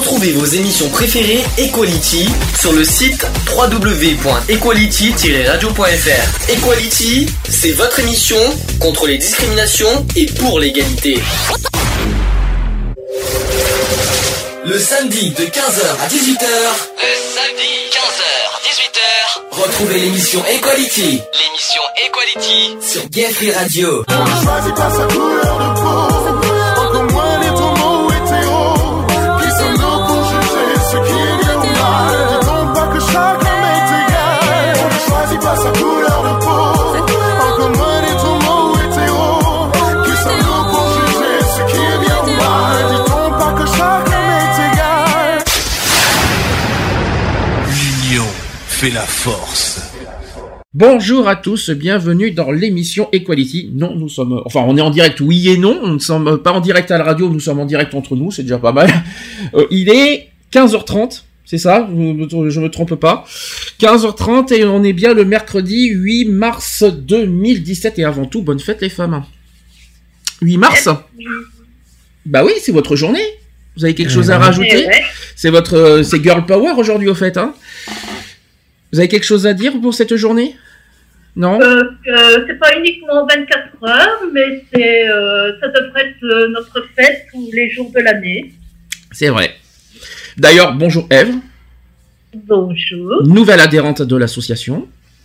Retrouvez vos émissions préférées Equality sur le site www.equality-radio.fr. Equality, c'est votre émission contre les discriminations et pour l'égalité. Le samedi de 15h à 18h. Le samedi 15h 18h. Retrouvez l'émission Equality. L'émission Equality sur Gay Free Radio. On ne choisit pas sa couleur de peau. Encore moins les tourments ou hétéros. Qui sommes-nous pour juger ce qui est bien ou mal? Dit-on pas que chacun est égal? On ne choisit pas sa couleur de peau. Encore moins les tourments ou hétéros. Qui sommes-nous pour juger ce qui est bien ou mal? Dit-on pas que chacun est égal? L'union fait la force. Bonjour à tous, bienvenue dans l'émission Equality. Non, nous sommes, enfin, on est en direct, oui et non. Nous ne sommes pas en direct à la radio, nous sommes en direct entre nous, c'est déjà pas mal. Il est 15h30, c'est ça, je me trompe pas. 15h30 et on est bien le mercredi 8 mars 2017 et avant tout, bonne fête les femmes. 8 mars? Bah oui, c'est votre journée. Vous avez quelque chose à rajouter? C'est c'est Girl Power aujourd'hui au fait, hein? Vous avez quelque chose à dire pour cette journée? Non? C'est pas uniquement 24 heures, mais ça devrait être notre fête tous les jours de l'année. C'est vrai. D'ailleurs, bonjour Ève. Bonjour. Nouvelle adhérente de l'association.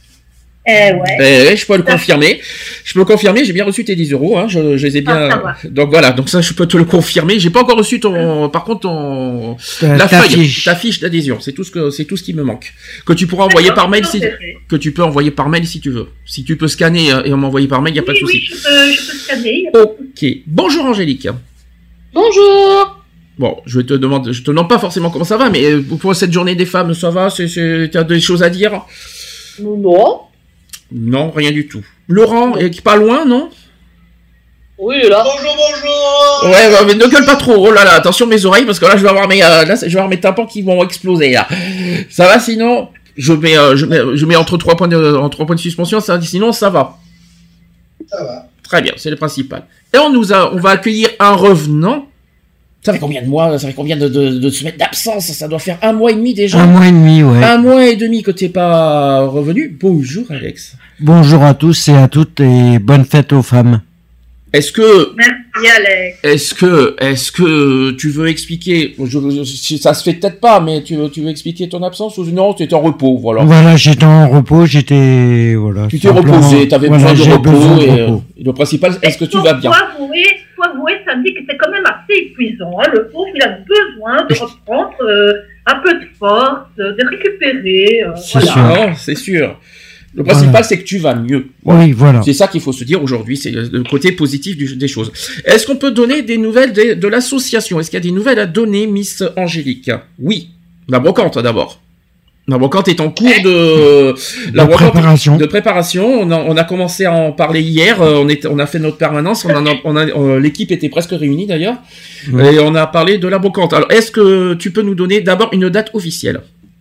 Ouais. Je peux le confirmer. J'ai bien reçu tes 10 euros. Hein, je les ai bien. Ah, donc voilà, donc ça je peux te le confirmer. J'ai pas encore reçu par contre ta fiche d'adhésion. C'est tout ce qui me manque. Que tu pourras envoyer par mail que tu peux envoyer par mail si tu veux. Si tu peux scanner et m'envoyer par mail, il y a pas de souci. Oui, je peux scanner. Ok. Bonjour Angélique. Bonjour. Bon, je te demande pas forcément comment ça va, mais pour cette journée des femmes, ça va? T'as des choses à dire? Non. Non, rien du tout. Laurent est pas loin, non? Oui, il est là. Bonjour. Ouais, mais ne gueule pas trop. Oh là là, attention mes oreilles parce que là je vais avoir mes tympans qui vont exploser là. Ça va sinon? Je mets entre 3 points de suspension, sinon ça va. Ça va. Très bien, c'est le principal. Et on va accueillir un revenant. Ça fait combien de mois? Ça fait combien de semaines d'absence? Ça doit faire 1 mois et demi déjà. 1 mois et demi, ouais. 1 mois et demi que t'es pas revenu. Bonjour Alex. Bonjour à tous et à toutes et bonne fête aux femmes. Merci Alex. Est-ce que tu veux expliquer, ça se fait peut-être pas, mais tu veux expliquer ton absence ou non, tu étais en repos, voilà. Voilà, j'étais en repos, tu t'es reposé, t'avais besoin de repos et le principal, est-ce que tu vas bien? Faut avouer, samedi, que c'est quand même assez épuisant, hein. Le pauvre, il a besoin de reprendre un peu de force, de récupérer. C'est sûr. Le principal, c'est que tu vas mieux. Oui, voilà. C'est ça qu'il faut se dire aujourd'hui, c'est le côté positif des choses. Est-ce qu'on peut donner des nouvelles de l'association? Est-ce qu'il y a des nouvelles à donner, Miss Angélique? Oui. La brocante, d'abord. La brocante est en cours de préparation. On a commencé à en parler hier. On a fait notre permanence. L'équipe était presque réunie d'ailleurs. Et on a parlé de la brocante. Alors, est-ce que tu peux nous donner d'abord une date officielle?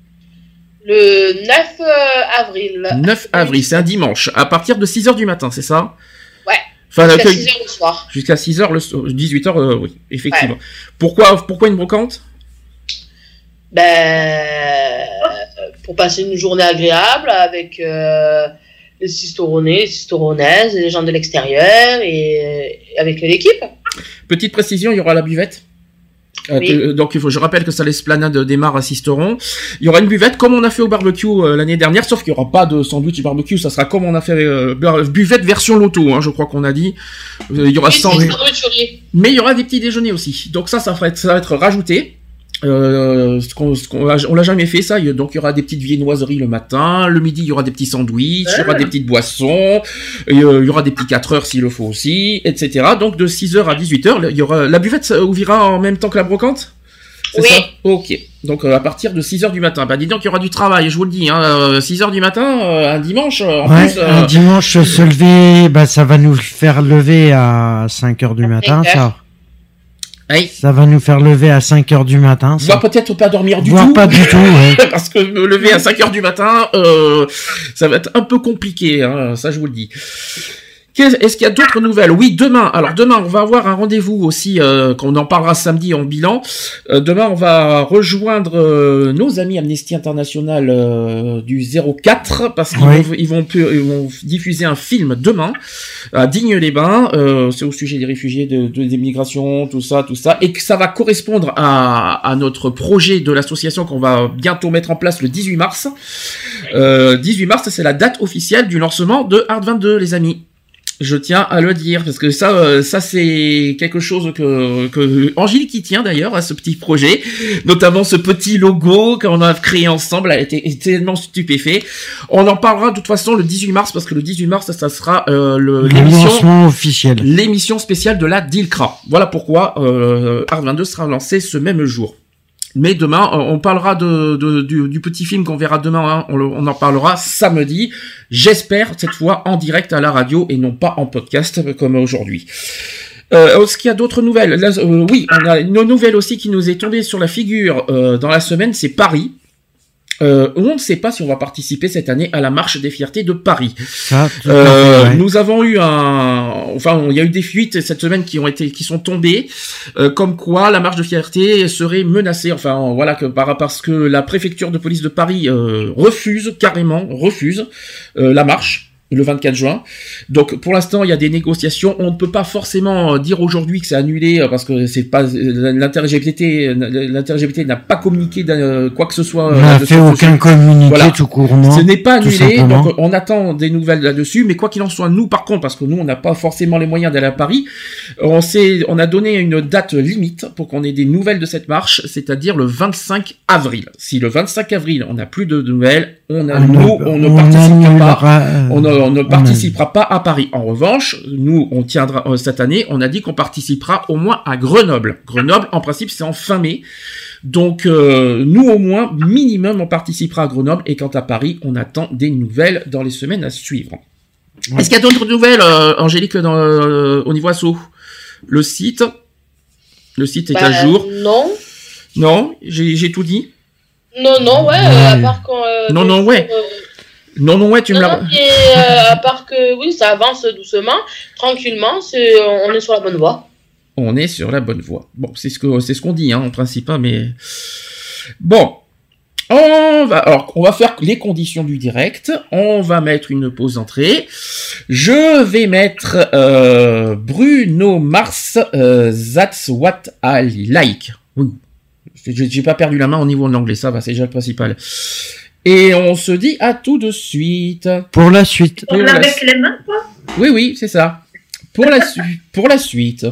Le 9 avril. 9 avril, c'est un dimanche, à partir de 6h du matin, c'est ça? Ouais, enfin, jusqu'à 6h le soir. Jusqu'à 6h, 18h, oui, effectivement. Ouais. Pourquoi une brocante? Pour passer une journée agréable avec les cisteronnais, les cisteronnaises, les gens de l'extérieur et avec l'équipe. Petite précision, il y aura la buvette. Oui. Donc je rappelle que ça l'esplanade démarre à Sisteron. Il y aura une buvette comme on a fait au barbecue l'année dernière, sauf qu'il n'y aura pas de sandwich barbecue, ça sera comme on a fait buvette version loto, hein, je crois qu'on a dit. Il y aura mais il y aura des petits déjeuners aussi. Donc ça va être rajouté. On l'a jamais fait ça, donc il y aura des petites viennoiseries le matin, le midi il y aura des petits sandwichs, il y aura des petites boissons, il y aura des petits 4 heures s'il le faut aussi, etc. Donc de 6h à 18h, il y aura la buvette ouvrira en même temps que la brocante? C'est ça? Ok. Donc à partir de 6h du matin. Bah dis donc il y aura du travail, je vous le dis, hein. 6h du matin, un dimanche, plus... un dimanche se lever, ça va nous faire lever à 5h du matin, ça. Hey. Ça va nous faire lever à 5h du matin. Voire peut-être pas dormir du tout. Voire pas du tout, ouais. Parce que me lever à 5h du matin, ça va être un peu compliqué, hein, ça je vous le dis. Est-ce qu'il y a d'autres nouvelles? Oui, demain, on va avoir un rendez-vous aussi, quand on en parlera samedi en bilan. Demain, on va rejoindre nos amis Amnesty International du 04, parce qu'ils vont diffuser un film demain à Digne-les-Bains. C'est au sujet des réfugiés, des migrations, tout ça, et que ça va correspondre à notre projet de l'association qu'on va bientôt mettre en place le 18 mars. 18 mars, c'est la date officielle du lancement de Art 22, les amis. Je tiens à le dire, parce que ça c'est quelque chose que Angélique qui tient d'ailleurs à ce petit projet, notamment ce petit logo qu'on a créé ensemble, elle a été tellement stupéfait. On en parlera de toute façon le 18 mars, parce que le 18 mars, ça sera l'émission officielle. L'émission spéciale de la DILCRA. Voilà pourquoi Art 22 sera lancé ce même jour. Mais demain, on parlera du petit film qu'on verra demain, hein. On en parlera samedi. J'espère, cette fois, en direct à la radio et non pas en podcast comme aujourd'hui. Est-ce qu'il y a d'autres nouvelles? Là, oui, on a une nouvelle aussi qui nous est tombée sur la figure dans la semaine, c'est Paris. On ne sait pas si on va participer cette année à la marche des fiertés de Paris. Nous avons eu il y a eu des fuites cette semaine qui sont tombées, comme quoi la marche de fierté serait menacée. Enfin, voilà, parce que la préfecture de police de Paris refuse la marche le 24 juin. Donc pour l'instant il y a des négociations. On ne peut pas forcément dire aujourd'hui que c'est annulé, parce que c'est pas l'inter-LGBT n'a pas communiqué quoi que ce soit. On n'a fait aucun communiqué tout courant. Ce n'est pas annulé, donc on attend des nouvelles là-dessus. Mais quoi qu'il en soit, nous par contre, parce que nous on n'a pas forcément les moyens d'aller à Paris, on a donné une date limite pour qu'on ait des nouvelles de cette marche, c'est-à-dire le 25 avril. Si le 25 avril on n'a plus de nouvelles, on ne participera pas à Paris. En revanche, nous, on tiendra cette année, on a dit qu'on participera au moins à Grenoble. Grenoble, en principe, c'est en fin mai. Donc, nous, au moins, minimum, on participera à Grenoble. Et quant à Paris, on attend des nouvelles dans les semaines à suivre. Ouais. Est-ce qu'il y a d'autres nouvelles, Angélique, au niveau asso? Le site est à jour. Non, j'ai tout dit. À part quand... tu me l'as... à part que, oui, ça avance doucement, tranquillement, on est sur la bonne voie. On est sur la bonne voie. Bon, c'est ce qu'on dit, hein, en principe, hein, mais... Bon. On va faire les conditions du direct. On va mettre une pause entrée. Je vais mettre Bruno Mars, That's What I Like. Oui. J'ai pas perdu la main au niveau de l'anglais, ça va, c'est déjà le principal. Et on se dit à tout de suite. Pour la suite. Avec les mains, quoi? Oui, c'est ça. Pour la suite.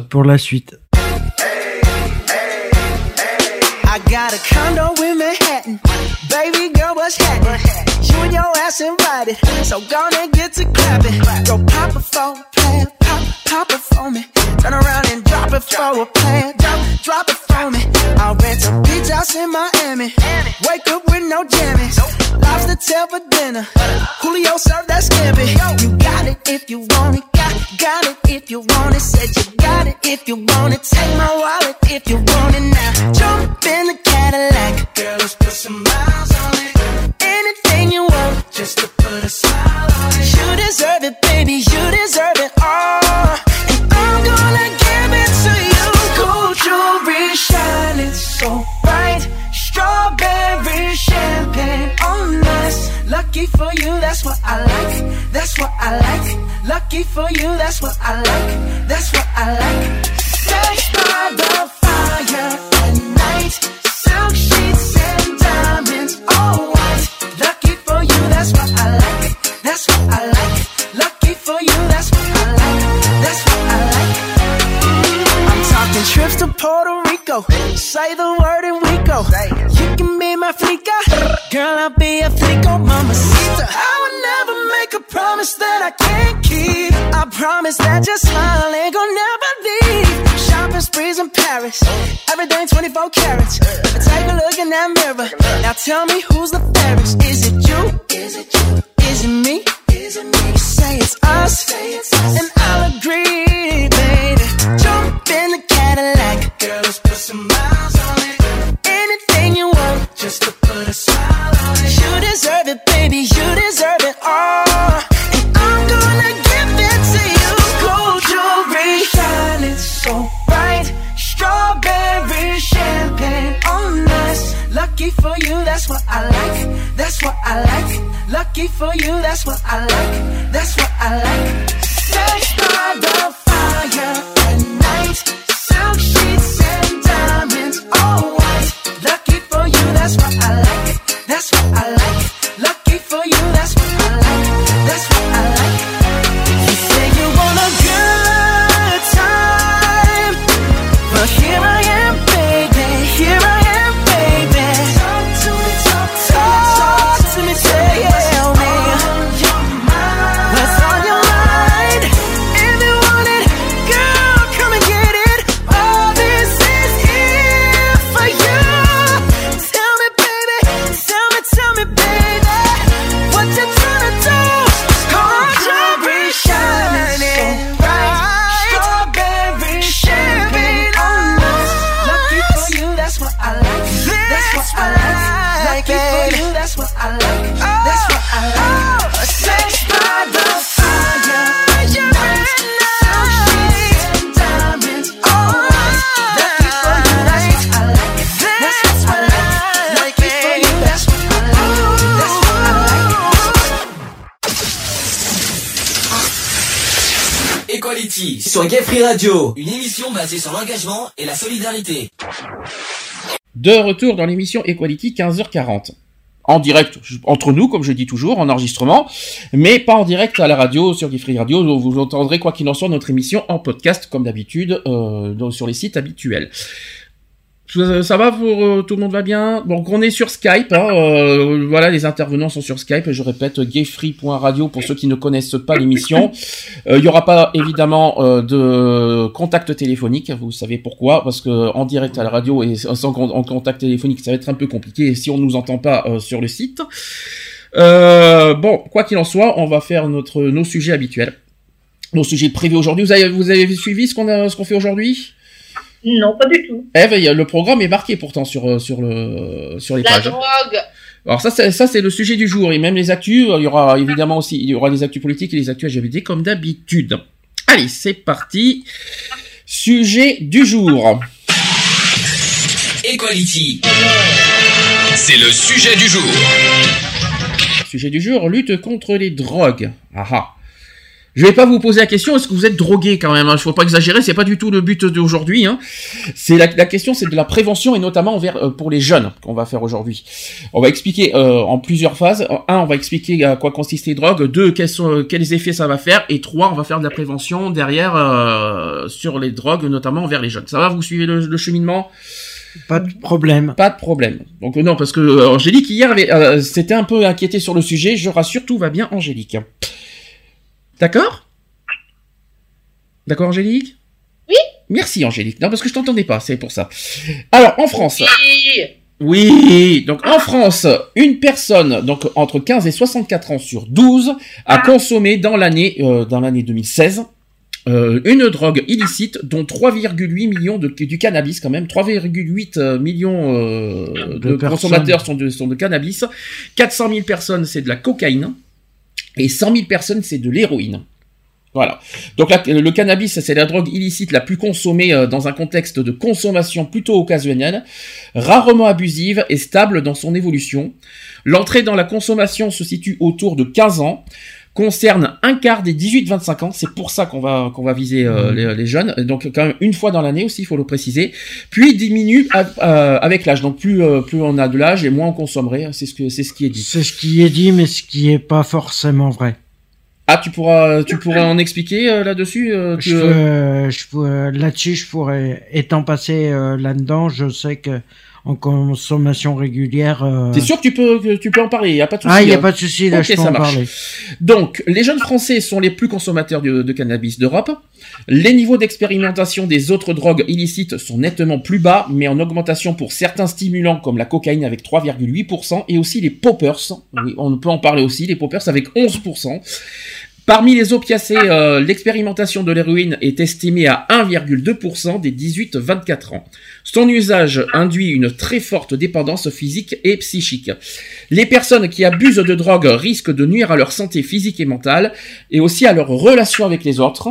I got a condo in Manhattan. Baby girl, what's happening? You and your ass invited, so gonna get to clapping. Go pop it for a plan, pop it for me. Turn around and drop it for a plan, drop it for me. I'll rent a beach house in Miami. Wake up with no jammies. Lobster tail for dinner. Julio served that scampi. You got it if you want it. Got it if you want it. Said you got it if you want it. Take my wallet if you want it now. Jump in the Cadillac. Girl, let's put some miles on it. Anything you want, just to put a smile on it. You deserve it, baby. You deserve it all. And I'm gonna give it to you. Gold jewelry shining so bright. Strawberry champagne on us. Lucky for you, that's what I like. That's what I like. Lucky for you, that's what I like. That's what I like. Sex by the fire at night. Silk sheets and diamonds, all white. Lucky for you, that's what I like. That's what I like. Lucky for you, that's what I like. That's what I like. I'm talking trips to Puerto Rico. Say the word and we go. You can be my flica. Girl, I'll be a flico, mamacita. I would never make a promise that I can't keep. I promise that your smile ain't gonna never leave. Shopping sprees in Paris. Everything 24 carats. Take a look in that mirror. Now tell me who's the fairest. Is it you? Is it you? Is it me? Is it me? Say it's us. And I'll agree, baby. Jump in the Cadillac. Girl, let's put some miles on it. Anything you want, just to put a smile on it. You deserve it, baby. You deserve it all. And I'm gonna give it to you. Lucky for you, that's what I like. That's what I like. Lucky for you, that's what I like. That's what I like. Sex by the fire at night. Silk sheets and diamonds, all white. Lucky for you, that's what I like. That's what I like. Lucky for you, that's what I like. That's what I like. You say you want a good time, but here I am, baby. Here I am, baby. Talk to me, talk to me, tell me what's on your mind. If you want it, girl, come and get it. All this is here for you. Tell me, baby, tell me, baby, what you tryna do? Strawberry shining bright, strawberry champagne on us. Lucky for you, that's what I like. That's what I like. Lucky for you, that's what I like. That's what I like. Sex by the fire, night, silk sheets and diamonds, all right. Lucky for you, that's what I like. That's what I like. Lucky for you, that's what I like. That's what I like. Equality sur Gay Free Radio, une émission basée sur l'engagement et la solidarité. De retour dans l'émission Equality 15h40. En direct, entre nous, comme je dis toujours, en enregistrement, mais pas en direct à la radio, sur Gay Free Radio. Vous entendrez, quoi qu'il en soit, notre émission en podcast, comme d'habitude, sur les sites habituels. Ça va pour tout le monde va bien. Donc on est sur Skype, voilà, les intervenants sont sur Skype. Je répète, gayfree.radio pour ceux qui ne connaissent pas l'émission. Il y aura pas évidemment de contact téléphonique. Vous savez pourquoi? Parce que en direct à la radio et sans contact téléphonique, ça va être un peu compliqué si on nous entend pas sur le site. Bon, quoi qu'il en soit, on va faire nos sujets habituels, nos sujets prévus aujourd'hui. Vous avez suivi ce qu'on fait aujourd'hui? Non, pas du tout. Le programme est marqué pourtant sur les pages. La drogue. Alors ça c'est le sujet du jour et même les actus, il y aura évidemment aussi les actus politiques et les actus LGBT comme d'habitude. Allez, c'est parti. Sujet du jour. Equality. C'est le sujet du jour. Sujet du jour, lutte contre les drogues. Ah. Je vais pas vous poser la question, est-ce que vous êtes drogué quand même, hein. Faut pas exagérer, c'est pas du tout le but d'aujourd'hui, hein. C'est la question, c'est de la prévention et notamment pour les jeunes qu'on va faire aujourd'hui. On va expliquer en plusieurs phases. 1, on va expliquer à quoi consistent les drogues. 2, quels effets ça va faire. Et 3, on va faire de la prévention derrière sur les drogues, notamment envers les jeunes. Ça va, vous suivez le cheminement? Pas de problème. Pas de problème. Donc non, parce que Angélique hier s'était un peu inquiétée sur le sujet. Je rassure, tout va bien, Angélique. D'accord, Angélique? Oui. Merci, Angélique. Non, parce que je t'entendais pas, c'est pour ça. Alors, en France... Oui. Oui, donc en France, une personne donc entre 15 et 64 ans sur 12 a consommé dans l'année 2016 une drogue illicite dont 3,8 millions du cannabis quand même, 3,8 millions de consommateurs sont de cannabis, 400 000 personnes c'est de la cocaïne, et 100 000 personnes, c'est de l'héroïne. Voilà. Donc le cannabis, c'est la drogue illicite la plus consommée dans un contexte de consommation plutôt occasionnelle, rarement abusive et stable dans son évolution. L'entrée dans la consommation se situe autour de 15 ans, concerne un quart des 18-25 ans, c'est pour ça qu'on va viser les jeunes, donc quand même une fois dans l'année aussi, il faut le préciser, puis diminue avec l'âge, donc plus on a de l'âge et moins on consommerait, c'est ce qui est dit. C'est ce qui est dit, mais ce qui est pas forcément vrai. Ah, tu pourras en expliquer là-dessus là-dessus, je pourrais, étant passé là-dedans, je sais que en consommation régulière. T'es sûr que tu peux en parler, y a pas de souci. Ah, y a pas de souci, là, je peux en parler. Donc, les jeunes Français sont les plus consommateurs de cannabis d'Europe. Les niveaux d'expérimentation des autres drogues illicites sont nettement plus bas, mais en augmentation pour certains stimulants comme la cocaïne avec 3,8% et aussi les poppers. Oui, on peut en parler aussi, les poppers avec 11%. Parmi les opiacés, l'expérimentation de l'héroïne est estimée à 1,2% des 18-24 ans. Son usage induit une très forte dépendance physique et psychique. Les personnes qui abusent de drogue risquent de nuire à leur santé physique et mentale, et aussi à leur relation avec les autres.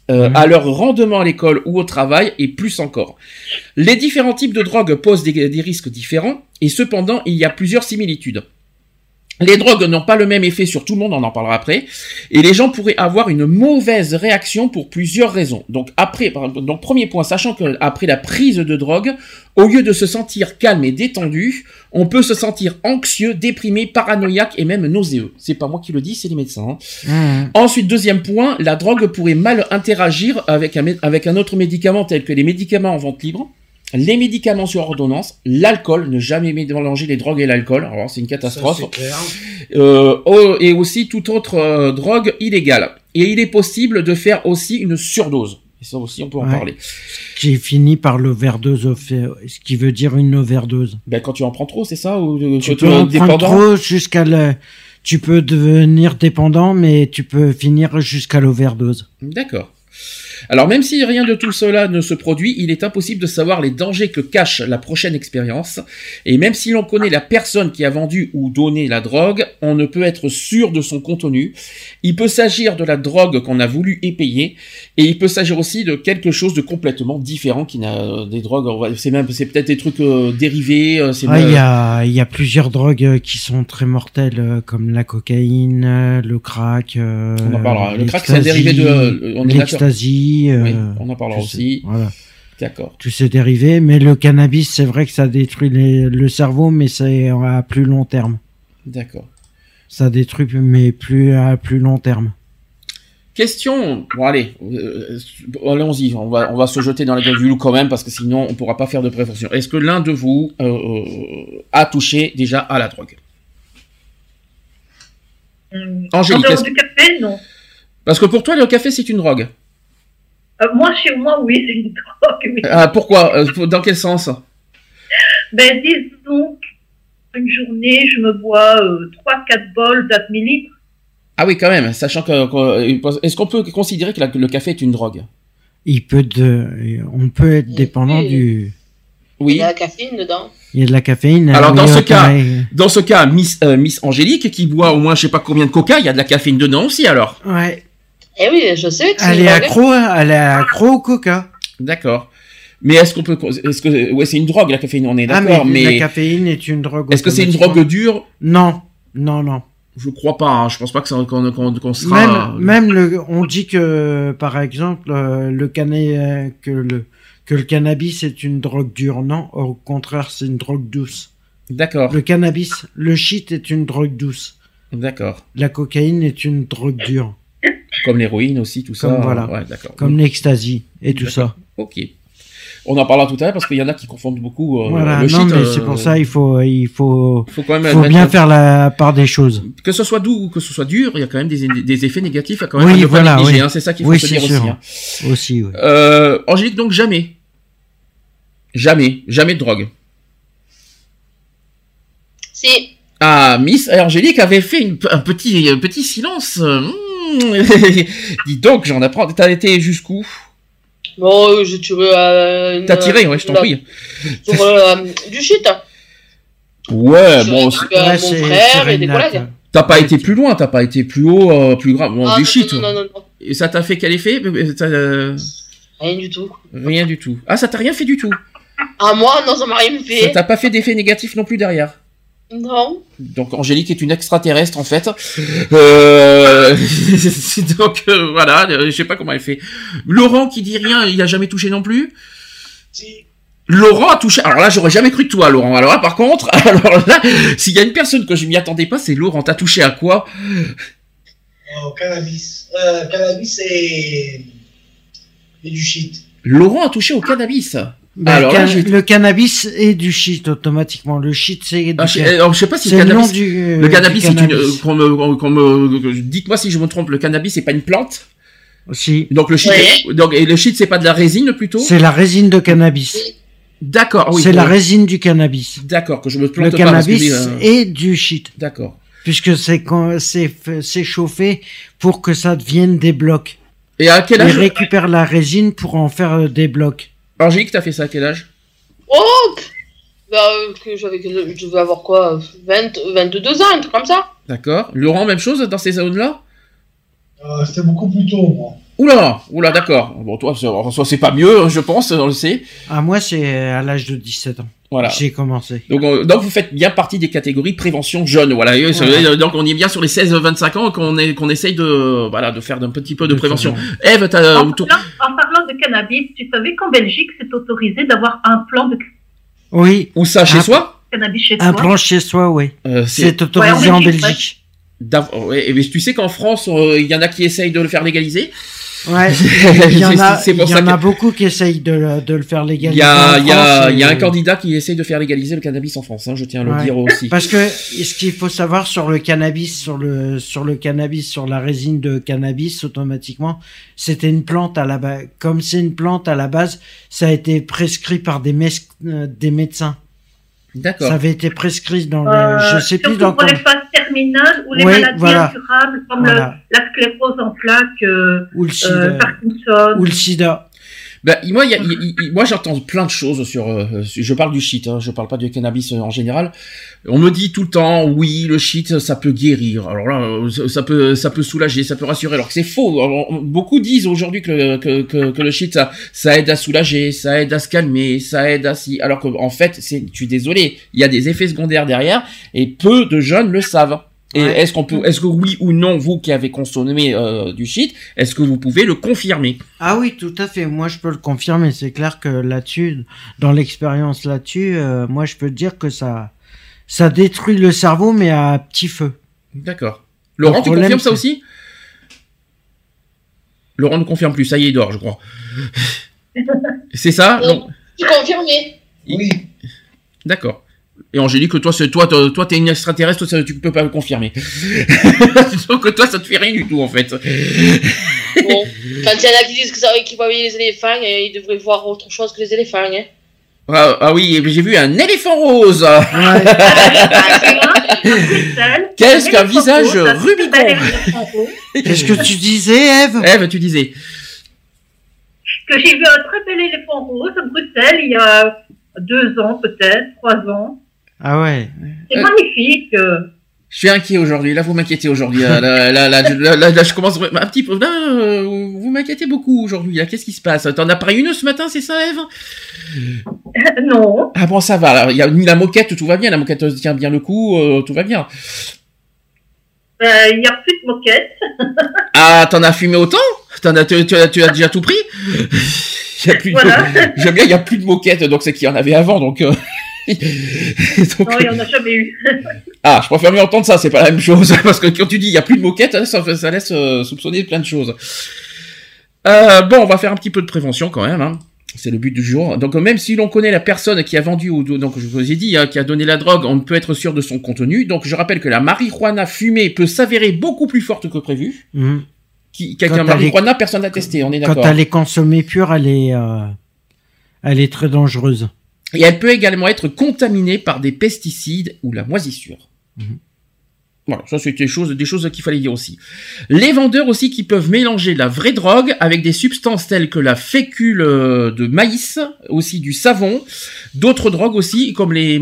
à leur rendement à l'école ou au travail, et plus encore. Les différents types de drogues posent des risques différents, et cependant, il y a plusieurs similitudes. Les drogues n'ont pas le même effet sur tout le monde, on en parlera après, et les gens pourraient avoir une mauvaise réaction pour plusieurs raisons. Donc premier point, sachant qu'après la prise de drogue, au lieu de se sentir calme et détendu, on peut se sentir anxieux, déprimé, paranoïaque et même nauséeux. C'est pas moi qui le dis, c'est les médecins. Ensuite, deuxième point, la drogue pourrait mal interagir avec un autre médicament tel que les médicaments en vente libre, les médicaments sur ordonnance, l'alcool, ne jamais mélanger les drogues et l'alcool, alors c'est une catastrophe. Ça, c'est clair. Et aussi toute autre drogue illégale. Et il est possible de faire aussi une surdose. Et ça aussi, on peut en parler. J'ai fini par l'overdose, ce qui veut dire une overdose. Ben, quand tu en prends trop, c'est ça, ou tu peux en prendre trop tu peux devenir dépendant, mais tu peux finir jusqu'à l'overdose. D'accord. Alors même si rien de tout cela ne se produit, il est impossible de savoir les dangers que cache la prochaine expérience. Et même si l'on connaît la personne qui a vendu ou donné la drogue, on ne peut être sûr de son contenu. Il peut s'agir de la drogue qu'on a voulu épayer, et il peut s'agir aussi de quelque chose de complètement différent qui n'a des drogues. C'est peut-être des trucs dérivés. Il y a plusieurs drogues qui sont très mortelles, comme la cocaïne, le crack. On en parlera. Le crack, c'est un dérivé de l'ecstasy. Oui, on en parlera aussi. Voilà. D'accord. Tous ces dérivés, mais le cannabis, c'est vrai que ça détruit le cerveau, mais c'est à plus long terme. D'accord. Ça détruit, mais à plus long terme. Question. Bon, allez, allons-y. On va se jeter dans la gueule du loup quand même, parce que sinon, on pourra pas faire de prévention. Est-ce que l'un de vous a touché déjà à la drogue? Angélique. En dehors du café, non. Parce que pour toi, le café, c'est une drogue. Moi, chez moi, oui, c'est une drogue. Oui. Pourquoi? Dans quel sens? Ben, disons qu'une journée, je me bois 3-4 bols d'1 demi-litre. Ah oui, quand même, sachant que est-ce qu'on peut considérer que le café est une drogue? On peut être dépendant du... Oui. Il y a de la caféine dedans. Il y a de la caféine. Alors dans ce cas, Miss Angélique qui boit au moins je sais pas combien de coca, il y a de la caféine dedans aussi alors. Ouais. Eh oui, je sais que elle est accro au coca. D'accord. Mais ouais, c'est une drogue la caféine, on est d'accord, mais la caféine est une drogue. Est-ce que c'est une drogue dure? Non. Je crois pas, hein. Je pense pas qu'on sera on dit que par exemple que le cannabis est une drogue dure. Non, au contraire, c'est une drogue douce. D'accord. Le cannabis, le shit est une drogue douce. D'accord. La cocaïne est une drogue dure. Comme l'héroïne aussi, tout ça. Voilà. Ouais, d'accord. Comme l'ecstasy et tout ça. Ok. On en parlera tout à l'heure parce qu'il y en a qui confondent beaucoup le shit. Non, mais c'est pour ça il faut quand même faut bien faire la part des choses. Que ce soit doux ou que ce soit dur, il y a quand même des effets négatifs à quand même ne pas négliger. Hein, c'est ça qu'il faut se dire aussi. Hein. Aussi, oui. Angélique, donc jamais de drogue. Si. Ah, Miss Angélique avait fait un petit silence. Dis donc, j'en apprends. T'as été jusqu'où? Bon, j'ai tiré. T'as tiré, ouais, je t'en prie. Sur du shit. Ouais, bon. Mon frère et des collègues. T'as pas été plus loin, t'as pas été plus haut, plus grave. Bon, du shit. Non. Et ça t'a fait quel effet? Rien du tout. Rien du tout. Ah, ça t'a rien fait du tout? Ah, moi, non, ça m'a rien fait. Ça t'a pas fait d'effet négatif non plus derrière? Non. Donc Angélique est une extraterrestre en fait. Donc voilà, je sais pas comment elle fait. Laurent qui dit rien, il a jamais touché non plus. Si. Laurent a touché. Alors là, j'aurais jamais cru que toi, Laurent. Alors là, par contre, s'il y a une personne que je m'y attendais pas, c'est Laurent. T'as touché à quoi? Au cannabis. Cannabis et du shit. Laurent a touché au cannabis. Alors, le cannabis est du shit automatiquement. Le shit, c'est. Je sais pas si le cannabis, c'est une. Dites-moi si je me trompe. Le cannabis, c'est pas une plante. Si. Donc le shit. Et le shit, c'est pas de la résine plutôt. C'est la résine de cannabis. D'accord. Oui, c'est la résine du cannabis. D'accord, que je me plante pas. Le cannabis est du shit. D'accord. Puisque c'est chauffé pour que ça devienne des blocs. Et à quel âge? Il récupère la résine pour en faire des blocs. Angélique, t'as fait ça à quel âge? Oh, je devais avoir quoi, 22 ans, un truc comme ça. D'accord. Laurent, même chose dans ces zones-là? C'était beaucoup plus tôt, moi. Oula, d'accord. Bon, toi, c'est pas mieux, je pense, on le sait. Ah, moi, c'est à l'âge de 17 ans. Voilà. J'ai commencé. Donc vous faites bien partie des catégories prévention jeune, voilà. Donc on est bien sur les 16-25 ans qu'on essaye de faire un petit peu de prévention. Ève, en parlant de cannabis, tu savais qu'en Belgique, c'est autorisé d'avoir un plan de Oui. Où ça, chez soi? Cannabis chez Un soi. plan chez soi, oui. C'est autorisé en Belgique. Ouais, et tu sais qu'en France, il y en a qui essayent de le faire légaliser. Ouais, il y en a beaucoup qui essayent de le faire légaliser. Il y a un candidat qui essaye de faire légaliser le cannabis en France, hein, je tiens à le dire aussi. Parce que ce qu'il faut savoir sur le cannabis, sur la résine de cannabis, automatiquement, c'était une plante à la base. Comme c'est une plante à la base, ça a été prescrit par des médecins. D'accord. Ça avait été prescrit dans je sais plus dans pour les phases terminales ou les maladies incurables comme la sclérose en plaques, ou le sida, Parkinson, ou le sida. Ben, moi, j'entends plein de choses je parle du shit, hein, je parle pas du cannabis en général. On me dit tout le temps, oui, le shit, ça peut guérir. Alors là, ça peut soulager, ça peut rassurer. Alors que c'est faux. Alors, beaucoup disent aujourd'hui que le shit, ça aide à soulager, ça aide à se calmer, ça aide à si. Alors qu'en fait, je suis désolé, il y a des effets secondaires derrière et peu de jeunes le savent. Et est-ce que oui ou non, vous qui avez consommé du shit, est-ce que vous pouvez le confirmer? Ah oui, tout à fait. Moi, je peux le confirmer. C'est clair que là-dessus, dans l'expérience là-dessus, moi, je peux te dire que ça détruit le cerveau, mais à petit feu. D'accord. Laurent, tu confirmes ça aussi? Laurent ne confirme plus. Ça y est, il dort, je crois. C'est ça? Non. Tu confirmes? Oui. D'accord. Et Angélique, toi, t'es une extraterrestre, tu peux pas le confirmer. Donc toi, ça te fait rien du tout, en fait. Bon, quand il y en a qui disent qu'ils voient les éléphants, ils devraient voir autre chose que les éléphants, hein. Ah oui, j'ai vu un éléphant rose. Qu'est-ce qu'un visage Rubicon? Qu'est-ce que tu disais, Ève? Ève, tu disais que j'ai vu un très bel éléphant rose à Bruxelles il y a 2 ans, peut-être 3 ans. Ah ouais. C'est magnifique. Je suis inquiet aujourd'hui. Là, vous m'inquiétez aujourd'hui. Là, je commence un petit peu. Là, vous m'inquiétez beaucoup aujourd'hui. Là, qu'est-ce qui se passe? T'en as pris une ce matin, c'est ça, Ève? Non. Ah bon, ça va. Alors, il y a la moquette, tout va bien. La moquette tient bien le coup, tout va bien. Il n'y a plus de moquette. Ah, t'en as fumé autant? Tu as déjà tout pris? J'aime bien, il y a plus de moquette, donc c'est qu'il y en avait avant, donc. Non, il n'y en a jamais eu. Ah, je préfère mieux entendre ça, c'est pas la même chose, parce que quand tu dis il y a plus de moquette, ça laisse soupçonner plein de choses. Bon, on va faire un petit peu de prévention quand même, hein. C'est le but du jour. Donc même si l'on connaît la personne qui a vendu, donc je vous ai dit, hein, qui a donné la drogue, on ne peut être sûr de son contenu. Donc je rappelle que la marijuana fumée peut s'avérer beaucoup plus forte que prévu. Mmh. Quelqu'un marijuana, personne n'a testé, on est d'accord. Quand elle est consommée pure, elle est très dangereuse. Et elle peut également être contaminée par des pesticides ou la moisissure. Mmh. Voilà, ça c'est des choses qu'il fallait dire aussi. Les vendeurs aussi qui peuvent mélanger la vraie drogue avec des substances telles que la fécule de maïs, aussi du savon, d'autres drogues aussi comme les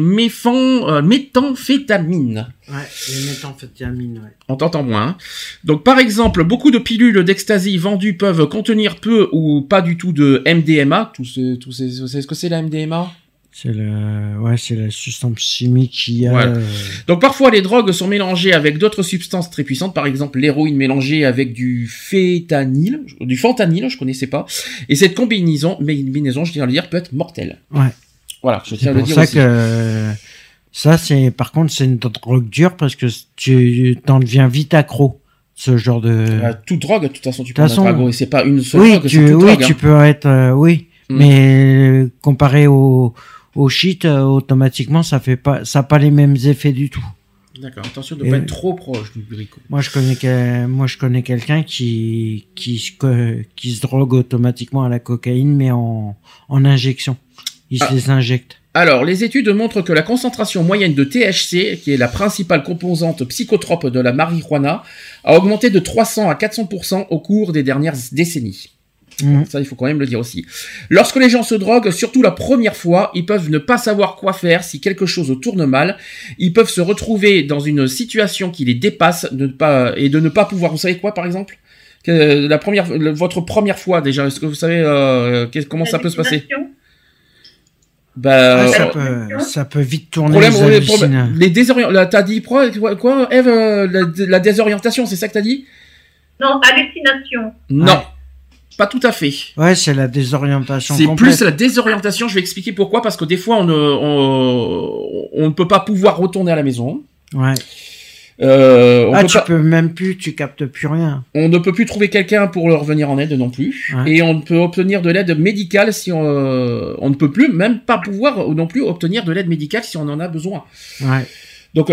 méthamphétamines. Ouais, les méthamphétamines, ouais. On t'entend moins. Hein. Donc par exemple, beaucoup de pilules d'ecstasy vendues peuvent contenir peu ou pas du tout de MDMA. Vous savez ce que c'est la MDMA ? C'est la substance chimique qui a... Voilà. Donc parfois les drogues sont mélangées avec d'autres substances très puissantes, par exemple l'héroïne mélangée avec du fentanyl, je connaissais pas. Et cette combinaison, je tiens à le dire, peut être mortelle. Ouais. Voilà, je tiens à le dire aussi. C'est pour ça que par contre c'est une drogue dure parce que tu t'en deviens vite accro. Ce genre de... toute drogue, de toute façon, tu peux être accro et c'est pas une seule drogue, c'est toute drogue. Tu peux être... mais comparé au shit, automatiquement, ça a pas les mêmes effets du tout. D'accord. Attention de pas être trop proche du bricot. Moi, je connais quelqu'un qui se drogue automatiquement à la cocaïne, mais en injection. Il se les injecte. Alors, les études montrent que la concentration moyenne de THC, qui est la principale composante psychotrope de la marijuana, a augmenté de 300 à 400% au cours des dernières décennies. Ça, il faut quand même le dire aussi. Lorsque les gens se droguent, surtout la première fois, ils peuvent ne pas savoir quoi faire si quelque chose tourne mal. Ils peuvent se retrouver dans une situation qui les dépasse et de ne pas pouvoir... Vous savez quoi, par exemple ? Votre première fois déjà, est-ce que vous savez comment ça peut se passer? Ça peut vite tourner T'as dit quoi, Ève, la désorientation, c'est ça que t'as dit? Non, hallucination. Non, ouais. Pas tout à fait. Ouais, c'est la désorientation. C'est complète. plus la désorientation. Je vais expliquer pourquoi, parce que des fois on ne peut pas pouvoir retourner à la maison. Ouais. Tu captes plus rien. On ne peut plus trouver quelqu'un pour leur venir en aide non plus. Ouais. Et on peut obtenir de l'aide médicale si on ne peut plus, même pas pouvoir non plus obtenir de l'aide médicale si on en a besoin. Ouais. Donc,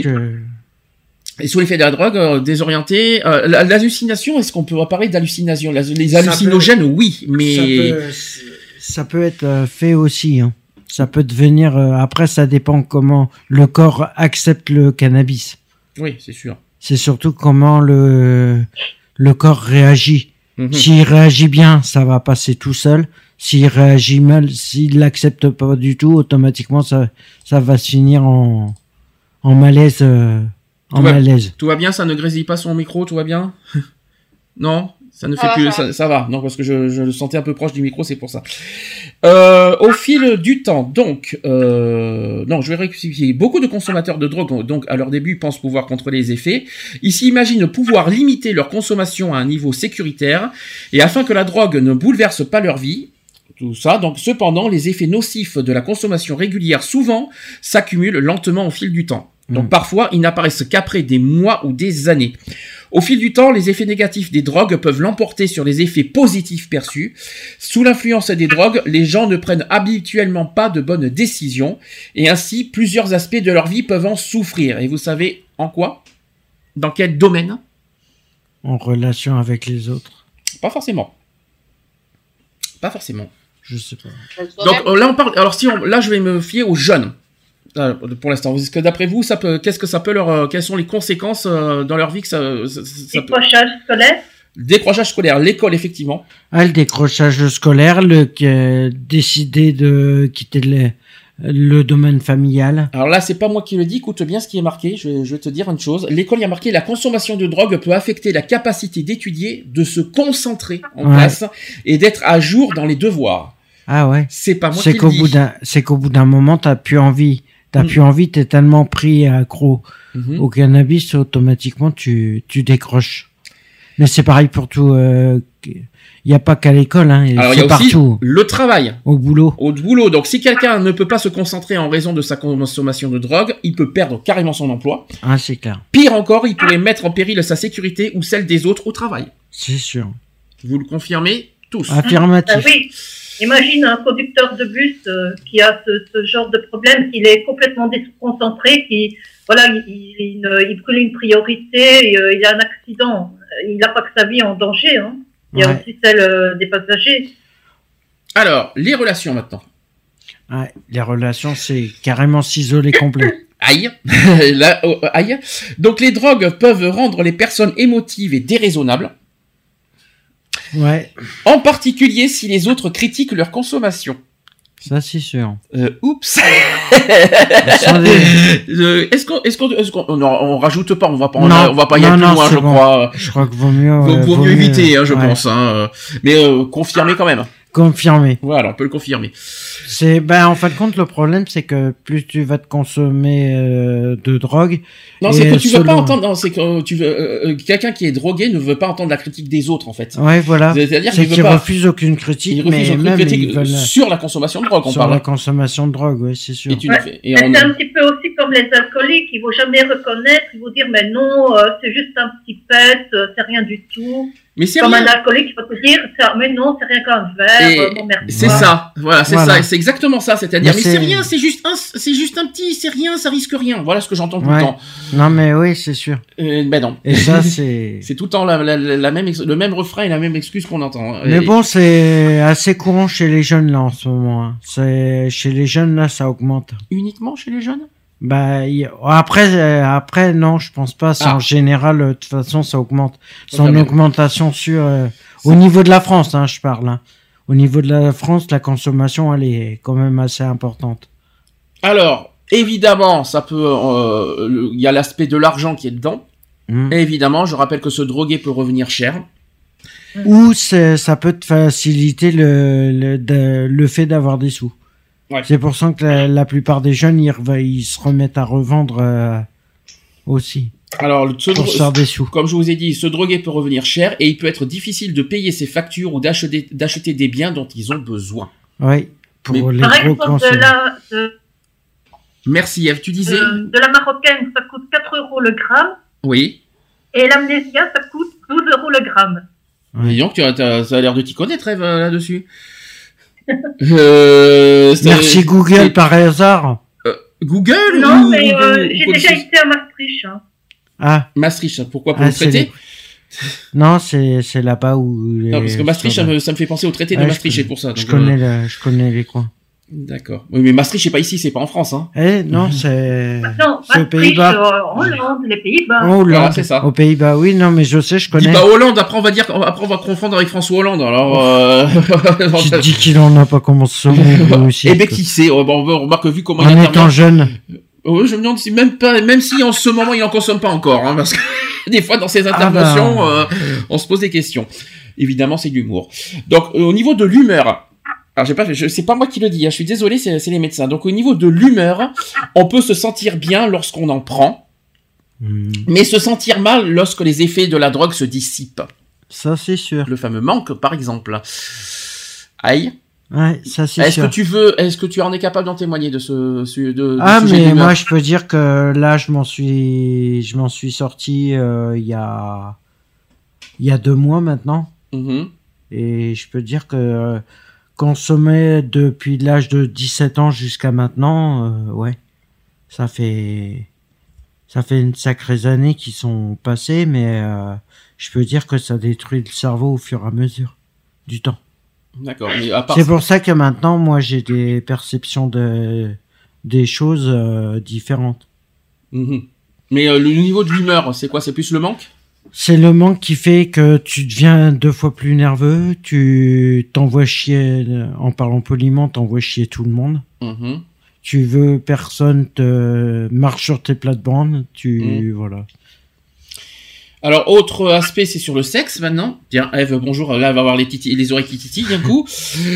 et sous l'effet de la drogue, désorienté, l'hallucination, est-ce qu'on peut parler d'hallucination? Les hallucinogènes, oui, mais... Ça peut être fait aussi, hein. Ça peut devenir... après, ça dépend comment le corps accepte le cannabis. Oui, c'est sûr. C'est surtout comment le corps réagit. Mm-hmm. S'il réagit bien, ça va passer tout seul. S'il réagit mal, s'il l'accepte pas du tout, automatiquement, ça va se finir en malaise... Tout va bien, ça ne grésille pas son micro, tout va bien? Non, ça ne fait plus, ça va. Non, parce que je le sentais un peu proche du micro, c'est pour ça. Au fil du temps, donc, non, je vais rectifier. Beaucoup de consommateurs de drogue, donc, à leur début, pensent pouvoir contrôler les effets. Ils s'imaginent pouvoir limiter leur consommation à un niveau sécuritaire, et afin que la drogue ne bouleverse pas leur vie. Tout ça. Donc, cependant, les effets nocifs de la consommation régulière souvent s'accumulent lentement au fil du temps. Donc parfois, ils n'apparaissent qu'après des mois ou des années. Au fil du temps, les effets négatifs des drogues peuvent l'emporter sur les effets positifs perçus. Sous l'influence des drogues, les gens ne prennent habituellement pas de bonnes décisions et ainsi, plusieurs aspects de leur vie peuvent en souffrir. Et vous savez en quoi? Dans quel domaine? En relation avec les autres. Pas forcément. Pas forcément. Je sais pas. Donc là, on parle. Alors là, je vais me fier aux jeunes. Pour l'instant, est-ce que d'après vous, qu'est-ce que ça peut quelles sont les conséquences dans leur vie que ça décrochage scolaire. Décrochage scolaire, l'école effectivement. Le décrochage scolaire, décider de quitter le domaine familial. Alors là, c'est pas moi qui le dis. Écoute bien ce qui est marqué. Je vais te dire une chose. L'école, il y a marqué: la consommation de drogue peut affecter la capacité d'étudier, de se concentrer en classe et d'être à jour dans les devoirs. Ah ouais. C'est pas moi qui le dis. C'est qu'au bout d'un moment, t'as plus envie. T'es tellement pris accro au cannabis, automatiquement tu décroches. Mais c'est pareil pour tout. Il y a pas qu'à l'école, hein. Alors il y a aussi partout. Le travail. Au boulot. Donc si quelqu'un ne peut pas se concentrer en raison de sa consommation de drogue, il peut perdre carrément son emploi. Ah, c'est clair. Pire encore, il pourrait mettre en péril sa sécurité ou celle des autres au travail. C'est sûr. Vous le confirmez tous? Affirmatif. Oui. Imagine un conducteur de bus qui a ce genre de problème, qu'il est complètement déconcentré, il brûle une priorité, il a un accident. Il n'a pas que sa vie en danger, hein. Il y a aussi celle des passagers. Alors, les relations maintenant. Ouais, les relations, c'est carrément s'isoler complet. Aïe. Aïe. Donc les drogues peuvent rendre les personnes émotives et déraisonnables. Ouais. En particulier si les autres critiquent leur consommation. Ça, c'est sûr. Oups. Est-ce qu'on on rajoute pas, on va pas y aller plus loin, je crois. Je crois que vaut mieux éviter, je pense, hein. Mais confirmer quand même. Confirmé. Voilà, on peut le confirmer. En fin de compte, le problème, c'est que plus tu vas te consommer de drogue. Non, c'est que tu veux pas entendre. Non, c'est que tu veux quelqu'un qui est drogué ne veut pas entendre la critique des autres, en fait. Ouais, voilà. C'est-à-dire qu'il refuse aucune critique, sur la consommation de drogue. On sur parle. La consommation de drogue, oui, c'est sûr. C'est un petit peu aussi comme les alcooliques. Ils vont jamais reconnaître. Ils vont dire, mais non, c'est juste un petit pet, c'est rien du tout. Mais c'est comme un alcoolique, il faut te dire, mais non, c'est rien qu'un verre, c'est ça, voilà, ça, c'est exactement ça, c'est-à-dire, mais c'est rien, c'est juste un petit, c'est rien, ça risque rien, voilà ce que j'entends tout le temps. Non, mais oui, c'est sûr. Ben non. Et ça, c'est tout le temps le même refrain et la même excuse qu'on entend. Mais bon, c'est assez courant chez les jeunes, là, en ce moment, hein. Chez les jeunes, là, ça augmente. Uniquement chez les jeunes? Après, non, je pense pas. En général, de toute façon, ça augmente. C'est en augmentation au niveau de la France, hein, je parle. Hein. Au niveau de la France, la consommation, elle est quand même assez importante. Alors, évidemment, ça peut, il y a l'aspect de l'argent qui est dedans. Et évidemment, je rappelle que se droguer peut revenir cher. Ou ça peut te faciliter le fait d'avoir des sous. Ouais. C'est pour ça que la plupart des jeunes, ils se remettent à revendre aussi. Alors, Pour se faire des sous. comme je vous ai dit, se droguer peut revenir cher et il peut être difficile de payer ses factures ou d'acheter des biens dont ils ont besoin. Oui, pour Mais- les Par gros exemple, consommateurs. Merci Eve, tu disais de la marocaine, ça coûte 4 € le gramme. Oui. Et l'amnésia, ça coûte 12 € le gramme. Ouais. Dis donc, ça a l'air de t'y connaître, Eve, là-dessus. Merci Google par hasard. Google Non, ou- mais ou- j'ai ou- déjà été à Maastricht. Hein. Ah, Maastricht, pourquoi pour le c'est traité non, c'est là-bas où. Non, parce que Maastricht, ça me fait penser au traité de Ouais, Maastricht, je c'est pour ça. Je donc, connais les coins. D'accord. Oui, mais Maastricht, c'est pas ici, c'est pas en France, hein. Non, c'est. Non, C'est aux Maastricht, Pays-Bas. en Hollande, les Pays-Bas. Oh, Voilà, Hollande, c'est ça. aux Pays-Bas, oui, non, mais je sais, je Dis connais. pas Hollande, après on va confondre avec François Hollande, alors... Tu dis qu'il en a pas commencé aussi. Eh ben qui sait, on remarque vu comment En il étant intervient. jeune. Je me demande si même si en ce moment il en consomme pas encore, hein, parce que des fois dans ses interventions, on se pose des questions. Évidemment, c'est de l'humour. Donc au niveau de l'humeur, alors c'est pas moi qui le dis, hein, je suis désolé, c'est les médecins. Donc au niveau de l'humeur, on peut se sentir bien lorsqu'on en prend, mais se sentir mal lorsque les effets de la drogue se dissipent. Ça, c'est sûr. Le fameux manque, par exemple. Aïe. Ouais, ça, c'est Est-ce sûr. que tu en es capable d'en témoigner de ce sujet Ah, mais d'humeur moi, je peux dire que là, je m'en suis sorti il y a 2 mois maintenant. Mhm. Et je peux dire que consommer depuis l'âge de 17 ans jusqu'à maintenant, ouais, ça fait une sacrée année qui sont passées, mais je peux dire que ça détruit le cerveau au fur et à mesure du temps. D'accord, mais à part C'est pour ça que maintenant, moi, j'ai des perceptions des choses différentes. Mhm. Mais le niveau de l'humeur, c'est quoi? C'est plus le manque? C'est le manque qui fait que tu deviens 2 fois plus nerveux, tu t'envoies chier, en parlant poliment, t'envoies chier tout le monde. Mhm. Tu veux personne te marche sur tes plates-bandes, voilà. Alors, autre aspect, c'est sur le sexe, maintenant. Tiens, Eve, bonjour. Là, elle va avoir les oreilles qui titillent d'un coup.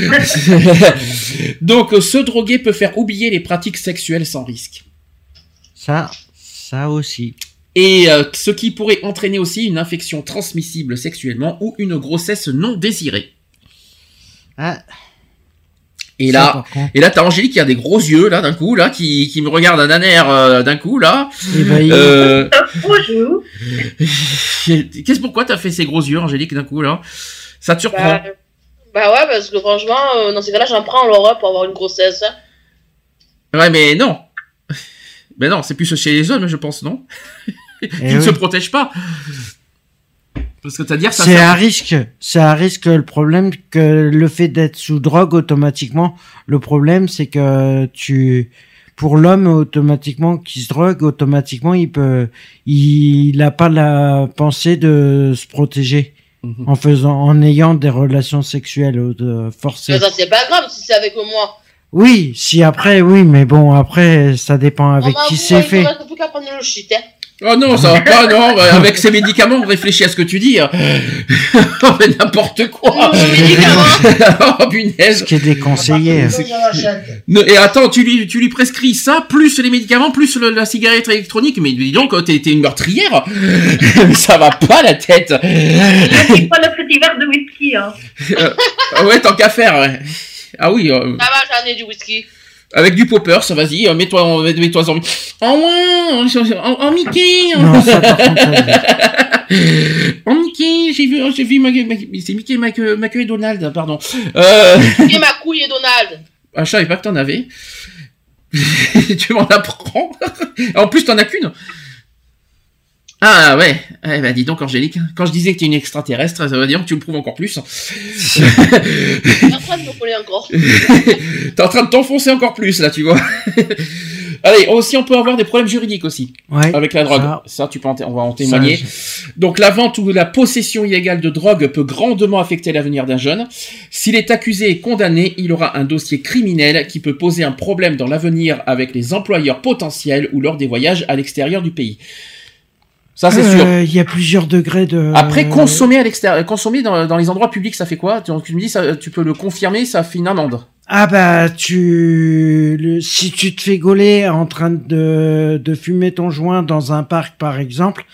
Donc, se droguer peut faire oublier les pratiques sexuelles sans risque. Ça aussi. Et ce qui pourrait entraîner aussi une infection transmissible sexuellement ou une grossesse non désirée. Ah. Et Ça, là, par contre. t'as Angélique qui a des gros yeux, là, d'un coup, là, qui me regarde d'un air, d'un coup, là. Bonjour. Pourquoi t'as fait ces gros yeux, Angélique, d'un coup, là? Ça te surprend? Bah ouais, parce que franchement, dans ces cas-là, j'en prends Laura pour avoir une grossesse. Ouais, mais non. Mais non, c'est plus chez les hommes, je pense, non? Qui ne se protègent pas. Parce que c'est-à-dire ça. C'est un risque. C'est un risque. Le problème que le fait d'être sous drogue automatiquement, le problème c'est que pour l'homme automatiquement qui se drogue automatiquement, il a pas la pensée de se protéger en ayant des relations sexuelles forcées. Mais ça, c'est pas grave si c'est avec moi. Oui, si après, oui, mais bon, après, ça dépend avec qui c'est fait. Il ne plus qu'à prendre le shit, hein. Oh non, ça va pas, non. Avec ces médicaments, on réfléchit à ce que tu dis. On fait n'importe quoi. Oh, punaise. Ce qui est déconseillé. Et attends, tu lui prescris ça, plus les médicaments, plus la cigarette électronique. Mais dis donc, t'es une meurtrière. Ça va pas la tête. C'est pas le petit verre de whisky, hein. Ouais, tant qu'à faire, ouais. Ah oui. Ça va, j'en ai du whisky. Avec du popper, ça vas-y, mets-toi en... Oh ouais, en Mickey. Non, ça par contre. En Mickey, j'ai vu c'est Mickey, Mickey et Donald, pardon. Mickey, ma couille et Donald. Ah, je savais pas que t'en avais. Tu m'en apprends. En plus, t'en as qu'une. Ah ouais, eh ben dis donc Angélique, quand je disais que t'es une extraterrestre, ça veut dire que tu me prouves encore plus. T'es en train de me coller encore. T'es en train de t'enfoncer encore plus là, tu vois. Allez, aussi on peut avoir des problèmes juridiques aussi avec la drogue. Ça tu peux on va en témoigner. Donc la vente ou la possession illégale de drogue peut grandement affecter l'avenir d'un jeune. S'il est accusé et condamné, il aura un dossier criminel qui peut poser un problème dans l'avenir avec les employeurs potentiels ou lors des voyages à l'extérieur du pays. Ça, c'est sûr. Il y a plusieurs degrés de... Après, consommer à l'extérieur, consommer dans les endroits publics, ça fait quoi? Donc, tu me dis, ça, tu peux le confirmer, ça fait une amende. Ah bah, si tu te fais gauler en train de fumer ton joint dans un parc, par exemple,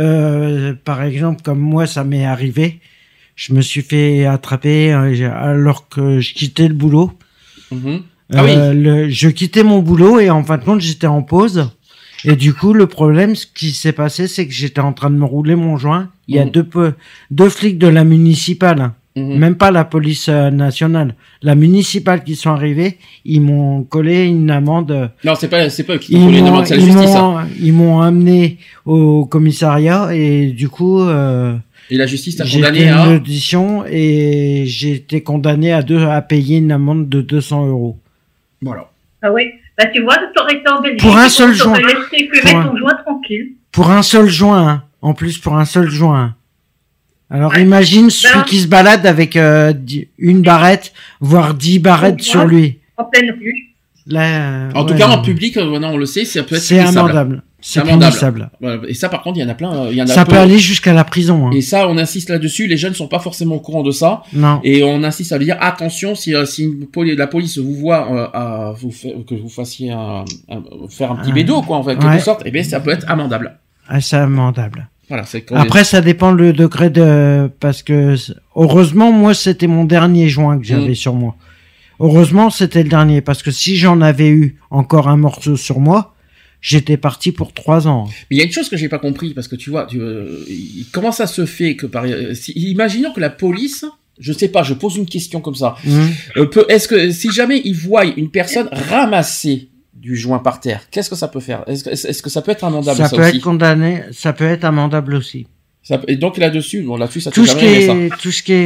comme moi, ça m'est arrivé. Je me suis fait attraper alors que je quittais le boulot. Ah oui. Je quittais mon boulot et en fin de compte, j'étais en pause. Et du coup, le problème, ce qui s'est passé, c'est que j'étais en train de me rouler mon joint. Il y a deux flics de la municipale, même pas la police nationale, la municipale qui sont arrivés. Ils m'ont collé une amende. Non, c'est pas eux qui t'ont collé une amende, c'est la justice. Ils m'ont amené au commissariat et du coup, et la justice t'a j'ai condamné fait à... une audition et j'ai été condamné à payer une amende de 200 €. Voilà. Ah oui. Bah, tu vois, t'aurais été en Belgique. Pour un seul joint. T'aurais laissé fumer ton joint tranquille. Pour un seul joint, hein. En plus, pour un seul joint. Alors, imagine celui qui se balade avec une barrette, voire 10 barrettes sur lui. En pleine rue. Là, en tout cas, en public, non, on le sait, ça peut être c'est amendable. C'est punissable. Voilà. Et ça, par contre, il y en a plein. Ça peut aller jusqu'à la prison. Hein. Et ça, on insiste là-dessus. Les jeunes sont pas forcément au courant de ça. Non. Et on insiste à dire attention, si la police vous voit que vous fassiez faire un petit bédo, quoi, en fait, quelque sorte, eh bien, ça peut être amendable. Ah, c'est amendable. Voilà. Après, ça dépend le degré parce que heureusement, moi, c'était mon dernier joint que j'avais sur moi. Heureusement, c'était le dernier parce que si j'en avais eu encore un morceau sur moi, j'étais parti pour 3 ans. Mais il y a une chose que j'ai pas compris, parce que tu vois, comment ça se fait que imaginons que la police, je sais pas, je pose une question comme ça, est-ce que si jamais ils voient une personne ramasser du joint par terre, qu'est-ce que ça peut faire? Est-ce que ça peut être amendable? Ça peut être condamné, ça peut être amendable aussi. Et donc là-dessus, ça t'a jamais aimé ça.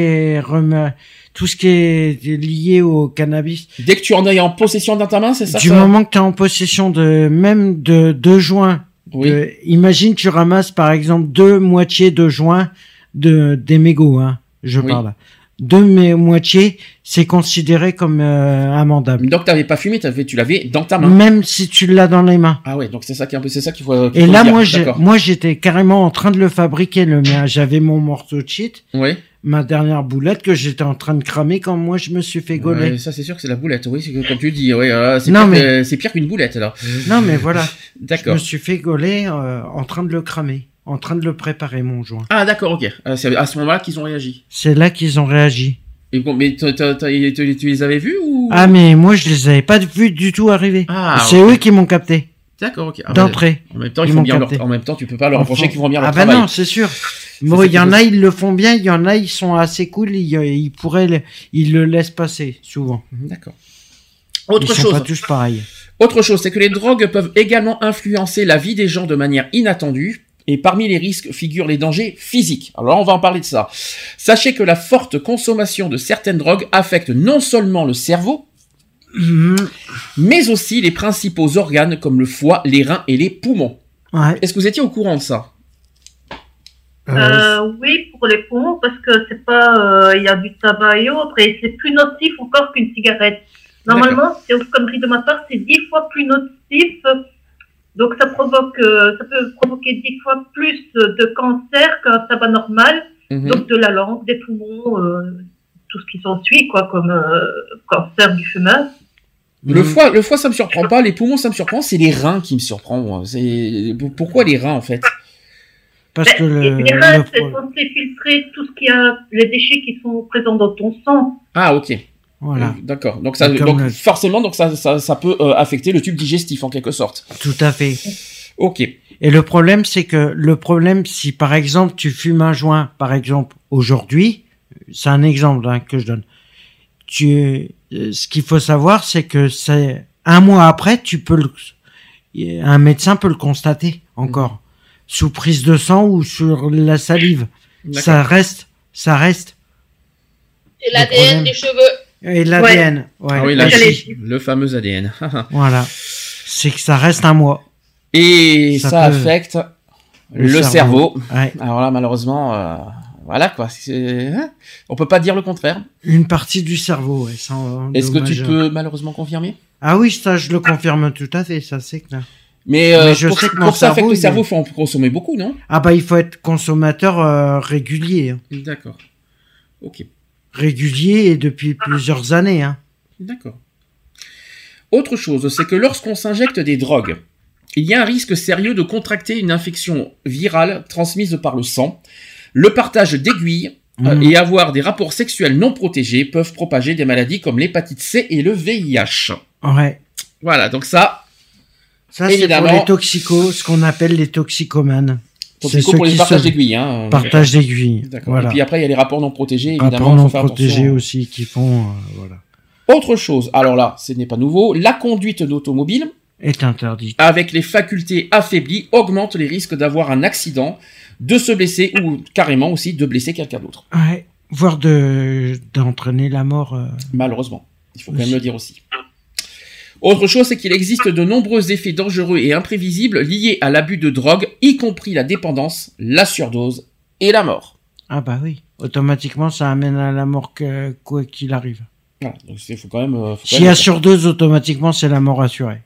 Tout ce qui est lié au cannabis. Dès que tu en es en possession dans ta main, c'est ça? Du moment que tu es en possession de 2 joints. Oui. Imagine tu ramasses par exemple 2 moitiés de joints des mégots, hein. Je parle. 2 moitiés, c'est considéré comme amendable. Donc t'avais pas fumé, tu l'avais dans ta main. Même si tu l'as dans les mains. Ah ouais, donc c'est ça qu'il faut. Et là, moi, j'étais carrément en train de le fabriquer le mien. J'avais mon morceau de shit. Oui. Ma dernière boulette que j'étais en train de cramer quand moi je me suis fait gauler. Ouais, ça c'est sûr que c'est la boulette. Oui, c'est comme tu dis. Ouais, c'est pire qu'une boulette alors. Non mais voilà. D'accord. Je me suis fait gauler en train de le cramer, en train de le préparer mon joint. Ah d'accord, ok. C'est à ce moment-là qu'ils ont réagi. C'est là qu'ils ont réagi. Et bon, mais tu les avais vus ou? Ah mais moi je les avais pas vus du tout arriver. Ah, c'est eux qui m'ont capté. D'accord, ok. D'entrée. En même temps, en même temps, tu peux pas leur reprocher qu'ils font bien leur travail. Ah bah non, c'est sûr. Bon, il y en a, ils le font bien, il y en a, ils sont assez cool, ils le laissent passer, souvent. D'accord. Ils sont pas tous pareils. Autre chose, c'est que les drogues peuvent également influencer la vie des gens de manière inattendue. Et parmi les risques figurent les dangers physiques. Alors on va en parler de ça. Sachez que la forte consommation de certaines drogues affecte non seulement le cerveau, mais aussi les principaux organes comme le foie, les reins et les poumons. Ouais. Est-ce que vous étiez au courant de ça? Oui, pour les poumons, parce que c'est pas, il y a du tabac et autres, et c'est plus nocif encore qu'une cigarette. Normalement, c'est aux conneries de ma part, c'est 10 fois plus nocif. Donc ça peut provoquer 10 fois plus de cancer qu'un tabac normal. Donc de la langue, des poumons, tout ce qui s'ensuit, quoi, comme cancer du fumeur. Le foie, ça me surprend pas. Les poumons, ça me surprend. C'est les reins qui me surprend. Pourquoi les reins, en fait? Parce que les reins, c'est censé filtrer tout ce qui a, les déchets qui sont présents dans ton sang. Ah, ok. Voilà. D'accord. Donc forcément, ça peut affecter le tube digestif en quelque sorte. Tout à fait. Ok. Et le problème, si par exemple tu fumes un joint, par exemple aujourd'hui, c'est un exemple que je donne. Ce qu'il faut savoir, c'est que c'est 1 mois après, un médecin peut le constater encore sous prise de sang ou sur la salive. Ça reste. Et l'ADN des cheveux. Et l'ADN. Ouais. Ah oui, le fameux ADN. Voilà. C'est que ça reste 1 mois. Et ça affecte le cerveau. Ouais. Alors là, malheureusement, voilà quoi. On peut pas dire le contraire. Une partie du cerveau, ouais. Est-ce que tu peux malheureusement confirmer? Ah oui, ça je le confirme tout à fait, ça c'est clair. Mais je pour, sais que pour mon ça, fait que cerveau, le il cerveau est- faut en consommer beaucoup, non? Ah bah il faut être consommateur régulier. Hein. D'accord. Ok. Régulier et depuis plusieurs années. Hein. D'accord. Autre chose, c'est que lorsqu'on s'injecte des drogues, il y a un risque sérieux de contracter une infection virale transmise par le sang. Le partage d'aiguilles et avoir des rapports sexuels non protégés peuvent propager des maladies comme l'hépatite C et le VIH. Ouais. Voilà, donc ça, Ça c'est pour évidemment, les toxicos, ce qu'on appelle les toxicomanes. C'est toxico ceux pour les qui partages se- d'aiguilles. Hein. Partage d'aiguilles. D'accord. Voilà. Et puis après, il y a les rapports non protégés, évidemment, Rapports il faut non faire protégés attention. aussi qui font voilà. Autre chose, alors là, ce n'est pas nouveau, la conduite d'automobile, Est interdit. avec les facultés affaiblies, augmente les risques d'avoir un accident, de se blesser ou carrément aussi de blesser quelqu'un d'autre. Ouais. Voire d'entraîner la mort. Malheureusement, il faut quand même aussi. le dire aussi. Autre chose, c'est qu'il existe de nombreux effets dangereux et imprévisibles liés à l'abus de drogue, y compris la dépendance, la surdose et la mort. Ah bah oui. Automatiquement ça amène à la mort quoi qu'il arrive. Voilà, donc il faut quand même... faut quand S'il y même a le faire. surdose, automatiquement c'est la mort assurée.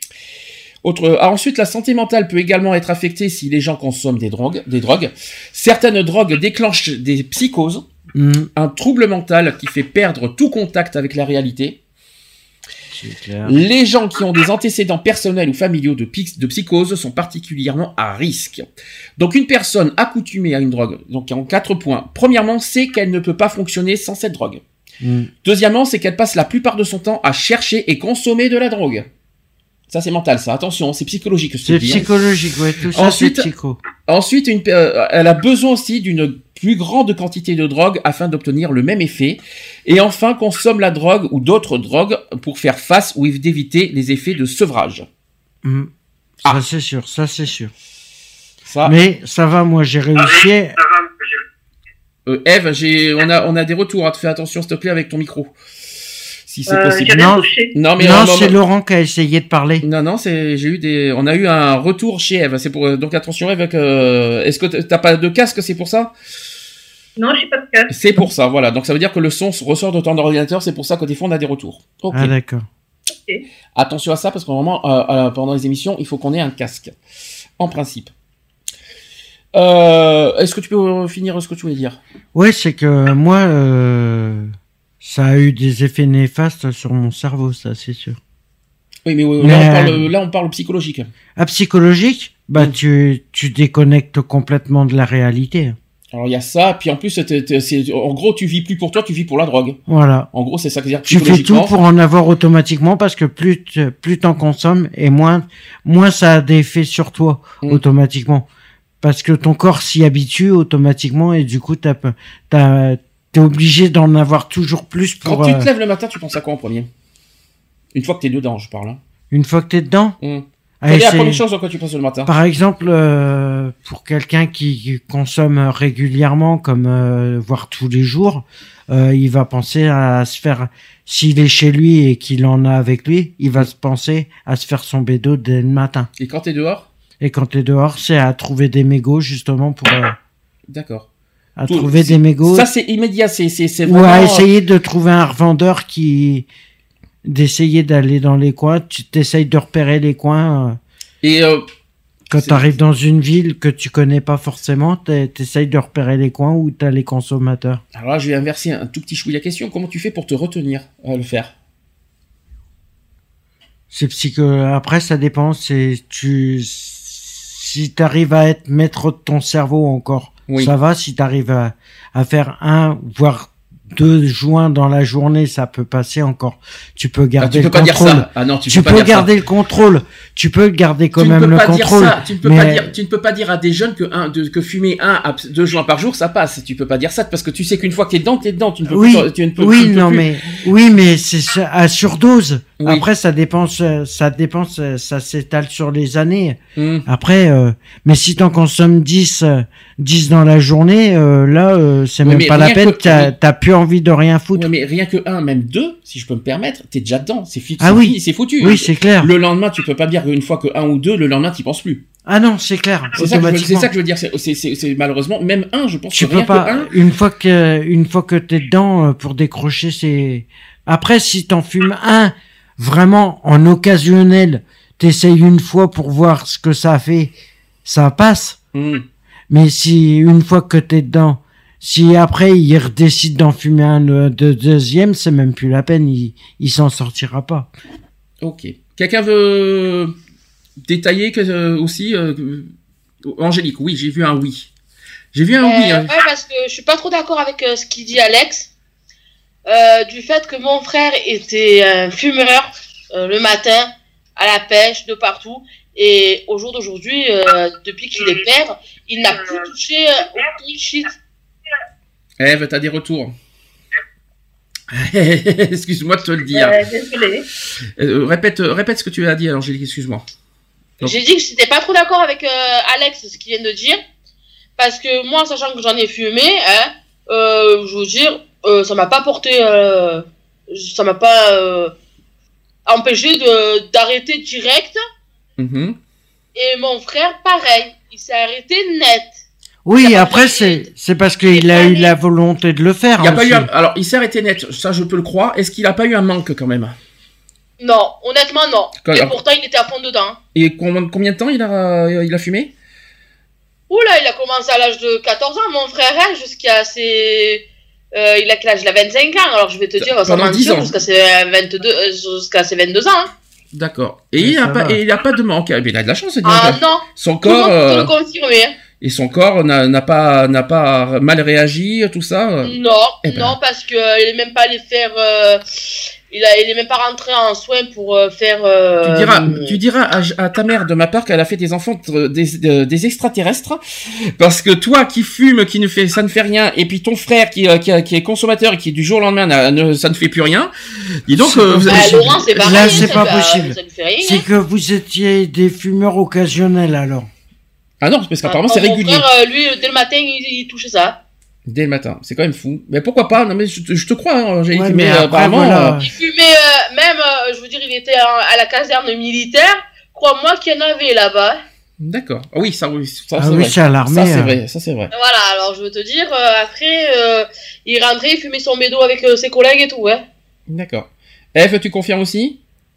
Ensuite, la santé mentale peut également être affectée si les gens consomment des drogues. Certaines drogues déclenchent des psychoses, un trouble mental qui fait perdre tout contact avec la réalité. C'est clair. Les gens qui ont des antécédents personnels ou familiaux de psychose sont particulièrement à risque. Donc une personne accoutumée à une drogue, donc en 4 points. Premièrement, c'est qu'elle ne peut pas fonctionner sans cette drogue. Deuxièmement, c'est qu'elle passe la plupart de son temps à chercher et consommer de la drogue. Ça, c'est mental, ça. Attention, c'est psychologique. C'est psychologique, ouais. Tout ça, Ensuite, c'est psycho. Ensuite, elle a besoin aussi d'une plus grande quantité de drogue afin d'obtenir le même effet. Et enfin, consomme la drogue ou d'autres drogues pour faire face ou d'éviter les effets de sevrage. Ça, c'est sûr. Ça, c'est sûr. Ça. Mais ça va, moi, j'ai réussi. Eve, on a des retours. Fais attention, s'il te plaît, avec ton micro. Si c'est possible. j'ai rien touché. Non, mais Non, c'est Laurent qui a essayé de parler. Non, on a eu un retour chez Eve. C'est pour, donc attention, Eve, est-ce que t'as pas de casque, c'est pour ça? Non, j'ai pas de casque. C'est pour ça, voilà. Donc ça veut dire que le son ressort de ton ordinateur, c'est pour ça que des fois on a des retours. Ok. Ah, d'accord. Okay. Attention à ça, parce qu'au moment, pendant les émissions, il faut qu'on ait un casque. En principe. Est-ce que tu peux finir ce que tu voulais dire? Ouais, c'est que moi, ça a eu des effets néfastes sur mon cerveau, ça, c'est sûr. Oui, mais là, on parle psychologique. Ah, psychologique? Bah, tu déconnectes complètement de la réalité. Alors, il y a ça, puis en plus, en gros, tu vis plus pour toi, tu vis pour la drogue. Voilà. En gros, c'est ça que dire Tu fais tout pour en avoir automatiquement parce que plus t'en consommes et moins ça a d'effet sur toi, automatiquement. Parce que ton corps s'y habitue automatiquement et du coup, t'es obligé d'en avoir toujours plus pour... Quand tu te lèves le matin, tu penses à quoi en premier? Une fois que t'es dedans, je parle. Hein. Une fois que t'es dedans? Quelle est la première chose à quoi tu penses le matin? Par exemple, pour quelqu'un qui consomme régulièrement, comme voire tous les jours, il va penser à se faire... S'il est chez lui et qu'il en a avec lui, il va se penser à se faire son bédo dès le matin. Et quand t'es dehors? Et quand t'es dehors, c'est à trouver des mégots, justement, pour... D'accord. Trouver des mégots. Ça, c'est immédiat, c'est vraiment... Ou à essayer de trouver un revendeur d'essayer d'aller dans les coins. Tu t'essayes de repérer les coins. Et quand t'arrives dans une ville que tu connais pas forcément, t'essayes de repérer les coins où t'as les consommateurs. Alors là, je vais inverser un tout petit chouïa la question. Comment tu fais pour te retenir à le faire? C'est après, ça dépend. Si t'arrives à être maître de ton cerveau encore, ça va. Si t'arrives à faire 1, voire 2 joints dans la journée, ça peut passer encore. Tu peux garder le contrôle. Tu peux pas dire ça. Ah non, tu peux garder le contrôle. Tu peux garder quand même le contrôle. Tu ne peux pas dire à des jeunes que fumer 1 à 2 joints par jour, ça passe. Tu peux pas dire ça parce que tu sais qu'une fois que t'es dedans, t'es dedans. Tu ne peux plus. Mais c'est à surdose. Oui. Après, ça s'étale sur les années. Après, mais si t'en consommes 10 dans la journée, c'est même pas la peine. T'as plus envie de rien foutre. Oui, mais rien que 1, même 2, si je peux me permettre, t'es déjà dedans. C'est foutu. C'est foutu. Oui, c'est clair. Le lendemain, tu peux pas dire qu'une fois que 1 ou 2, le lendemain, t'y penses plus. Ah non, c'est clair. C'est ça que je veux dire. C'est malheureusement, même 1, je pense tu que peux rien pas, que 1. Une fois que t'es dedans, pour décrocher, c'est... Après, si t'en fumes 1, vraiment, en occasionnel, t'essayes une fois pour voir ce que ça fait, ça passe. Mais si une fois que t'es dedans, si après il décide d'en fumer un deuxième, c'est même plus la peine, il s'en sortira pas. Ok. Quelqu'un veut détailler aussi Angélique, oui, j'ai vu un oui. J'ai vu un oui. Ouais, parce que je suis pas trop d'accord avec ce qu'il dit Alex. Du fait que mon frère était un fumeur le matin, à la pêche, de partout. Et au jour d'aujourd'hui, depuis qu'il est père, il n'a plus touché aucun shit. Ève, t'as des retours. Excuse-moi de te le dire. Désolé. Répète ce que tu as dit, Angélique, excuse-moi. Donc... J'ai dit que j'étais pas trop d'accord avec Alex, ce qu'il vient de dire. Parce que moi, sachant que j'en ai fumé, je veux dire, ça m'a pas porté... ça m'a pas empêché d'arrêter direct. Et mon frère, pareil, il s'est arrêté net. Oui, après c'est parce qu'il a eu la volonté de le faire. Il y a pas eu alors il s'est arrêté net, ça je peux le croire. Est-ce qu'il a pas eu un manque quand même? Non, honnêtement non. Et pourtant il était à fond dedans. Et combien de temps il a fumé? Oula, il a commencé à l'âge de 14 ans, mon frère, jusqu'à ses... il a quel âge? Il a 25 ans, alors je vais te dire, ça mentir, jusqu'à ses 22 ans. Hein. D'accord. Et il a pas de manque. Mais il a de la chance. Non. Son corps... Tout le confirmer. Et son corps n'a pas mal réagi, tout ça? Non, parce que il est même pas allé faire... il est même pas rentré en soins pour faire... Tu diras à ta mère de ma part qu'elle a fait des enfants des extraterrestres, parce que toi qui fumes, ça ne fait rien, et puis ton frère qui est consommateur et qui du jour au lendemain ça ne fait plus rien. Dis donc, Laurent, c'est pareil. Là, c'est pas possible. Ça ne fait rien, c'est que vous étiez des fumeurs occasionnels alors. Ah non, parce qu'apparemment c'est régulier. Mon frère, lui, dès le matin, il touchait ça. Dès le matin, c'est quand même fou. Mais pourquoi pas? Non mais je te crois, hein, j'ai ouais, mais apparemment. Voilà. Il fumait même, je veux dire, il était à la caserne militaire. Crois-moi qu'il y en avait là-bas. D'accord. Ah oui, ça oui, c'est vrai. C'est à l'armée. Ça c'est vrai. Voilà. Alors je veux te dire, après, il rentrait, il fumait son bédo avec ses collègues et tout, ouais. D'accord. Ève, tu confirmes aussi?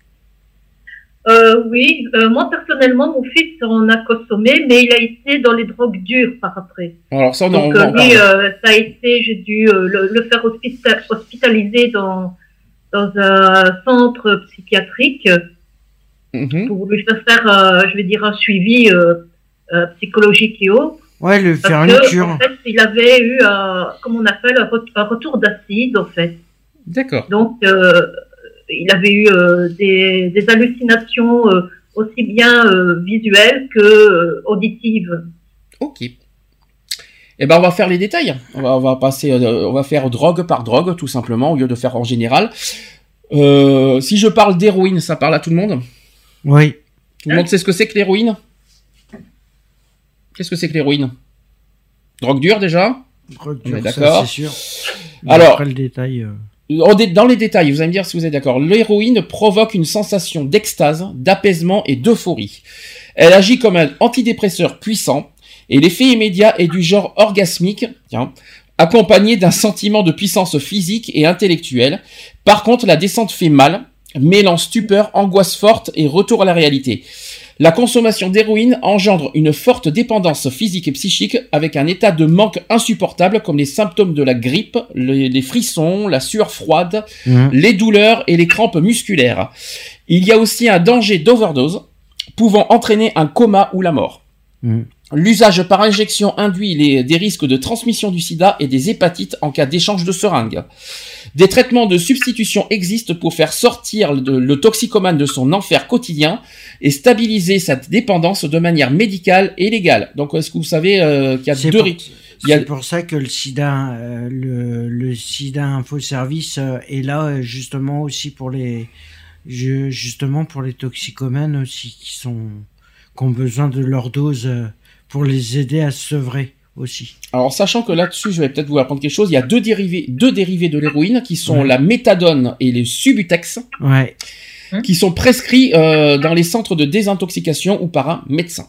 Oui, moi personnellement, mon fils en a consommé, mais il a été dans les drogues dures par après. Alors ça, donc lui, ça a été, j'ai dû le faire hospitaliser dans un centre psychiatrique pour lui faire, je vais dire, un suivi psychologique et autres. Ouais, le faire une cure. En fait, il avait eu, comme on appelle, un retour d'acide, en fait. D'accord. Donc il avait eu des hallucinations aussi bien visuelles que auditives. Ok. Eh ben on va faire les détails. On va passer, on va faire drogue par drogue tout simplement au lieu de faire en général. Si je parle d'héroïne, ça parle à tout le monde? Oui. Tout le monde sait ce que c'est que l'héroïne? Qu'est-ce que c'est que l'héroïne? Drogue dure déjà? Drogue dure, d'accord. C'est sûr. Alors, après le détail. Dans les détails, vous allez me dire si vous êtes d'accord. L'héroïne provoque une sensation d'extase, d'apaisement et d'euphorie. Elle agit comme un antidépresseur puissant et l'effet immédiat est du genre orgasmique, accompagné d'un sentiment de puissance physique et intellectuelle. Par contre, la descente fait mal, mêlant stupeur, angoisse forte et retour à la réalité. La consommation d'héroïne engendre une forte dépendance physique et psychique avec un état de manque insupportable comme les symptômes de la grippe, les frissons, la sueur froide, les douleurs et les crampes musculaires. Il y a aussi un danger d'overdose pouvant entraîner un coma ou la mort. L'usage par injection induit des risques de transmission du sida et des hépatites en cas d'échange de seringues. Des traitements de substitution existent pour faire sortir le toxicomane de son enfer quotidien et stabiliser sa dépendance de manière médicale et légale. Donc, est-ce que vous savez qu'il y a deux risques? C'est pour ça que le SIDA, le SIDA Info Service est là justement aussi pour les toxicomanes aussi qui ont besoin de leur dose pour les aider à se sevrer aussi. Alors, sachant que là-dessus, je vais peut-être vous apprendre quelque chose, il y a deux dérivés de l'héroïne qui sont la méthadone et les Subutex, qui sont prescrits dans les centres de désintoxication ou par un médecin.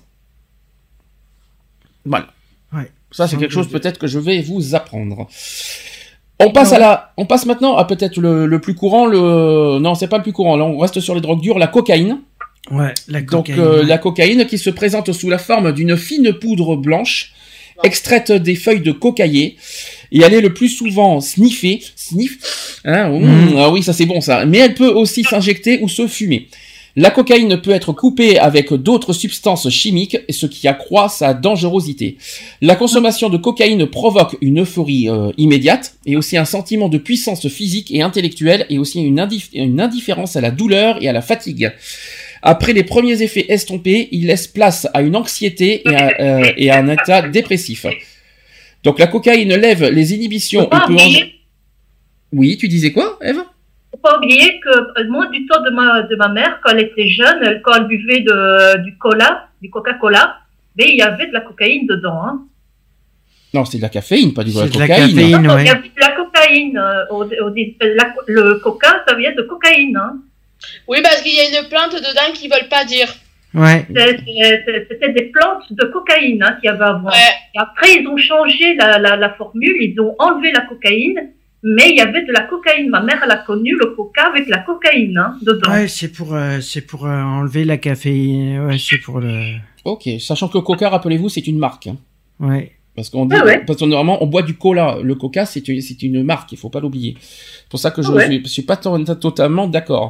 Voilà. Ouais. Ça, c'est quelque chose peut-être que je vais vous apprendre. On passe maintenant à peut-être le plus courant, non, c'est pas le plus courant, là on reste sur les drogues dures, la cocaïne. Ouais, la Donc cocaïne. la cocaïne qui se présente sous la forme d'une fine poudre blanche extraite des feuilles de cocaïer et elle est le plus souvent sniff, hein, ah oui ça c'est bon ça, mais elle peut aussi s'injecter ou se fumer. La cocaïne peut être coupée avec d'autres substances chimiques, ce qui accroît sa dangerosité. La consommation de cocaïne provoque une euphorie immédiate et aussi un sentiment de puissance physique et intellectuelle et aussi une indifférence à la douleur et à la fatigue. Après les premiers effets estompés, il laisse place à une anxiété et à un état dépressif. Donc la cocaïne lève les inhibitions et peut Oui, tu disais quoi, Ève ? Faut pas oublier que moi, du temps de ma mère, quand elle était jeune, quand elle buvait du Coca-Cola, mais il y avait de la cocaïne dedans. Hein. Non, c'est de la caféine, pas du C'est de la de la cocaïne. caféine. Non, ouais. il y avait de la cocaïne. Le coca, ça vient de cocaïne. Hein. Oui, parce qu'il y a une plante dedans qu'ils veulent pas dire. Ouais. C'était des plantes de cocaïne qu'il y avait avant. Ouais. Et après, ils ont changé la formule, ils ont enlevé la cocaïne, mais il y avait de la cocaïne. Ma mère, elle a connu le coca avec la cocaïne dedans. Ouais, c'est pour enlever la caféine. Ouais, c'est pour le. Ok, sachant que Coca, rappelez-vous, c'est une marque. Hein. Ouais. Parce qu'on dit, parce que normalement, on boit du cola. Le Coca, c'est une marque, il faut pas l'oublier. C'est pour ça que je suis pas totalement d'accord.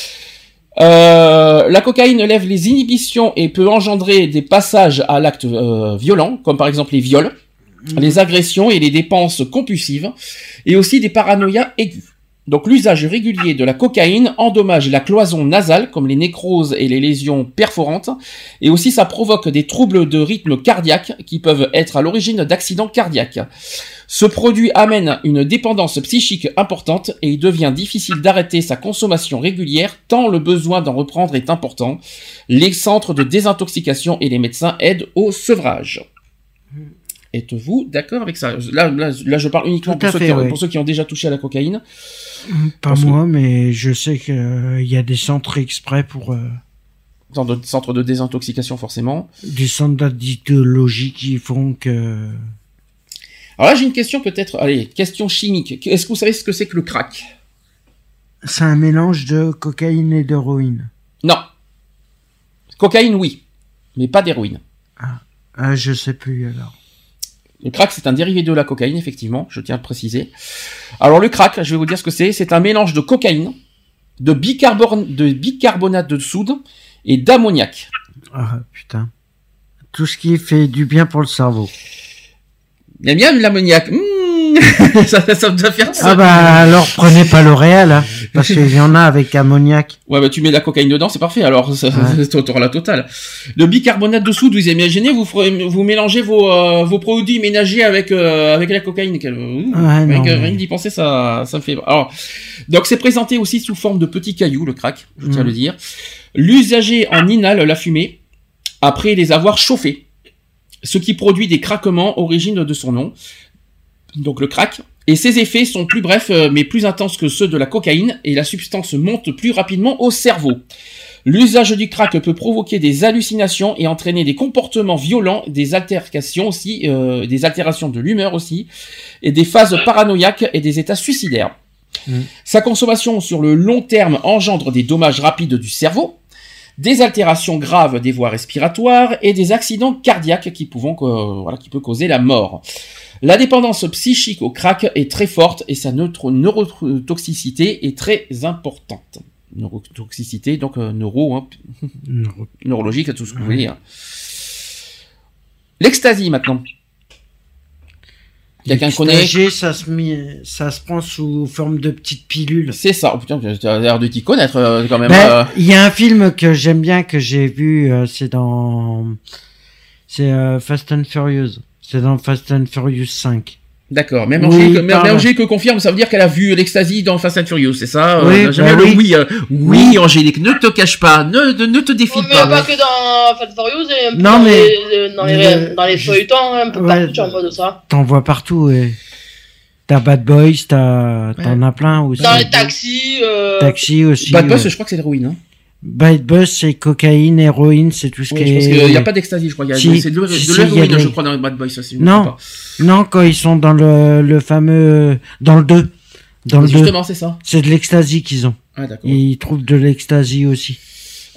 La cocaïne lève les inhibitions et peut engendrer des passages à l'acte violent, comme par exemple les viols, les agressions et les dépenses compulsives, et aussi des paranoïas aigus. Donc l'usage régulier de la cocaïne endommage la cloison nasale, comme les nécroses et les lésions perforantes, et aussi ça provoque des troubles de rythme cardiaque qui peuvent être à l'origine d'accidents cardiaques. Ce produit amène une dépendance psychique importante et il devient difficile d'arrêter sa consommation régulière tant le besoin d'en reprendre est important. Les centres de désintoxication et les médecins aident au sevrage. Êtes-vous d'accord avec ça ? Là, je parle uniquement pour ceux qui ont déjà touché à la cocaïne. Pas moi, mais je sais qu'il y a des centres exprès pour... Centres de désintoxication, forcément. Des centres d'addictologie qui font que... Alors là, j'ai une question peut-être... Allez, question chimique. Est-ce que vous savez ce que c'est que le crack ? C'est un mélange de cocaïne et d'héroïne. Non. Cocaïne, oui. Mais pas d'héroïne. Ah, je sais plus alors. Le crack, c'est un dérivé de la cocaïne, effectivement, je tiens à le préciser. Alors le crack, je vais vous dire ce que c'est un mélange de cocaïne, de bicarbonate de soude et d'ammoniac. Ah putain. Tout ce qui fait du bien pour le cerveau. Il y a bien de l'ammoniac. Ça doit faire ça. Ah bah alors prenez pas L'Oréal, hein, parce qu'il y en a avec ammoniac. Ouais bah tu mets la cocaïne dedans, c'est parfait. Alors t'auras la totale. Le bicarbonate de soude, vous imaginez, vous mélangez vos produits ménagers avec la cocaïne. Rien d'y penser, ça me fait. Alors donc c'est présenté aussi sous forme de petits cailloux, le crack, je tiens à le dire. L'usager en inhale la fumée après les avoir chauffés, ce qui produit des craquements, origine de son nom. Donc le crack, et ses effets sont plus brefs mais plus intenses que ceux de la cocaïne et la substance monte plus rapidement au cerveau. L'usage du crack peut provoquer des hallucinations et entraîner des comportements violents, des altérations aussi, des altérations de l'humeur aussi, et des phases paranoïaques et des états suicidaires. Sa consommation sur le long terme engendre des dommages rapides du cerveau, des altérations graves des voies respiratoires et des accidents cardiaques qui peut causer la mort. La dépendance psychique au crack est très forte et sa neurotoxicité est très importante. Neurotoxicité, donc neurologique, tout ce que vous voulez. Hein. L'ecstasy maintenant. Quelqu'un connaît ? Ça se prend sous forme de petites pilules. C'est ça. Oh, putain, tu as l'air de t'y connaître quand même. Il y a un film que j'aime bien, que j'ai vu, c'est Fast and Furious. C'est dans Fast and Furious 5. D'accord. Même Angélique confirme, ça veut dire qu'elle a vu l'ecstasy dans Fast and Furious, c'est ça? Oui, Angélique, ne te cache pas, ne te défile pas. Mais pas que dans Fast and Furious, et non, dans les feuilletons, un peu partout, tu en vois de ça. T'en vois partout, ouais. T'as Bad Boys, t'en as plein aussi. Dans les taxis. Taxis aussi. Bad Boys, je crois que c'est l'héroïne, hein. Bad Buzz, c'est cocaïne, héroïne, c'est tout ce qui est... Je pense qu'il n'y a pas d'ecstasy, je crois. C'est de l'héroïne, je crois, dans Bad Boys, ça, si non, quand ils sont dans le fameux... Dans le 2. Justement, c'est ça. C'est de l'ecstasy qu'ils ont. Ah, d'accord. Et ils trouvent de l'ecstasy aussi.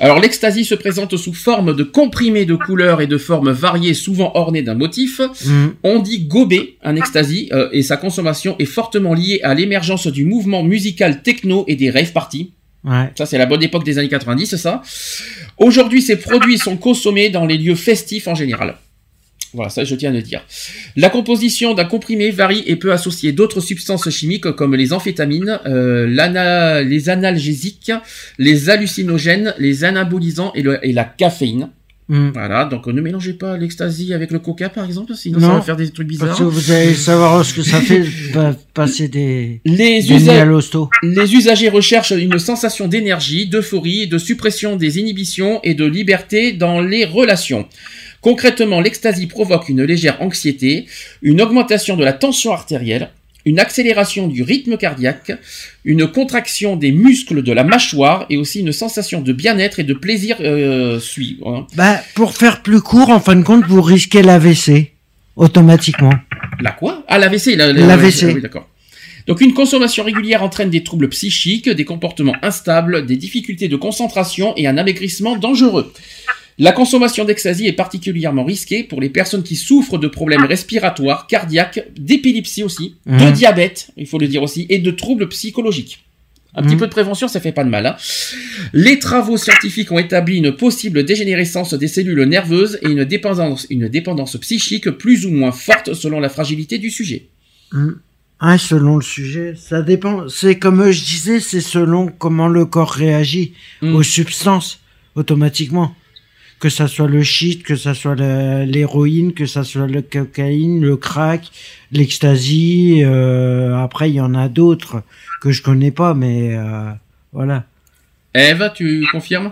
Alors l'ecstasy se présente sous forme de comprimés de couleurs et de formes variées, souvent ornées d'un motif. On dit gober un ecstasy et sa consommation est fortement liée à l'émergence du mouvement musical techno et des rave parties. Ouais. Ça, c'est la bonne époque des années 90, ça. Aujourd'hui, ces produits sont consommés dans les lieux festifs en général. Voilà, ça, je tiens à le dire. La composition d'un comprimé varie et peut associer d'autres substances chimiques comme les amphétamines, les analgésiques, les hallucinogènes, les anabolisants et la caféine. Voilà, donc ne mélangez pas l'ecstasy avec le coca, par exemple, sinon ça va faire des trucs bizarres. Parce que vous allez savoir ce que ça fait passer des Les usagers recherchent une sensation d'énergie, d'euphorie, de suppression des inhibitions et de liberté dans les relations. Concrètement, l'ecstasy provoque une légère anxiété, une augmentation de la tension artérielle, une accélération du rythme cardiaque, une contraction des muscles de la mâchoire et aussi une sensation de bien-être et de plaisir suivre. Pour faire plus court, en fin de compte, vous risquez l'AVC automatiquement. La quoi? Ah, l'AVC. L'AVC. Oui, d'accord. Donc une consommation régulière entraîne des troubles psychiques, des comportements instables, des difficultés de concentration et un amaigrissement dangereux. La consommation d'ecstasy est particulièrement risquée pour les personnes qui souffrent de problèmes respiratoires, cardiaques, d'épilepsie aussi, de diabète, il faut le dire aussi, et de troubles psychologiques. Un petit peu de prévention, ça fait pas de mal. Hein. Les travaux scientifiques ont établi une possible dégénérescence des cellules nerveuses et une dépendance psychique plus ou moins forte selon la fragilité du sujet. Ah, selon le sujet, ça dépend. C'est comme je disais, c'est selon comment le corps réagit aux substances automatiquement. Que ça soit le shit, que ça soit l'héroïne, que ça soit le cocaïne, le crack, l'ecstasy. Après, il y en a d'autres que je connais pas, mais voilà. Ève, tu confirmes?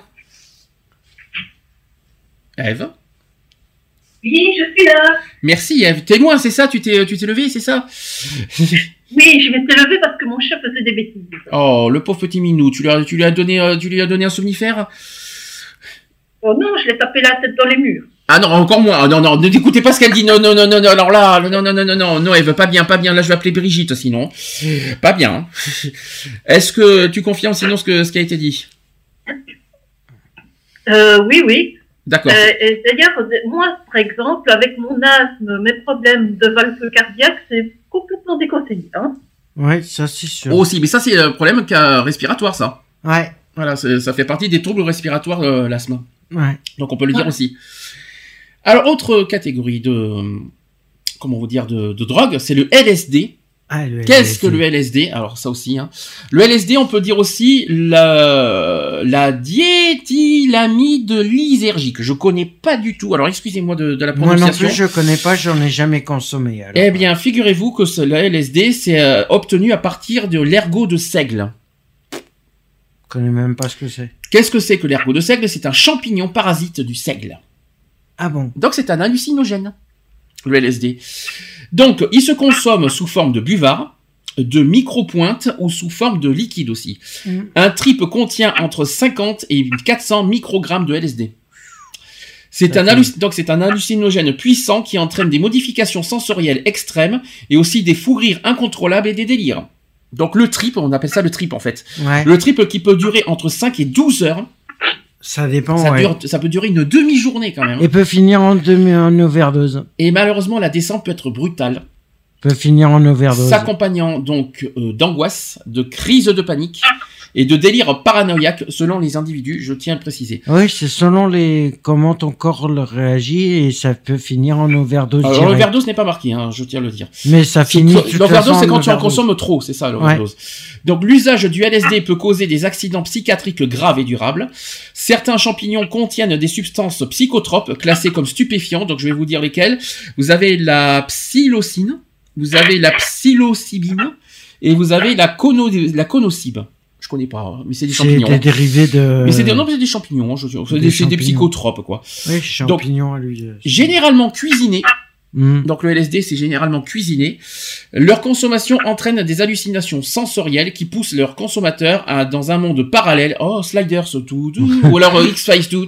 Ève? Oui, je suis là. Merci Ève. T'es loin, c'est ça? Tu t'es levé, c'est ça? Oui, je m'étais levée parce que mon chat faisait des bêtises. Oh, le pauvre petit minou. Tu lui as donné un somnifère? Oh non, je l'ai tapé la tête dans les murs. Ah non, encore moins. Non, n'écoutez pas ce qu'elle dit. Non, alors là, non, elle veut pas bien. Là, je vais appeler Brigitte, sinon. Pas bien. Est-ce que tu confirmes sinon ce qui a été dit? Oui. D'accord. C'est-à-dire, moi, par exemple, avec mon asthme, mes problèmes de valve cardiaque, c'est complètement déconseillé, hein. Ouais, ça c'est sûr. Aussi, mais ça c'est le problème respiratoire, ça. Ouais. Voilà, ça fait partie des troubles respiratoires, l'asthme. Ouais. Donc on peut le dire aussi. Alors autre catégorie de drogue, c'est le LSD. Ah, le Qu'est-ce LSD. que le LSD? Alors ça aussi, hein. Le LSD, on peut dire aussi la diéthylamide lysergique. Je connais pas du tout. Alors excusez-moi de la prononciation. Moi non plus, je connais pas, j'en ai jamais consommé. Alors. Eh bien, figurez-vous que le LSD, c'est obtenu à partir de l'ergot de seigle. Je connais même pas ce que c'est. Qu'est-ce que c'est que l'ergot de seigle? C'est un champignon parasite du seigle. Ah bon? Donc c'est un hallucinogène, le LSD. Donc il se consomme sous forme de buvard, de micro-pointe ou sous forme de liquide aussi. Un trip contient entre 50 et 400 microgrammes de LSD. Donc c'est un hallucinogène puissant qui entraîne des modifications sensorielles extrêmes et aussi des fous rires incontrôlables et des délires. Donc le trip, on appelle ça le trip en fait. Ouais. Le trip qui peut durer entre 5 et 12 heures. Ça dépend, Ça peut durer une demi-journée quand même. Et peut finir en overdose. Et malheureusement, la descente peut être brutale. Peut finir en overdose. S'accompagnant donc d'angoisse, de crises de panique et de délire paranoïaque selon les individus, je tiens à le préciser. Oui, c'est selon comment ton corps réagit et ça peut finir en overdose. Alors l'overdose n'est pas marqué, hein, je tiens à le dire. Mais ça finit. L'overdose, c'est quand tu en consommes trop, c'est ça l'overdose. Ouais. Donc l'usage du LSD peut causer des accidents psychiatriques graves et durables. Certains champignons contiennent des substances psychotropes classées comme stupéfiants, donc je vais vous dire lesquelles. Vous avez la psilocine, vous avez la psilocybine et vous avez la conocybe. Je connais pas, mais c'est des champignons. C'est des dérivés de. Mais c'est des champignons, c'est des psychotropes, quoi. Oui, champignons à lui. Généralement cuisinés, Donc le LSD, c'est généralement cuisiné. Leur consommation entraîne des hallucinations sensorielles qui poussent leurs consommateurs dans un monde parallèle. Oh, Sliders, tout, ou alors X-Files, tout.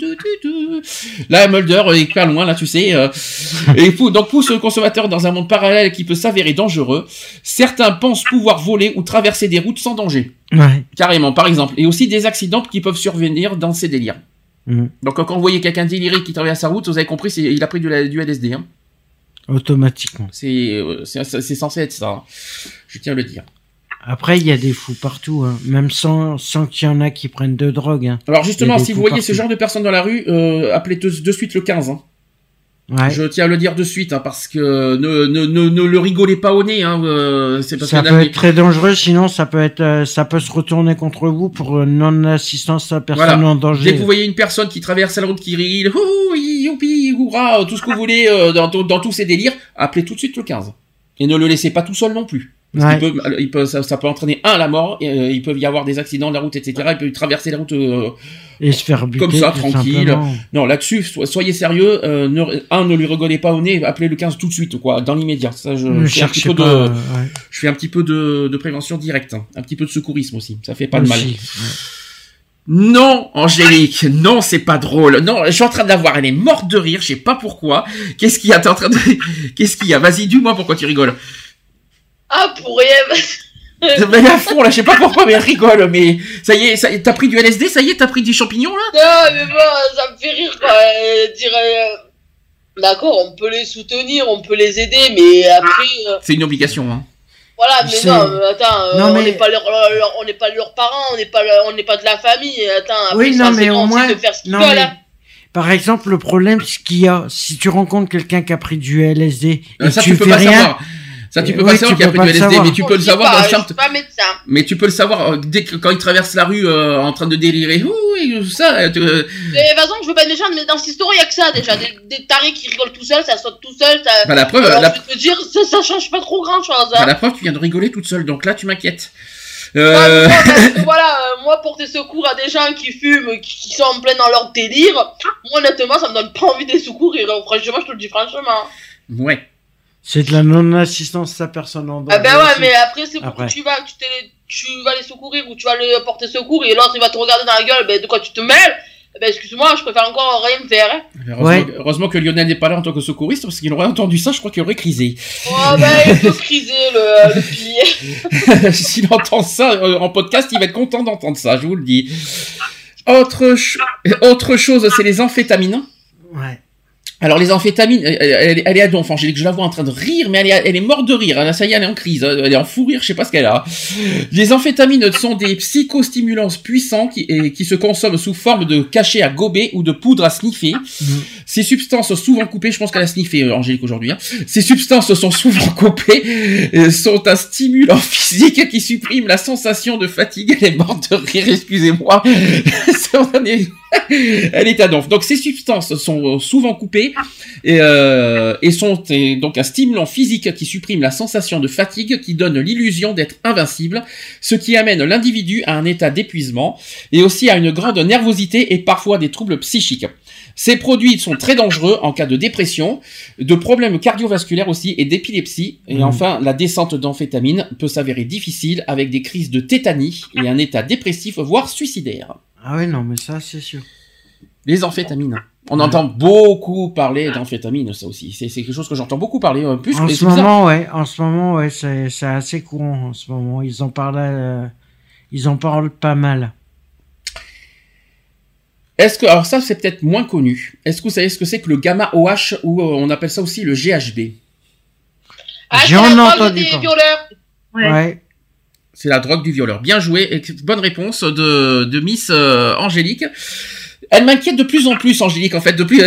Là, Mulder est pas loin, là, tu sais. Et donc pousse le consommateur dans un monde parallèle qui peut s'avérer dangereux. Certains pensent pouvoir voler ou traverser des routes sans danger. Ouais. Carrément, par exemple. Et aussi des accidents qui peuvent survenir dans ces délires. Donc quand vous voyez quelqu'un déliré qui traverse sa route, vous avez compris, il a pris du LSD. Hein. Automatiquement. C'est censé être ça. Hein. Je tiens à le dire. Après, il y a des fous partout, hein. Même sans qu'il y en a qui prennent de drogue. Hein. Alors justement, si vous voyez ce genre de personnes dans la rue, appelez de suite le 15. Hein. Ouais. Je tiens à le dire de suite, hein, parce que ne le rigolez pas au nez. Hein, c'est parce ça peut être très dangereux, sinon ça peut se retourner contre vous pour non-assistance à personne en danger. Dès que vous voyez une personne qui traverse la route, qui rit, youpi, hourra, tout ce que vous voulez dans tous ces délires, appelez tout de suite le 15. Et ne le laissez pas tout seul non plus. Parce ça peut entraîner la mort, il peut y avoir des accidents de la route, etc. Il peut traverser la route et se faire buter comme ça, tranquille. Simplement. Non, là-dessus, soyez sérieux. Ne lui rigolez pas au nez, appelez le 15 tout de suite, quoi, dans l'immédiat. Ça, je fais un petit peu de prévention directe, hein. Un petit peu de secourisme aussi. Ça fait pas de mal. Ouais. Non, Angélique, non, c'est pas drôle. Non, je suis en train de la voir, elle est morte de rire, je sais pas pourquoi. Qu'est-ce qu'il y a? Qu'est-ce qu'il y a? Vas-y, dis-moi pourquoi tu rigoles. Ah, pour rien. Mais à fond, là, je sais pas pourquoi, mais elle rigole, mais ça y est, t'as pris du LSD, ça y est, t'as pris des champignons, là? Non, mais bon, ça me fait rire, quoi. D'accord, on peut les soutenir, on peut les aider, mais après... C'est une obligation, hein. Voilà, mais non, attends, on n'est pas leurs parents, on n'est pas de la famille, attends, après, oui, non, mais au moins... de faire ce qu'ils veulent, hein. Par exemple, le problème, ce qu'il y a, si tu rencontres quelqu'un qui a pris du LSD et ça, tu fais rien... Savoir. Ça, tu peux pas savoir qu'il a pris du LSD, mais tu peux le savoir dans le simple. Mais tu peux le savoir quand il traverse la rue en train de délirer. Oui, ça. Mais de toute façon, je veux pas être méchante, mais dans cette histoire, il y a que ça déjà. Des tarés qui rigolent tout seuls, ça saute tout seul. Ça... Bah, la preuve. Je peux te dire, ça change pas trop grand chose. Hein. Bah, la preuve, tu viens de rigoler toute seule, donc là, tu m'inquiètes. Moi, porter secours à des gens qui fument, qui sont en plein dans leur délire, moi, honnêtement, ça me donne pas envie de les secourir. Franchement, je te le dis franchement. Ouais. C'est de la non-assistance à personne en danger. Ah ben ouais, mais après, c'est pour que tu vas les secourir ou tu vas les porter secours et l'autre, il va te regarder dans la gueule, ben de quoi tu te mêles? Ben excuse-moi, je préfère encore rien me faire. Hein. Heureusement que Lionel n'est pas là en tant que secouriste, parce qu'il aurait entendu ça, je crois qu'il aurait crisé. Oh ben, il peut criser, le pilier. S'il entend ça en podcast, il va être content d'entendre ça, je vous le dis. Autre chose, c'est les amphétamines. Ouais. Alors les amphétamines, elle est à donf, Angélique, je la vois en train de rire, mais elle est morte de rire, là, ça y est, elle est en crise, elle est en fou rire, je sais pas ce qu'elle a. Les amphétamines sont des psychostimulants puissants qui se consomment sous forme de cachets à gober ou de poudre à sniffer. Ces substances souvent coupées, je pense qu'elle a sniffé Angélique aujourd'hui, hein. Ces substances sont souvent coupées, sont un stimulant physique qui supprime la sensation de fatigue. Elle est morte de rire, excusez-moi. Elle est à donf. Donc ces substances sont souvent coupées et sont donc un stimulant physique qui supprime la sensation de fatigue, qui donne l'illusion d'être invincible, ce qui amène l'individu à un état d'épuisement et aussi à une grande nervosité et parfois des troubles psychiques. Ces produits sont très dangereux en cas de dépression, de problèmes cardiovasculaires aussi et d'épilepsie. Et enfin, la descente d'amphétamines peut s'avérer difficile avec des crises de tétanie et un état dépressif, voire suicidaire. Ah oui, non, mais ça, c'est sûr. Les amphétamines. On entend beaucoup parler d'amphétamines, ça aussi. C'est quelque chose que j'entends beaucoup parler. Plus en ce moment, ouais, c'est assez courant en ce moment. Ils en parlent pas mal. Alors ça, c'est peut-être moins connu. Est-ce que vous savez ce que c'est que le gamma OH, ou on appelle ça aussi le GHB? J'en ai entendu parler. Ouais. C'est la drogue du violeur. Bien joué. Bonne réponse de Miss Angélique. Elle m'inquiète de plus en plus, Angélique, en fait, depuis...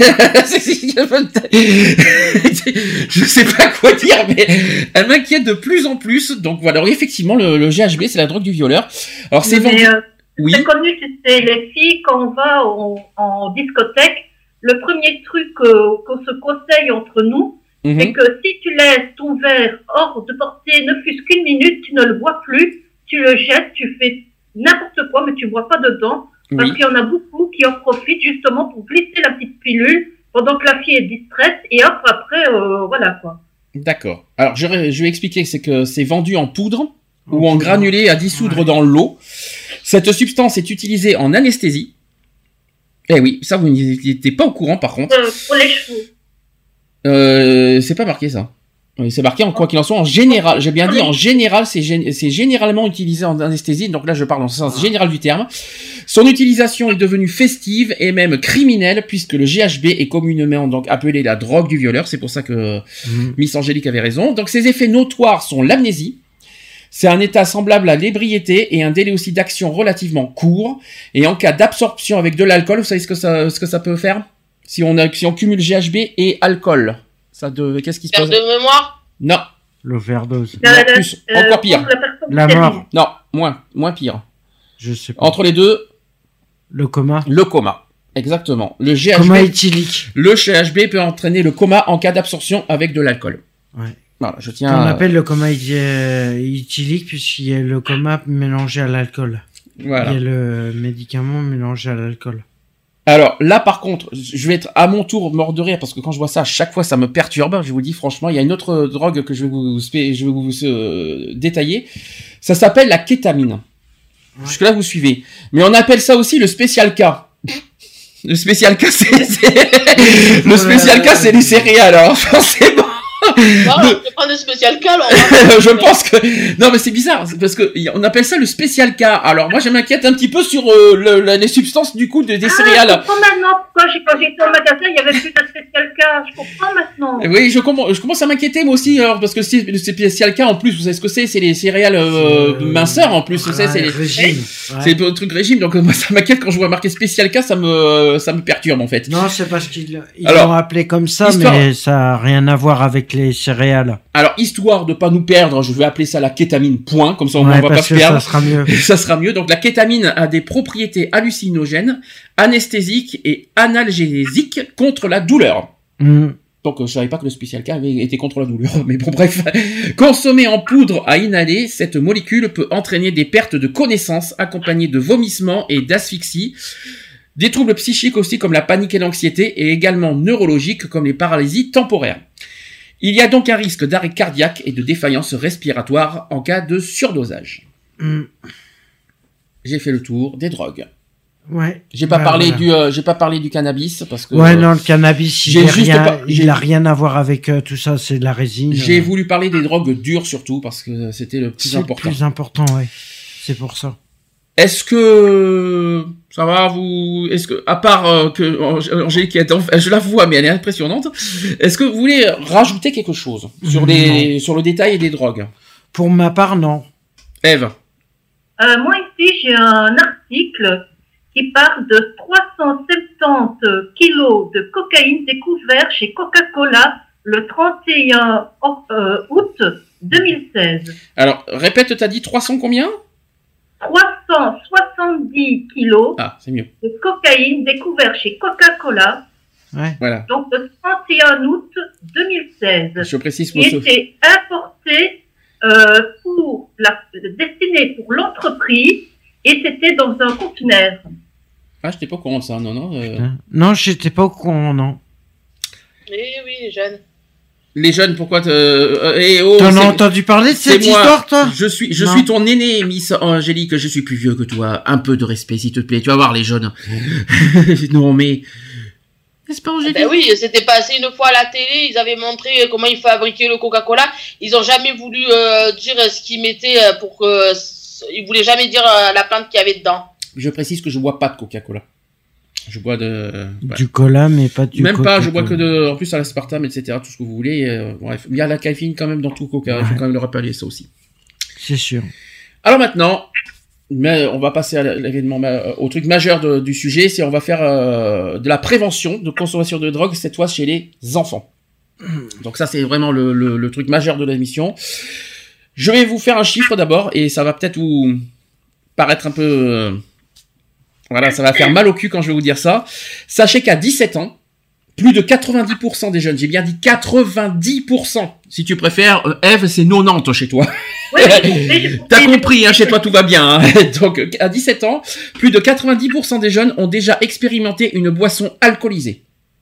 Je sais pas quoi dire, mais elle m'inquiète de plus en plus. Donc voilà, alors, effectivement, le GHB, c'est la drogue du violeur. Alors c'est vendu... Oui. C'est connu, c'est les filles, quand on va en discothèque, le premier truc qu'on se conseille entre nous, c'est que si tu laisses ton verre hors de portée, ne fût-ce qu'une minute, tu ne le bois plus, tu le jettes, tu fais n'importe quoi, mais tu bois pas dedans, parce qu'il y en a beaucoup qui en profitent justement pour glisser la petite pilule pendant que la fille est distraite, et hop, après, voilà, quoi. D'accord. Alors, je vais expliquer, c'est que c'est vendu en poudre ou en granulé à dissoudre dans l'eau. Cette substance est utilisée en anesthésie. Eh oui, ça, vous n'étiez pas au courant, par contre. Pour les chevaux. C'est pas marqué, ça. C'est marqué en quoi qu'il en soit, en général. J'ai bien dit en général, c'est généralement utilisé en anesthésie. Donc là, je parle en sens général du terme. Son utilisation est devenue festive et même criminelle puisque le GHB est communément donc appelé la drogue du violeur. C'est pour ça que Miss Angélique avait raison. Donc ses effets notoires sont l'amnésie. C'est un état semblable à l'ébriété et un délai aussi d'action relativement court. Et en cas d'absorption avec de l'alcool, vous savez ce que ça peut faire ? Si on cumule GHB et alcool. Qu'est-ce qui se passe ? Perte de mémoire ? Non. L'overdose. Non, plus. Encore pire. La mort. Non, moins pire. Je sais pas. Entre les deux. Le coma. Le coma. Exactement. Le GHB. Coma éthylique. Le GHB peut entraîner le coma en cas d'absorption avec de l'alcool. Ouais. Voilà, je tiens. On appelle le coma éthylique puisqu'il y a le coma mélangé à l'alcool. Voilà. Il y a le médicament mélangé à l'alcool. Alors là, par contre, je vais être à mon tour mort de rire parce que quand je vois ça, à chaque fois, ça me perturbe. Je vous dis franchement, il y a une autre drogue que je vais vous détailler. Ça s'appelle la kétamine. Ouais. Jusque là, vous suivez. Mais on appelle ça aussi le spécial K. Le spécial K, le spécial K, c'est les céréales. Alors forcément. Bon, je vais prendre le spécial K, alors. Je pense que... Non, mais c'est bizarre, parce que on appelle ça le spécial K. Alors, moi, je m'inquiète un petit peu sur les substances, du coup, des céréales. Je comprends maintenant pourquoi quand j'étais au magasin, il y avait plus de spécial K. Je comprends maintenant. Oui, je commence à m'inquiéter, moi aussi, alors, parce que le spécial K, en plus, vous savez ce que c'est les céréales minceurs, en plus, vous savez, c'est les... Régime. C'est le truc régime, donc moi, ça m'inquiète quand je vois marqué spécial K, ça me perturbe, en fait. Non, c'est parce qu'ils l'ont appelé comme ça, mais ça n'a rien à voir avec les céréales. Alors, histoire de pas nous perdre, je vais appeler ça la kétamine, point, comme ça on va pas se perdre. Ça sera mieux. Ça sera mieux. Donc, la kétamine a des propriétés hallucinogènes, anesthésiques et analgésiques contre la douleur. Donc, je savais pas que le spécial K avait été contre la douleur, mais bon, bref. Consommée en poudre à inhaler, cette molécule peut entraîner des pertes de connaissance accompagnées de vomissements et d'asphyxie. Des troubles psychiques aussi comme la panique et l'anxiété et également neurologiques comme les paralysies temporaires. Il y a donc un risque d'arrêt cardiaque et de défaillance respiratoire en cas de surdosage. J'ai fait le tour des drogues. Ouais. J'ai pas parlé du cannabis parce que. Ouais, non, le cannabis, il a rien à voir avec tout ça, c'est de la résine. J'ai voulu parler des drogues dures surtout parce que c'était le plus important. C'est le plus important, ouais. C'est pour ça. Est-ce que ça va est-ce que à part que Angélique je la vois mais elle est impressionnante. Est-ce que vous voulez rajouter quelque chose sur le détail des drogues? Pour ma part, non. Ève. Moi ici, j'ai un article qui parle de 370 kilos de cocaïne découvert chez Coca-Cola le 31 août 2016. Alors, répète, t'as dit 300 combien? 370 kilos c'est mieux. de cocaïne découvert chez Coca-Cola. Ouais. Voilà. Donc le 31 août 2016. Je précise pour était importé destiné pour l'entreprise et c'était dans un conteneur. Ah, j'étais pas au courant de ça, non. Non, j'étais pas au courant, non. Eh oui, les jeunes. Les jeunes, pourquoi t'en as entendu parler de cette histoire, toi? Je suis ton aîné, Miss Angélique, je suis plus vieux que toi. Un peu de respect, s'il te plaît. Tu vas voir, les jeunes. Non, mais... N'est-ce pas, Angélique? Ben oui, c'était passé une fois à la télé, ils avaient montré comment ils fabriquaient le Coca-Cola. Ils ont jamais voulu dire ce qu'ils mettaient pour que... Ils voulaient jamais dire la plante qu'il y avait dedans. Je précise que je bois pas de Coca-Cola. Je bois du cola, mais pas du même Coca-Cola. Pas, je bois que en plus à l'aspartame, etc., tout ce que vous voulez. Bref, il y a la caféine quand même dans tout Coca, il faut quand même le rappeler, ça aussi. C'est sûr. Alors maintenant, on va passer à l'événement, au truc majeur du sujet, c'est on va faire de la prévention de consommation de drogue, cette fois chez les enfants. Donc ça, c'est vraiment le truc majeur de l'émission. Je vais vous faire un chiffre d'abord, et ça va peut-être vous paraître un peu... Voilà, ça va faire mal au cul quand je vais vous dire ça. Sachez qu'à 17 ans, plus de 90% des jeunes, j'ai bien dit 90%, si tu préfères, Ève, c'est 90 chez toi. Oui, t'as compris, hein, chez toi tout va bien. Hein. Donc, à 17 ans, plus de 90% des jeunes ont déjà expérimenté une boisson alcoolisée.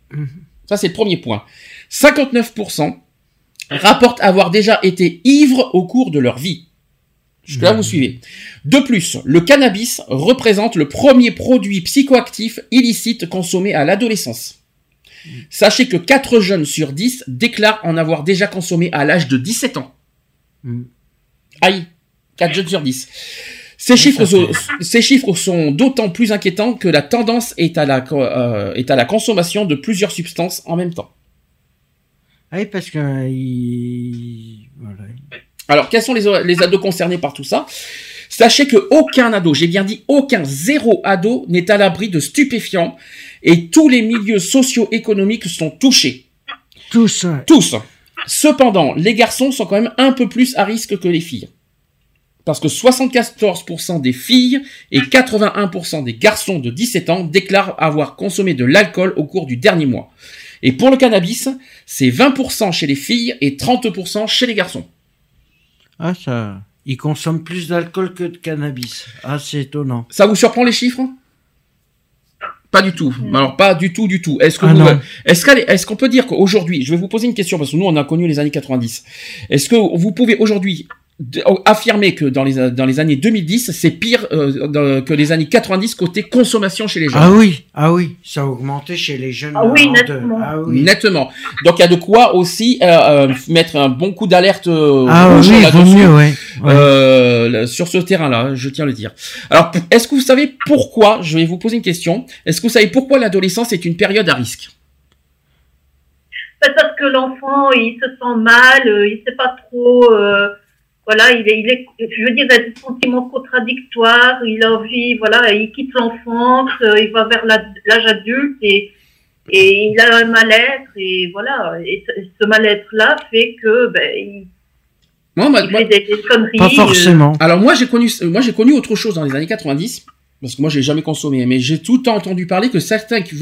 Ça, c'est le premier point. 59% rapportent avoir déjà été ivres au cours de leur vie. Jusque-là, vous suivez. De plus, le cannabis représente le premier produit psychoactif illicite consommé à l'adolescence. Sachez que 4 jeunes sur 10 déclarent en avoir déjà consommé à l'âge de 17 ans. Aïe, 4 jeunes sur 10. Ces chiffres sont d'autant plus inquiétants que la tendance est à la consommation de plusieurs substances en même temps. Oui, parce que... Voilà. Alors, quels sont les ados concernés par tout ça ? Sachez que aucun ado, j'ai bien dit aucun, 0 ado n'est à l'abri de stupéfiants et tous les milieux socio-économiques sont touchés. Tous. Cependant, les garçons sont quand même un peu plus à risque que les filles. Parce que 74% des filles et 81% des garçons de 17 ans déclarent avoir consommé de l'alcool au cours du dernier mois. Et pour le cannabis, c'est 20% chez les filles et 30% chez les garçons. Ah, ça... Ils consomment plus d'alcool que de cannabis. Ah, c'est étonnant. Ça vous surprend les chiffres ? Pas du tout. Alors, pas du tout. Est-ce qu'on peut dire qu'aujourd'hui, je vais vous poser une question parce que nous, on a connu les années 90. Est-ce que vous pouvez aujourd'hui affirmer que dans les années 2010, c'est pire que les années 90 côté consommation chez les jeunes? Ah oui, ça a augmenté chez les jeunes. Nettement. Donc il y a de quoi aussi mettre un bon coup d'alerte sur ce terrain-là, je tiens à le dire. Alors, est-ce que vous savez pourquoi, je vais vous poser une question, est-ce que vous savez pourquoi l'adolescence est une période à risque? Parce que l'enfant, il se sent mal, il sait pas trop... Voilà, il est, je veux dire, il a des sentiments contradictoires, il a envie, voilà, il quitte l'enfance, il va vers l'âge adulte et il a un mal-être et voilà, et ce mal-être-là fait que, il fait des conneries. Pas forcément. Alors moi j'ai connu autre chose dans les années 90. Parce que moi j'ai jamais consommé, mais j'ai tout le temps entendu parler que certains qui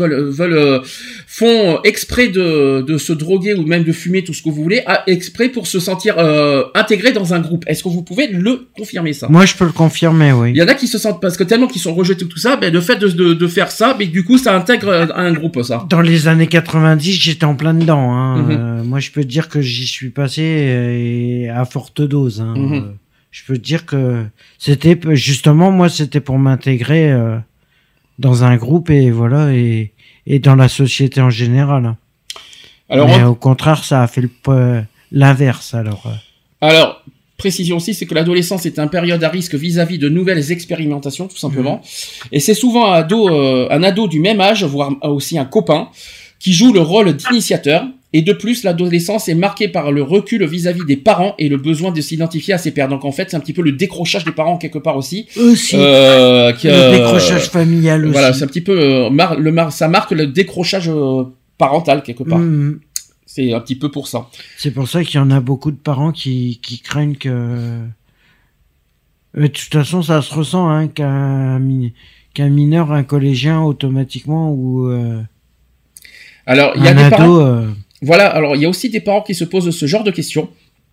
font exprès de se droguer ou même de fumer tout ce que vous voulez, exprès pour se sentir intégrés dans un groupe. Est-ce que vous pouvez le confirmer ça? Moi je peux le confirmer, oui. Il y en a qui se sentent parce que tellement qu'ils sont rejetés tout ça, le fait de faire ça, mais du coup ça intègre un groupe ça. Dans les années 90, j'étais en plein dedans. Hein. Moi je peux te dire que j'y suis passé à forte dose. Hein. Je peux te dire que c'était justement moi c'était pour m'intégrer dans un groupe et voilà et dans la société en général. Alors mais au contraire ça a fait l'inverse alors. Précision aussi, c'est que l'adolescence est une période à risque vis-à-vis de nouvelles expérimentations tout simplement. Et c'est souvent un ado du même âge, voire aussi un copain, qui joue le rôle d'initiateur. Et de plus, l'adolescence est marquée par le recul vis-à-vis des parents et le besoin de s'identifier à ses pairs. Donc en fait, c'est un petit peu le décrochage des parents quelque part aussi. Le décrochage familial aussi. Voilà, c'est un petit peu ça marque le décrochage parental quelque part. C'est un petit peu pour ça. C'est pour ça qu'il y en a beaucoup de parents qui craignent que... de toute façon, ça se ressent hein, qu'un mineur, un collégien, automatiquement, ou... Alors, il y a des parents... Voilà, alors il y a aussi des parents qui se posent ce genre de questions.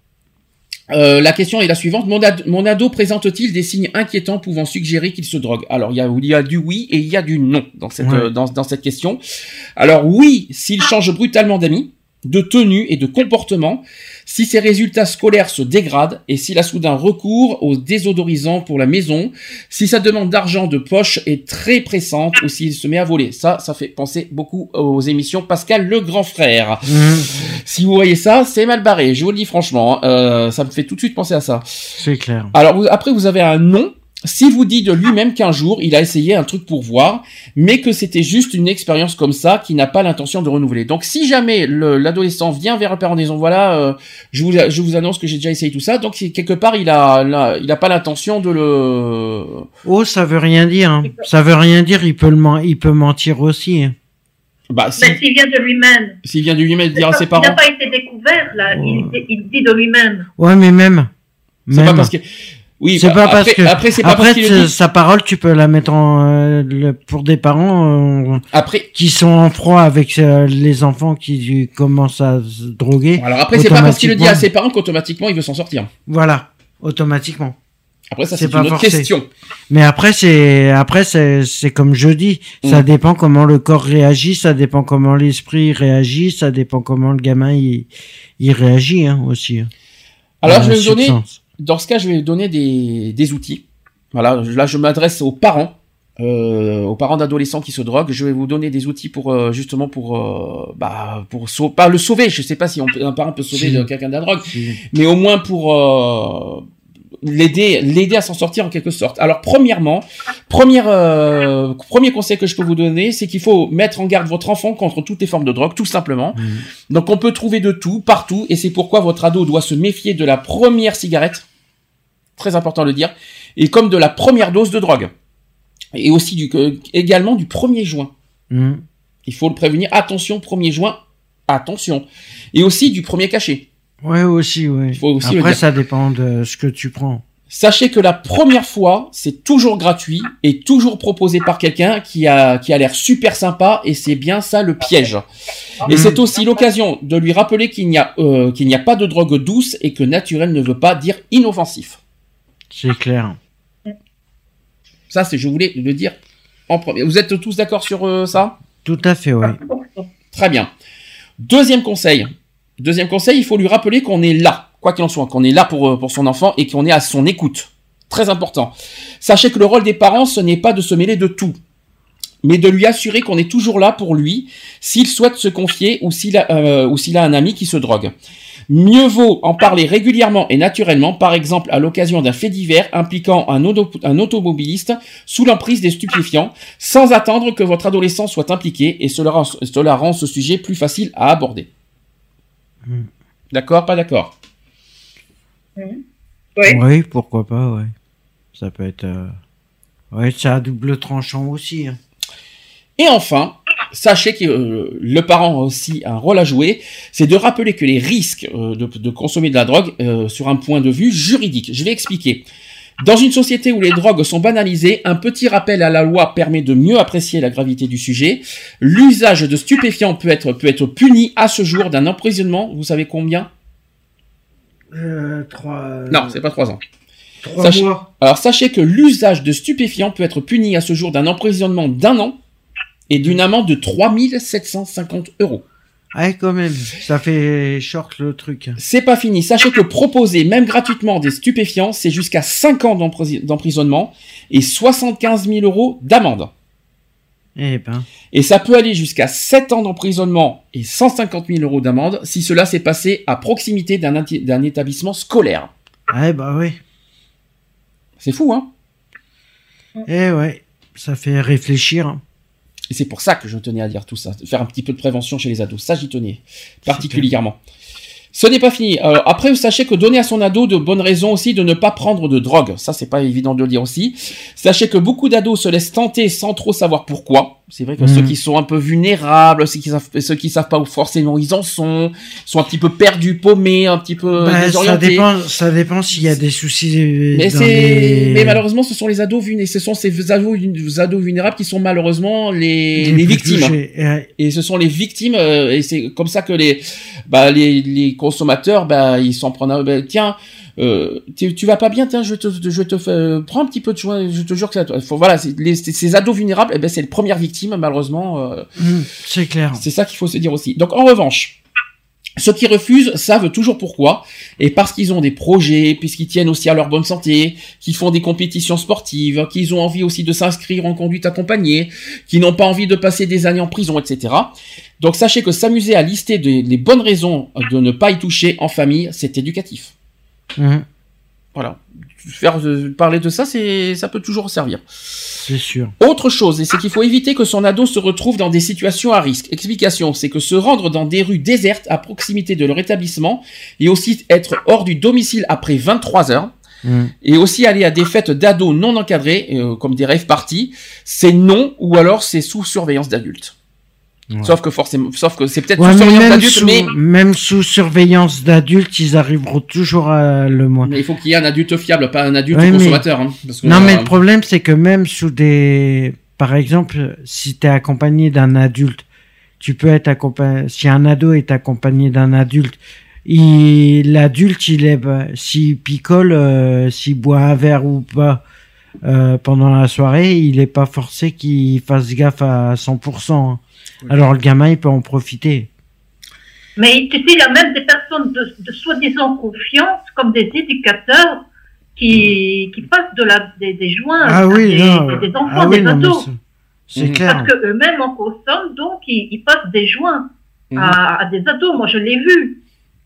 La question est la suivante. Mon ado présente-t-il des signes inquiétants pouvant suggérer qu'il se drogue? Alors il y a du oui et il y a du non dans cette question. Alors oui, s'il change brutalement d'amis, de tenue et de comportement, si ses résultats scolaires se dégradent et s'il a soudain recours aux désodorisants pour la maison, si sa demande d'argent de poche est très pressante ou s'il se met à voler. Ça fait penser beaucoup aux émissions Pascal le grand frère. Si vous voyez ça, c'est mal barré, je vous le dis franchement. Ça me fait tout de suite penser à ça. C'est clair. Alors après vous avez un non. S'il vous dit de lui-même qu'un jour, il a essayé un truc pour voir, mais que c'était juste une expérience comme ça, qu'il n'a pas l'intention de renouveler. Donc, si jamais l'adolescent vient vers le père en disant, voilà, je vous annonce que j'ai déjà essayé tout ça, donc quelque part, il a pas l'intention de le... Oh, ça veut rien dire, hein. Ça veut rien dire, il peut mentir aussi, hein. S'il vient de lui-même. S'il vient de lui-même, dire à ses parents. Il n'a pas été découvert, là. Il dit de lui-même. Ouais, mais même. C'est pas parce que... Oui, c'est pas parce que après sa parole tu peux la mettre pour des parents qui sont en froid avec les enfants qui commencent à se droguer. Alors après c'est pas parce qu'il le dit à ses parents qu'automatiquement il veut s'en sortir. Voilà, automatiquement. Après, ça, c'est une autre question. Mais après, c'est comme je dis. Ça dépend comment le corps réagit, ça dépend comment l'esprit réagit, ça dépend comment le gamin, il réagit, hein, aussi. Alors, je vais vous donner, dans ce cas, je vais donner des outils. Voilà. Là, je m'adresse aux parents d'adolescents qui se droguent. Je vais vous donner des outils pour justement pas le sauver. Je sais pas si un parent peut sauver quelqu'un de la drogue, mais au moins pour l'aider à s'en sortir en quelque sorte. Alors premier conseil que je peux vous donner, c'est qu'il faut mettre en garde votre enfant contre toutes les formes de drogue, tout simplement. Donc on peut trouver de tout, partout, et c'est pourquoi votre ado doit se méfier de la première cigarette, très important de le dire, et comme de la première dose de drogue. Et aussi également du premier joint. Il faut le prévenir, attention, premier joint, attention. Et aussi du premier cachet. Ouais, aussi, ouais. Après, ça dépend de ce que tu prends. Sachez que la première fois, c'est toujours gratuit et toujours proposé par quelqu'un qui a l'air super sympa, et c'est bien ça le piège. Et c'est aussi l'occasion de lui rappeler qu'il n'y a pas de drogue douce et que naturel ne veut pas dire inoffensif. C'est clair. Ça, je voulais le dire en premier. Vous êtes tous d'accord sur ça ? Tout à fait, oui. Très bien. Deuxième conseil, il faut lui rappeler qu'on est là, quoi qu'il en soit, qu'on est là pour son enfant et qu'on est à son écoute. Très important. Sachez que le rôle des parents, ce n'est pas de se mêler de tout, mais de lui assurer qu'on est toujours là pour lui s'il souhaite se confier ou s'il a un ami qui se drogue. Mieux vaut en parler régulièrement et naturellement, par exemple à l'occasion d'un fait divers impliquant un automobiliste sous l'emprise des stupéfiants, sans attendre que votre adolescent soit impliqué, et cela rend ce sujet plus facile à aborder. D'accord, pas d'accord ? Oui, pourquoi pas, ouais. Ça peut être... Ouais, c'est à double tranchant aussi. Hein. Et enfin, sachez que le parent a aussi un rôle à jouer, c'est de rappeler que les risques de consommer de la drogue sur un point de vue juridique. Je vais expliquer. Dans une société où les drogues sont banalisées, un petit rappel à la loi permet de mieux apprécier la gravité du sujet. L'usage de stupéfiants peut être puni à ce jour d'un emprisonnement. Vous savez combien ? 3... Non, c'est pas 3 ans. 3 mois. Alors sachez que l'usage de stupéfiants peut être puni à ce jour d'un emprisonnement d'1 an et d'une amende de 3 750 €. Ouais, quand même, ça fait short le truc. C'est pas fini. Sachez que proposer, même gratuitement, des stupéfiants, c'est jusqu'à 5 ans d'emprisonnement et 75 000 € d'amende. Eh ben. Et ça peut aller jusqu'à 7 ans d'emprisonnement et 150 000 € d'amende si cela s'est passé à proximité d'un établissement scolaire. Ouais, bah oui. C'est fou, hein ? Eh ouais, ça fait réfléchir. Et c'est pour ça que je tenais à dire tout ça, faire un petit peu de prévention chez les ados. Ça, j'y tenais particulièrement. Ce n'est pas fini. Après, vous sachez que donner à son ado de bonnes raisons aussi de ne pas prendre de drogue. Ça, c'est pas évident de le dire aussi. Sachez que beaucoup d'ados se laissent tenter sans trop savoir pourquoi. C'est vrai que ceux qui sont un peu vulnérables, ceux qui savent pas où forcément ils en sont un petit peu perdus, paumés, un petit peu désorientés. Ça dépend s'il y a des soucis. Mais malheureusement, ce sont les ados vulnérables. Ce sont ces ados vulnérables qui sont malheureusement les victimes. Et ce sont les victimes, et c'est comme ça que les consommateurs, ils s'en prennent. Tiens, tu vas pas bien, tiens, je te prends un petit peu de joint, je te jure que voilà, ces ados vulnérables, c'est les premières victimes, malheureusement. C'est clair. C'est ça qu'il faut se dire aussi. Donc, en revanche, ceux qui refusent savent toujours pourquoi, et parce qu'ils ont des projets, puisqu'ils tiennent aussi à leur bonne santé, qu'ils font des compétitions sportives, qu'ils ont envie aussi de s'inscrire en conduite accompagnée, qu'ils n'ont pas envie de passer des années en prison, etc. Donc sachez que s'amuser à lister les bonnes raisons de ne pas y toucher en famille, c'est éducatif. Voilà. Parler de ça, ça peut toujours servir. C'est sûr. Autre chose, c'est qu'il faut éviter que son ado se retrouve dans des situations à risque. Explication, c'est que se rendre dans des rues désertes à proximité de leur établissement et aussi être hors du domicile après 23 heures et aussi aller à des fêtes d'ados non encadrées, comme des rave parties, c'est non, ou alors c'est sous surveillance d'adultes. Ouais. Sauf que c'est peut-être sous surveillance d'adultes, mais même sous surveillance d'adultes, ils arriveront toujours à le moins. Mais il faut qu'il y ait un adulte fiable, pas un adulte consommateur. Mais le problème, c'est que même sous par exemple, si t'es accompagné d'un adulte, tu peux être accompagné. Si un ado est accompagné d'un adulte, l'adulte, s'il picole, s'il boit un verre ou pas pendant la soirée, il est pas forcé qu'il fasse gaffe à 100%. Hein. Oui. Alors le gamin, il peut en profiter. Mais tu sais, il y a même des personnes de soi-disant confiance, comme des éducateurs, qui passent des joints à des enfants, des ados. C'est clair. Parce qu'eux-mêmes en consomment, donc ils passent des joints à des ados. Moi, je l'ai vu.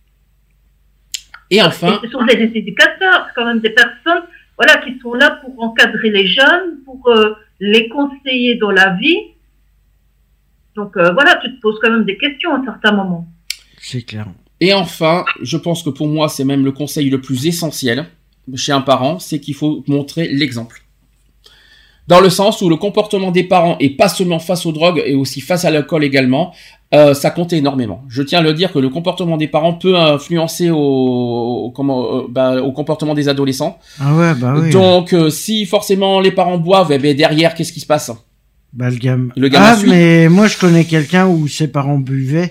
Et enfin... Et ce sont des éducateurs, c'est quand même des personnes qui sont là pour encadrer les jeunes, pour les conseiller dans la vie. Donc tu te poses quand même des questions à certains moments. C'est clair. Et enfin, je pense que pour moi, c'est même le conseil le plus essentiel chez un parent, c'est qu'il faut montrer l'exemple. Dans le sens où le comportement des parents, et pas seulement face aux drogues, et aussi face à l'alcool également, ça compte énormément. Je tiens à le dire que le comportement des parents peut influencer au comportement des adolescents. Ah ouais, bah oui. Donc, si forcément les parents boivent, derrière, qu'est-ce qui se passe ? Bah, le gamin suit. Mais moi, je connais quelqu'un où ses parents buvaient,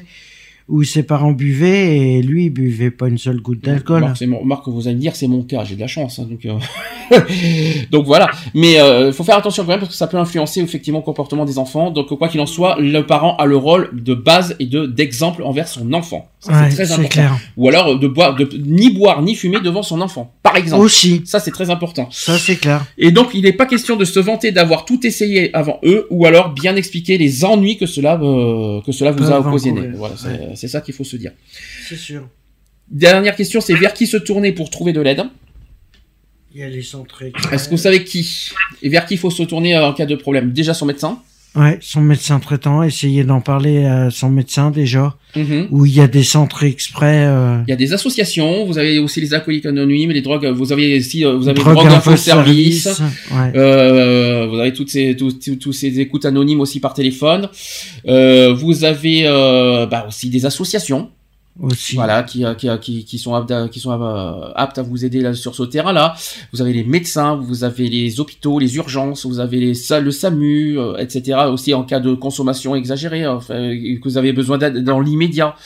et lui, il buvait pas une seule goutte d'alcool. Marc, vous allez me dire, c'est mon cas, j'ai de la chance. Hein, donc voilà. Mais faut faire attention quand même parce que ça peut influencer effectivement le comportement des enfants. Donc quoi qu'il en soit, le parent a le rôle de base et d'exemple envers son enfant. Ça, c'est très important. Clair. Ou alors de ni boire ni fumer devant son enfant, par exemple. Aussi. Ça, c'est très important. Ça, c'est clair. Et donc, il n'est pas question de se vanter d'avoir tout essayé avant eux, ou alors bien expliquer les ennuis que cela vous a occasionné. Voilà, c'est ça qu'il faut se dire. C'est sûr. Dernière question, c'est vers qui se tourner pour trouver de l'aide ? Il y a les centres. Est-ce que vous savez qui ? Et vers qui il faut se tourner en cas de problème ? Déjà son médecin ? Ouais, son médecin traitant, essayer d'en parler à son médecin déjà. Où il y a des centres exprès. Il y a des associations, vous avez aussi les alcooliques anonymes, les drogues, vous avez Drogue Info Service. Ouais. Vous avez tous ces écoutes anonymes aussi par téléphone. Vous avez aussi des associations. Aussi. Voilà, qui sont aptes à vous aider là sur ce terrain-là. Vous avez les médecins, vous avez les hôpitaux, les urgences, vous avez le SAMU, etc. Aussi en cas de consommation exagérée, que vous avez besoin d'aide dans l'immédiat.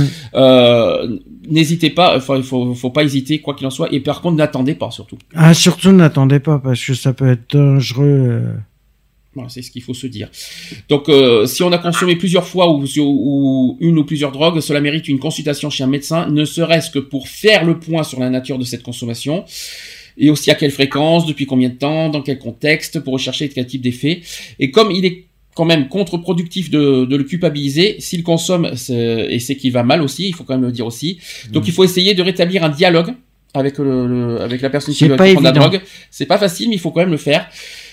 N'hésitez pas, il faut pas hésiter quoi qu'il en soit. Et par contre, n'attendez pas surtout. Ah, surtout n'attendez pas parce que ça peut être dangereux. Voilà, c'est ce qu'il faut se dire. Donc, si on a consommé plusieurs fois ou une ou plusieurs drogues, cela mérite une consultation chez un médecin, ne serait-ce que pour faire le point sur la nature de cette consommation, et aussi à quelle fréquence, depuis combien de temps, dans quel contexte, pour rechercher quel type d'effet. Et comme il est quand même contre-productif de le culpabiliser, s'il consomme, et c'est qu'il va mal aussi, il faut quand même le dire aussi. Donc, il faut essayer de rétablir un dialogue avec la personne qui prend de la drogue. C'est pas facile, mais il faut quand même le faire.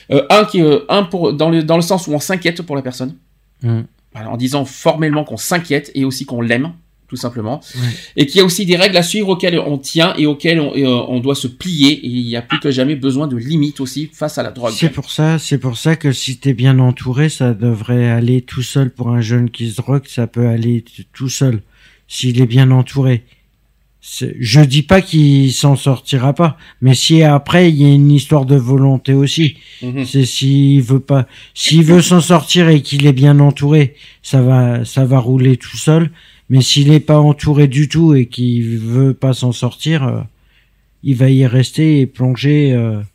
Dans le sens où on s'inquiète pour la personne, en disant formellement qu'on s'inquiète et aussi qu'on l'aime, tout simplement, et qu'il y a aussi des règles à suivre auxquelles on tient et auxquelles on doit se plier, et il y a plus que jamais besoin de limites aussi face à la drogue. C'est pour ça que si t'es bien entouré, ça devrait aller tout seul. Pour un jeune qui se drogue, ça peut aller tout seul s'il est bien entouré. Je dis pas qu'il s'en sortira pas, mais si après il y a une histoire de volonté aussi, c'est s'il veut s'en sortir et qu'il est bien entouré, ça va rouler tout seul. Mais s'il est pas entouré du tout et qu'il veut pas s'en sortir, il va y rester et plonger.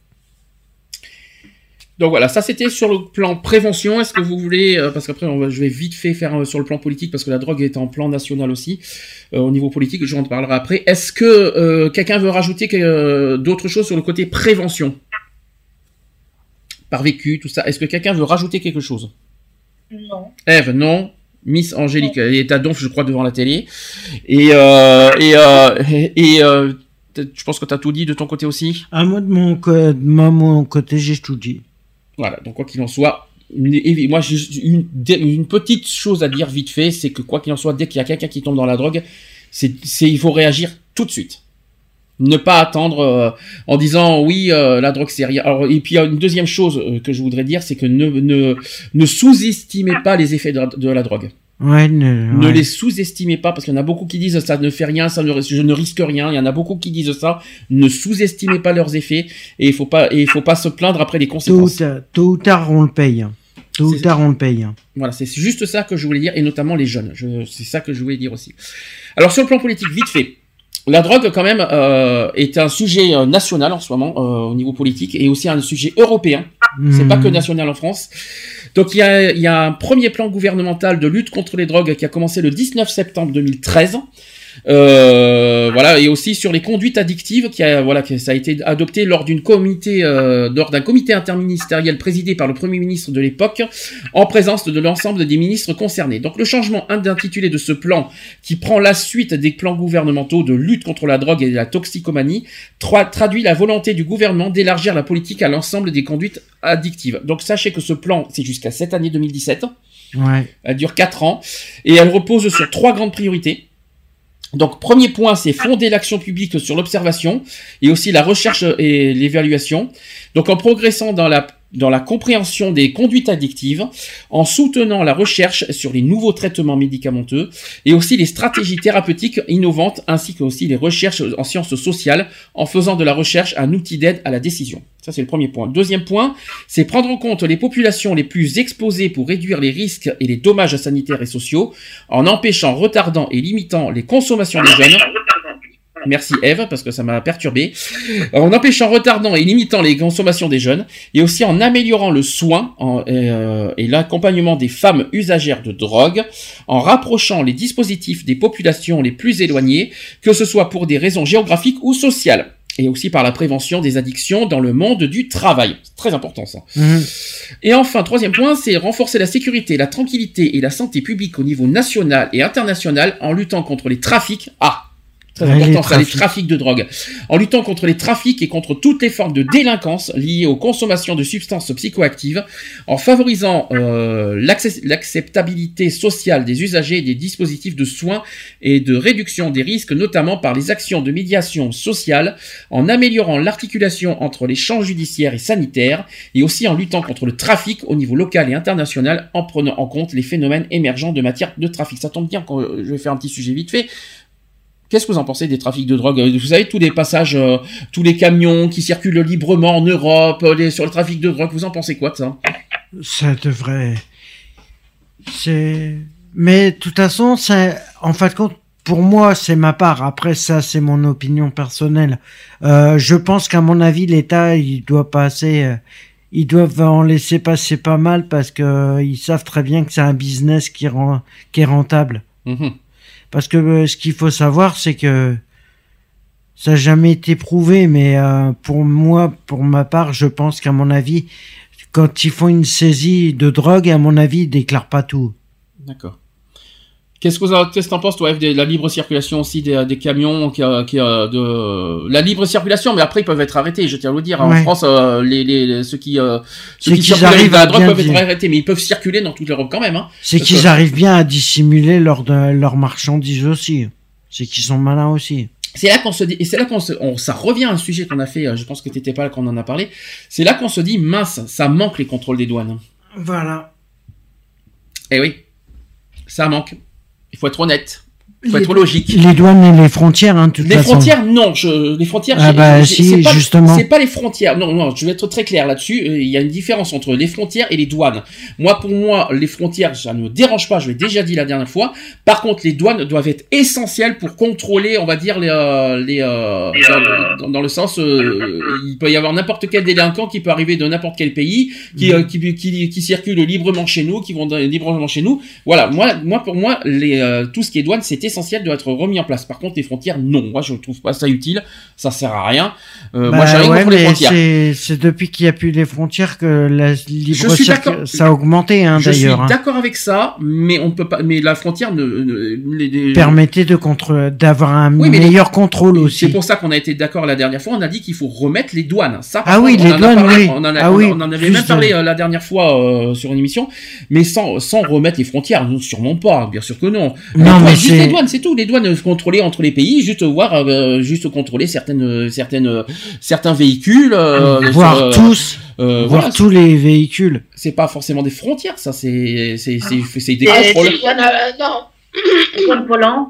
Donc voilà, ça c'était sur le plan prévention. Est-ce que vous voulez, parce qu'après je vais vite fait faire sur le plan politique, parce que la drogue est en plan national aussi, au niveau politique, j'en parlerai après. Est-ce que quelqu'un veut rajouter d'autres choses sur le côté prévention ? Par vécu, tout ça. Est-ce que quelqu'un veut rajouter quelque chose ? Non. Ève, non. Miss Angélique, elle est à Donf, je crois, devant la télé. Et je pense que tu as tout dit de ton côté aussi. Moi, de mon côté, j'ai tout dit. Voilà, donc quoi qu'il en soit, moi j'ai une petite chose à dire vite fait, c'est que quoi qu'il en soit, dès qu'il y a quelqu'un qui tombe dans la drogue, il faut réagir tout de suite. Ne pas attendre en disant oui, la drogue c'est rien. Alors, et puis il y a une deuxième chose que je voudrais dire, c'est que ne sous-estimez pas les effets de la drogue. Ne les sous-estimez pas, parce qu'il y en a beaucoup qui disent ça ne fait rien, je ne risque rien. Il y en a beaucoup qui disent ça. Ne sous-estimez pas leurs effets, et il faut pas se plaindre après des conséquences. Tôt ou tard on le paye. Voilà, c'est juste ça que je voulais dire, et notamment les jeunes. C'est ça que je voulais dire aussi. Alors sur le plan politique, vite fait. La drogue, quand même, est un sujet national en ce moment au niveau politique et aussi un sujet européen. C'est pas que national en France. Donc il y a un premier plan gouvernemental de lutte contre les drogues qui a commencé le 19 septembre 2013. Voilà, et aussi sur les conduites addictives que ça a été adopté lors d'un comité interministériel présidé par le Premier ministre de l'époque en présence de l'ensemble des ministres concernés. Donc le changement d'intitulé de ce plan qui prend la suite des plans gouvernementaux de lutte contre la drogue et la toxicomanie traduit la volonté du gouvernement d'élargir la politique à l'ensemble des conduites addictives. Donc sachez que ce plan c'est jusqu'à cette année 2017. Ouais. Elle dure 4 ans et elle repose sur 3 grandes priorités. Donc, premier point, c'est fonder l'action publique sur l'observation et aussi la recherche et l'évaluation. Donc, en progressant dans la compréhension des conduites addictives, en soutenant la recherche sur les nouveaux traitements médicamenteux et aussi les stratégies thérapeutiques innovantes ainsi que aussi les recherches en sciences sociales en faisant de la recherche un outil d'aide à la décision. Ça, c'est le premier point. Deuxième point, c'est prendre en compte les populations les plus exposées pour réduire les risques et les dommages sanitaires et sociaux en empêchant, retardant et limitant les consommations des jeunes. Merci Eve, parce que ça m'a perturbé. En empêchant, retardant et limitant les consommations des jeunes, et aussi en améliorant le soin et l'accompagnement des femmes usagères de drogue, en rapprochant les dispositifs des populations les plus éloignées, que ce soit pour des raisons géographiques ou sociales. Et aussi par la prévention des addictions dans le monde du travail. C'est très important, ça. Et enfin, troisième point, c'est renforcer la sécurité, la tranquillité et la santé publique au niveau national et international en luttant contre les trafics. Très important, ça, les trafics de drogue. En luttant contre les trafics et contre toutes les formes de délinquance liées aux consommations de substances psychoactives, en favorisant l'acceptabilité sociale des usagers des dispositifs de soins et de réduction des risques, notamment par les actions de médiation sociale, en améliorant l'articulation entre les champs judiciaires et sanitaires, et aussi en luttant contre le trafic au niveau local et international, en prenant en compte les phénomènes émergents de matière de trafic. Ça tombe bien quand je vais faire un petit sujet vite fait. Qu'est-ce que vous en pensez des trafics de drogue ? Vous savez, tous les passages, tous les camions qui circulent librement en Europe, sur le trafic de drogue, vous en pensez quoi de ça ? Ça devrait... Mais de toute façon, en fin de compte, pour moi, c'est ma part. Après, ça, c'est mon opinion personnelle. Je pense qu'à mon avis, l'État, il doit passer... Ils doivent en laisser passer pas mal parce que ils savent très bien que c'est un business qui est rentable. Parce que ce qu'il faut savoir, c'est que ça n'a jamais été prouvé, mais pour ma part, je pense qu'à mon avis, quand ils font une saisie de drogue, à mon avis, ils déclarent pas tout. D'accord. Qu'est-ce que t'en penses, toi, F, de la libre circulation aussi des camions, de la libre circulation, mais après ils peuvent être arrêtés, je tiens à vous dire. En France, ceux qui circulent avec de la drogue peuvent être arrêtés, mais ils peuvent circuler dans toute l'Europe quand même. C'est qu'ils arrivent bien à dissimuler leur marchandise aussi. C'est qu'ils sont malins aussi. C'est là qu'on se dit, et c'est là ça revient à un sujet qu'on a fait, je pense que t'étais pas là quand on en a parlé. C'est là qu'on se dit, mince, ça manque les contrôles des douanes. Voilà. Eh oui, ça manque. Il faut être honnête. Il faut être logique. Les douanes et les frontières, toute façon. Les frontières, non. Les frontières, justement. C'est pas les frontières. Non, je vais être très clair là-dessus. Il y a une différence entre les frontières et les douanes. Pour moi, les frontières, ça ne me dérange pas. Je l'ai déjà dit la dernière fois. Par contre, les douanes doivent être essentielles pour contrôler, on va dire, dans le sens, il peut y avoir n'importe quel délinquant qui peut arriver de n'importe quel pays, qui circule librement chez nous, qui vont librement chez nous. Voilà. Pour moi, tout ce qui est douane, c'est essentiel doit être remis en place. Par contre, les frontières, non. Moi, je ne trouve pas ça utile. Ça sert à rien. Moi, j'ai rien contre les frontières. C'est depuis qu'il n'y a plus les frontières que la libre circulation, ça a augmenté, d'ailleurs. Je suis d'accord avec ça, mais on ne peut pas, mais la frontière permettait d'avoir un meilleur contrôle aussi. C'est pour ça qu'on a été d'accord la dernière fois. On a dit qu'il faut remettre les douanes. Ça, les douanes, oui. On en avait même parlé la dernière fois, sur une émission, mais sans remettre les frontières. Non, sûrement pas. Bien sûr que non. Non, mais juste les douanes. C'est tout, les douanes contrôlées entre les pays, juste contrôler certains véhicules, voir tous les véhicules. C'est pas forcément des frontières, ça, c'est des contrôles. Les douanes volantes.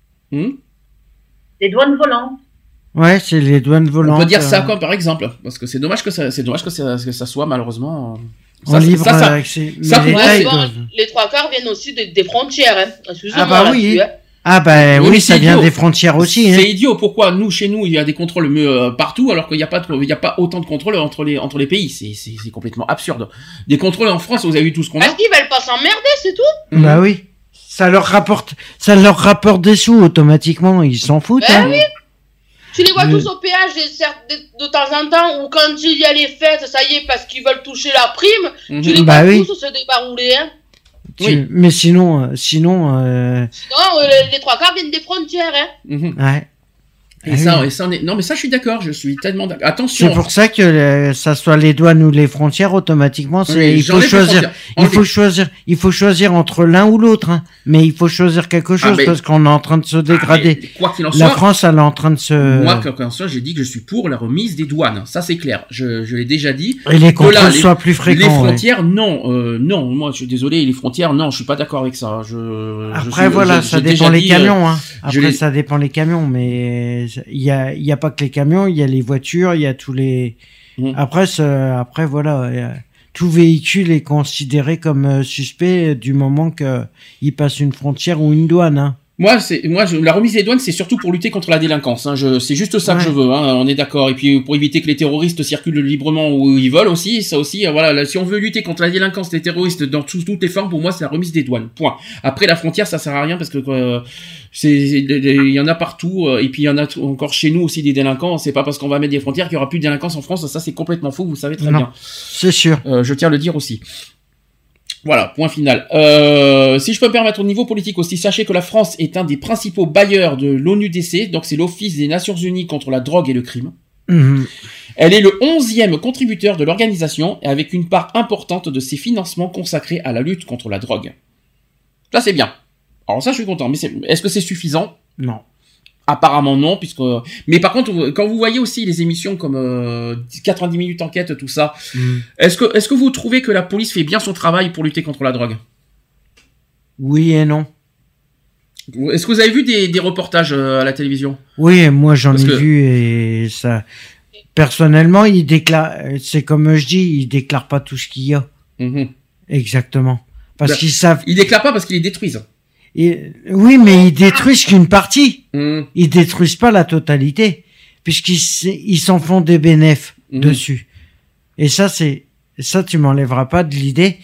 Les douanes volantes. Ouais, c'est les douanes volantes. On peut dire ça comme par exemple, parce que c'est dommage que ça soit malheureusement. Les trois quarts viennent aussi des frontières, oui. Ah bah oui, ça vient idiot. des frontières aussi. C'est idiot. Pourquoi chez nous, il y a des contrôles partout, alors qu'il n'y a pas autant de contrôles entre les pays. C'est complètement absurde. Des contrôles en France, vous avez vu tout ce qu'on a. Parce qu'ils veulent pas s'emmerder, c'est tout. Bah oui. Ça leur rapporte des sous automatiquement. Ils s'en foutent. Ben oui. Tu les vois tous au péage de temps en temps, ou quand il y a les fêtes, ça y est, parce qu'ils veulent toucher la prime, tu les vois tous se débarouler, hein. Oui. Mais sinon, Sinon, les trois quarts viennent des frontières, hein. Ouais. Et ça, non, mais ça, je suis d'accord. Je suis tellement d'accord. Attention. C'est pour ça que ça soit les douanes ou les frontières, automatiquement, il faut choisir. Il faut choisir entre l'un ou l'autre, hein. Mais il faut choisir quelque chose parce qu'on est en train de se dégrader. Quoi qu'il en soit, la France, elle est en train de se. Moi, quoi qu'il en soit, j'ai dit que je suis pour la remise des douanes. Ça, c'est clair. Je l'ai déjà dit. Et les contrôles soient plus fréquents. Les frontières, non. Moi, je suis désolé. Les frontières, non, je suis pas d'accord avec ça. Après, ça dépend les camions, hein. Après, ça dépend les camions, mais il y a pas que les camions, il y a les voitures, il y a tous les. Après voilà, tout véhicule est considéré comme suspect du moment que il passe une frontière ou une douane, hein. La remise des douanes, c'est surtout pour lutter contre la délinquance, hein. C'est juste ça que je veux, hein. On est d'accord. Et puis, pour éviter que les terroristes circulent librement où ils veulent aussi, ça aussi, voilà. Si on veut lutter contre la délinquance, les terroristes dans toutes les formes, pour moi, c'est la remise des douanes. Point. Après, la frontière, ça sert à rien parce que, il y en a partout, et puis il y en a encore chez nous aussi des délinquants. C'est pas parce qu'on va mettre des frontières qu'il y aura plus de délinquance en France. Ça, c'est complètement faux. Vous savez très bien. C'est sûr. Je tiens à le dire aussi. Voilà, point final. Si je peux me permettre au niveau politique aussi, sachez que la France est un des principaux bailleurs de l'ONUDC, donc c'est l'Office des Nations Unies contre la drogue et le crime. Elle est le 11e contributeur de l'organisation, avec une part importante de ses financements consacrés à la lutte contre la drogue. Ça, c'est bien. Alors ça, je suis content, mais est-ce que c'est suffisant ? Non. Apparemment non, mais par contre, quand vous voyez aussi les émissions comme 90 minutes enquête, tout ça, est-ce que vous trouvez que la police fait bien son travail pour lutter contre la drogue ? Oui et non. Est-ce que vous avez vu des reportages à la télévision ? Oui, moi j'en ai vu et ça. Personnellement, il déclare. C'est comme je dis, il déclare pas tout ce qu'il y a. Exactement. Parce qu'ils savent. Ils déclarent pas parce qu'ils les détruisent. Oui, mais ils détruisent qu'une partie. Ils détruisent pas la totalité, puisqu'ils s'en font des bénéfices dessus. Et ça, tu m'enlèveras pas de l'idée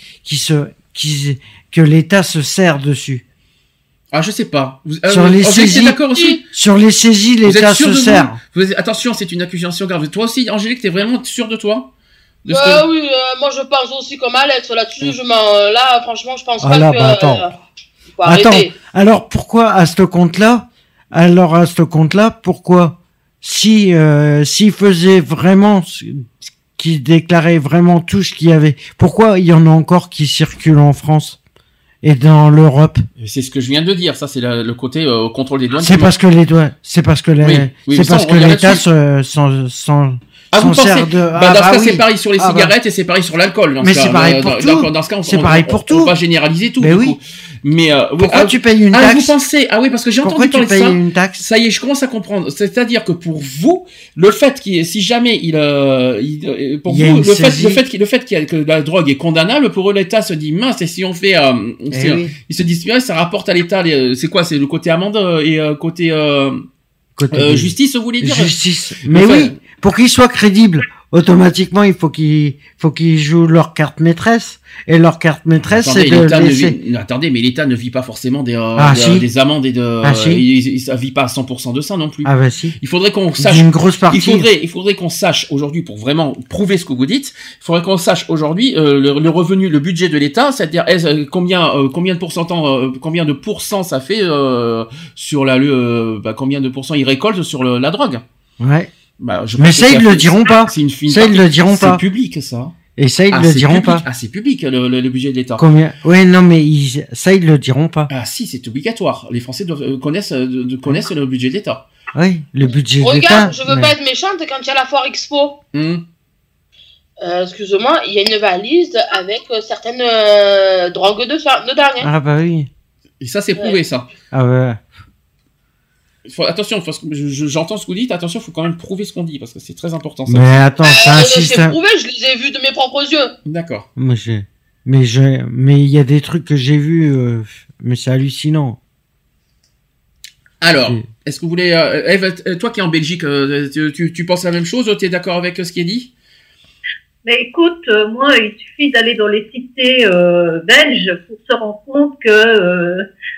que l'État se sert dessus. Ah, je sais pas. Sur les saisies, d'accord aussi. Sur les saisies, l'État se sert. Attention, c'est une accusation grave. Toi aussi, Angélique, t'es vraiment sûr de toi ? Oui, moi je pense aussi comme Alex là-dessus. Là, franchement, je pense pas que. Attends, alors pourquoi à ce compte-là, pourquoi s'il faisait vraiment, qu'il déclarait vraiment tout ce qu'il y avait, pourquoi il y en a encore qui circulent en France et dans l'Europe? C'est ce que je viens de dire, ça c'est le côté contrôle des douanes. C'est parce que l'État vous pensez dans ce cas, c'est pareil sur les cigarettes et c'est pareil sur l'alcool. Mais c'est pareil pour tout. Dans ce cas, c'est pareil pour tout. On va généraliser tout. Mais oui. Mais pourquoi tu payes une taxe? Vous pensez parce que j'ai entendu parler de ça. Une taxe? Ça y est, je commence à comprendre. C'est-à-dire que pour vous, le fait si jamais le fait que la drogue est condamnable, pour eux l'État se dit mince, et si on fait ils se disent ça rapporte à l'État c'est quoi, c'est le côté amende et côté justice, vous voulez dire? Justice. Mais oui, pour qu'ils soient crédibles, automatiquement, il faut qu'ils jouent leur carte maîtresse. Et leur carte maîtresse, c'est de laisser... Attendez, mais l'État ne vit pas forcément des amendes et ça vit pas à 100% de ça non plus. Ah bah si. Il faudrait qu'on sache... Une grosse partie. Il faudrait qu'on sache aujourd'hui, pour vraiment prouver ce que vous dites, il faudrait qu'on sache aujourd'hui le revenu, le budget de l'État, c'est-à-dire combien de pourcents ça fait sur combien de pourcents ils récoltent sur la drogue. Ouais. Mais ça, ils le diront pas. Ça, ils le diront pas. C'est public, ça. Et ça, ils le diront pas. Ah, c'est public, le budget de l'État. Combien? Ouais, non, mais ça, ils le diront pas. Ah, si, c'est obligatoire. Les Français connaissent le budget de l'État. Oui, le budget de l'État. Regarde, je veux pas être méchante, quand il y a la foire Expo. Excuse-moi, il y a une valise avec certaines drogues de dingue. Ah, bah oui. Et ça, c'est prouvé, ça. Ah, ouais. Attention, j'entends ce que vous dites, attention, il faut quand même prouver ce qu'on dit, parce que c'est très important ça. Mais attends, c'est prouvé, je les ai vus de mes propres yeux. D'accord. Mais il y a des trucs que j'ai vus, mais c'est hallucinant. Alors, est-ce que vous voulez... Eve, toi qui es en Belgique, tu penses la même chose? Tu es d'accord avec ce qui est dit? Mais écoute, moi, il suffit d'aller dans les cités belges pour se rendre compte que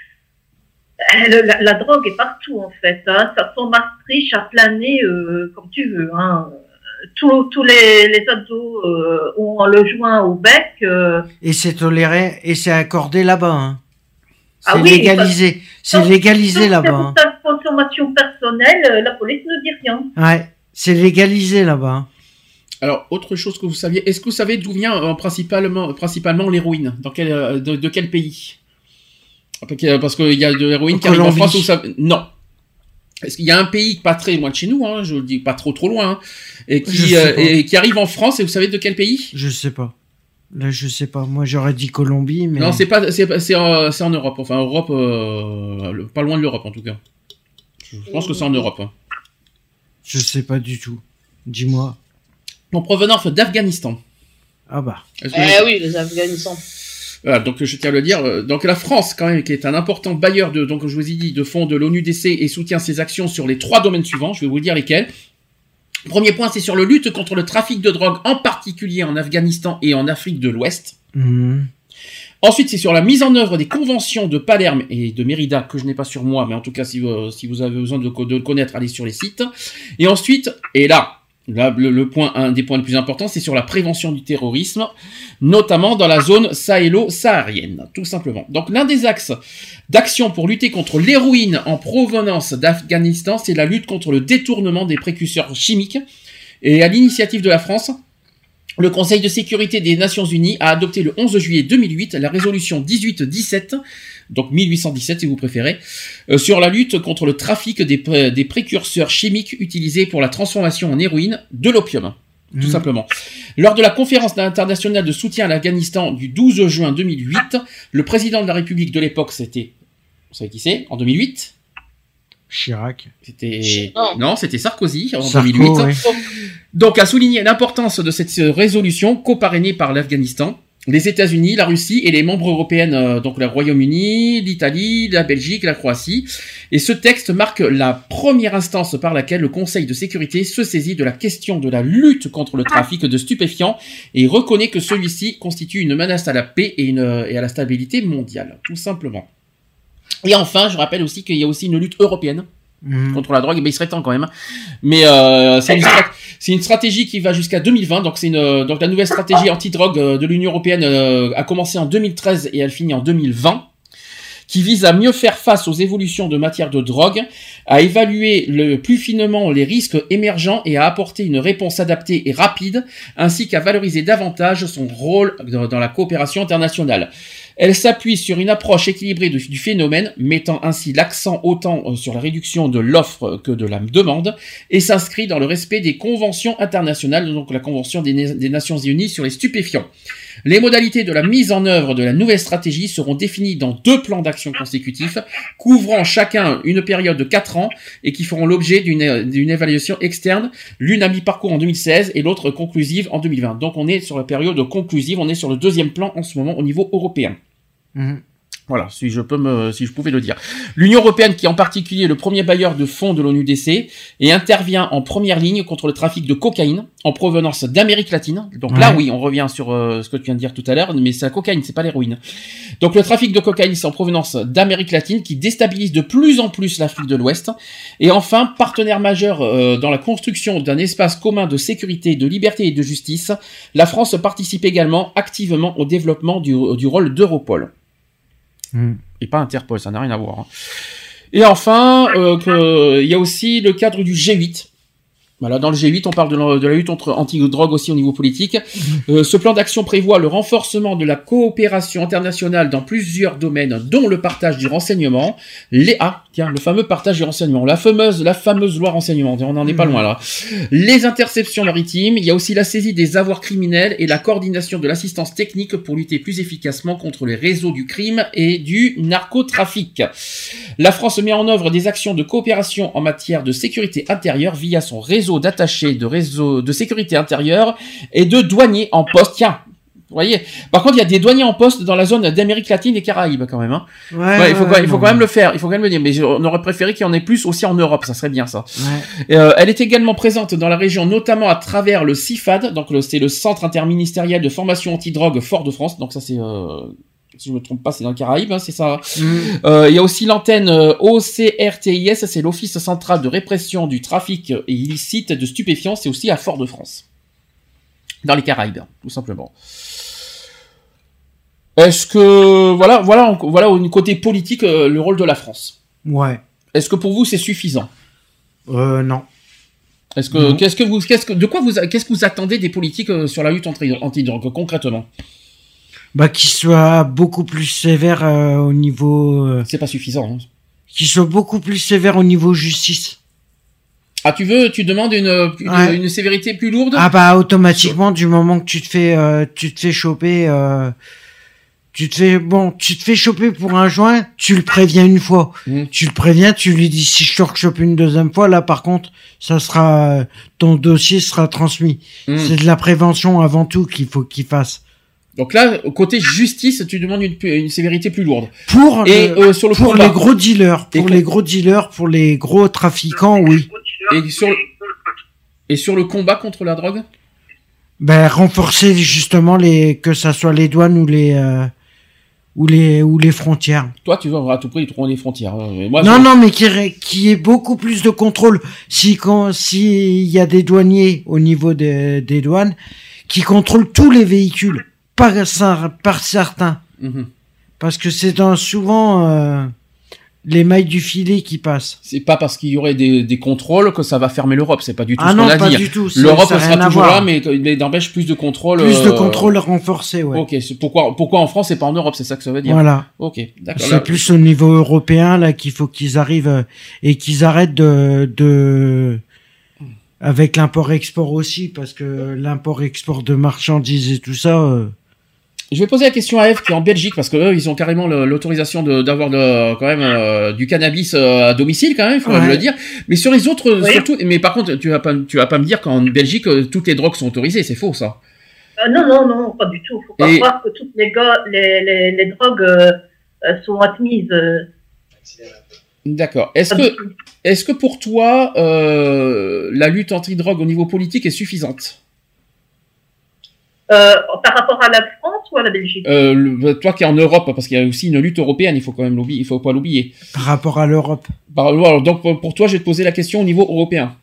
la drogue est partout, en fait. Hein. Ça sent Maastricht à plein nez, comme tu veux. Hein. Tous les ados ont le joint au bec. Et c'est toléré, et c'est accordé là-bas. Hein. C'est oui, légalisé. C'est légalisé là-bas. Pour ta consommation personnelle, la police ne dit rien. Ouais, c'est légalisé là-bas. Alors, autre chose que vous saviez, est-ce que vous savez d'où vient principalement l'héroïne? De quel pays? Parce qu'il y a de l'héroïne qui arrive en France, vous savez... Non. Est-ce qu'il y a un pays pas très loin de chez nous, hein, je le dis pas trop loin, hein, et qui arrive en France, et vous savez de quel pays? Je sais pas. Là, je sais pas. Moi, j'aurais dit Colombie, mais... Non, c'est en Europe. Enfin, Europe, pas loin de l'Europe, en tout cas. Je pense que c'est en Europe. Hein. Je sais pas du tout. Dis-moi. En provenance d'Afghanistan. Ah bah. Oui, les Afghanistans. Voilà, donc je tiens à le dire. Donc la France, quand même, qui est un important bailleur donc je vous ai dit, de fonds de l'ONUDC et soutient ses actions sur les 3 domaines suivants. Je vais vous dire lesquels. Premier point, c'est sur la lutte contre le trafic de drogue, en particulier en Afghanistan et en Afrique de l'Ouest. Ensuite, c'est sur la mise en œuvre des conventions de Palerme et de Mérida, que je n'ai pas sur moi, mais en tout cas, si vous avez besoin de le connaître, allez sur les sites. Et ensuite, le point, un des points les plus importants, c'est sur la prévention du terrorisme, notamment dans la zone sahélo-saharienne, tout simplement. Donc, l'un des axes d'action pour lutter contre l'héroïne en provenance d'Afghanistan, c'est la lutte contre le détournement des précurseurs chimiques. Et à l'initiative de la France, le Conseil de sécurité des Nations Unies a adopté le 11 juillet 2008 la résolution 1817, donc 1817 si vous préférez, sur la lutte contre le trafic des précurseurs chimiques utilisés pour la transformation en héroïne de l'opium, tout simplement. Lors de la conférence internationale de soutien à l'Afghanistan du 12 juin 2008, le président de la République de l'époque, c'était, vous savez qui c'est, en 2008 ? Chirac. Non, c'était Sarkozy en 2008. Ouais. Donc, a souligné l'importance de cette résolution co-parrainée par l'Afghanistan, les États-Unis, la Russie et les membres européens, donc le Royaume-Uni, l'Italie, la Belgique, la Croatie. Et ce texte marque la première instance par laquelle le Conseil de sécurité se saisit de la question de la lutte contre le trafic de stupéfiants et reconnaît que celui-ci constitue une menace à la paix et à la stabilité mondiale, tout simplement. Et enfin, je rappelle aussi qu'il y a aussi une lutte européenne contre la drogue. Mais il serait temps quand même. Mais c'est une stratégie qui va jusqu'à 2020. Donc donc la nouvelle stratégie anti-drogue de l'Union européenne a commencé en 2013 et elle finit en 2020. Qui vise à mieux faire face aux évolutions de matière de drogue, à évaluer plus finement les risques émergents et à apporter une réponse adaptée et rapide, ainsi qu'à valoriser davantage son rôle dans la coopération internationale. Elle s'appuie sur une approche équilibrée du phénomène, mettant ainsi l'accent autant sur la réduction de l'offre que de la demande, et s'inscrit dans le respect des conventions internationales, donc la Convention des Nations Unies sur les stupéfiants. Les modalités de la mise en œuvre de la nouvelle stratégie seront définies dans 2 plans d'action consécutifs, couvrant chacun une période de 4 ans et qui feront l'objet d'une évaluation externe, l'une à mi-parcours en 2016 et l'autre conclusive en 2020. Donc on est sur la période conclusive, on est sur le 2e plan en ce moment au niveau européen. Voilà, si je pouvais le dire. L'Union européenne, qui est en particulier le premier bailleur de fonds de l'ONUDC, et intervient en première ligne contre le trafic de cocaïne en provenance d'Amérique latine. Donc là, oui, on revient sur ce que tu viens de dire tout à l'heure, mais c'est la cocaïne, c'est pas l'héroïne. Donc le trafic de cocaïne, c'est en provenance d'Amérique latine, qui déstabilise de plus en plus l'Afrique de l'Ouest. Et enfin, partenaire majeur dans la construction d'un espace commun de sécurité, de liberté et de justice, la France participe également activement au développement du rôle d'Europol. Et pas Interpol, ça n'a rien à voir. Hein. Et enfin, il y a aussi le cadre du G8. Voilà, dans le G8, on parle de la lutte anti-drogue aussi au niveau politique. Ce plan d'action prévoit le renforcement de la coopération internationale dans plusieurs domaines, dont le partage du renseignement, le fameux partage du renseignement, la fameuse loi renseignement, on n'en est pas loin là. Les interceptions maritimes, il y a aussi la saisie des avoirs criminels et la coordination de l'assistance technique pour lutter plus efficacement contre les réseaux du crime et du narcotrafic. La France met en œuvre des actions de coopération en matière de sécurité intérieure via son réseau d'attachés de sécurité intérieure et de douaniers en poste. Tiens, Vous voyez. Par contre, il y a des douaniers en poste dans la zone d'Amérique latine et Caraïbes quand même. Hein. Ouais, il faut quand même le faire. Il faut quand même le dire. Mais on aurait préféré qu'il y en ait plus aussi en Europe. Ça serait bien ça. Ouais. Elle est également présente dans la région, notamment à travers le CIFAD. Donc c'est le Centre interministériel de formation antidrogue Fort-de-France. Donc ça c'est, si je me trompe pas, c'est dans le Caraïbes. Hein, c'est ça. Il y a aussi l'antenne OCRTIS. C'est l'Office central de répression du trafic illicite de stupéfiants. C'est aussi à Fort-de-France. Dans les Caraïbes, tout simplement. Est-ce que voilà au côté politique le rôle de la France. Ouais. Est-ce que pour vous c'est suffisant? Non. Est-ce que qu'est-ce que vous attendez des politiques sur la lutte anti-drogue concrètement? Bah qu'ils soient beaucoup plus sévères au niveau. C'est pas suffisant. Hein. Qu'ils soient beaucoup plus sévères au niveau justice. Ah tu demandes une sévérité plus lourde? Ah bah automatiquement du moment que tu te fais choper. Tu te fais choper pour un joint, tu le préviens une fois. Tu le préviens, tu lui dis si je te rechope une deuxième fois, là par contre, ça sera ton dossier sera transmis. C'est de la prévention avant tout qu'il faut qu'il fasse. Donc là, côté justice, tu demandes une sévérité plus lourde. Pour les gros dealers, pour les gros trafiquants, oui. Et sur le combat contre la drogue? Ben renforcer justement que ça soit les douanes ou les frontières. Toi, tu veux à tout prix trouver les frontières. Moi, non, mais qui est beaucoup plus de contrôle. Si il y a des douaniers au niveau des douanes qui contrôlent tous les véhicules, par certains, parce que c'est souvent les mailles du filet qui passent. C'est pas parce qu'il y aurait des contrôles que ça va fermer l'Europe. C'est pas du tout ce qu'on a dit. Ah non, pas du tout. L'Europe sera toujours là, mais n'empêche plus de contrôle. Plus de contrôle renforcé, ouais. Ok. Pourquoi en France et pas en Europe? C'est ça que ça veut dire. Voilà. Ok. D'accord. C'est plus au niveau européen là qu'il faut qu'ils arrivent et qu'ils arrêtent avec l'import-export aussi, parce que l'import-export de marchandises et tout ça. Je vais poser la question à Eve qui est en Belgique parce que eux ils ont carrément l'autorisation d'avoir quand même du cannabis à domicile quand même, il faut le dire. Mais sur les autres surtout, mais par contre tu vas pas me dire qu'en Belgique toutes les drogues sont autorisées, c'est faux ça. Non, pas du tout. Faut pas croire que toutes les drogues sont admises. D'accord. Est-ce que pour toi la lutte anti-drogue au niveau politique est suffisante? Par rapport à la France ou à la Belgique? Toi qui es en Europe, parce qu'il y a aussi une lutte européenne, il faut pas l'oublier. Par rapport à l'Europe. Alors, donc pour toi, je vais te poser la question au niveau européen.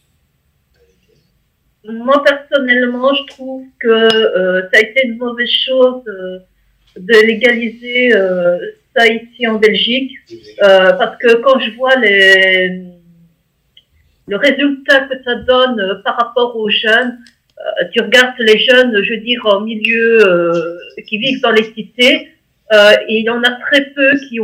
Moi personnellement, je trouve que ça a été une mauvaise chose de légaliser ça ici en Belgique, parce que quand je vois le résultat que ça donne par rapport aux jeunes. Tu regardes les jeunes, je veux dire, en milieu, qui vivent dans les cités, et il y en a très peu qui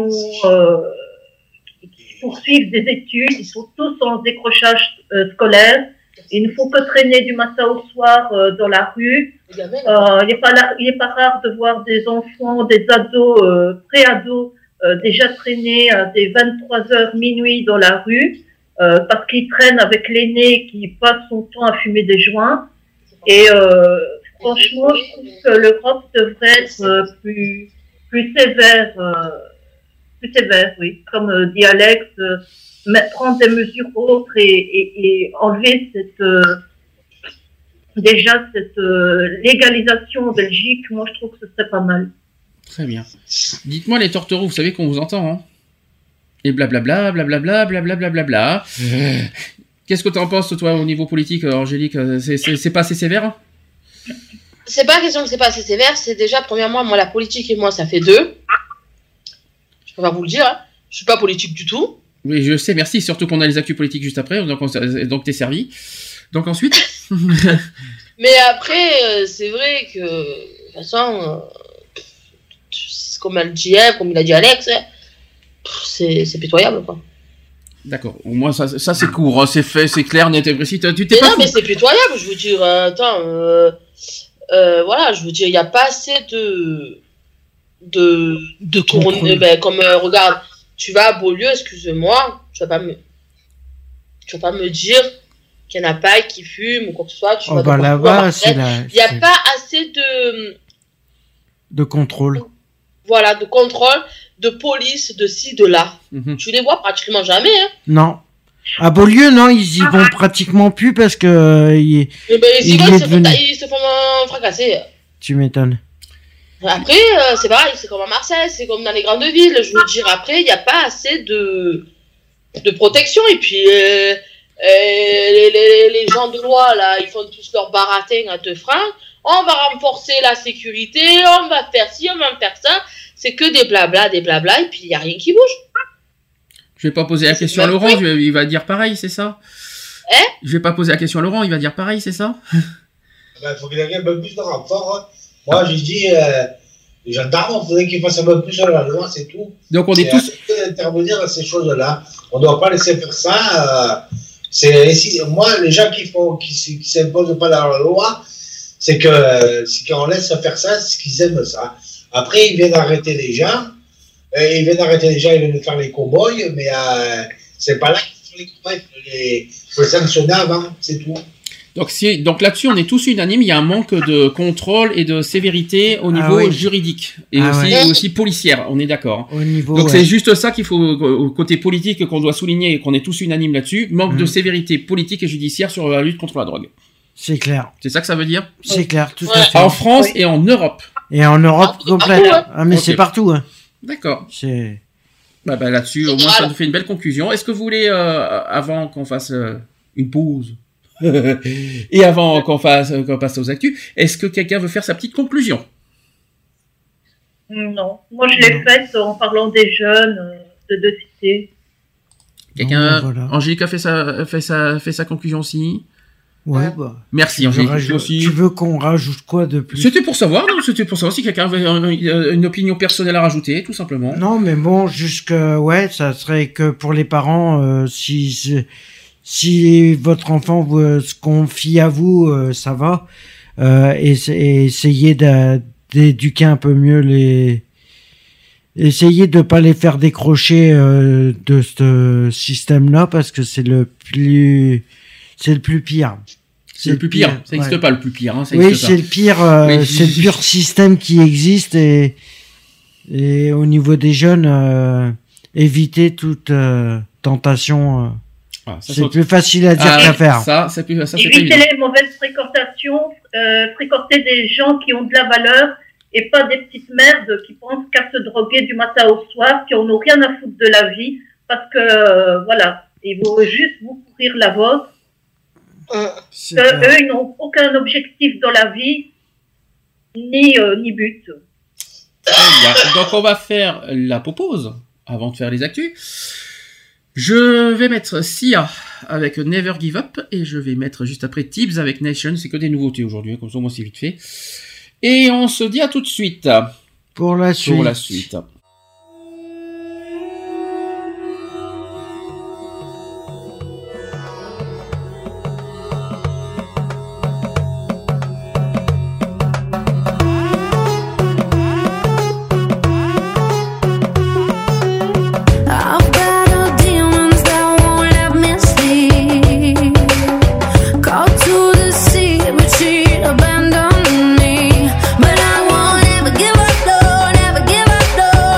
poursuivent des études, ils sont tous en décrochage scolaire, ils ne font que traîner du matin au soir dans la rue. Il n'est pas rare de voir des enfants, des ados, pré-ados, déjà traîner à des 23h minuit dans la rue, parce qu'ils traînent avec l'aîné qui passe son temps à fumer des joints. Et franchement, je trouve que l'Europe devrait être plus sévère, oui, comme dit Alex, prendre des mesures autres et enlever cette légalisation en Belgique. Moi, je trouve que ce serait pas mal. Très bien. Dites-moi les tortereaux, vous savez qu'on vous entend, hein? Et blablabla, blablabla, blablabla, blablabla. Qu'est-ce que tu en penses, toi, au niveau politique, Angélique? C'est pas assez sévère? C'est pas question que c'est pas assez sévère, c'est déjà, premièrement, moi, la politique et moi, ça fait deux. Je peux pas vous le dire, hein. Je suis pas politique du tout. Oui, je sais, merci. Surtout qu'on a les actus politiques juste après, donc t'es servi. Donc ensuite... Mais après, c'est vrai que, de toute façon, comme elle dit, comme il a dit Alex, c'est pitoyable, quoi. D'accord, au moins ça c'est court, hein, c'est fait, c'est clair, net et précis. Tu t'es mais pas non, fou. mais c'est pitoyable, je veux dire, attends, voilà, je veux dire, il n'y a pas assez de contrôle. Comme, regarde, tu vas à Beaulieu, excuse-moi, tu vas pas me dire qu'il n'y en a pas qui fument ou quoi que ce soit. Tu vas là-bas, c'est là. Il n'y a pas assez De contrôle. Voilà, de contrôle, de police, de ci, de là. Tu les vois pratiquement jamais, hein. Non. À Beaulieu, non, ils y vont pratiquement plus parce que ils se font fracasser. Tu m'étonnes. Après, c'est pareil, c'est comme à Marseille, c'est comme dans les grandes villes. Je veux dire, après, il n'y a pas assez de protection. Et puis, les gens de loi, là, ils font tous leur baratin à 2 francs. On va renforcer la sécurité, on va faire ci, on va faire ça. C'est que des blabla, et puis il n'y a rien qui bouge. Je vais pas poser la question à Laurent, il va dire pareil, c'est ça? Je vais pas poser la question à Laurent, il va dire pareil, c'est ça? Il faut qu'il y ait un peu plus de renfort. Moi, j'ai dit, les gendarmes, il faudrait qu'ils fassent un peu plus sur la loi, c'est tout. Donc on est tous... Intervenir dans ces choses-là. On ne doit pas laisser faire ça. Moi, les gens qui s'imposent pas la loi, c'est qu'on laisse faire ça, c'est qu'ils aiment ça. Après, ils viennent arrêter les gens. Ils viennent faire les cow-boys, mais c'est pas là qu'il faut les sanctionner avant, c'est tout. Donc là-dessus, on est tous unanimes, il y a un manque de contrôle et de sévérité au niveau juridique et aussi policière, on est d'accord. Donc c'est juste ça qu'il faut, au côté politique, qu'on doit souligner et qu'on est tous unanimes là-dessus, manque de sévérité politique et judiciaire sur la lutte contre la drogue. C'est clair. C'est ça que ça veut dire? C'est clair, tout à fait. En France et en Europe. Et en Europe complète. Mais c'est partout. Hein. D'accord. C'est... Bah là-dessus, au moins ça nous fait une belle conclusion. Est-ce que vous voulez, avant qu'on fasse une pause et avant qu'on passe aux actus, est-ce que quelqu'un veut faire sa petite conclusion? Non, moi je l'ai faite en parlant des jeunes de cité. Quelqu'un, voilà. Angélique a fait sa conclusion aussi. Ouais, merci Angélique. Tu veux qu'on rajoute quoi de plus? C'était pour savoir si quelqu'un avait une opinion personnelle à rajouter, tout simplement. Non, mais bon, ça serait que pour les parents, si votre enfant se confie à vous, ça va. Essayez d'éduquer un peu mieux essayez de pas les faire décrocher de ce système-là parce que c'est le plus pire. C'est le plus pire. Ça n'existe pas le plus pire. Hein, oui, c'est le pire. C'est le pire système qui existe et au niveau des jeunes, évitez toute tentation. C'est plus facile à dire qu'à faire. Évitez les mauvaises fréquentations, fréquenter des gens qui ont de la valeur et pas des petites merdes qui pensent qu'à se droguer du matin au soir, qui n'ont rien à foutre de la vie, parce que ils vont juste vous pourrir la vôtre. Eux, ils n'ont aucun objectif dans la vie, ni but. Donc on va faire la pause avant de faire les actus. Je vais mettre Sia avec Never Give Up et je vais mettre juste après Tibbs avec Nation. C'est que des nouveautés aujourd'hui, comme ça moi c'est vite fait. Et on se dit à tout de suite. Pour la suite. Abandon me, but I won't ever give up, no, never give up, no.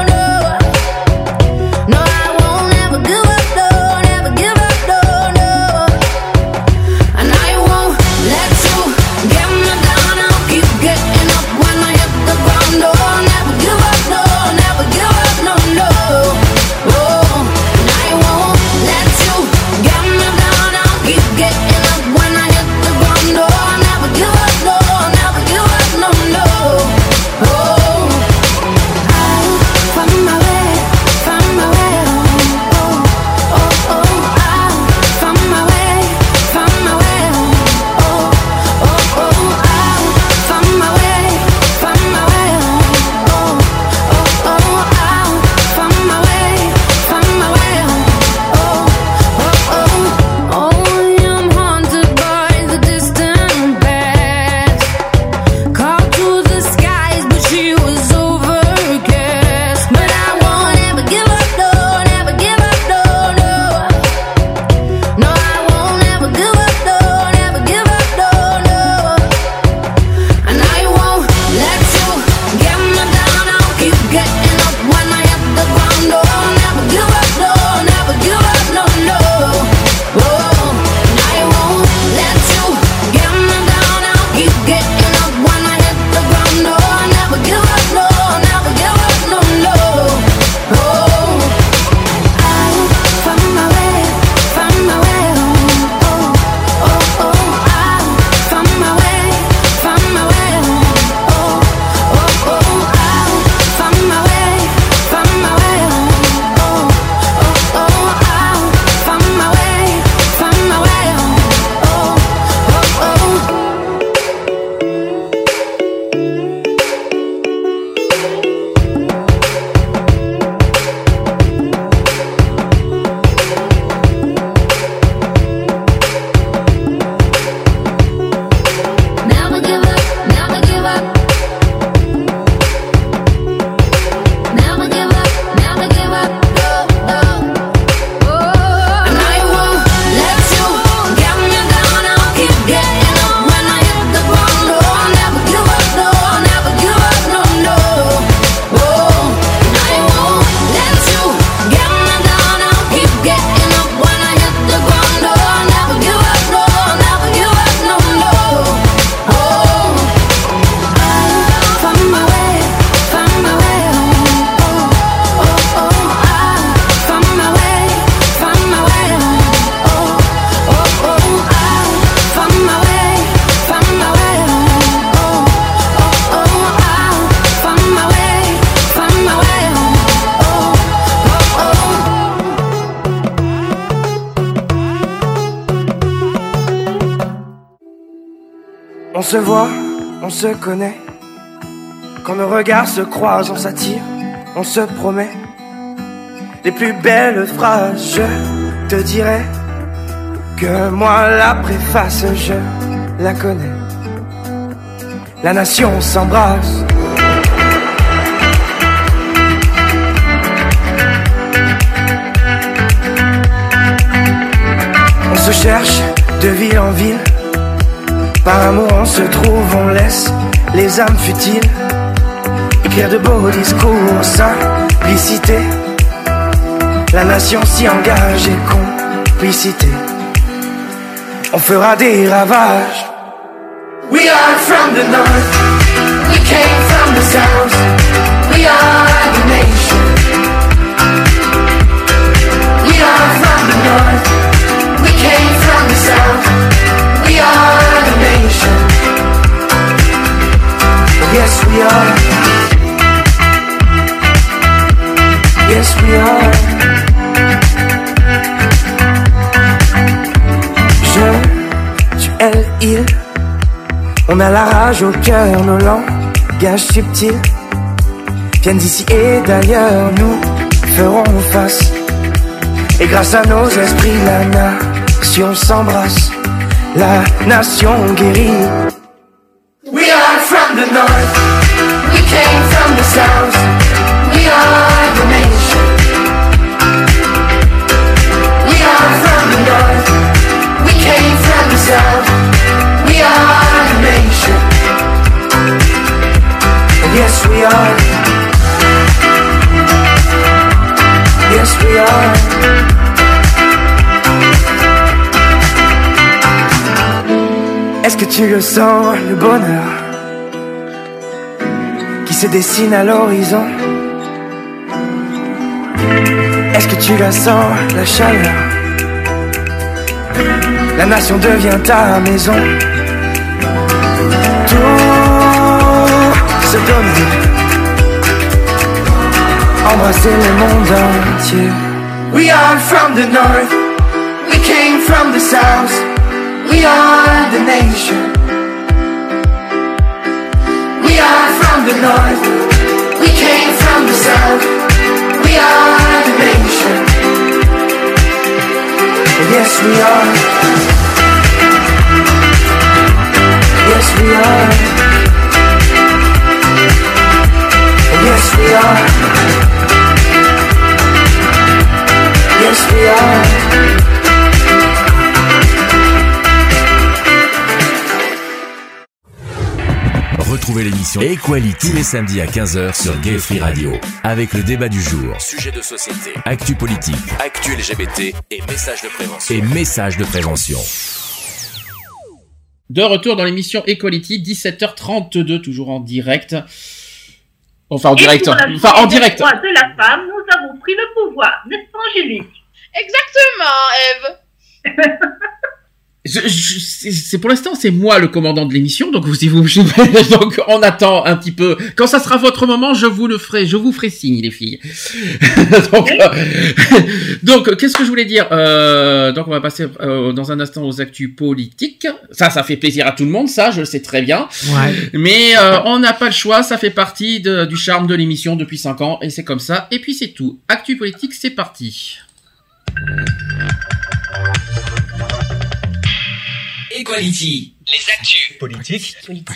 On se voit, on se connaît. Quand nos regards se croisent, on s'attire, on se promet. Les plus belles phrases, je te dirai que moi la préface, je la connais. La nation s'embrasse. On se cherche de ville en ville. Par amour on se trouve, on laisse les âmes futiles écrire de beaux discours, simplicité. La nation s'y engage et complicité. On fera des ravages. We are from the north, we came from the south, we are the nation. We are from the north, we came from the south, we are the nation. Yes we are, yes we are. Je, tu, elle, il. On a la rage au cœur, nos langages subtils viennent d'ici et d'ailleurs, nous ferons face. Et grâce à nos esprits, la nation s'embrasse, la nation guérit. We are from the north, we came from the south, we are the nation. We are from the north, we came from the south, we are the nation. Yes we are, yes we are. Est-ce que tu le sens, le bonheur qui se dessine à l'horizon? Est-ce que tu la sens, la chaleur? La nation devient ta maison. Tout se donne, embrasser le monde entier. We are from the north, we came from the south, we are the nation. We are from the north, we came from the south, we are the nation. Yes we are, yes we are, yes we are, yes we are. Retrouvez l'émission Equality tous les samedis à 15h sur Gay Free Radio. Avec le débat du jour, sujet de société, actu politique, actu LGBT et messages de prévention. De retour dans l'émission Equality, 17h32, toujours en direct. Enfin, en direct. Enfin, en direct. Pour la de la femme, nous avons pris le pouvoir, n'est-ce pas, Angélique? Exactement, Eve. C'est pour l'instant, c'est moi le commandant de l'émission, donc donc on attend un petit peu. Quand ça sera votre moment, je vous ferai signe, les filles. donc qu'est-ce que je voulais dire? Donc on va passer dans un instant aux actus politiques. Ça fait plaisir à tout le monde, ça, je le sais très bien. Ouais. Mais on n'a pas le choix, ça fait partie du charme de l'émission depuis 5 ans, et c'est comme ça. Et puis c'est tout. Actu politique, c'est parti. Equality, les actus politique.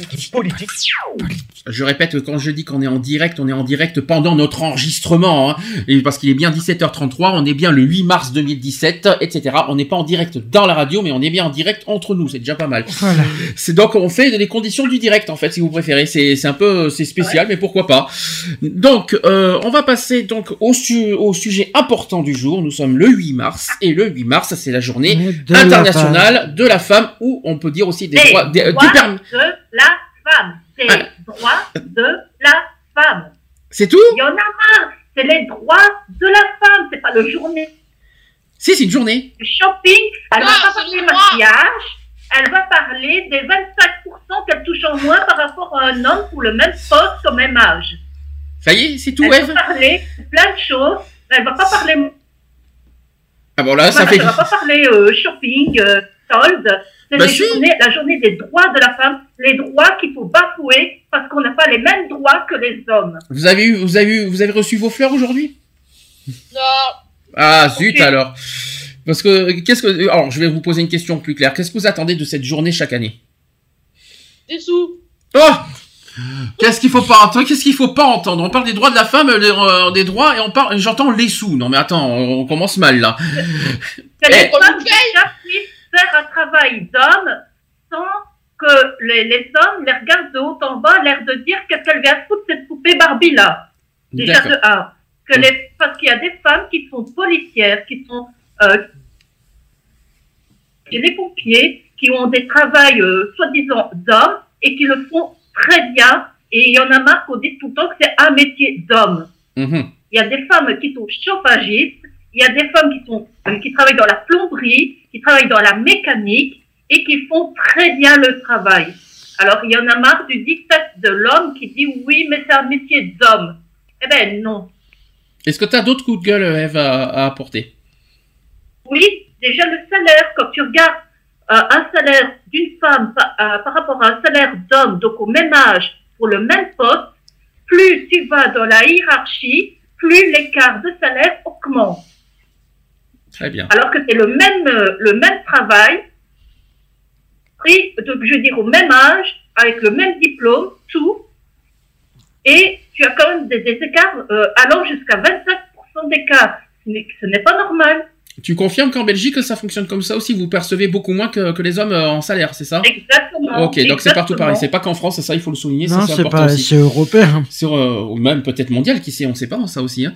Je répète que quand je dis qu'on est en direct pendant notre enregistrement, hein, et parce qu'il est bien 17h33, on est bien le 8 mars 2017, etc. On n'est pas en direct dans la radio, mais on est bien en direct entre nous, c'est déjà pas mal. Voilà. C'est donc, on fait les conditions du direct, en fait, si vous préférez. C'est spécial, mais pourquoi pas. Donc, on va passer donc au sujet important du jour. Nous sommes le 8 mars, et le 8 mars, c'est la journée internationale de la femme, où on peut dire aussi des droits de la femme. C'est les droits de la femme. C'est tout? Il y en a marre. C'est les droits de la femme. C'est pas le journée. Si, c'est une journée. Le shopping, elle va pas parler maquillage. Elle va parler des 25% qu'elle touche en moins par rapport à un homme pour le même poste au même âge. Ça y est, c'est tout, Elle Eve? va parler plein de choses. Elle va pas parler. Ah bon, là, ça fait... On va pas parler shopping, solde. C'est Bah, la journée des droits de la femme, les droits qu'il faut bafouer parce qu'on n'a pas les mêmes droits que les hommes. Vous avez reçu vos fleurs aujourd'hui? Non. Ah, zut, alors. Parce que, alors, je vais vous poser une question plus claire. Qu'est-ce que vous attendez de cette journée chaque année? Des sous. Oh! Qu'est-ce qu'il faut pas entendre? On parle des droits de la femme, des droits, et j'entends les sous. Non, mais attends, on commence mal, là. Que les femmes puissent faire un travail d'homme sans que les hommes les regardent de haut en bas, l'air de dire qu'est-ce qu'elle vient foutre cette poupée Barbie là. Déjà de un. Parce qu'il y a des femmes qui sont policières, qui sont les pompiers, qui ont des travails soi-disant d'hommes et qui le font très bien. Et il y en a marre qu'on dise tout le temps que c'est un métier d'homme. Mm-hmm. Il y a des femmes qui sont chauffagistes, il y a des femmes qui travaillent dans la plomberie, qui travaillent dans la mécanique et qui font très bien le travail. Alors, il y en a marre du diktat de l'homme qui dit oui, mais c'est un métier d'homme. Eh ben non. Est-ce que tu as d'autres coups de gueule, Ève, à apporter? Oui, déjà le salaire. Quand tu regardes un salaire d'une femme par rapport à un salaire d'homme, donc au même âge, pour le même poste, plus tu vas dans la hiérarchie, plus l'écart de salaire augmente. Très bien. Alors que c'est le même travail, pris, je veux dire, au même âge, avec le même diplôme, tout, et tu as quand même des écarts allant jusqu'à 25% d'écart. Ce n'est pas normal. Tu confirmes qu'en Belgique, ça fonctionne comme ça aussi? Vous percevez beaucoup moins que les hommes en salaire, c'est ça? Exactement. Ok, donc c'est partout pareil. C'est pas qu'en France, ça, il faut le souligner. Non, ça, c'est important aussi. C'est européen. C'est même peut-être mondial, qui sait, on sait pas, ça aussi. Hein.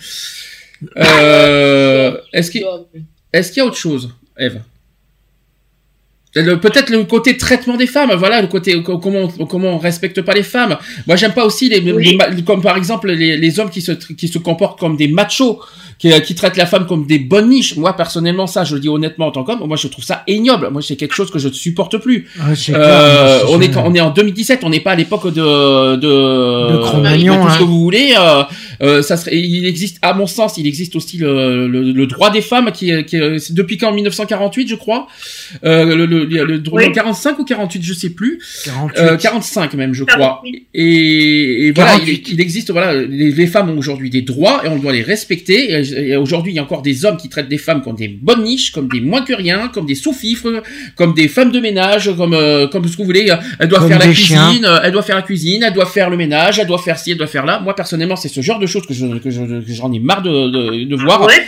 Est-ce qu'il y a autre chose, Ève? Peut-être le côté traitement des femmes, voilà, le côté comment on respecte pas les femmes. Moi, j'aime pas aussi comme par exemple les hommes qui se comportent comme des machos, qui traitent la femme comme des bonnes niches. Moi, personnellement, ça, je le dis honnêtement en tant qu'homme, moi, je trouve ça ignoble. Moi, c'est quelque chose que je ne supporte plus. Ah, clair, on est en 2017, on n'est pas à l'époque de Cro-Magnon, tout ce que vous voulez. Il existe, à mon sens, il existe aussi le droit des femmes qui c'est depuis quand, en 1948, je crois. Le droit 45 ou 48, je sais plus. 45 même, je crois. Et voilà, il existe, voilà, les femmes ont aujourd'hui des droits et on doit les respecter. Et aujourd'hui, il y a encore des hommes qui traitent des femmes comme des bonnes niches, comme des moins que rien, comme des sous-fifres, comme des femmes de ménage, comme ce que vous voulez. Elle doit faire la cuisine, elle doit faire le ménage, elle doit faire ci, elle doit faire là. Moi, personnellement, c'est ce genre de choses que j'en ai marre de voir. Ouais,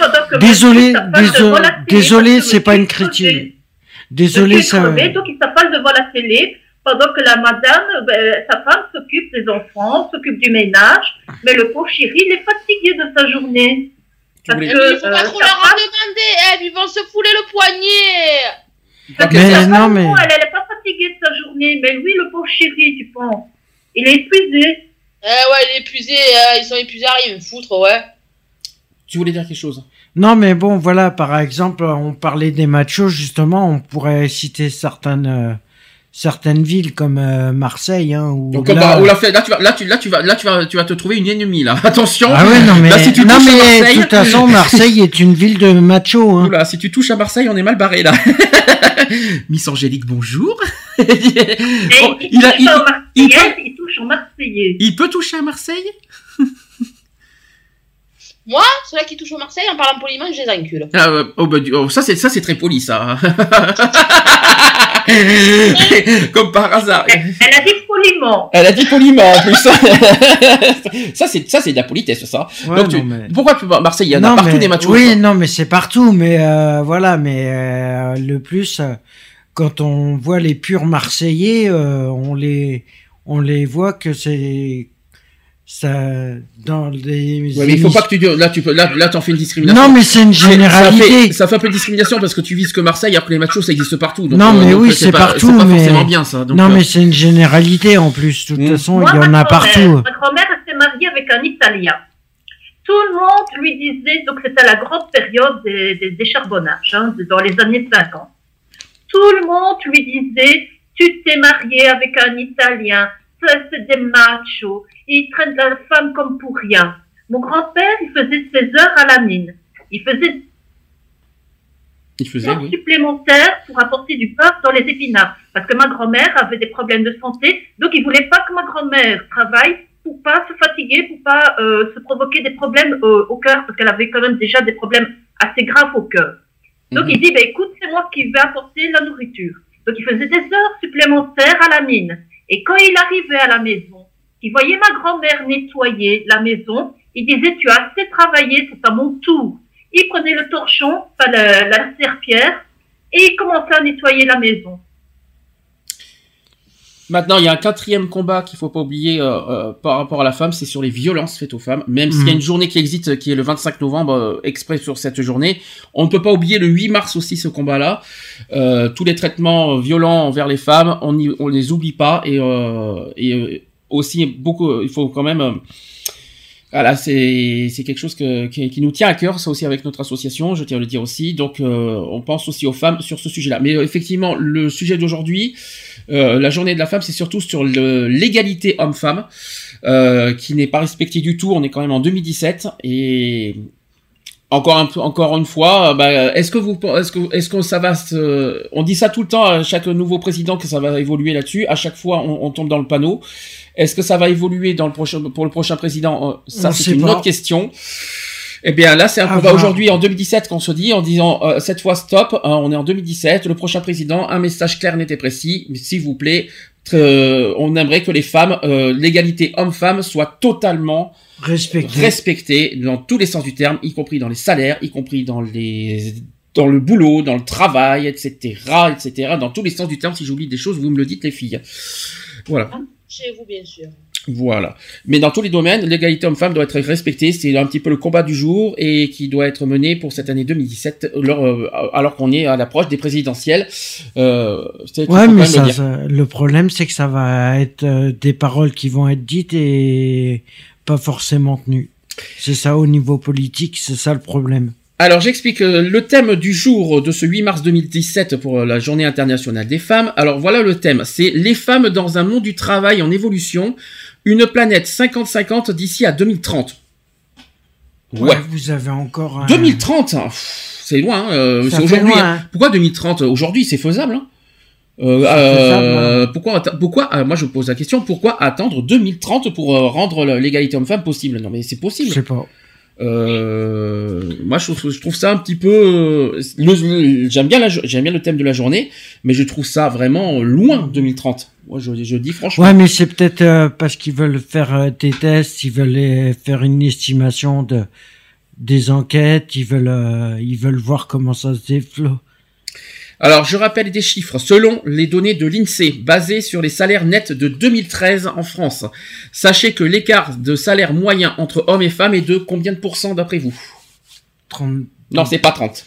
désolé, c'est pas une critique. Désolé, ça. Donc, il s'appelle devant la télé pendant que la madame, sa femme s'occupe des enfants, s'occupe du ménage, mais le pauvre chéri, il est fatigué de sa journée. Parce que, il faut pas trop leur en demander, ils vont se fouler le poignet. Parce que elle est pas fatiguée de sa journée, mais lui, le pauvre chéri, tu penses, il est épuisé. Ouais, il est épuisé, ils sont épuisés, ils me foutre, ouais. Tu voulais dire quelque chose? Non, mais bon, voilà, par exemple, on parlait des machos, justement, on pourrait citer certaines villes comme Marseille, hein, où donc, là tu vas te trouver une ennemie, là. Attention. Ah ouais, non, mais, là, si tu touches à Marseille... de toute façon, Marseille est une ville de machos, hein. Oula, si tu touches à Marseille, on est mal barré, là. Miss Angélique, bonjour. Il touche en Marseillais. Il peut toucher à Marseille? Moi, ceux-là qui touchent au Marseille, en parlant poliment, je les encule. Ça c'est très poli, ça. Comme par hasard. Elle a dit poliment. Elle a dit poliment, en plus. ça c'est de la politesse, ça. Ouais, donc, pourquoi Marseille, il y en a partout des machos? Oui, non, mais c'est partout, mais voilà, mais le plus, quand on voit les purs Marseillais, on les voit que c'est... Ça, dans les ouais, mais il faut pas que là t'en fais une discrimination. Non, mais c'est une généralité. Ça fait un peu de discrimination parce que tu vises que Marseille, après les machos ça existe partout. Donc, non, mais oui, c'est partout. C'est pas mais... forcément bien ça. Donc, non, mais c'est une généralité en plus. De toute façon, il y en a partout. Ma grand-mère s'est mariée avec un Italien. Tout le monde lui disait, donc c'était la grande période des charbonnages, hein, dans les années 50. Tout le monde lui disait, tu t'es marié avec un Italien. C'est des machos, ils traitent la femme comme pour rien. Mon grand-père, il faisait ses heures à la mine. Il faisait supplémentaires pour apporter du beurre dans les épinards. Parce que ma grand-mère avait des problèmes de santé, donc il voulait pas que ma grand-mère travaille pour pas se fatiguer, pour pas se provoquer des problèmes au cœur, parce qu'elle avait quand même déjà des problèmes assez graves au cœur. Donc il dit, écoute, c'est moi qui vais apporter la nourriture. Donc il faisait des heures supplémentaires à la mine. Et quand il arrivait à la maison, il voyait ma grand-mère nettoyer la maison, il disait, tu as assez travaillé, c'est à mon tour. Il prenait le torchon, la serpillère, et il commençait à nettoyer la maison. Maintenant, il y a un 4e combat qu'il faut pas oublier par rapport à la femme, c'est sur les violences faites aux femmes. Même s'il y a une journée qui existe, qui est le 25 novembre, exprès sur cette journée, on ne peut pas oublier le 8 mars aussi ce combat-là. Tous les traitements violents envers les femmes, on les oublie pas et aussi beaucoup. Il faut quand même. Voilà, c'est quelque chose qui nous tient à cœur, ça aussi avec notre association, je tiens à le dire aussi. Donc, on pense aussi aux femmes sur ce sujet-là. Mais effectivement, le sujet d'aujourd'hui, la journée de la femme, c'est surtout sur l'égalité homme-femme, qui n'est pas respectée du tout. On est quand même en 2017 et encore une fois, est-ce que ça va on dit ça tout le temps à chaque nouveau président que ça va évoluer là-dessus. À chaque fois, on tombe dans le panneau. Est-ce que ça va évoluer pour le prochain président? Ça, c'est une autre question. Eh bien, là, c'est un combat aujourd'hui en 2017 qu'on se dit en disant cette fois stop. On est en 2017. Le prochain président, un message clair, net et précis. S'il vous plaît, on aimerait que les femmes, l'égalité homme-femme, soit totalement respectée dans tous les sens du terme, y compris dans les salaires, y compris dans le boulot, dans le travail, etc., dans tous les sens du terme. Si j'oublie des choses, vous me le dites, les filles. Voilà. Chez vous, bien sûr. Voilà. Mais dans tous les domaines, l'égalité homme-femme doit être respectée. C'est un petit peu le combat du jour et qui doit être mené pour cette année 2017, alors qu'on est à l'approche des présidentielles. Ouais, mais le problème, c'est que ça va être des paroles qui vont être dites et pas forcément tenues. C'est ça au niveau politique, c'est ça le problème. Alors, j'explique le thème du jour de ce 8 mars 2017 pour la Journée internationale des femmes. Alors, voilà le thème. C'est les femmes dans un monde du travail en évolution, une planète 50-50 d'ici à 2030. Ouais. Vous avez encore 2030, c'est loin. C'est aujourd'hui. Loin, hein. Pourquoi 2030? Aujourd'hui, c'est faisable. Pourquoi moi je pose la question, pourquoi attendre 2030 pour rendre l'égalité homme-femme possible? Non, mais c'est possible. Je sais pas. Moi je trouve ça un petit peu j'aime bien le thème de la journée, mais je trouve ça vraiment loin 2030. Moi je dis franchement. Ouais, mais c'est peut-être parce qu'ils veulent faire des tests, ils veulent faire une estimation des enquêtes, ils veulent voir comment ça se développe. Alors, je rappelle des chiffres. Selon les données de l'INSEE, basées sur les salaires nets de 2013 en France, sachez que l'écart de salaire moyen entre hommes et femmes est de combien de pourcents d'après vous? 30. Non, c'est pas 30.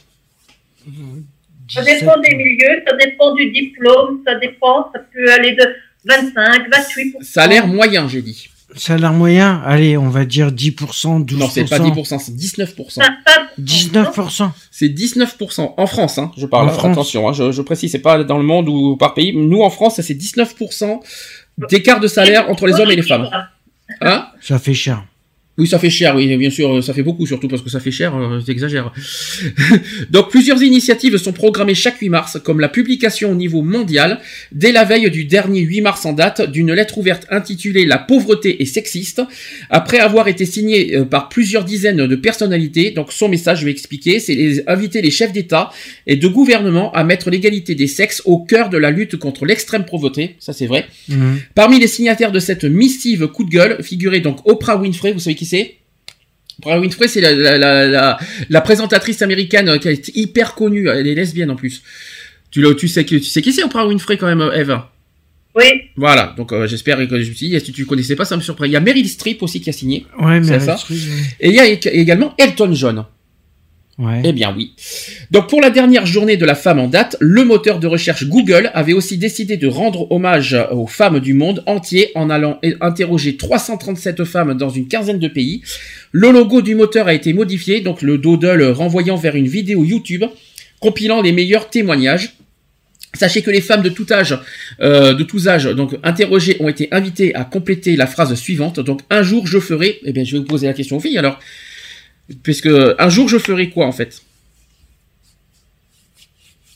Ça dépend des milieux, ça dépend du diplôme, ça peut aller de 25, 28%. Salaire moyen, j'ai dit. Salaire moyen, allez, on va dire 10%, 12%. Non, c'est pas 10%, c'est 19%. 19%. C'est 19% en France, hein, je parle. Attention, hein, je précise, c'est pas dans le monde ou par pays. Nous, en France, c'est 19% d'écart de salaire entre les hommes et les femmes. Hein? Ça fait cher. Oui, ça fait cher, oui, bien sûr, ça fait beaucoup, surtout parce que ça fait cher, j'exagère. Donc, plusieurs initiatives sont programmées chaque 8 mars, comme la publication au niveau mondial, dès la veille du dernier 8 mars en date, d'une lettre ouverte intitulée « La pauvreté est sexiste », après avoir été signée par plusieurs dizaines de personnalités. Donc, son message, je vais expliquer, c'est inviter les chefs d'État et de gouvernement à mettre l'égalité des sexes au cœur de la lutte contre l'extrême pauvreté, ça c'est vrai. Parmi les signataires de cette missive coup de gueule figurait donc Oprah Winfrey, vous savez qui c'est? Oprah Winfrey, c'est la présentatrice américaine qui est hyper connue. Elle est lesbienne en plus. Tu sais qui c'est Oprah Winfrey quand même, Eve? Oui. Voilà, donc j'espère que si tu connaissais pas, ça me surprend. Il y a Meryl Streep aussi qui a signé. Ouais, Meryl Streep. Et il y a également Elton John. Ouais. Eh bien oui. Donc pour la dernière journée de la femme en date, le moteur de recherche Google avait aussi décidé de rendre hommage aux femmes du monde entier en allant interroger 337 femmes dans une quinzaine de pays. Le logo du moteur a été modifié, donc le doodle renvoyant vers une vidéo YouTube compilant les meilleurs témoignages. Sachez que les femmes de tous âges, donc interrogées, ont été invitées à compléter la phrase suivante. Donc un jour je ferai. Eh bien je vais vous poser la question aux filles alors. Puisque un jour je ferai quoi en fait?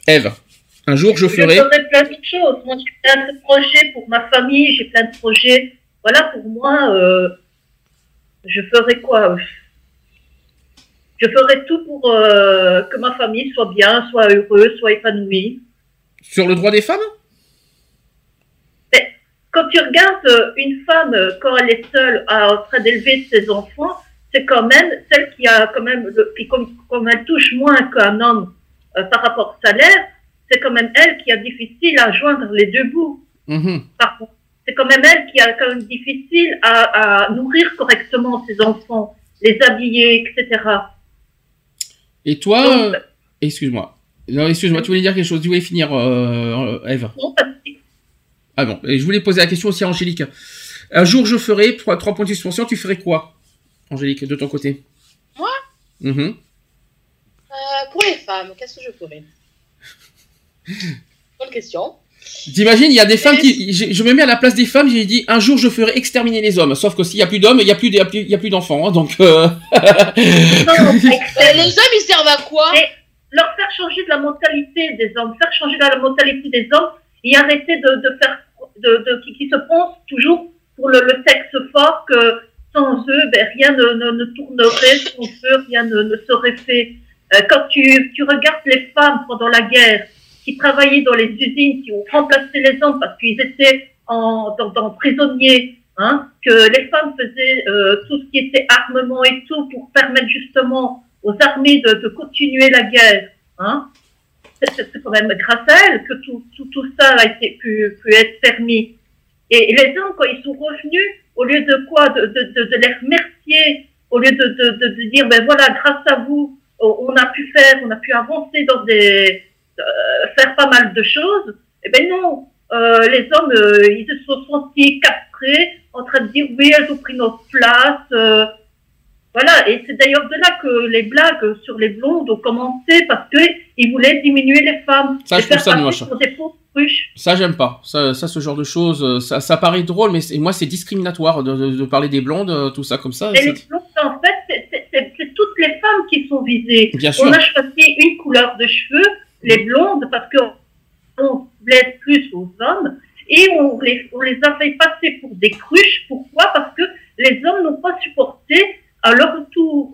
Ève, un jour je ferai... Je ferai plein de choses. Moi, j'ai plein de projets pour ma famille, j'ai plein de projets. Voilà, pour moi, je ferai quoi? Je ferai tout pour que ma famille soit bien, soit heureuse, soit épanouie. Sur le droit des femmes? Mais quand tu regardes une femme, quand elle est seule en train d'élever ses enfants, c'est quand même celle qui a quand même, comme elle touche moins qu'un homme par rapport au salaire, c'est quand même elle qui a difficile à joindre les deux bouts. Par contre, c'est quand même elle qui a quand même difficile à nourrir correctement ses enfants, les habiller, etc. Et toi, excuse-moi. Non, excuse-moi, tu voulais dire quelque chose, tu voulais finir, Ève? Non, pas de souci. Ah bon, et je voulais poser la question aussi à Angélique. Un jour je ferai, 3 points de suspension, tu ferais quoi, Angélique, de ton côté? Moi Pour les femmes, qu'est-ce que je ferais? Bonne question. T'imagines, il y a des femmes qui... Je me mets à la place des femmes, j'ai dit, un jour je ferai exterminer les hommes. Sauf que s'il n'y a plus d'hommes, il n'y a plus d'enfants, hein, donc... Non, les hommes, ils servent à quoi? Leur faire changer de la mentalité des hommes, faire changer la mentalité des hommes et arrêter de faire... qui se pensent toujours pour le sexe fort, que sans eux, rien ne tournerait, sans eux, rien ne serait fait. Quand tu regardes les femmes pendant la guerre, qui travaillaient dans les usines, qui ont remplacé les hommes parce qu'ils étaient en prisonniers, hein, que les femmes faisaient tout ce qui était armement et tout pour permettre justement aux armées de continuer la guerre. Hein. C'est quand même grâce à elles que tout ça a pu être permis. Et les hommes, quand ils sont revenus, au lieu de quoi, de les remercier, au lieu de dire, ben voilà, grâce à vous, on a pu avancer dans faire pas mal de choses, eh ben non, les hommes, ils se sont sentis castrés, en train de dire, oui, elles ont pris notre place, voilà, et c'est d'ailleurs de là que les blagues sur les blondes ont commencé, parce qu'ils voulaient diminuer les femmes. Ça, je trouve ça moche. Ça, j'aime pas. Ça, ce genre de choses, ça paraît drôle, mais moi, c'est discriminatoire de parler des blondes, tout ça comme ça. Et les blondes, en fait, c'est toutes les femmes qui sont visées. Bien sûr. On a choisi une couleur de cheveux, les blondes, parce qu'on blesse plus aux hommes, et on les a fait passer pour des cruches. Pourquoi? Parce que les hommes n'ont pas supporté à leur retour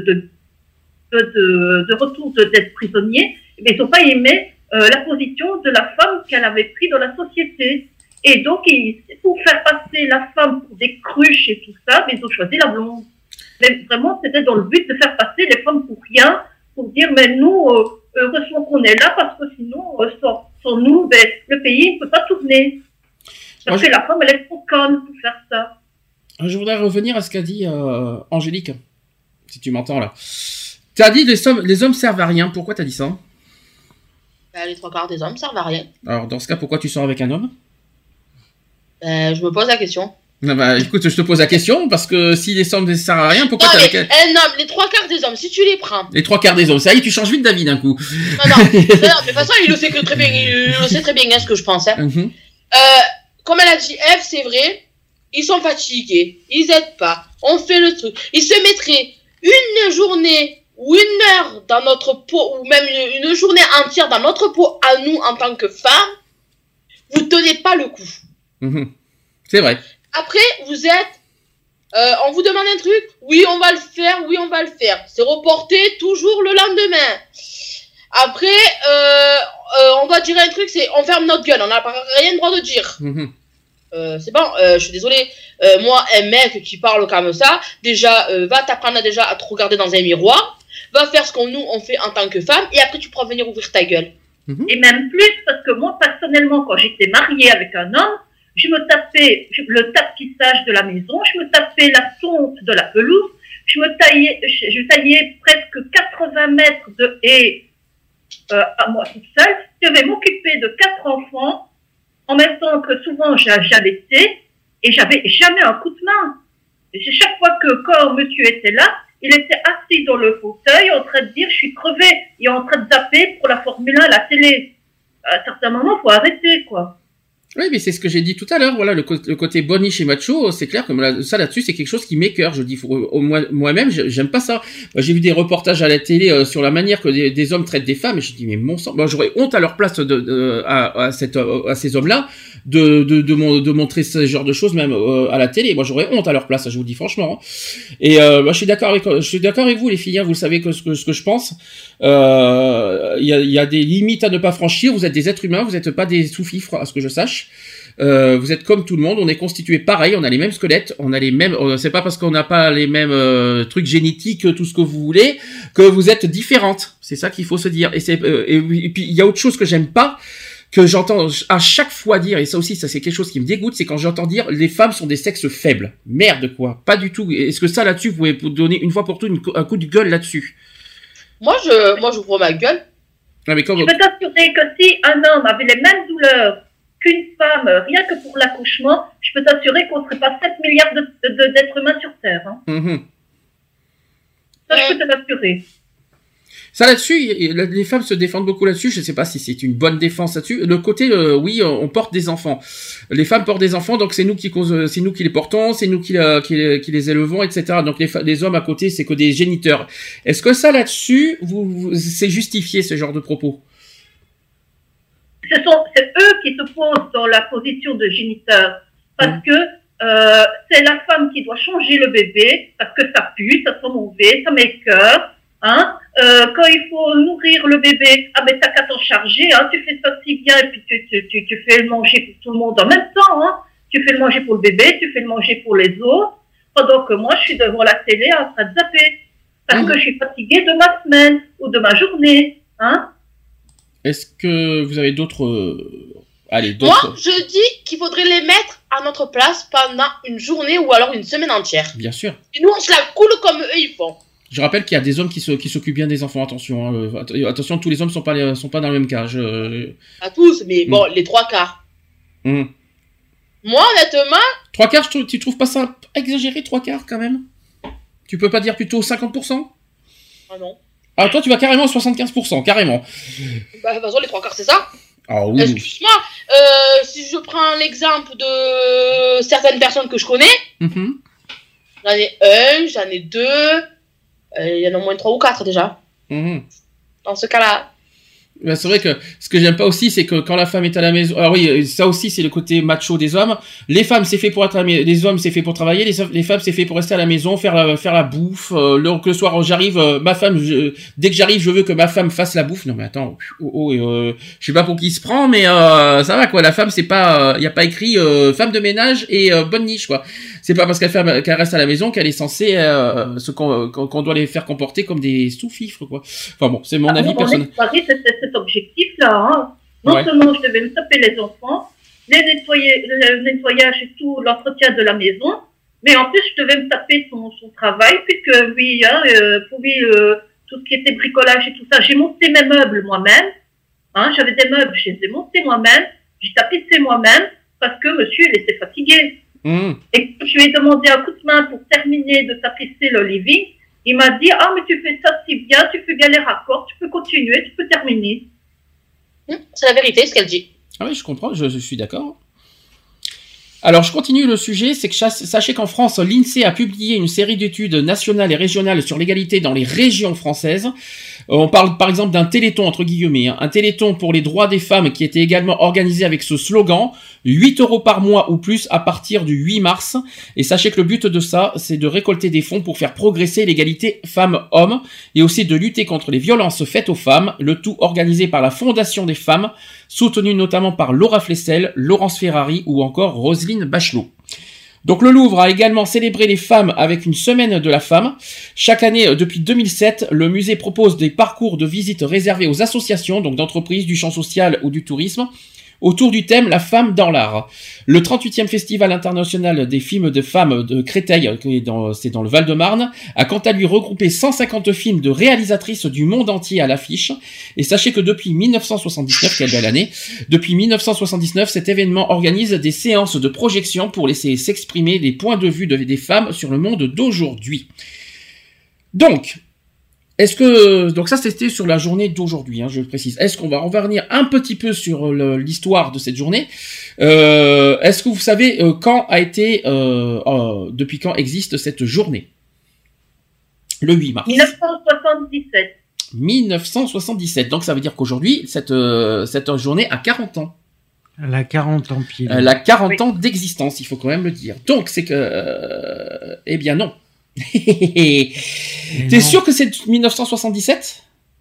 d'être prisonniers, mais ils n'ont pas aimé la position de la femme qu'elle avait prise dans la société. Et donc, pour faire passer la femme pour des cruches et tout ça, mais ils ont choisi la blonde. Mais vraiment, c'était dans le but de faire passer les femmes pour rien, pour dire, mais nous, heureusement qu'on est là, parce que sinon, sans nous, le pays ne peut pas tourner. Parce que la femme, elle est trop conne pour faire ça. Je voudrais revenir à ce qu'a dit Angélique, si tu m'entends là. Tu as dit les hommes servent à rien. Pourquoi tu as dit ça? Les 3/4 des hommes servent à rien. Alors, dans ce cas, pourquoi tu sors avec un homme? Je me pose la question. Écoute, je te pose la question, parce que si les hommes ne servent à rien, pourquoi tu avec un homme, les 3/4 des hommes, si tu les prends. Les 3/4 des hommes, ça y est, tu changes vite d'avis d'un coup. Non, mais de toute façon, il le sait très bien ce que je pense. Hein. Comme elle a dit Ève, c'est vrai, ils sont fatigués, ils aident pas, on fait le truc. Ils se mettraient une journée ou une heure dans notre peau, ou même une journée entière dans notre peau à nous en tant que femmes, vous tenez pas le coup. C'est vrai. Après, vous êtes, on vous demande un truc, oui on va le faire, c'est reporté toujours le lendemain. Après, on doit dire un truc, c'est on ferme notre gueule, on n'a rien le droit de dire. C'est bon, je suis désolée, moi un mec qui parle comme ça, déjà va t'apprendre déjà à te regarder dans un miroir, va faire ce qu'on on fait en tant que femme, et après tu pourras venir ouvrir ta gueule. Et même plus, parce que moi personnellement, quand j'étais mariée avec un homme, je me tapais le tapissage de la maison, je me tapais la tonte de la pelouse, je taillais presque 80 mètres de haies à moi toute seule, je devais m'occuper de 4 enfants, en même temps que souvent j'allaitais, et j'avais jamais un coup de main. Et chaque fois que quand monsieur était là, il était assis dans le fauteuil en train de dire je suis crevé, il est en train de taper pour la Formule 1 à la télé. À un certain moment, il faut arrêter, quoi. Oui, mais c'est ce que j'ai dit tout à l'heure. Voilà, le côté boniche et macho, c'est clair que ça là-dessus, c'est quelque chose qui m'écœure. Je dis, moi-même, j'aime pas ça. Moi, j'ai vu des reportages à la télé sur la manière que des hommes traitent des femmes, et je dis, mais mon sang, moi, j'aurais honte à leur place à ces hommes-là de montrer ce genre de choses même à la télé. Moi, j'aurais honte à leur place. Je vous dis franchement. Et moi, je suis d'accord avec vous, les filles. Hein, vous savez ce que je pense. Il y a des limites à ne pas franchir. Vous êtes des êtres humains. Vous n'êtes pas des sous-fifres, à ce que je sache. Vous êtes comme tout le monde, on est constitué pareil, on a les mêmes squelettes, on a les mêmes. C'est pas parce qu'on n'a pas les mêmes trucs génétiques, tout ce que vous voulez, que vous êtes différentes. C'est ça qu'il faut se dire. Et puis il y a autre chose que j'aime pas, que j'entends à chaque fois dire, et ça aussi, ça c'est quelque chose qui me dégoûte, c'est quand j'entends dire les femmes sont des sexes faibles. Merde quoi, pas du tout. Est-ce que ça là-dessus, vous pouvez vous donner une fois pour toutes un coup de gueule là-dessus? Moi je ouvre ma gueule. Ah, mais je peux t'assurer que si un homme avait les mêmes douleurs qu'une femme, rien que pour l'accouchement, je peux t'assurer qu'on ne serait pas 7 milliards d'êtres humains sur Terre. Hein. Mm-hmm. Ça, je peux te l'assurer. Ça là-dessus, les femmes se défendent beaucoup là-dessus. Je ne sais pas si c'est une bonne défense là-dessus. Le côté, oui, on porte des enfants. Les femmes portent des enfants, donc c'est nous qui les portons, c'est nous qui les élevons, etc. Donc les hommes à côté, c'est que des géniteurs. Est-ce que ça là-dessus, c'est justifié ce genre de propos? C'est eux qui se posent dans la position de géniteur, parce que c'est la femme qui doit changer le bébé, parce que ça pue, ça sent mauvais, ça m'écoeure. Hein. Quand il faut nourrir le bébé, ah ben t'as qu'à t'en charger, hein, tu fais ça si bien, et puis tu fais le manger pour tout le monde en même temps. Hein. Tu fais le manger pour le bébé, tu fais le manger pour les autres, pendant que moi je suis devant la télé en train de zapper, parce que je suis fatiguée de ma semaine ou de ma journée. Hein. Est-ce que vous avez d'autres... Moi, je dis qu'il faudrait les mettre à notre place pendant une journée ou alors une semaine entière. Bien sûr. Et nous, on se la coule comme eux, ils font. Je rappelle qu'il y a des hommes qui s'occupent bien des enfants. Attention, hein. Attention, tous les hommes sont pas dans le même cas. Pas tous, mais bon, les 3/4. Moi, honnêtement... 3/4, tu trouves pas ça exagéré, 3/4 quand même? Tu peux pas dire plutôt 50%? Ah non. Ah, toi, tu vas carrément à 75%, carrément. Bah, de toute façon, les 3/4, c'est ça. Ah oui. Excuse-moi, si je prends l'exemple de certaines personnes que je connais, j'en ai un, j'en ai deux, il y en a au moins 3 ou 4 déjà. Dans ce cas-là. Ben, c'est vrai que ce que j'aime pas aussi, c'est que quand la femme est à la maison, alors oui, ça aussi c'est le côté macho des hommes. Les femmes c'est fait pour être les hommes c'est fait pour travailler, les femmes c'est fait pour rester à la maison, faire la bouffe. Le soir j'arrive, ma femme, dès que j'arrive, je veux que ma femme fasse la bouffe. Non mais attends, je sais pas pour qui il se prend, mais ça va quoi. La femme c'est pas, y a pas écrit femme de ménage et bonne niche quoi. C'est pas parce qu'elle reste à la maison qu'elle est censée qu'on doit les faire comporter comme des sous-fifres quoi. Enfin bon, c'est mon avis personnel. Cet objectif-là, hein. Non seulement je devais me taper les enfants, le nettoyage et tout, l'entretien de la maison, mais en plus je devais me taper son travail, puisque oui, hein, pour lui, tout ce qui était bricolage et tout ça, j'ai monté mes meubles moi-même, hein, j'avais des meubles, je les ai montés moi-même, j'ai tapissé moi-même, parce que monsieur, il était fatigué. Et quand je lui ai demandé un coup de main pour terminer de tapisser le living, il m'a dit, ah, mais tu fais ça si bien, tu fais bien les raccords, tu peux continuer, tu peux terminer. C'est la vérité, ce qu'elle dit. Ah oui, je comprends, je suis d'accord. Alors, je continue le sujet, c'est que sachez qu'en France, l'INSEE a publié une série d'études nationales et régionales sur l'égalité dans les régions françaises. On parle par exemple d'un téléthon, entre guillemets, hein, un téléthon pour les droits des femmes qui était également organisé avec ce slogan, 8 € par mois ou plus à partir du 8 mars. Et sachez que le but de ça, c'est de récolter des fonds pour faire progresser l'égalité femmes-hommes et aussi de lutter contre les violences faites aux femmes, le tout organisé par la Fondation des femmes, soutenue notamment par Laura Flessel, Laurence Ferrari ou encore Roselyne Bachelot. Donc le Louvre a également célébré les femmes avec une semaine de la femme. Chaque année, depuis 2007, le musée propose des parcours de visite réservés aux associations, donc d'entreprises, du champ social ou du tourisme, autour du thème « La femme dans l'art ». Le 38e Festival international des films de femmes de Créteil, c'est dans le Val-de-Marne, a quant à lui regroupé 150 films de réalisatrices du monde entier à l'affiche. Et sachez que depuis 1979, quelle belle année, depuis 1979, cet événement organise des séances de projection pour laisser s'exprimer les points de vue des femmes sur le monde d'aujourd'hui. Donc, Est-ce que donc ça c'était sur la journée d'aujourd'hui, je le précise. Est-ce qu'on va revenir un petit peu sur l'histoire de cette journée? Est-ce que vous savez quand a été depuis quand existe cette journée? Le 8 mars. 1977. 1977. Donc ça veut dire qu'aujourd'hui cette journée a 40 ans. Elle a 40 ans pile. Elle a 40 ans d'existence, il faut quand même le dire. Donc c'est que eh bien non. T'es sûr que c'est 1977?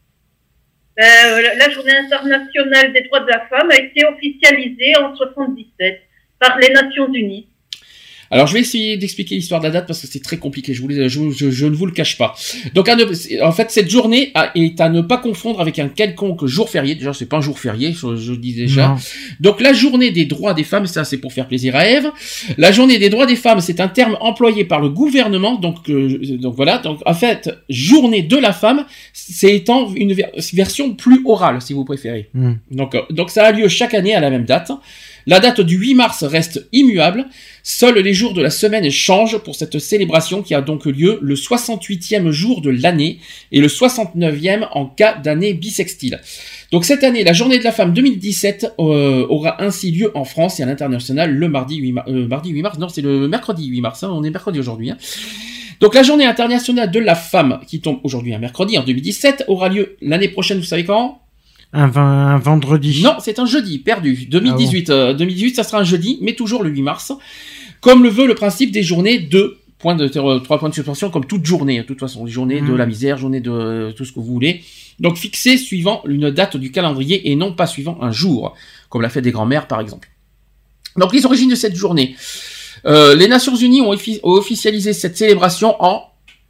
La journée internationale des droits de la femme a été officialisée en 1977 par les Nations Unies. Alors je vais essayer d'expliquer l'histoire de la date parce que c'est très compliqué, je ne vous le cache pas. Donc en fait cette journée est à ne pas confondre avec un quelconque jour férié. Déjà c'est pas un jour férié, je dis déjà. Non. Donc la journée des droits des femmes, ça c'est pour faire plaisir à Ève. La journée des droits des femmes, c'est un terme employé par le gouvernement. Donc voilà. Donc en fait journée de la femme, c'est étant une version plus orale si vous préférez. Donc ça a lieu chaque année à la même date. La date du 8 mars reste immuable. Seuls les jours de la semaine changent pour cette célébration qui a donc lieu le 68e jour de l'année et le 69e en cas d'année bissextile. Donc cette année, la journée de la femme 2017 aura ainsi lieu en France et à l'international le mardi 8 mars. Non, c'est le mercredi 8 mars. On est mercredi aujourd'hui. Donc la journée internationale de la femme qui tombe aujourd'hui un mercredi en 2017 aura lieu l'année prochaine, vous savez quand ? Un vendredi. Non, c'est un jeudi, perdu. 2018, ah bon. 2018, ça sera un jeudi, mais toujours le 8 mars. Comme le veut le principe des journées de 3 points de suspension, comme toute journée, de toute façon. Les journées de la misère, journée de tout ce que vous voulez. Donc fixées suivant une date du calendrier et non pas suivant un jour, comme l'a fait des grands-mères par exemple. Donc les origines de cette journée. Les Nations Unies ont officialisé cette célébration en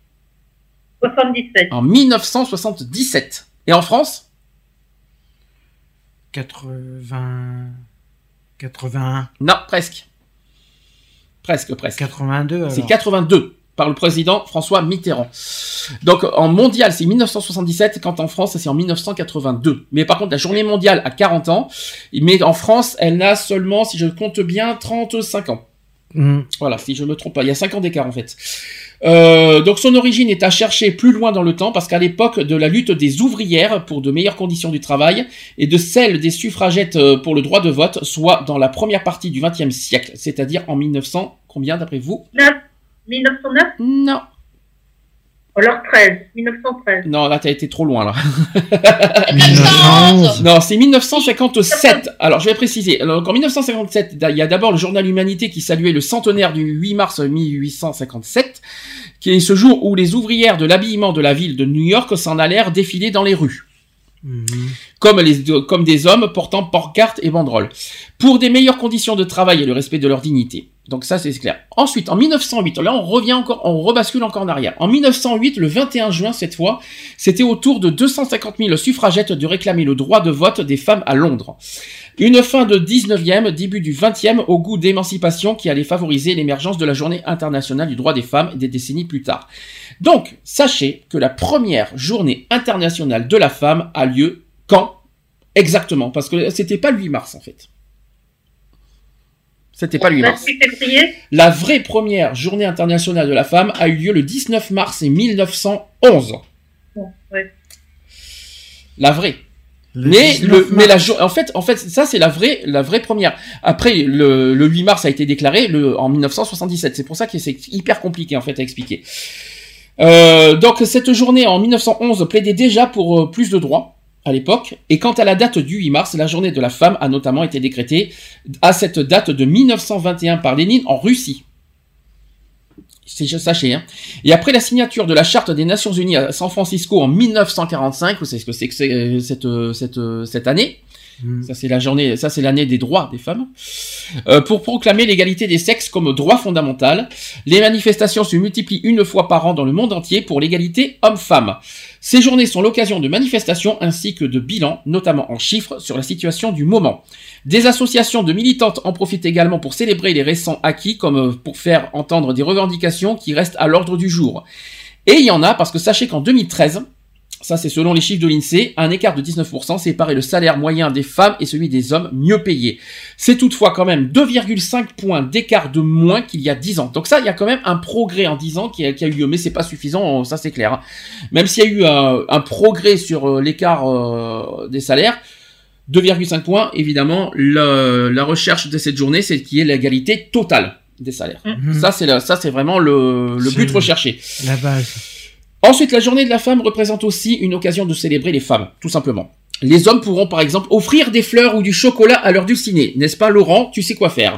77. En 1977. Et en France 81. Non, presque. Presque. 82 alors. C'est 82 par le président François Mitterrand. Donc en mondial, c'est 1977, quand en France, c'est en 1982. Mais par contre, la journée mondiale a 40 ans, mais en France, elle n'a seulement, si je compte bien, 35 ans. Voilà, si je me trompe pas, il y a 5 ans d'écart en fait. Donc son origine est à chercher plus loin dans le temps parce qu'à l'époque de la lutte des ouvrières pour de meilleures conditions du travail et de celle des suffragettes pour le droit de vote, soit dans la première partie du XXe siècle, c'est-à-dire en 1900, combien d'après vous ? 1909 ? Non. Alors 1913. Non, là t'as été trop loin là. 1911. Non, c'est 1957. Alors je vais préciser. Alors, en 1957, il y a d'abord le journal Humanité qui saluait le centenaire du 8 mars 1857, qui est ce jour où les ouvrières de l'habillement de la ville de New York s'en allèrent défiler dans les rues. Comme des hommes portant pancartes et banderoles, pour des meilleures conditions de travail et le respect de leur dignité. Donc ça c'est clair. Ensuite, en 1908, là on rebascule encore en arrière. En 1908, le 21 juin cette fois, c'était au tour de 250 000 suffragettes de réclamer le droit de vote des femmes à Londres. Une fin de 19e, début du 20e au goût d'émancipation qui allait favoriser l'émergence de la journée internationale du droit des femmes des décennies plus tard. Donc, sachez que la première journée internationale de la femme a lieu quand ? Exactement, parce que c'était pas le 8 mars en fait. C'était pas le 8 mars. La vraie première journée internationale de la femme a eu lieu le 19 mars 1911. Ouais. La vraie. En fait, ça c'est la vraie première. Après, le 8 mars a été déclaré en 1977. C'est pour ça que c'est hyper compliqué en fait à expliquer. Donc cette journée en 1911 plaidait déjà pour plus de droits à l'époque, et quant à la date du 8 mars, la journée de la femme a notamment été décrétée à cette date de 1921 par Lénine en Russie. Sachez, hein. Et après la signature de la Charte des Nations Unies à San Francisco en 1945, vous savez ce que c'est que cette année. Ça c'est l'année des droits des femmes. Pour proclamer l'égalité des sexes comme droit fondamental, les manifestations se multiplient une fois par an dans le monde entier pour l'égalité homme-femme. Ces journées sont l'occasion de manifestations ainsi que de bilans, notamment en chiffres, sur la situation du moment. Des associations de militantes en profitent également pour célébrer les récents acquis, comme pour faire entendre des revendications qui restent à l'ordre du jour. Et il y en a, parce que sachez qu'en 2013, Ça, c'est selon les chiffres de l'INSEE, un écart de 19% séparait le salaire moyen des femmes et celui des hommes mieux payés. C'est toutefois quand même 2,5 points d'écart de moins qu'il y a 10 ans. Donc ça, il y a quand même un progrès en 10 ans qui a eu lieu, mais c'est pas suffisant, ça c'est clair. Même s'il y a eu un progrès sur l'écart des salaires, 2,5 points, évidemment, la recherche de cette journée, c'est qu'il y ait l'égalité totale des salaires. Ça, c'est vraiment le but recherché. La base. Ensuite, la journée de la femme représente aussi une occasion de célébrer les femmes, tout simplement. Les hommes pourront par exemple offrir des fleurs ou du chocolat à l'heure du ciné. N'est-ce pas Laurent? Tu sais quoi faire.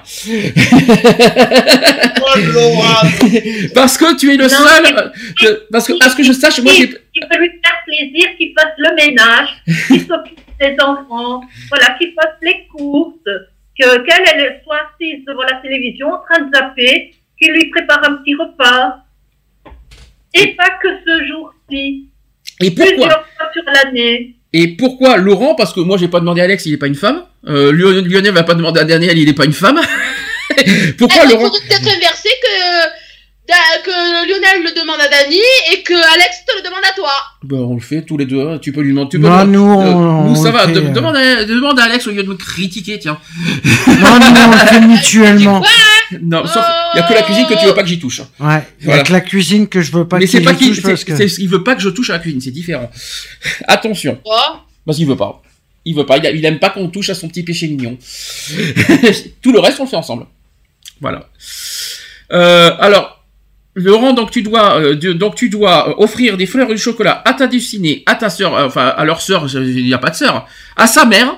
Parce que tu es le seul... Parce que, à ce que je sache, moi j'ai... Il peut lui faire plaisir qu'il fasse le ménage, qu'il s'occupe des enfants, voilà, qu'il fasse les courses, qu'elle soit assise devant la télévision en train de zapper, qu'il lui prépare un petit repas. Et pas que ce jour-ci. Et pourquoi? Plusieurs fois sur l'année. Et pourquoi Laurent? Parce que moi j'ai pas demandé à Alex, il est pas une femme. Lionel va pas demander à Daniel, il est pas une femme. Pourquoi Laurent? Il faudrait peut-être inverser que Lionel le demande à Dani et que Alex te le demande à toi. Bah on le fait tous les deux, hein. Tu peux lui demander. Non, nous ça va. Demande à Alex au lieu de me critiquer, tiens. Non, on le fait mutuellement. Non, sauf il y a que la cuisine que tu veux pas que j'y touche. Ouais, il y a que la cuisine que je veux pas. Mais c'est pas qu'il il veut pas que je touche à la cuisine, c'est différent. Attention. Quoi? Parce qu'il veut pas. Il aime pas qu'on touche à son petit péché mignon. Tout le reste on le fait ensemble. Voilà. Alors Laurent, donc tu dois offrir des fleurs et du chocolat à ta destinée, à ta sœur, enfin à leur sœur, il n'y a pas de sœur, à sa mère,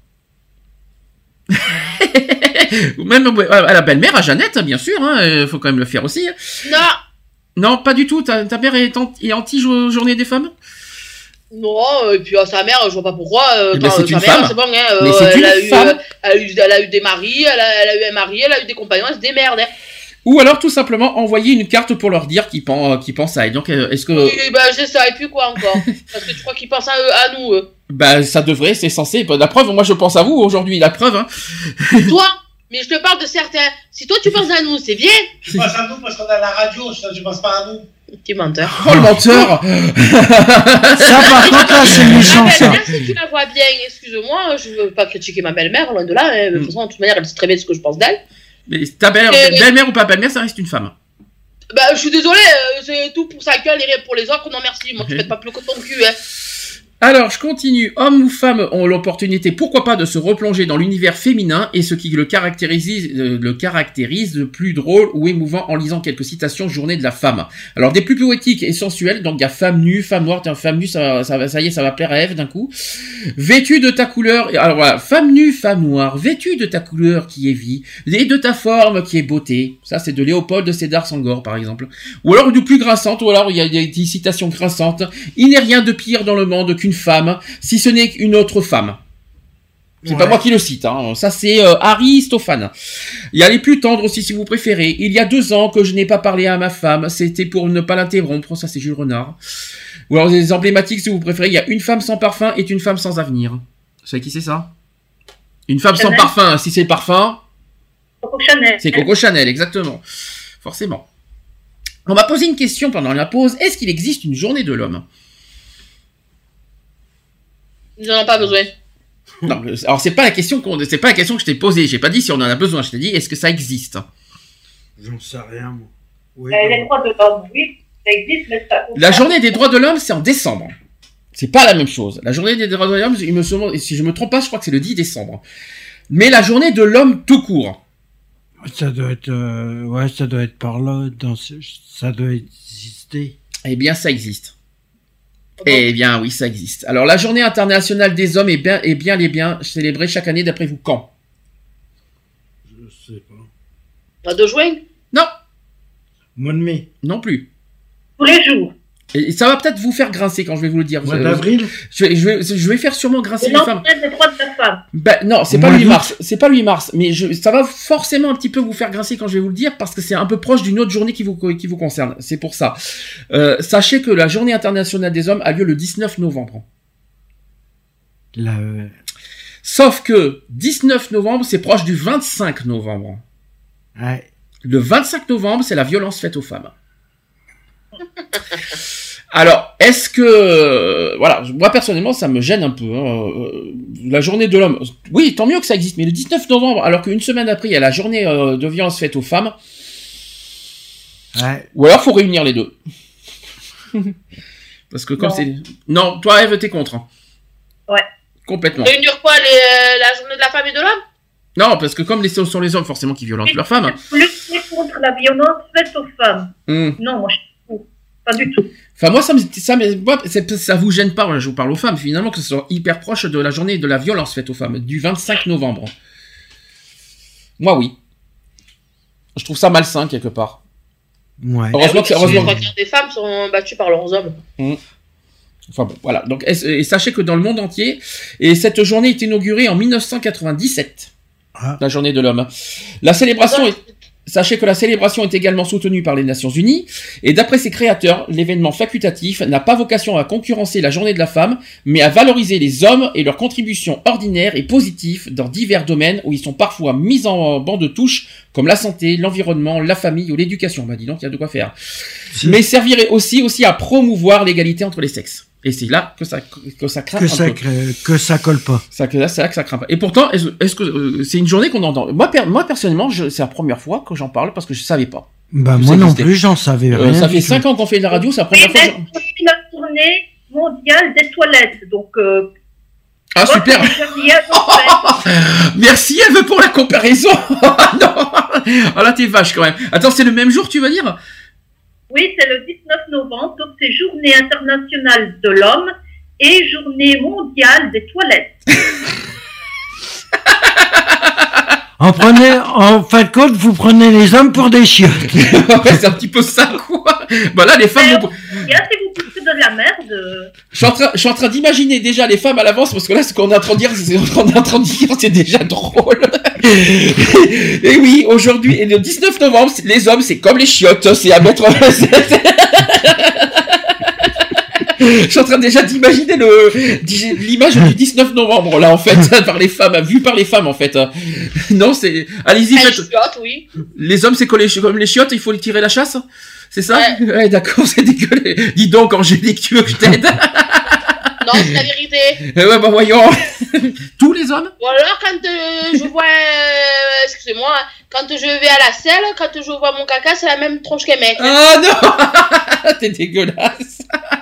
ou même à la belle-mère, à Jeannette, bien sûr, hein, faut quand même le faire aussi. Non, pas du tout. Ta mère est anti-journée des femmes? Non, et puis à sa mère, je vois pas pourquoi. C'est une sa femme. mère, c'est bon, hein. Mais c'est une femme. Elle a eu des maris, elle a eu un mari, elle a eu des compagnons, elle se démerde. Hein. Ou alors tout simplement envoyer une carte pour leur dire qu'ils pensent à elle. Donc est-ce que... Oui, bah je sais, et puis quoi encore? Parce que tu crois qu'ils pensent à nous Bah ça devrait, c'est censé. La preuve, moi je pense à vous aujourd'hui, la preuve. Hein. Toi? Mais je te parle de certains. Si toi tu penses à nous, c'est bien. Tu penses à nous parce qu'on a la radio, tu penses pas à nous. Petit menteur. Oh le menteur. Ça par contre là c'est méchant ça. Si tu la vois bien, excuse-moi, je veux pas critiquer ma belle-mère, loin de là. Hein. De toute façon, de toute manière, elle sait très bien ce que je pense d'elle. Mais ta belle-mère ou pas belle-mère, ça reste une femme. Bah, je suis désolé, c'est tout pour sa gueule et rien pour les autres. Non, merci. Moi, tu fais pas plus que ton cul, hein. Alors, je continue. Hommes ou femmes ont l'opportunité, pourquoi pas, de se replonger dans l'univers féminin et ce qui le caractérise de plus drôle ou émouvant en lisant quelques citations Journée de la femme. Alors, des plus poétiques et sensuelles, donc il y a femme nue, femme noire, femme nue, ça y est, ça va plaire à Ève d'un coup. Vêtue de ta couleur, alors voilà, femme nue, femme noire, vêtue de ta couleur qui est vie, et de ta forme qui est beauté. Ça, c'est de Léopold de Sédar Senghor, par exemple. Ou alors du plus grinçante, ou alors il y a des citations grinçantes. Il n'est rien de pire dans le monde qu'une femme, si ce n'est qu'une autre femme. C'est pas moi qui le cite, hein. Ça c'est Aristophane. Il y a les plus tendres aussi si vous préférez. Il y a 2 ans que je n'ai pas parlé à ma femme, c'était pour ne pas l'interrompre, ça c'est Jules Renard. Ou alors des emblématiques si vous préférez, il y a une femme sans parfum est une femme sans avenir. Vous savez qui c'est ça? Une femme sans parfum, si c'est le parfum, Coco Chanel. C'est Coco Chanel, exactement. Forcément. On m'a posé une question pendant la pause, est-ce qu'il existe une journée de l'homme? J'en ai pas besoin. Non, alors c'est pas la question que je t'ai posée. J'ai pas dit si on en a besoin. Je t'ai dit est-ce que ça existe. J'en sais rien moi. Oui, les droits de l'homme, oui, ça existe, mais ça. La journée des droits de l'homme, c'est en décembre. C'est pas la même chose. La journée des droits de l'homme, si je me trompe pas, je crois que c'est le 10 décembre. Mais la journée de l'homme tout court. Ça doit être, ça doit être par là. Ça doit exister. Eh bien, ça existe. Eh bien, oui, ça existe. Alors, la journée internationale des hommes est bien célébrée chaque année, d'après vous, quand? Je sais pas. Pas de juin? Non. Mois de mai? Non plus. Tous les jours. Et ça va peut-être vous faire grincer quand je vais vous le dire. Mois d'avril? Je vais faire sûrement grincer les femmes. Des droits de la femme. Ben, non, c'est pas le 8 mars. C'est pas le 8 mars. Mais ça va forcément un petit peu vous faire grincer quand je vais vous le dire parce que c'est un peu proche d'une autre journée qui vous concerne. C'est pour ça. Sachez que la journée internationale des hommes a lieu le 19 novembre. Sauf que 19 novembre, c'est proche du 25 novembre. Ouais. Le 25 novembre, c'est la violence faite aux femmes. Alors, est-ce que... voilà, moi personnellement, ça me gêne un peu. La journée de l'homme... Oui, tant mieux que ça existe, mais le 19 novembre, alors qu'une semaine après, il y a la journée de violence faite aux femmes. Ouais. Ou alors, faut réunir les deux. Parce que comme c'est... Non, toi, Ève, t'es contre. Hein. Ouais. Complètement. Réunir quoi, la journée de la femme et de l'homme? Non, parce que comme ce sont les hommes, forcément, qui violentent leurs femmes. Lutter contre la violence faite aux femmes. Non, moi, je trouve pas du tout. Enfin, moi, ça vous gêne pas, je vous parle aux femmes, finalement, que ce soit hyper proche de la journée de la violence faite aux femmes, du 25 novembre. Moi, oui. Je trouve ça malsain, quelque part. Ouais. Heureusement que les trois quarts des femmes sont battues par leurs hommes. Enfin bon, voilà. Donc, et sachez que dans le monde entier, et cette journée est inaugurée en 1997, la journée de l'homme. La célébration Sachez que la célébration est également soutenue par les Nations Unies, et d'après ses créateurs, l'événement facultatif n'a pas vocation à concurrencer la journée de la femme, mais à valoriser les hommes et leurs contributions ordinaires et positives dans divers domaines où ils sont parfois mis en banc de touche, comme la santé, l'environnement, la famille ou l'éducation. Bah dis donc, il y a de quoi faire. Mais servirait aussi à promouvoir l'égalité entre les sexes. Et c'est là que ça craint que ça colle pas. C'est là que ça craint pas. Et pourtant, est-ce que c'est une journée qu'on entend? Moi personnellement, c'est la première fois que j'en parle parce que je savais pas. Bah moi non plus, j'en savais rien. Ça fait 5 ans qu'on fait de la radio, c'est la première fois. C'est la journée mondiale des toilettes, donc. Ah super. Merci Ève pour la comparaison. Non. Ah là t'es vache quand même. Attends, c'est le même jour, tu vas dire? Oui, c'est le 19 novembre, donc c'est Journée internationale de l'homme et Journée mondiale des toilettes. En fin de compte, vous prenez les hommes pour des chiottes. Ouais, c'est un petit peu ça, quoi. Bah là, les femmes... Si vous poussez de la merde... Je suis en train d'imaginer déjà les femmes à l'avance, parce que là, ce qu'on est en train de dire, c'est déjà drôle. Et oui, aujourd'hui, et le 19 novembre, les hommes, c'est comme les chiottes, c'est à mettre... Je suis en train déjà d'imaginer l'image du 19 novembre, là, en fait, vue par les femmes, en fait. Non, c'est... Allez-y, faites... Chiottes, oui. Les hommes, c'est comme les chiottes, il faut les tirer la chasse? C'est ça? Ouais, d'accord, c'est dégueulasse. Dis donc, Angélique, tu veux que je t'aide? Non, c'est la vérité. Ouais, bah voyons. Tous les hommes? Ou alors, quand je vois... excusez-moi, quand je vais à la selle, quand je vois mon caca, c'est la même tronche qu'un mec. Ah non. T'es dégueulasse.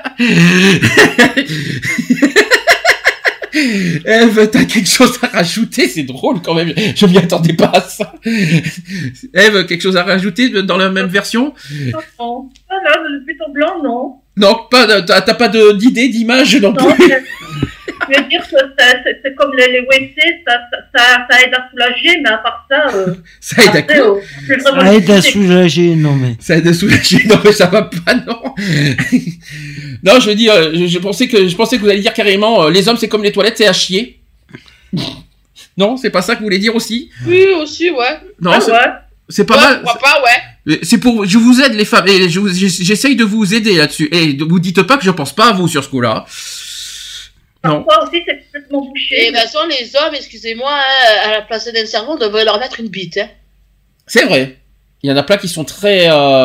Ève, t'as quelque chose à rajouter? C'est drôle quand même, je m'y attendais pas à ça. Ève, quelque chose à rajouter dans la même version? Non, voilà, le but en blanc, non. Non, t'as pas d'idée, d'image non plus. Je veux dire que c'est comme les WC, ça aide à soulager, mais à part ça... ça aide à quoi? Ça aide à soulager, non mais... Ça aide à soulager, non mais ça va pas, non. Non, je veux dire, je pensais que vous alliez dire carrément, les hommes c'est comme les toilettes, c'est à chier. Non, c'est pas ça que vous voulez dire aussi? Oui, aussi, ouais. Non, c'est pas mal. Pourquoi pas, ouais. C'est pour, je vous aide les femmes, et j'essaye de vous aider là-dessus. Et vous dites pas que je pense pas à vous sur ce coup-là. Non. Parfois aussi, c'est complètement bouché. Et de toute façon, les hommes, excusez-moi, à la place d'un cerveau, on devrait leur mettre une bite. Hein. C'est vrai. Il y en a plein qui sont très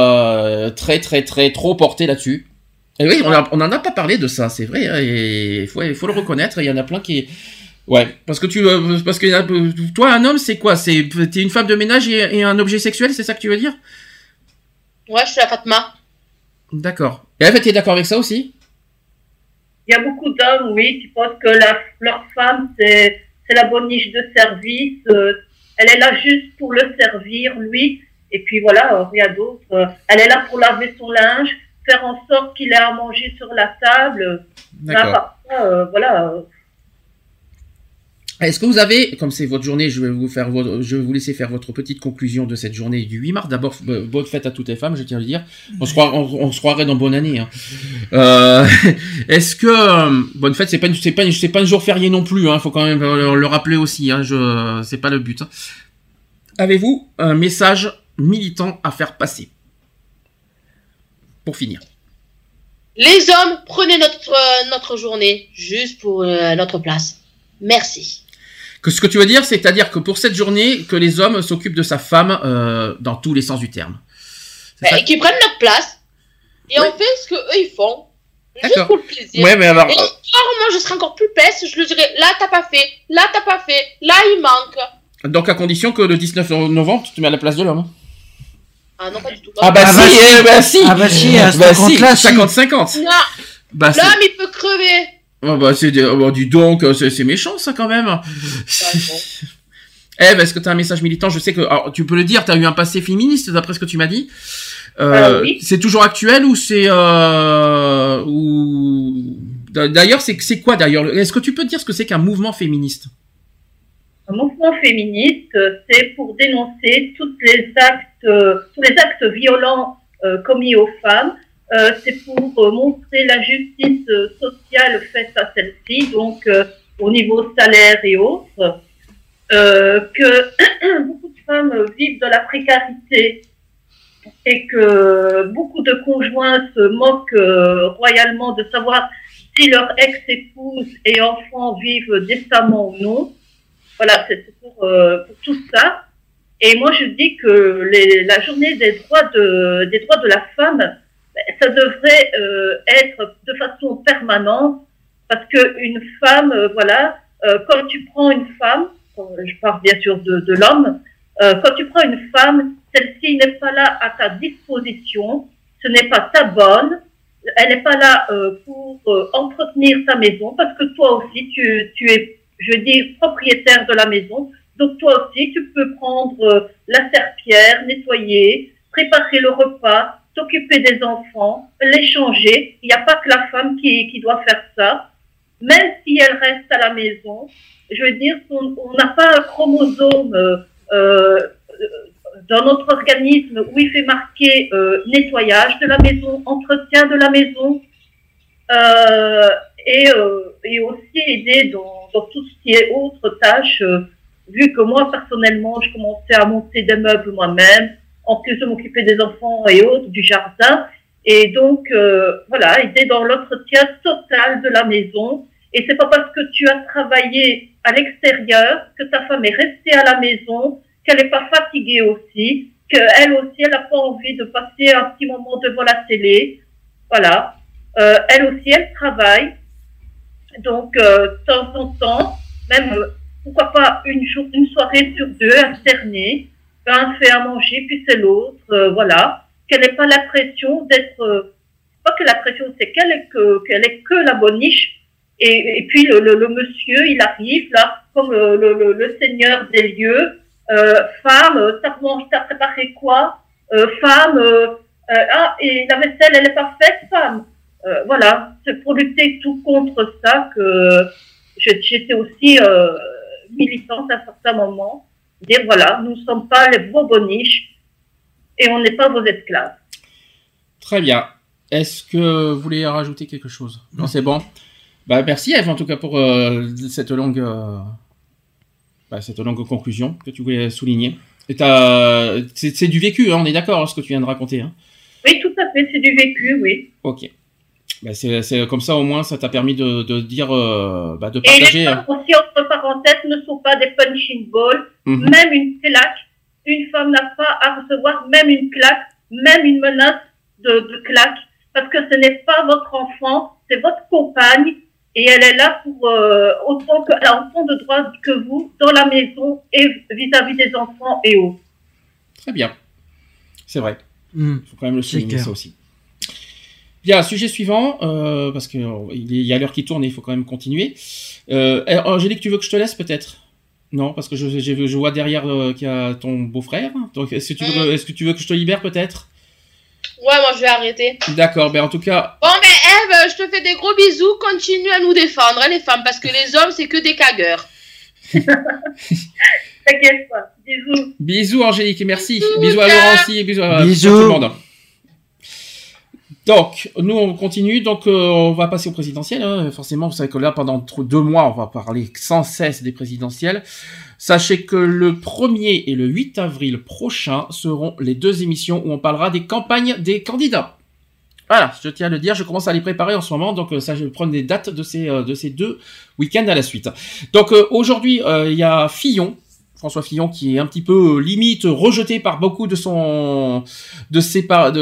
trop portés là-dessus. Et oui, on en a pas parlé de ça, c'est vrai. Hein, et faut le reconnaître. Il y en a plein qui... Ouais, parce que toi, un homme, c'est quoi? T'es une femme de ménage et un objet sexuel, c'est ça que tu veux dire? Ouais, je suis la Fatma. D'accord. Et Ève, t'es d'accord avec ça aussi? Il y a beaucoup d'hommes, oui, qui pensent que leur femme, c'est la bonne niche de service. Elle est là juste pour le servir, lui. Et puis voilà, rien d'autre. Elle est là pour laver son linge, faire en sorte qu'il ait à manger sur la table. D'accord. À part ça, voilà. Est-ce que vous avez, comme c'est votre journée, je vais vous laisser faire votre petite conclusion de cette journée du 8 mars. D'abord, bonne fête à toutes les femmes, je tiens à le dire. On se croirait dans bonne année. Hein. Est-ce que bonne fête, c'est pas un jour férié non plus. Hein. Faut quand même le rappeler aussi. Hein. C'est pas le but. Hein. Avez-vous un message militant à faire passer pour finir? Les hommes, prenez notre journée juste pour notre place. Merci. Ce que tu veux dire, c'est-à-dire que pour cette journée, que les hommes s'occupent de sa femme dans tous les sens du terme. Et qu'ils prennent notre place et on fait ce qu'eux ils font. Juste pour le plaisir. Ouais, mais alors... Et encore, moi, je serais encore plus peste, je lui dirais, là, t'as pas fait, là, il manque. Donc, à condition que le 19 novembre, tu te mets à la place de l'homme. Ah non, pas du tout. Ah bah si. Ah bah si, à ce compte-là, si. 50-50. Non, Bah, l'homme, il peut crever. Oh bah dis donc, c'est méchant ça quand même. Eve, est-ce que tu as un message militant? Je sais que alors, tu peux le dire, tu as eu un passé féministe d'après ce que tu m'as dit. Oui. C'est toujours actuel ou c'est d'ailleurs c'est quoi d'ailleurs? Est-ce que tu peux dire ce que c'est qu'un mouvement féministe? Un mouvement féministe, c'est pour dénoncer tous les actes violents commis aux femmes. C'est pour montrer la justice sociale faite à celle-ci, donc au niveau salaire et autres, que beaucoup de femmes vivent dans la précarité et que beaucoup de conjoints se moquent royalement de savoir si leur ex-épouse et enfants vivent décemment ou non. Voilà, c'est pour tout ça. Et moi, je dis que la journée des droits de la femme, ça devrait être de façon permanente, parce que une femme, quand tu prends une femme, je parle bien sûr de l'homme, quand tu prends une femme, celle-ci n'est pas là à ta disposition, ce n'est pas ta bonne, elle n'est pas là pour entretenir ta maison, parce que toi aussi, tu es, je veux dire, propriétaire de la maison, donc toi aussi, tu peux prendre la serpillière, nettoyer, préparer le repas, s'occuper des enfants, les changer. Il n'y a pas que la femme qui doit faire ça. Même si elle reste à la maison, je veux dire qu'on n'a pas un chromosome dans notre organisme où il fait marquer nettoyage de la maison, entretien de la maison, et aussi aider dans tout ce qui est autres tâches, vu que moi, personnellement, je commençais à monter des meubles moi-même, en plus de m'occuper des enfants et autres, du jardin. Et donc, aider dans l'entretien total de la maison. Et c'est pas parce que tu as travaillé à l'extérieur que ta femme est restée à la maison, qu'elle n'est pas fatiguée aussi, qu'elle aussi, elle n'a pas envie de passer un petit moment devant la télé. Voilà. Elle aussi, elle travaille. Donc, de temps en temps, même, pourquoi pas une soirée sur deux, alternée, un fait à manger, puis c'est l'autre, voilà. Qu'elle n'ait pas l'impression d'être, pas que la pression, c'est qu'elle est que la boniche. Et puis le monsieur, il arrive là, comme le seigneur des lieux, femme, t'as préparé quoi? Femme, et la vaisselle, elle est pas faite, femme. Voilà, c'est pour lutter tout contre ça que j'étais aussi militante à certains moments. Dire voilà, nous ne sommes pas vos boniches et on n'est pas vos esclaves. Très bien. Est-ce que vous voulez rajouter quelque chose? Non, c'est bon. Bah merci Eve en tout cas pour cette longue conclusion que tu voulais souligner. Et c'est du vécu, hein, on est d'accord, ce que tu viens de raconter. Hein. Oui, tout à fait, c'est du vécu, oui. Ok. Bah c'est comme ça au moins ça t'a permis de dire de partager. Et les femmes aussi entre parenthèses ne sont pas des punching balls. Même une claque, une femme n'a pas à recevoir même une claque, même une menace de claque, parce que ce n'est pas votre enfant, c'est votre compagne et elle est là pour autant qu'elle a autant de droits que vous dans la maison et vis-à-vis des enfants et autres. Très bien, c'est vrai. Il faut quand même le souligner ça aussi. Bien, sujet suivant, parce que il y a l'heure qui tourne et il faut quand même continuer. Angélique, tu veux que je te laisse peut-être? Non, parce que je vois derrière qu'il y a ton beau-frère. Donc, est-ce que tu veux que je te libère peut-être? Ouais, moi je vais arrêter. D'accord, ben en tout cas... Bon, mais Eve, je te fais des gros bisous. Continue à nous défendre, hein, les femmes, parce que les hommes, c'est que des cagueurs. T'inquiète pas, bisous. Bisous Angélique, et merci. Bisous à Laurence et bisous à tout le monde. Donc, nous, on continue. Donc, on va passer au présidentiel. Hein. Forcément, vous savez que là, pendant 2 mois, on va parler sans cesse des présidentielles. Sachez que le 1er et le 8 avril prochain seront les 2 émissions où on parlera des campagnes des candidats. Voilà, je tiens à le dire, je commence à les préparer en ce moment. Donc, ça, je vais prendre des dates de ces 2 week-ends à la suite. Donc, aujourd'hui, il y a Fillon. François Fillon, qui est un petit peu limite rejeté par beaucoup de ses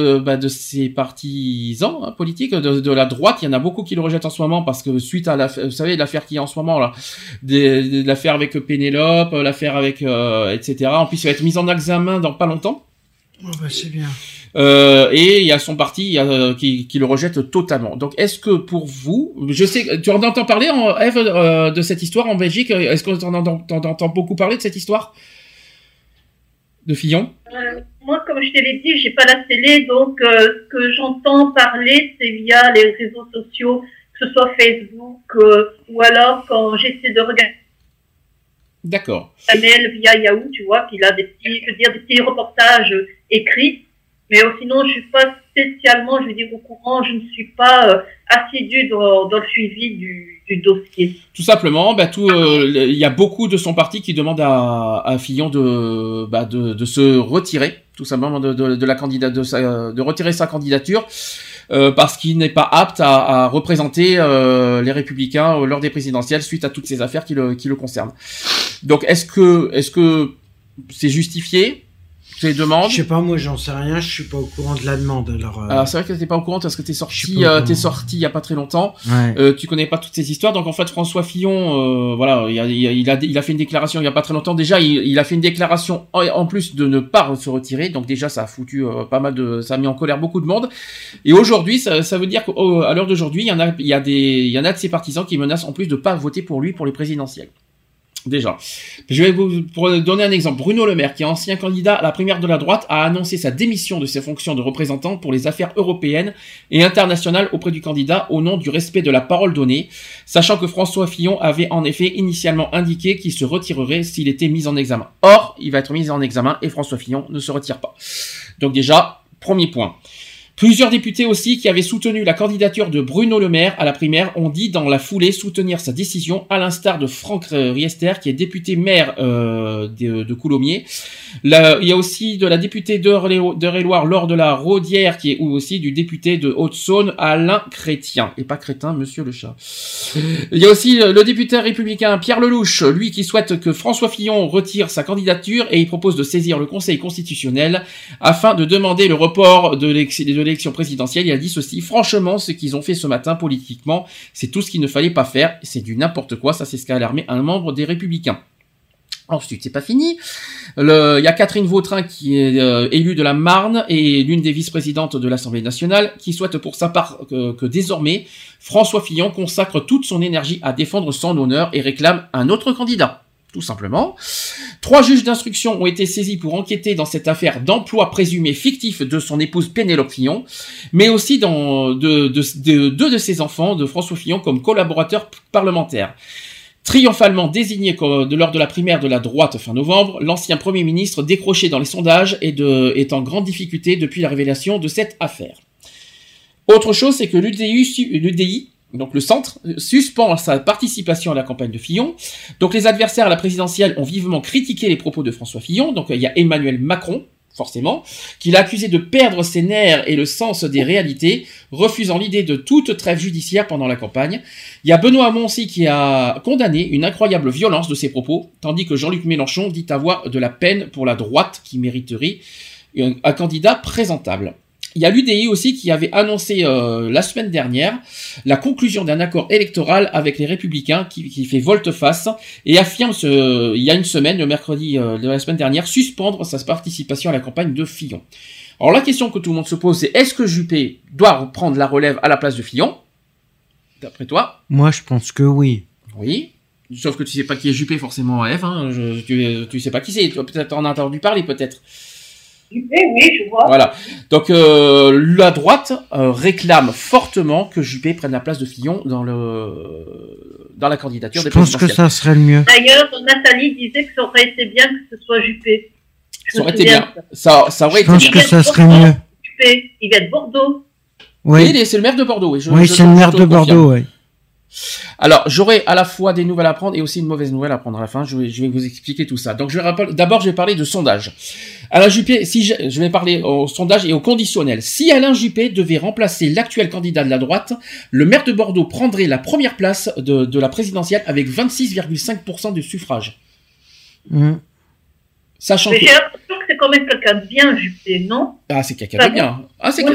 partisans politiques de la droite. Il y en a beaucoup qui le rejettent en ce moment parce que suite à vous savez, l'affaire qui est en ce moment là, l'affaire avec Pénélope, l'affaire avec etc. En plus, il va être mis en examen dans pas longtemps. Oh bah c'est bien. Et il y a son parti qui le rejette totalement. Donc, est-ce que pour vous, je sais, tu en entends parler, Ève, de cette histoire en Belgique? Est-ce que tu en entends beaucoup parler de cette histoire de Fillon? Moi, comme je te l'ai dit, j'ai pas la télé, donc ce que j'entends parler, c'est via les réseaux sociaux, que ce soit Facebook ou alors quand j'essaie de regarder. D'accord. Mail via Yahoo, tu vois, qu'il a des petits reportages écrits. Mais sinon, je suis pas spécialement, je veux dire, au courant, je ne suis pas assidue dans le suivi du dossier. Tout simplement, il y a beaucoup de son parti qui demandent à Fillon de se retirer, tout simplement, de retirer sa candidature. Parce qu'il n'est pas apte à représenter les Républicains lors des présidentielles suite à toutes ces affaires qui le concernent. Donc, est-ce que c'est justifié ces demandes? Je sais pas, moi j'en sais rien, je suis pas au courant de la demande. Alors c'est vrai que t'es pas au courant parce que t'es sorti il y a pas très longtemps. Ouais. Tu connais pas toutes ces histoires, donc en fait François Fillon, il a fait une déclaration il y a pas très longtemps. Déjà, il a fait une déclaration en plus de ne pas se retirer, donc déjà ça a foutu ça a mis en colère beaucoup de monde. Et aujourd'hui, ça veut dire qu'à l'heure d'aujourd'hui, il y en a de ses partisans qui menacent en plus de pas voter pour lui pour les présidentielles. Déjà. Je vais pour donner un exemple. Bruno Le Maire, qui est ancien candidat à la primaire de la droite, a annoncé sa démission de ses fonctions de représentant pour les affaires européennes et internationales auprès du candidat au nom du respect de la parole donnée, sachant que François Fillon avait en effet initialement indiqué qu'il se retirerait s'il était mis en examen. Or, il va être mis en examen et François Fillon ne se retire pas. Donc déjà, premier point. Plusieurs députés aussi qui avaient soutenu la candidature de Bruno Le Maire à la primaire ont dit dans la foulée soutenir sa décision, à l'instar de Franck Riester qui est député maire de Coulommiers. Il y a aussi de la députée d'Eure-et-Loir Laure de la Rodière qui est ou aussi du député de Haute-Saône Alain Chrétien et pas Crétin, monsieur le chat. Il y a aussi le député républicain Pierre Lelouch, lui qui souhaite que François Fillon retire sa candidature et il propose de saisir le Conseil constitutionnel afin de demander le report de l'élection présidentielle. Il a dit ceci: franchement, ce qu'ils ont fait ce matin politiquement, c'est tout ce qu'il ne fallait pas faire, c'est du n'importe quoi. Ça, c'est ce qu'a alarmé un membre des Républicains. Ensuite, c'est pas fini. Il y a Catherine Vautrin qui est élue de la Marne et l'une des vice-présidentes de l'Assemblée nationale qui souhaite pour sa part que désormais François Fillon consacre toute son énergie à défendre son honneur et réclame un autre candidat. Tout simplement. 3 juges d'instruction ont été saisis pour enquêter dans cette affaire d'emploi présumé fictif de son épouse Pénélope Fillon, mais aussi dans deux de ses enfants de François Fillon comme collaborateurs parlementaires. Triomphalement désigné lors de la primaire de la droite fin novembre, l'ancien Premier ministre décroché dans les sondages est en grande difficulté depuis la révélation de cette affaire. Autre chose, c'est que l'UDI, donc le centre, suspend sa participation à la campagne de Fillon. Donc les adversaires à la présidentielle ont vivement critiqué les propos de François Fillon. Donc il y a Emmanuel Macron, forcément, qui l'a accusé de perdre ses nerfs et le sens des réalités, refusant l'idée de toute trêve judiciaire pendant la campagne. Il y a Benoît Hamon aussi qui a condamné une incroyable violence de ses propos, tandis que Jean-Luc Mélenchon dit avoir de la peine pour la droite qui mériterait un candidat présentable. Il y a l'UDI aussi qui avait annoncé la semaine dernière la conclusion d'un accord électoral avec les Républicains qui fait volte-face et affirme il y a une semaine, le mercredi de la semaine dernière, suspendre sa participation à la campagne de Fillon. Alors la question que tout le monde se pose, c'est est-ce que Juppé doit prendre la relève à la place de Fillon? D'après toi? Moi, je pense que oui. Oui. Sauf que tu sais pas qui est Juppé forcément, Ève. Hein. Tu sais pas qui c'est. Peut-être en as entendu parler, peut-être. Oui, je vois. Voilà. Donc la droite réclame fortement que Juppé prenne la place de Fillon dans la candidature des présidentielles. Je pense que ça serait le mieux. D'ailleurs, Nathalie disait que ça aurait été bien que ce soit Juppé. Ça aurait été bien. Ça aurait été bien. Je pense que ça serait mieux. Juppé, il vient de Bordeaux. Oui, c'est le maire de Bordeaux. Oui, c'est le maire de Bordeaux, oui. Alors, j'aurai à la fois des nouvelles à prendre et aussi une mauvaise nouvelle à prendre à la fin. Je vais vous expliquer tout ça. Donc, d'abord, je vais parler de sondage. Alain Juppé, je vais parler au sondage et au conditionnel. Si Alain Juppé devait remplacer l'actuel candidat de la droite, le maire de Bordeaux prendrait la première place de la présidentielle avec 26,5% du suffrage. Sachant Mais que... j'ai l'impression que c'est quand même quelqu'un de bien, Juppé, non? Ah, c'est quelqu'un de bien. Ah, c'est je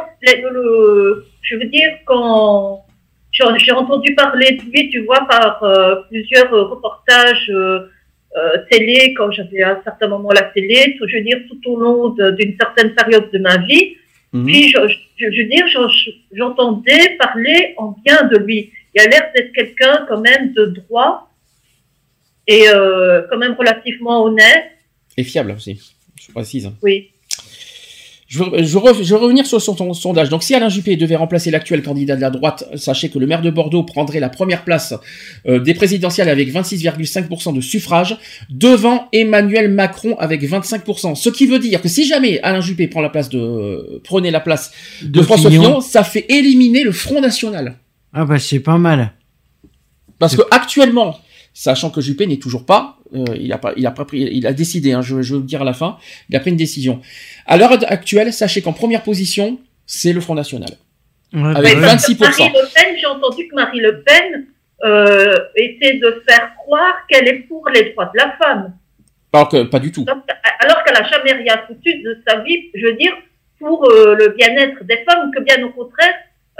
veux dire, quand j'ai entendu parler de lui, tu vois, par plusieurs reportages télé, quand j'avais à un certain moment la télé, je veux dire, tout au long d'une certaine période de ma vie. Puis, je veux dire, j'entendais parler en bien de lui. Il a l'air d'être quelqu'un quand même de droit et quand même relativement honnête. Et fiable aussi, je précise. Oui. Je vais revenir sur son sondage. Donc, si Alain Juppé devait remplacer l'actuel candidat de la droite, sachez que le maire de Bordeaux prendrait la première place des présidentielles avec 26,5% de suffrage, devant Emmanuel Macron avec 25%. Ce qui veut dire que si jamais Alain Juppé prenait la place de François Fillon, ça fait éliminer le Front National. Ah bah c'est pas mal. Parce que actuellement, sachant que Juppé n'est toujours pas, il a décidé, hein, je vais vous le dire à la fin, il a pris une décision. À l'heure actuelle, sachez qu'en première position, c'est le Front National. Ouais, avec 26%. Marie Le Pen, j'ai entendu que Marie Le Pen essaie de faire croire qu'elle est pour les droits de la femme. Alors que pas du tout. Alors qu'elle n'a jamais rien foutu de sa vie, je veux dire, pour le bien-être des femmes, que bien au contraire,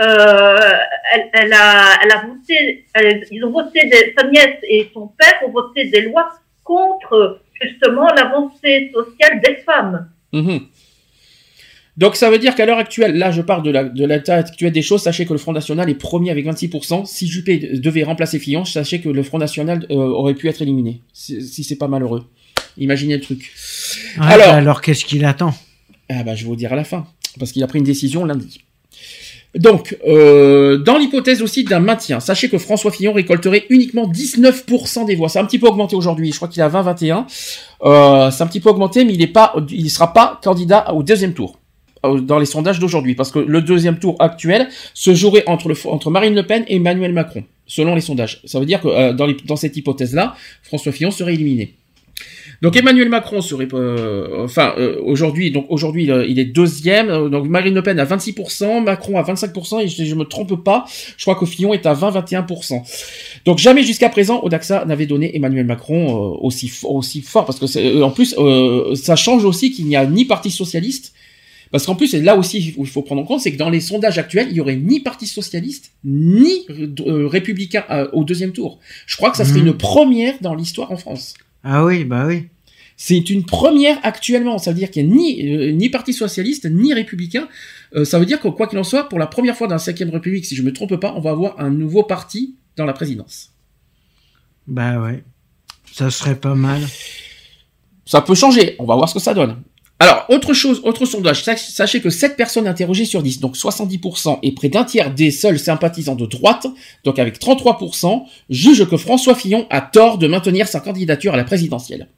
elle a voté, ils ont voté, sa nièce et son père ont voté des lois contre justement l'avancée sociale des femmes. Mmh. Donc ça veut dire qu'à l'heure actuelle, là je parle de l'état actuel des choses, sachez que le Front National est premier avec 26%. Si Juppé devait remplacer Fillon, sachez que le Front National aurait pu être éliminé, si c'est pas malheureux. Imaginez le truc. Ah, alors qu'est-ce qu'il attend? Ah bah je vais vous dire à la fin, parce qu'il a pris une décision lundi. Donc, dans l'hypothèse aussi d'un maintien, sachez que François Fillon récolterait uniquement 19% des voix. C'est un petit peu augmenté aujourd'hui, je crois qu'il est à 20-21. C'est un petit peu augmenté, mais il sera pas candidat au deuxième tour dans les sondages d'aujourd'hui, parce que le deuxième tour actuel se jouerait entre Marine Le Pen et Emmanuel Macron, selon les sondages. Ça veut dire que dans cette hypothèse-là, François Fillon serait éliminé. Donc Emmanuel Macron serait, aujourd'hui, il est deuxième. Donc Marine Le Pen à 26%, Macron à 25%, et je me trompe pas, je crois que Fillon est à 20-21%. Donc jamais jusqu'à présent, Odaxa n'avait donné Emmanuel Macron aussi fort, parce que en plus, ça change aussi qu'il n'y a ni parti socialiste. Parce qu'en plus, c'est là aussi où il faut prendre en compte, c'est que dans les sondages actuels, il y aurait ni parti socialiste, ni républicain au deuxième tour. Je crois que ça serait une première dans l'histoire en France. Ah oui, bah oui. C'est une première actuellement. Ça veut dire qu'il n'y a ni parti socialiste, ni républicain. Ça veut dire que, quoi qu'il en soit, pour la première fois dans la 5e République, si je me trompe pas, on va avoir un nouveau parti dans la présidence. Bah ouais. Ça serait pas mal. Ça peut changer. On va voir ce que ça donne. Alors, autre sondage, sachez que 7 personnes interrogées sur 10, donc 70% et près d'un tiers des seuls sympathisants de droite, donc avec 33%, jugent que François Fillon a tort de maintenir sa candidature à la présidentielle.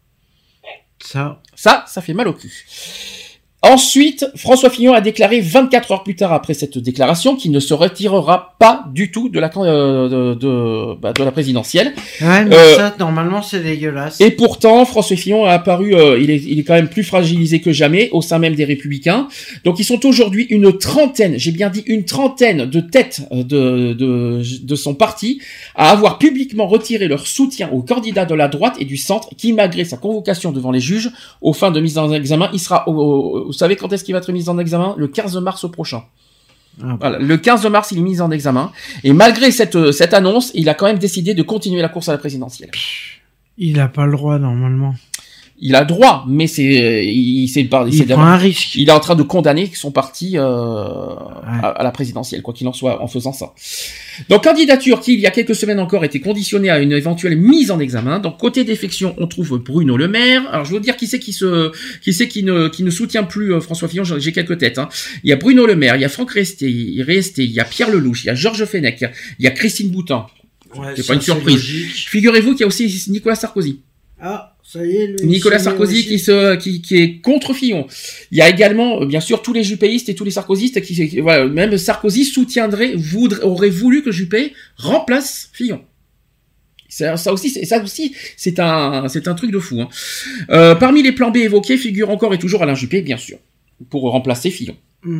Ça fait mal au cul. Ensuite, François Fillon a déclaré 24 heures plus tard après cette déclaration qu'il ne se retirera pas du tout de la présidentielle. Ouais, mais ça, normalement, c'est dégueulasse. Et pourtant, François Fillon a apparu, il est quand même plus fragilisé que jamais au sein même des Républicains. Donc, ils sont aujourd'hui une trentaine, j'ai bien dit une trentaine de têtes de son parti à avoir publiquement retiré leur soutien aux candidats de la droite et du centre qui, malgré sa convocation devant les juges, aux fins de mise en examen, il sera vous savez quand est-ce qu'il va être mis en examen? Le 15 mars au prochain. Ah, voilà, le 15 mars, il est mis en examen. Et malgré cette annonce, il a quand même décidé de continuer la course à la présidentielle. Il n'a pas le droit, normalement. Il a le droit, mais il prend un risque. Il est en train de condamner son parti à la présidentielle, quoi qu'il en soit, en faisant ça. Donc, candidature qui, il y a quelques semaines encore, était conditionnée à une éventuelle mise en examen. Donc, côté défection, on trouve Bruno Le Maire. Alors, je veux dire qui qui ne soutient plus François Fillon. J'ai quelques têtes. Hein. Il y a Bruno Le Maire, il y a Franck Resté, il y a Pierre Lelouch, il y a Georges Fenech, il y a Christine Boutin. Ouais, c'est pas une surprise. Figurez-vous qu'il y a aussi Nicolas Sarkozy. Ah. Ça y est, Nicolas Sarkozy qui est contre Fillon. Il y a également, bien sûr, tous les juppéistes et tous les sarkozystes voilà, même Sarkozy aurait voulu que Juppé remplace Fillon. Ça aussi, c'est un truc de fou, hein. Parmi les plans B évoqués figure encore et toujours Alain Juppé, bien sûr, pour remplacer Fillon.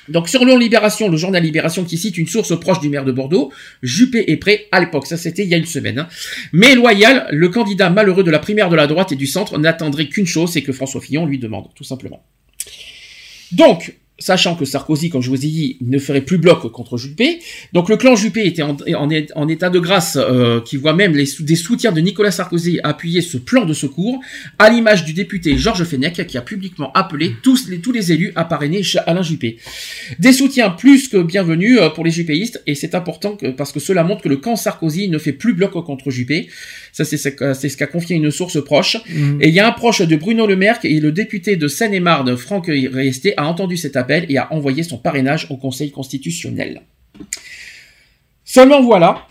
Donc selon Libération, le journal Libération qui cite une source proche du maire de Bordeaux, Juppé est prêt à l'époque, ça c'était il y a une semaine. Hein. Mais loyal, le candidat malheureux de la primaire de la droite et du centre n'attendrait qu'une chose, c'est que François Fillon lui demande, tout simplement. Donc, sachant que Sarkozy, comme je vous ai dit, ne ferait plus bloc contre Juppé, donc le clan Juppé était en état de grâce, qui voit même des soutiens de Nicolas Sarkozy appuyer ce plan de secours, à l'image du député Georges Fenech, qui a publiquement appelé tous les élus à parrainer Alain Juppé. Des soutiens plus que bienvenus pour les juppéistes, et c'est important parce que cela montre que le camp Sarkozy ne fait plus bloc contre Juppé. Ça, c'est ce qu'a confié une source proche. Et il y a un proche de Bruno Le Maire, et le député de Seine-et-Marne, Franck Riester, a entendu cet appel et a envoyé son parrainage au Conseil constitutionnel. Seulement voilà,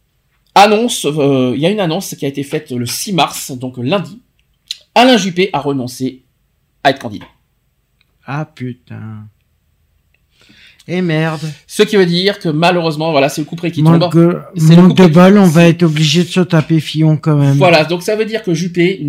il y a une annonce qui a été faite le 6 mars, donc lundi. Alain Juppé a renoncé à être candidat. Ah putain. Et merde. Ce qui veut dire que malheureusement, voilà, c'est le coup près qui tombe. Manque de bol, on va être obligé de se taper Fillon quand même. Voilà, donc ça veut dire que Juppé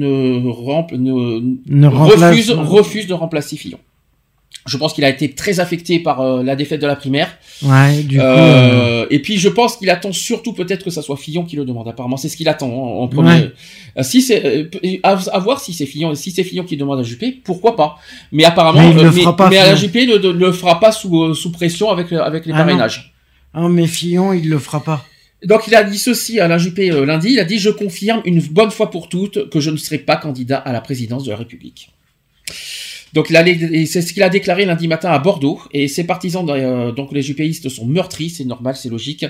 refuse de remplacer Fillon. Je pense qu'il a été très affecté par la défaite de la primaire. Ouais, du coup. Et puis je pense qu'il attend surtout peut-être que ça soit Fillon qui le demande. Apparemment, c'est ce qu'il attend en premier. Ouais. Si c'est à voir si c'est Fillon qui demande à Juppé, pourquoi pas. Mais apparemment, mais Alain Juppé ne le fera pas sous pression avec les parrainages. Non. Ah, mais Fillon, il le fera pas. Donc il a dit ceci Alain Juppé lundi. Il a dit: je confirme une bonne fois pour toutes que je ne serai pas candidat à la présidence de la République. Donc c'est ce qu'il a déclaré lundi matin à Bordeaux, et ses partisans, donc les juppéistes, sont meurtris, c'est normal, c'est logique.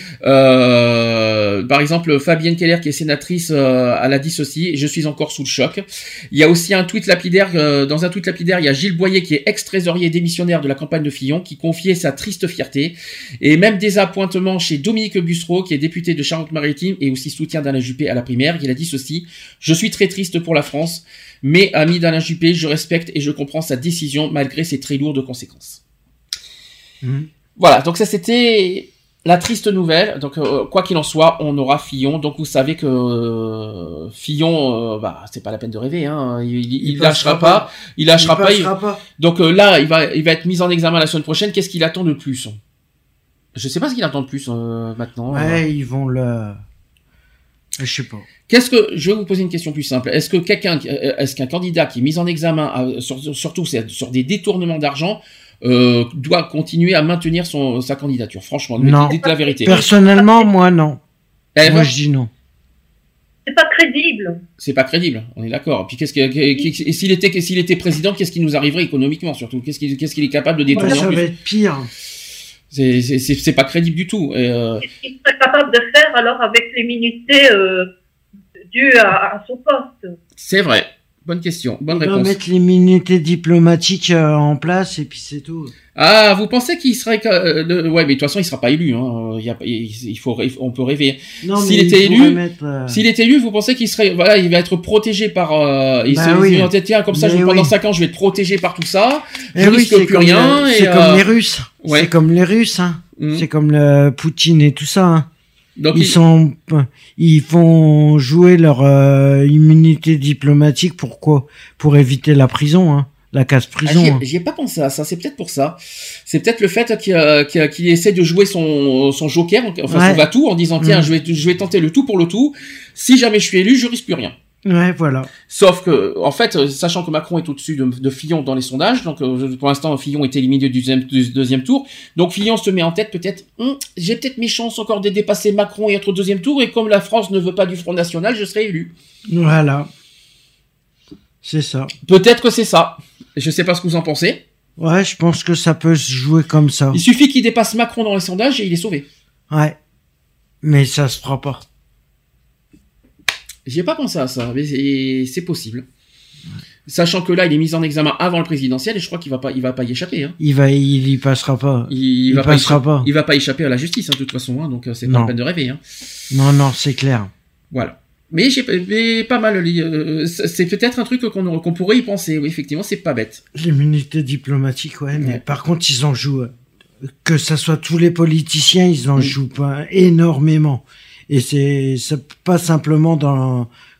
Par exemple, Fabienne Keller, qui est sénatrice, elle a dit ceci: je suis encore sous le choc. Il y a aussi un tweet lapidaire, dans un tweet lapidaire, il y a Gilles Boyer, qui est ex-trésorier démissionnaire de la campagne de Fillon, qui confiait sa triste fierté, et même des appointements chez Dominique Bussereau, qui est député de Charente-Maritime et aussi soutien d'Alain Juppé à la primaire. Il a dit ceci: je suis très triste pour la France, mais ami d'Alain Juppé, je respecte et je comprends sa décision malgré ses très lourdes conséquences. Voilà, donc ça c'était la triste nouvelle. Donc quoi qu'il en soit, on aura Fillon. Donc vous savez que Fillon, c'est pas la peine de rêver, hein. Il lâchera pas. Il lâchera pas. Donc là, il va être mis en examen la semaine prochaine. Qu'est-ce qu'il attend de plus? Je sais pas ce qu'il attend de plus maintenant. Ouais, ils vont le. Je sais pas. Je vais vous poser une question plus simple. Est-ce qu'un candidat qui est mis en examen, surtout sur des détournements d'argent, doit continuer à maintenir sa candidature? Franchement, dites la vérité. Personnellement, moi, non. Moi, je dis non. C'est pas crédible. C'est pas crédible, on est d'accord. Puis s'il était président, qu'est-ce qui nous arriverait économiquement, surtout? Qu'est-ce qu'il est capable de détourner? Ça va être pire. C'est pas crédible du tout. Qu'est-ce qu'il serait capable de faire alors avec l'immunité due à son poste? C'est vrai. Bonne question. Bonne réponse. On va mettre l'immunité diplomatique en place et puis c'est tout. Ah, vous pensez qu'il serait ouais, mais de toute façon il sera pas élu, hein. On peut rêver. Non, s'il était élu, vous pensez qu'il serait, voilà, il va être protégé par tiens, comme ça, pendant 5 ans, je vais être protégé par tout ça. Je risque plus rien. C'est comme les Russes. Ouais. C'est comme les Russes, hein. C'est comme le Poutine et tout ça, hein. Donc ils font jouer leur immunité diplomatique. Pourquoi? Pour éviter la prison, hein. La casse-prison. J'y ai pas pensé à ça. C'est peut-être pour ça. C'est peut-être le fait qu'il essaie de jouer son joker, son va-tout, en disant tiens, je vais tenter le tout pour le tout. Si jamais je suis élu, je risque plus rien. Ouais, voilà. Sauf que, en fait, sachant que Macron est au-dessus de Fillon dans les sondages, donc pour l'instant Fillon est éliminé du deuxième tour, donc Fillon se met en tête peut-être, j'ai peut-être mes chances encore de dépasser Macron et être au deuxième tour, et comme la France ne veut pas du Front National, je serai élu. Voilà. C'est ça. Peut-être que c'est ça. Je sais pas ce que vous en pensez. Ouais, je pense que ça peut se jouer comme ça. Il suffit qu'il dépasse Macron dans les sondages et il est sauvé. Ouais. Mais ça se fera pas. J'y ai pas pensé à ça, mais c'est possible. Ouais. Sachant que là, il est mis en examen avant le présidentiel et je crois qu'il va pas y échapper, hein. Il y passera pas. Il passera pas. Il va pas échapper à la justice, hein, de toute façon, hein, donc c'est pas la peine de rêver, hein. Non, c'est clair. Voilà. Mais j'ai pas mal. C'est peut-être un truc qu'on pourrait y penser. Oui, effectivement, c'est pas bête. L'immunité diplomatique, ouais. Mais par contre, ils en jouent. Que ça soit tous les politiciens, ils en jouent pas énormément. Et c'est pas simplement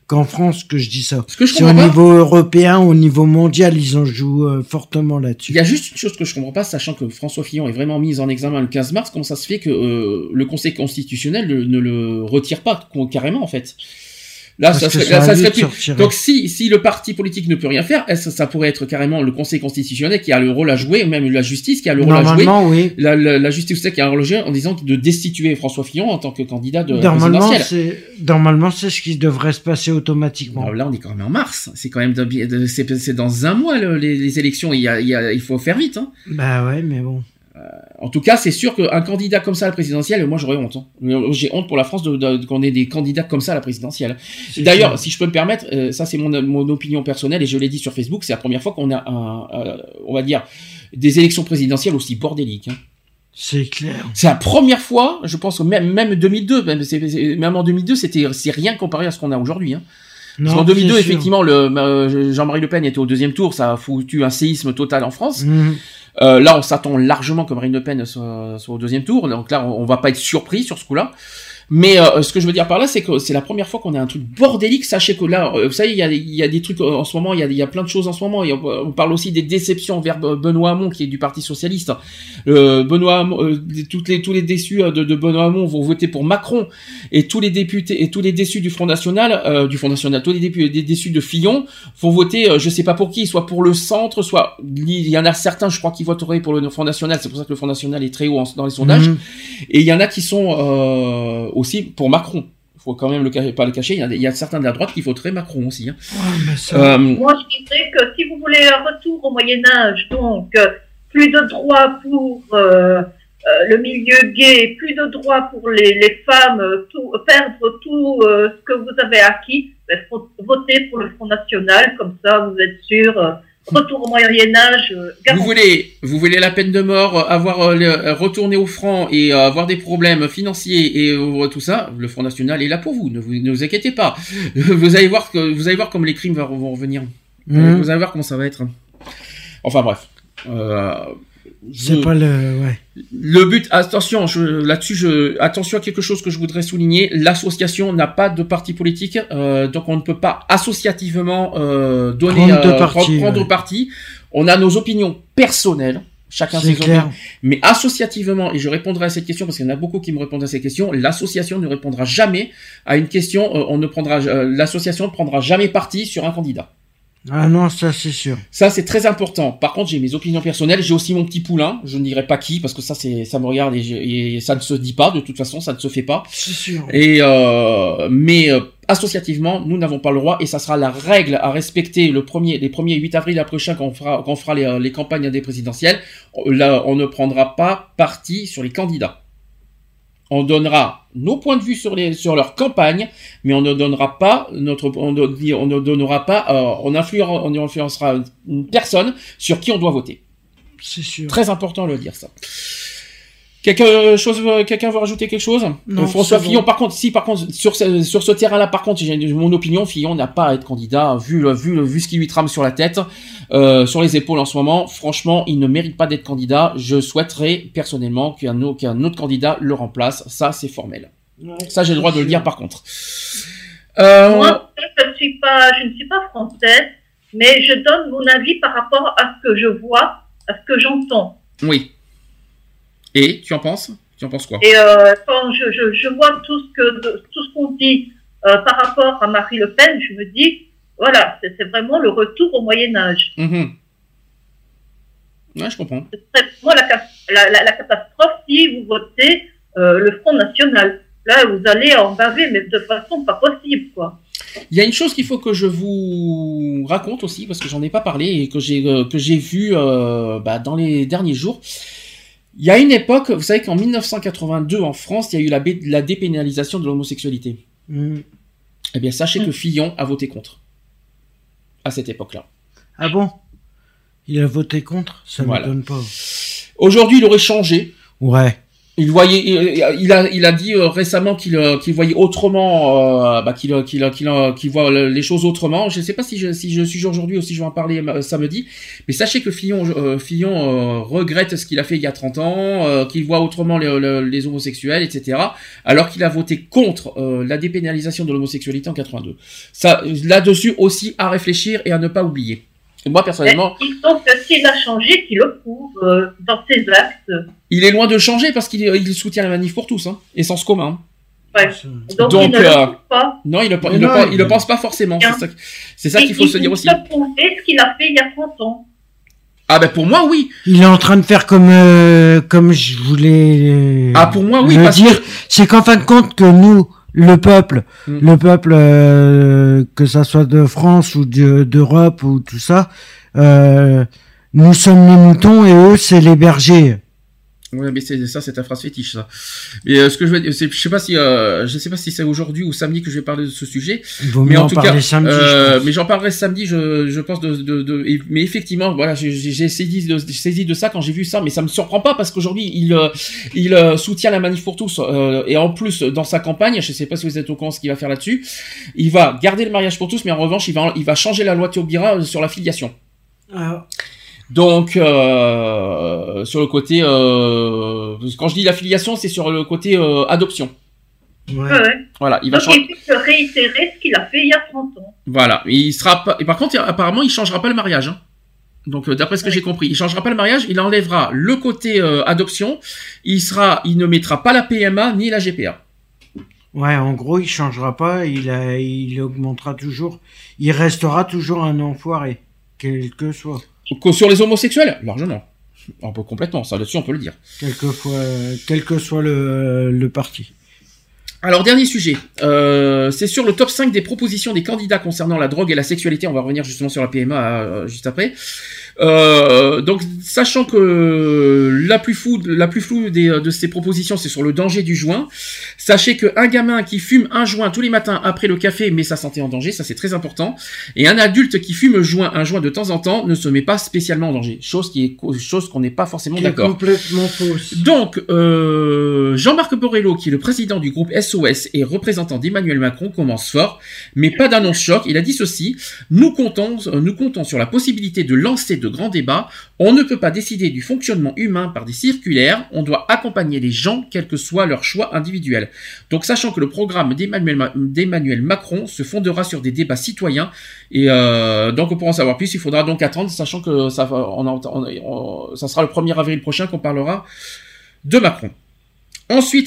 qu'en France que je dis ça. Ce que je c'est au comprends pas, niveau européen, au niveau mondial, ils en jouent fortement là-dessus. il y a juste une chose que je comprends pas, sachant que François Fillon est vraiment mis en examen le 15 mars, comment ça se fait que le Conseil constitutionnel ne le retire pas carrément en fait. Là, ça serait plus. Donc, si le parti politique ne peut rien faire, ça pourrait être carrément le Conseil constitutionnel qui a le rôle à jouer, ou même la justice qui a le rôle à jouer. Oui. La justice qui a un rôle à jouer en disant de destituer François Fillon en tant que candidat de présidentiel. Normalement, c'est ce qui devrait se passer automatiquement. Alors là, on est quand même en mars. C'est quand même c'est dans un mois les élections. Il faut faire vite. Hein. Bah ouais, mais bon. En tout cas, c'est sûr qu'un candidat comme ça à la présidentielle, moi j'aurais honte. Hein. J'ai honte pour la France qu'on ait des candidats comme ça à la présidentielle. D'ailleurs, si je peux me permettre, ça c'est mon opinion personnelle et je l'ai dit sur Facebook, c'est la première fois qu'on a on va dire, des élections présidentielles aussi bordéliques. Hein. C'est clair. C'est la première fois, je pense, même 2002, même en 2002, c'est rien comparé à ce qu'on a aujourd'hui. Hein. Parce qu'en 2002, effectivement, Jean-Marie Le Pen était au deuxième tour, ça a foutu un séisme total en France. Là, on s'attend largement que Marine Le Pen soit au deuxième tour, donc là, on va pas être surpris sur ce coup-là. Mais ce que je veux dire par là, c'est que c'est la première fois qu'on a un truc bordélique. Sachez que là, vous savez, il y a des trucs en ce moment, il y a plein de choses en ce moment. On parle aussi des déceptions vers Benoît Hamon, qui est du Parti Socialiste. Benoît Hamon, tous les déçus de Benoît Hamon vont voter pour Macron, et tous les députés et tous les déçus du Front National, tous les déçus de Fillon vont voter, je sais pas pour qui, soit pour le centre, soit il y en a certains, je crois, qui voteraient pour le Front National. C'est pour ça que le Front National est très haut dans les sondages. Et il y en a qui sont aussi pour Macron. Il faut quand même pas le cacher. Il y a certains de la droite qui voteraient Macron aussi. Hein. Moi, je dirais que si vous voulez un retour au Moyen-Âge, donc plus de droits pour le milieu gay, plus de droits pour les femmes, perdre tout ce que vous avez acquis, faut voter pour le Front National, comme ça vous êtes sûr. Retour au Moyen-Âge. Vous voulez la peine de mort, retourner au franc et avoir des problèmes financiers et tout ça, le Front National est là pour vous. Ne vous inquiétez pas. Vous allez voir comme les crimes vont revenir. Vous allez voir comment ça va être. Enfin bref. Le but, attention, attention à quelque chose que je voudrais souligner. L'association n'a pas de parti politique, donc on ne peut pas associativement prendre parti. On a nos opinions personnelles. Chacun ses opinions. Mais associativement, et je répondrai à cette question parce qu'il y en a beaucoup qui me répondent à cette question, l'association ne répondra jamais à une question, l'association ne prendra jamais parti sur un candidat. Ah non, ça c'est sûr. Ça c'est très important. Par contre, j'ai mes opinions personnelles, j'ai aussi mon petit poulain, je ne dirai pas qui parce que ça me regarde et ça ne se dit pas, de toute façon, ça ne se fait pas. C'est sûr. Mais associativement, nous n'avons pas le droit et ça sera la règle à respecter les premiers 8 avril prochain quand on fera les campagnes des présidentielles. Là, on ne prendra pas parti sur les candidats. On donnera nos points de vue sur leur campagne, mais on ne donnera pas on influencera une personne sur qui on doit voter. C'est sûr. Très important de le dire ça. Quelqu'un veut rajouter quelque chose? Non, François Fillon, par contre, sur ce terrain-là, par contre, j'ai mon opinion, Fillon n'a pas à être candidat, vu ce qui lui trame sur la tête, sur les épaules en ce moment. Franchement, il ne mérite pas d'être candidat. Je souhaiterais, personnellement, qu'un autre candidat le remplace. Ça, c'est formel. Ouais, ça, j'ai le droit de le dire, par contre. Moi, je ne suis pas française, mais je donne mon avis par rapport à ce que je vois, à ce que j'entends. Oui. Et tu en penses quoi? Et quand je vois tout ce qu'on dit par rapport à Marie Le Pen, je me dis, voilà, c'est vraiment le retour au Moyen-Âge. Ouais, je comprends. C'est vraiment la catastrophe si vous votez le Front National. Là, vous allez en baver, mais de façon pas possible, quoi. Il y a une chose qu'il faut que je vous raconte aussi, parce que j'en ai pas parlé et que j'ai vu dans les derniers jours. Il y a une époque, vous savez qu'en 1982 en France, il y a eu la dépénalisation de l'homosexualité. Eh bien, sachez que Fillon a voté contre à cette époque-là. Ah bon? Il a voté contre? Ça ne m'étonne pas. Aujourd'hui, il aurait changé. Ouais. Il a dit récemment qu'il voyait autrement, qu'il voit les choses autrement. Je ne sais pas si je suis aujourd'hui ou si je vais en parler samedi, mais sachez que Fillon regrette ce qu'il a fait il y a 30 ans, qu'il voit autrement les homosexuels, etc. Alors qu'il a voté contre la dépénalisation de l'homosexualité en 82. Ça, là-dessus aussi à réfléchir et à ne pas oublier. Et moi, personnellement... Il semble que s'il a changé, qu'il le prouve dans ses actes. Il est loin de changer parce qu'il soutient la manif pour tous, hein, et sens commun. Ouais. Donc il ne le prouve pas. Non, il le pense pas forcément. C'est ça qu'il faut se dire aussi. Il peut prouver ce qu'il a fait il y a 30 ans. Ah ben pour moi, oui. Il est en train de faire comme je voulais pour moi, oui, le dire. C'est qu'en fin de compte que nous... Le peuple, que ça soit de France ou d'Europe ou tout ça, nous sommes les moutons et eux c'est les bergers. Ouais, mais c'est ta phrase fétiche, ça. Mais ce que je veux dire, je sais pas si c'est aujourd'hui ou samedi que je vais parler de ce sujet. Mais en tout cas, mais j'en parlerai samedi, je pense mais effectivement, voilà, j'ai saisi de ça quand j'ai vu ça, mais ça me surprend pas parce qu'aujourd'hui il soutient la manif pour tous et en plus dans sa campagne, je sais pas si vous êtes au courant ce qu'il va faire là-dessus, il va garder le mariage pour tous, mais en revanche il va changer la loi Taubira sur la filiation. Donc sur le côté quand je dis l'affiliation, c'est sur le côté adoption. Ouais. Voilà, il va donc il peut réitérer ce qu'il a fait il y a 30 ans. Voilà, il sera pas. Et par contre, apparemment, il changera pas le mariage. Hein. Donc d'après ce que j'ai compris, il changera pas le mariage, il enlèvera le côté adoption. Il ne mettra pas la PMA ni la GPA. Ouais, en gros, il changera pas. Il augmentera toujours. Il restera toujours un enfoiré, quel que soit. Sur les homosexuels, largement. Un peu complètement, ça là-dessus on peut le dire. Quel que soit le parti. Alors dernier sujet, c'est sur le top 5 des propositions des candidats concernant la drogue et la sexualité, on va revenir justement sur la PMA juste après. Donc sachant que la plus floue de ces propositions c'est sur le danger du joint, sachez qu'un gamin qui fume un joint tous les matins après le café met sa santé en danger, ça c'est très important, et un adulte qui fume un joint de temps en temps ne se met pas spécialement en danger, chose qu'on n'est pas forcément d'accord. Complètement fausse. Donc Jean-Marc Borrello, qui est le président du groupe SOS et représentant d'Emmanuel Macron, commence fort, mais pas d'annonce choc. Il a dit ceci: nous comptons sur la possibilité de lancer de grands débats. On ne peut pas décider du fonctionnement humain par des circulaires. On doit accompagner les gens, quel que soit leur choix individuel. Donc, sachant que le programme d'Emmanuel Macron se fondera sur des débats citoyens, et donc pour en savoir plus, il faudra donc attendre, sachant que ça sera le 1er avril prochain qu'on parlera de Macron. Ensuite,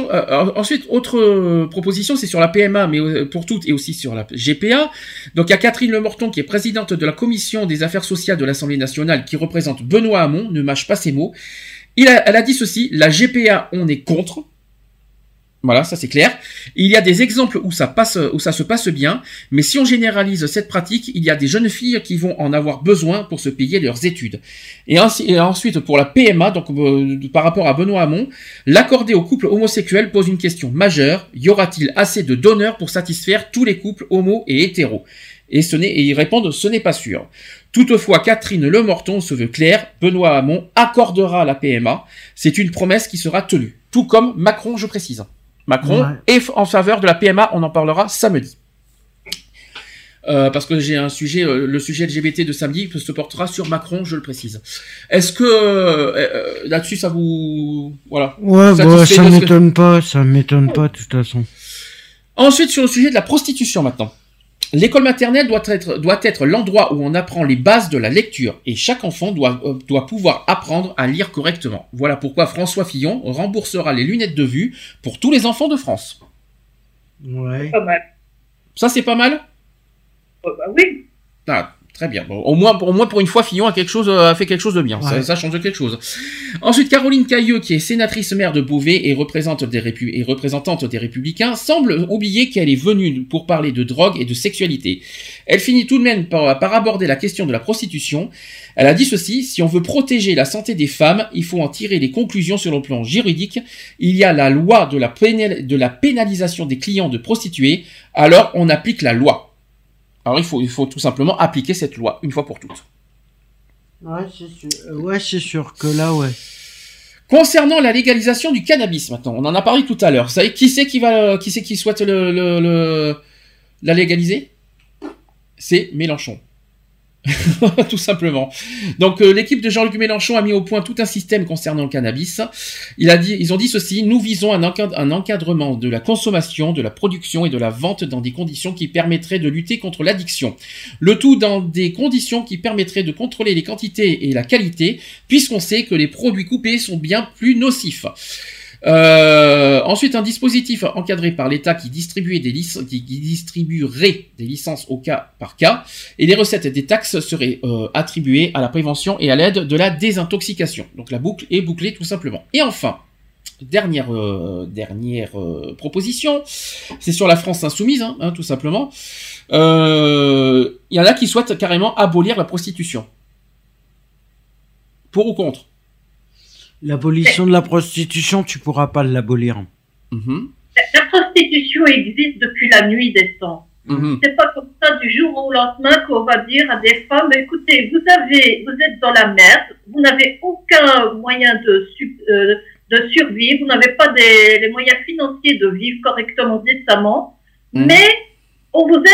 autre proposition, c'est sur la PMA, mais pour toutes, et aussi sur la GPA. Donc, il y a Catherine Lemorton, qui est présidente de la commission des affaires sociales de l'Assemblée nationale, qui représente Benoît Hamon, ne mâche pas ses mots. Elle a dit ceci: la GPA, on est contre. Voilà, ça c'est clair. Il y a des exemples où ça se passe bien, mais si on généralise cette pratique, il y a des jeunes filles qui vont en avoir besoin pour se payer leurs études. Et ensuite, pour la PMA, donc par rapport à Benoît Hamon, l'accorder aux couples homosexuels pose une question majeure: y aura-t-il assez de donneurs pour satisfaire tous les couples homo et hétéros? Et ils répondent: ce n'est pas sûr. Toutefois, Catherine Lemorton se veut claire: Benoît Hamon accordera la PMA. C'est une promesse qui sera tenue. Tout comme Macron, je précise. Macron est en faveur de la PMA, on en parlera samedi. Parce que j'ai un sujet, le sujet LGBT de samedi se portera sur Macron, je le précise. Est-ce que là-dessus ça vous... Voilà. Ouais, bah, ça m'étonne pas de toute façon. Ensuite, sur le sujet de la prostitution maintenant. L'école maternelle doit être l'endroit où on apprend les bases de la lecture, et chaque enfant doit pouvoir apprendre à lire correctement. Voilà pourquoi François Fillon remboursera les lunettes de vue pour tous les enfants de France. Ouais. Pas mal. Ça, c'est pas mal? Bah oui. Ah, très bien. Bon, au moins pour une fois, Fillon a fait quelque chose de bien. Ouais. Ça change de quelque chose. Ensuite, Caroline Cailleux, qui est sénatrice maire de Beauvais et représentante des Républicains, semble oublier qu'elle est venue pour parler de drogue et de sexualité. Elle finit tout de même par aborder la question de la prostitution. Elle a dit ceci: si on veut protéger la santé des femmes, il faut en tirer les conclusions sur le plan juridique. Il y a la loi de la pénalisation des clients de prostituées, alors on applique la loi. Alors il faut tout simplement appliquer cette loi une fois pour toutes. Ouais, c'est sûr. Ouais, c'est sûr que là, ouais. Concernant la légalisation du cannabis, maintenant, on en a parlé tout à l'heure. Vous savez qui c'est qui souhaite la légaliser? C'est Mélenchon. Tout simplement. Donc l'équipe de Jean-Luc Mélenchon a mis au point tout un système concernant le cannabis. Ils ont dit ceci: nous visons un encadrement de la consommation, de la production et de la vente dans des conditions qui permettraient de lutter contre l'addiction. Le tout dans des conditions qui permettraient de contrôler les quantités et la qualité, puisqu'on sait que les produits coupés sont bien plus nocifs. Ensuite, un dispositif encadré par l'État qui distribuerait des licences au cas par cas, et les recettes des taxes seraient attribuées à la prévention et à l'aide de la désintoxication. Donc la boucle est bouclée tout simplement. Et enfin, dernière proposition, c'est sur la France insoumise, tout simplement. Il y en a qui souhaitent carrément abolir la prostitution. Pour ou contre? L'abolition de la prostitution, tu pourras pas l'abolir. La prostitution existe depuis la nuit des temps. C'est pas comme ça du jour au lendemain qu'on va dire à des femmes: écoutez, vous êtes dans la merde, vous n'avez aucun moyen de survivre, vous n'avez pas les moyens financiers de vivre correctement, décemment, mais on vous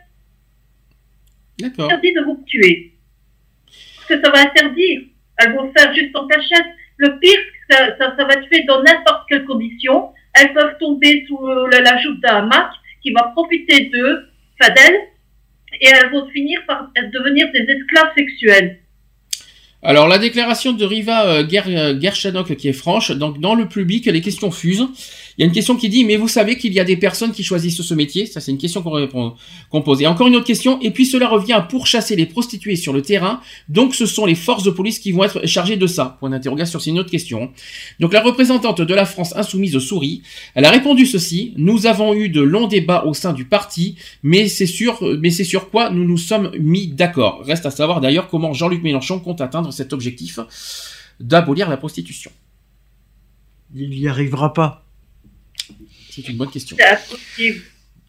interdit de vous tuer. Parce que ça va interdire. Elles vont le faire juste en cachette. Le pire, ça va être fait dans n'importe quelle condition. Elles peuvent tomber sous la joute d'un hamac qui va profiter d'elles, et elles vont finir par devenir des esclaves sexuels. Alors, la déclaration de Riva Gerchanok qui est franche. Donc, dans le public, les questions fusent. Il y a une question qui dit: mais vous savez qu'il y a des personnes qui choisissent ce métier? Ça, c'est une question qu'on pose. Et encore une autre question: et puis cela revient à pourchasser les prostituées sur le terrain. Donc, ce sont les forces de police qui vont être chargées de ça. Point d'interrogation, c'est une autre question. Donc, la représentante de la France insoumise sourit. Elle a répondu ceci: nous avons eu de longs débats au sein du parti, mais c'est sur quoi nous nous sommes mis d'accord. Reste à savoir d'ailleurs comment Jean-Luc Mélenchon compte atteindre cet objectif d'abolir la prostitution. Il n'y arrivera pas. C'est une bonne question. C'est impossible.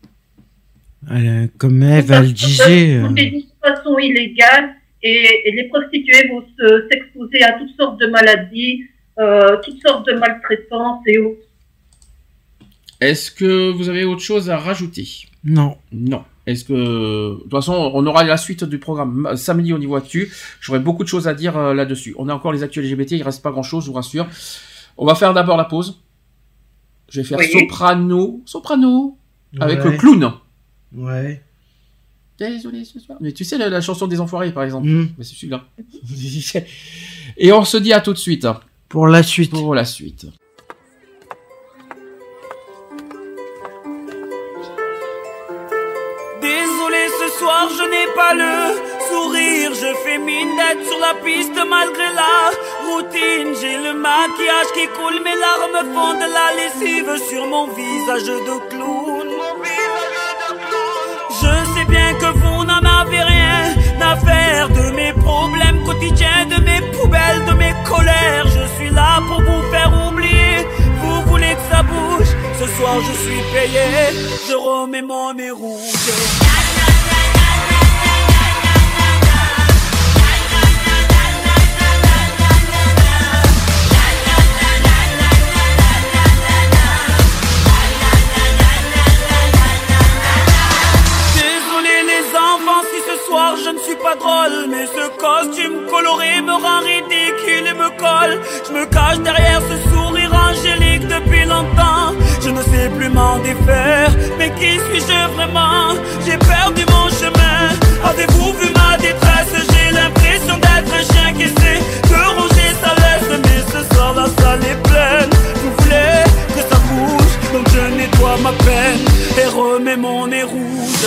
Comme Ève, elle disait... De façon illégale, et les prostituées vont s'exposer à toutes sortes de maladies, toutes sortes de maltraitances et autres. Est-ce que vous avez autre chose à rajouter? Non. Est-ce que... De toute façon, on aura la suite du programme samedi au niveau actu. J'aurai beaucoup de choses à dire là-dessus. On a encore les actus LGBT, il reste pas grand-chose, je vous rassure. On va faire d'abord la pause. Je vais faire soprano, avec le clown. Ouais. Désolé ce soir. Mais tu sais la chanson des Enfoirés, par exemple. Mais c'est celui-là. Et on se dit à tout de suite. Pour la suite. Désolé, ce soir je n'ai pas le sourire. Je fais mine d'être sur la piste malgré la routine. J'ai le maquillage qui coule, mes larmes font de la lessive sur mon visage de clown. Je sais bien que vous n'en avez rien à faire de mes problèmes quotidiens, de mes poubelles, de mes colères. Je suis là pour vous faire oublier. Vous voulez que ça bouge? Ce soir je suis payé. Je remets mon nez rouge. Je ne suis pas drôle, mais ce costume coloré me rend ridicule et me colle. Je me cache derrière ce sourire angélique depuis longtemps. Je ne sais plus m'en défaire, mais qui suis-je vraiment? J'ai perdu mon chemin. Avez-vous vu ma détresse? J'ai l'impression d'être un chien qui essaie de ronger sa laisse. Mais ce soir la salle est pleine. Vous voulez que ça bouge, donc je nettoie ma peine et remets mon nez rouge.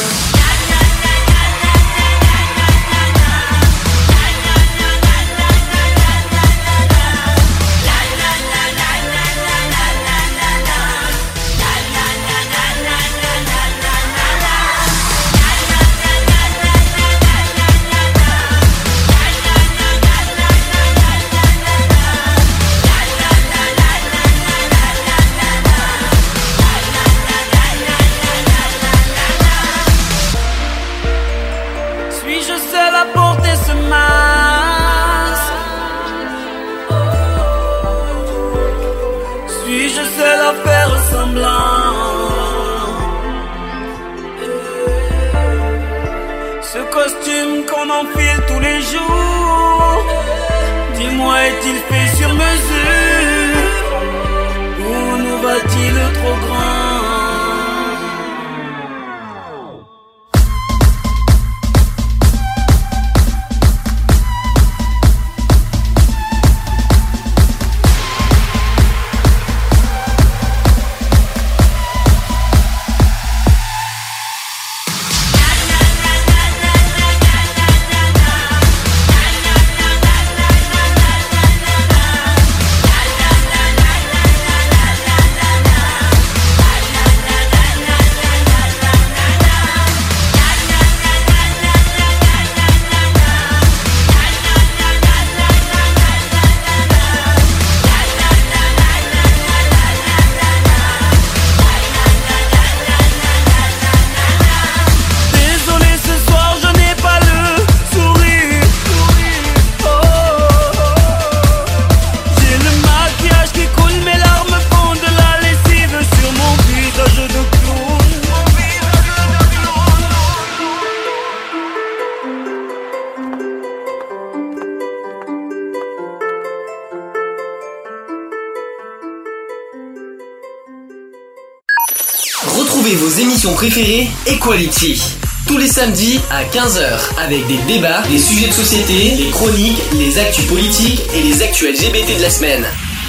semblant. Ce costume qu'on enfile tous les jours, dis-moi, est-il fait sur mesure ou nous va-t-il trop grand? Retrouvez vos émissions préférées Equality. Tous les samedis à 15h avec des débats, des sujets de société, des chroniques, les actus politiques et les actus LGBT de la semaine.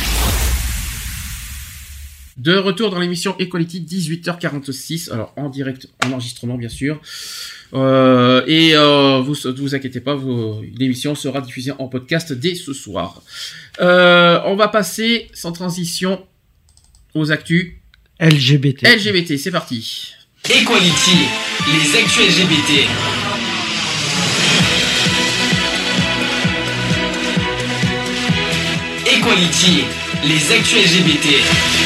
De retour dans l'émission Equality, 18h46, alors en direct, en enregistrement bien sûr. Vous inquiétez pas, l'émission sera diffusée en podcast dès ce soir. On va passer sans transition aux actus LGBT, c'est parti. Equality, les actus LGBT. Equality, les actus LGBT.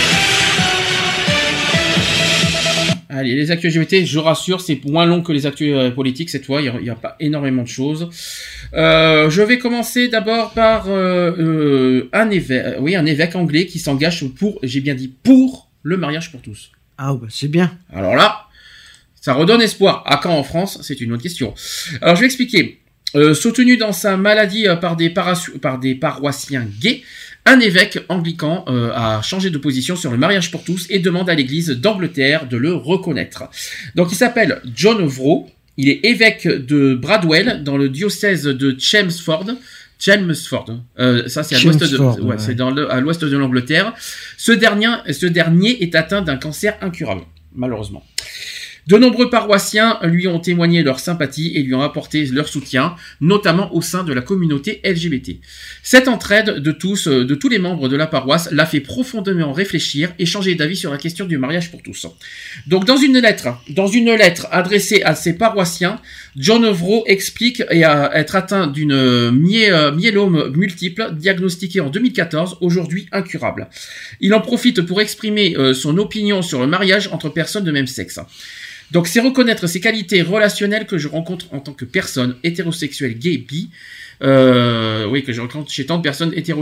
Allez, les actus LGBT, je rassure, c'est moins long que les actus politiques cette fois, il n'y a pas énormément de choses. Je vais commencer d'abord par un évêque anglais qui s'engage pour, j'ai bien dit pour, le mariage pour tous. Ah bah c'est bien. Alors là, ça redonne espoir. À quand en France? C'est une autre question. Alors je vais expliquer. Soutenu dans sa maladie par des paroissiens gays, un évêque anglican a changé de position sur le mariage pour tous et demande à l'église d'Angleterre de le reconnaître. Donc il s'appelle John Ovrow, il est évêque de Bradwell dans le diocèse de Chelmsford. Ça c'est à l'ouest c'est à l'ouest de l'Angleterre. Ce dernier est atteint d'un cancer incurable, malheureusement. De nombreux paroissiens lui ont témoigné leur sympathie et lui ont apporté leur soutien, notamment au sein de la communauté LGBT. Cette entraide de tous les membres de la paroisse l'a fait profondément réfléchir et changer d'avis sur la question du mariage pour tous. Donc dans une lettre adressée à ses paroissiens, John Ovrow explique être atteint d'une myélome multiple diagnostiquée en 2014, aujourd'hui incurable. Il en profite pour exprimer son opinion sur le mariage entre personnes de même sexe. Donc c'est reconnaître ces qualités relationnelles que je rencontre en tant que personne hétérosexuelle gay bi, que je rencontre chez tant de personnes hétéro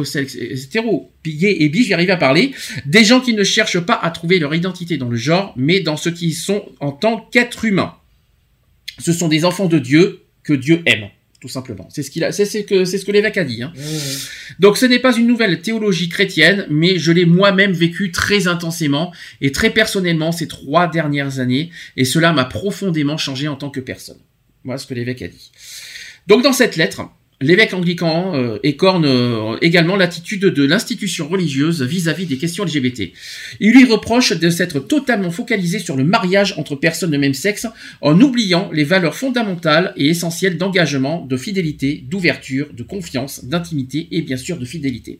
gay et bi, j'y arrive à parler, des gens qui ne cherchent pas à trouver leur identité dans le genre, mais dans ce qu'ils sont en tant qu'être humain. Ce sont des enfants de Dieu que Dieu aime. Tout simplement. C'est ce que l'évêque a dit. Hein. Donc ce n'est pas une nouvelle théologie chrétienne, mais je l'ai moi-même vécu très intensément et très personnellement ces 3 dernières années, et cela m'a profondément changé en tant que personne. Voilà ce que l'évêque a dit. Donc dans cette lettre, l'évêque anglican écorne également l'attitude de l'institution religieuse vis-à-vis des questions LGBT. Il lui reproche de s'être totalement focalisé sur le mariage entre personnes de même sexe, en oubliant les valeurs fondamentales et essentielles d'engagement, de fidélité, d'ouverture, de confiance, d'intimité et bien sûr de fidélité.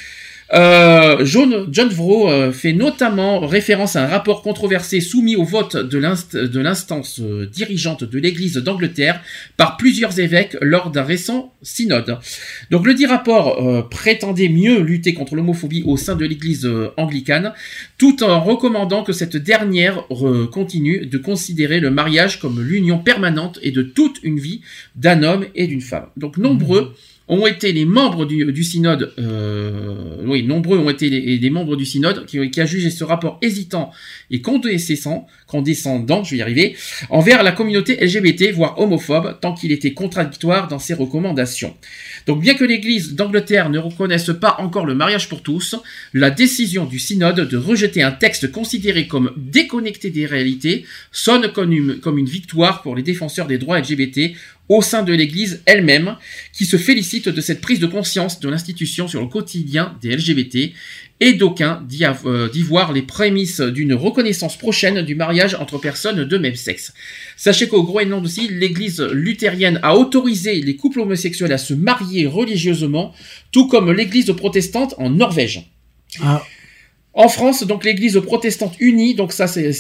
John Ovrow fait notamment référence à un rapport controversé soumis au vote de l'instance dirigeante de l'Église d'Angleterre par plusieurs évêques lors d'un récent synode. Donc le dit rapport prétendait mieux lutter contre l'homophobie au sein de l'Église anglicane, tout en recommandant que cette dernière continue de considérer le mariage comme l'union permanente et de toute une vie d'un homme et d'une femme. Donc nombreux ont été les membres du synode, nombreux ont été les membres du synode qui a jugé ce rapport hésitant et condescendant, je vais y arriver, envers la communauté LGBT, voire homophobe, tant qu'il était contradictoire dans ses recommandations. Donc bien que l'Église d'Angleterre ne reconnaisse pas encore le mariage pour tous, la décision du synode de rejeter un texte considéré comme déconnecté des réalités sonne comme une victoire pour les défenseurs des droits LGBT au sein de l'Église elle-même, qui se félicite de cette prise de conscience de l'institution sur le quotidien des LGBT, et d'aucuns d'y voir les prémices d'une reconnaissance prochaine du mariage entre personnes de même sexe. Sachez qu'au Groenland aussi, l'Église luthérienne a autorisé les couples homosexuels à se marier religieusement, tout comme l'Église protestante en Norvège. Ah. En France, donc l'Église protestante unie, donc ça c'est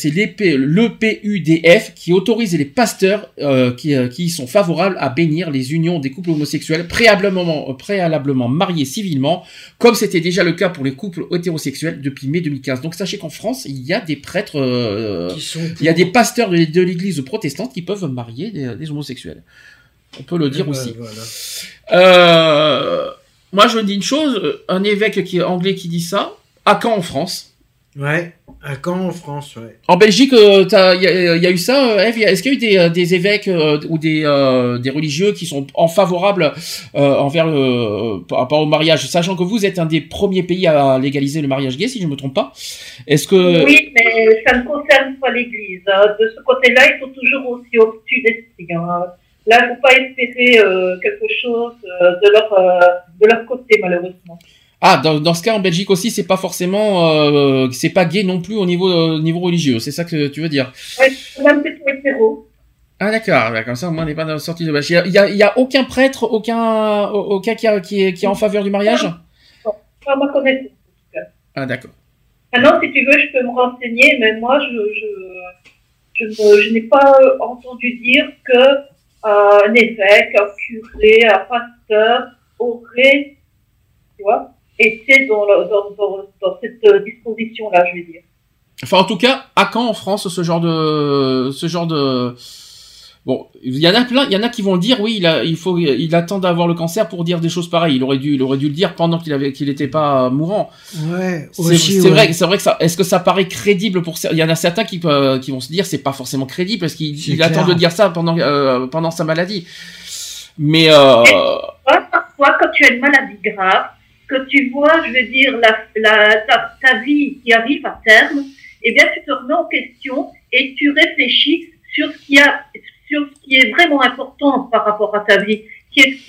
l'EPUDF qui autorise les pasteurs qui sont favorables à bénir les unions des couples homosexuels préalablement mariés civilement, comme c'était déjà le cas pour les couples hétérosexuels depuis mai 2015. Donc sachez qu'en France, il y a des prêtres, il y a des pasteurs de l'Église protestante qui peuvent marier des homosexuels. On peut le dire aussi. Voilà. Moi je dis une chose, un évêque anglais qui dit ça. À Caen en France. Ouais, à Caen en France, ouais. En Belgique, il y a eu ça, Eve. Est-ce qu'il y a eu des évêques ou des religieux qui sont favorables envers par rapport au mariage, sachant que vous êtes un des premiers pays à légaliser le mariage gay, si je ne me trompe pas. Est-ce que... Oui, mais ça ne concerne pas l'Église. De ce côté-là, ils sont toujours aussi obtus d'esprit. Là, il ne faut pas espérer quelque chose de leur côté, malheureusement. Ah, dans ce cas, en Belgique aussi, c'est pas forcément, c'est pas gay non plus au niveau religieux. C'est ça que tu veux dire? Oui, c'est même plutôt hétéro. Ah, d'accord. Comme ça, au moins, on n'est pas dans la sortie de bâche. Il y a aucun prêtre, aucun qui est en faveur du mariage? Non, pas à ma connaissance. Ah, d'accord. Maintenant, si tu veux, je peux me renseigner, mais moi, je n'ai pas entendu dire que un évêque, un curé, un pasteur aurait, tu vois, était dans cette disposition-là, je veux dire. Enfin, en tout cas, à Caen, en France, ce genre de, bon, il y en a plein, il y en a qui vont le dire, oui, il attend d'avoir le cancer pour dire des choses pareilles. Il aurait dû le dire pendant qu'il était pas mourant. Ouais, c'est vrai que ça, est-ce que ça paraît crédible il y en a certains qui vont se dire, c'est pas forcément crédible parce qu'il attend de dire ça pendant sa maladie. Mais, parfois, quand tu as une maladie grave, que tu vois, je veux dire, ta vie qui arrive à terme, eh bien, tu te remets en question et tu réfléchis sur ce qui est vraiment important par rapport à ta vie. Qu'est-ce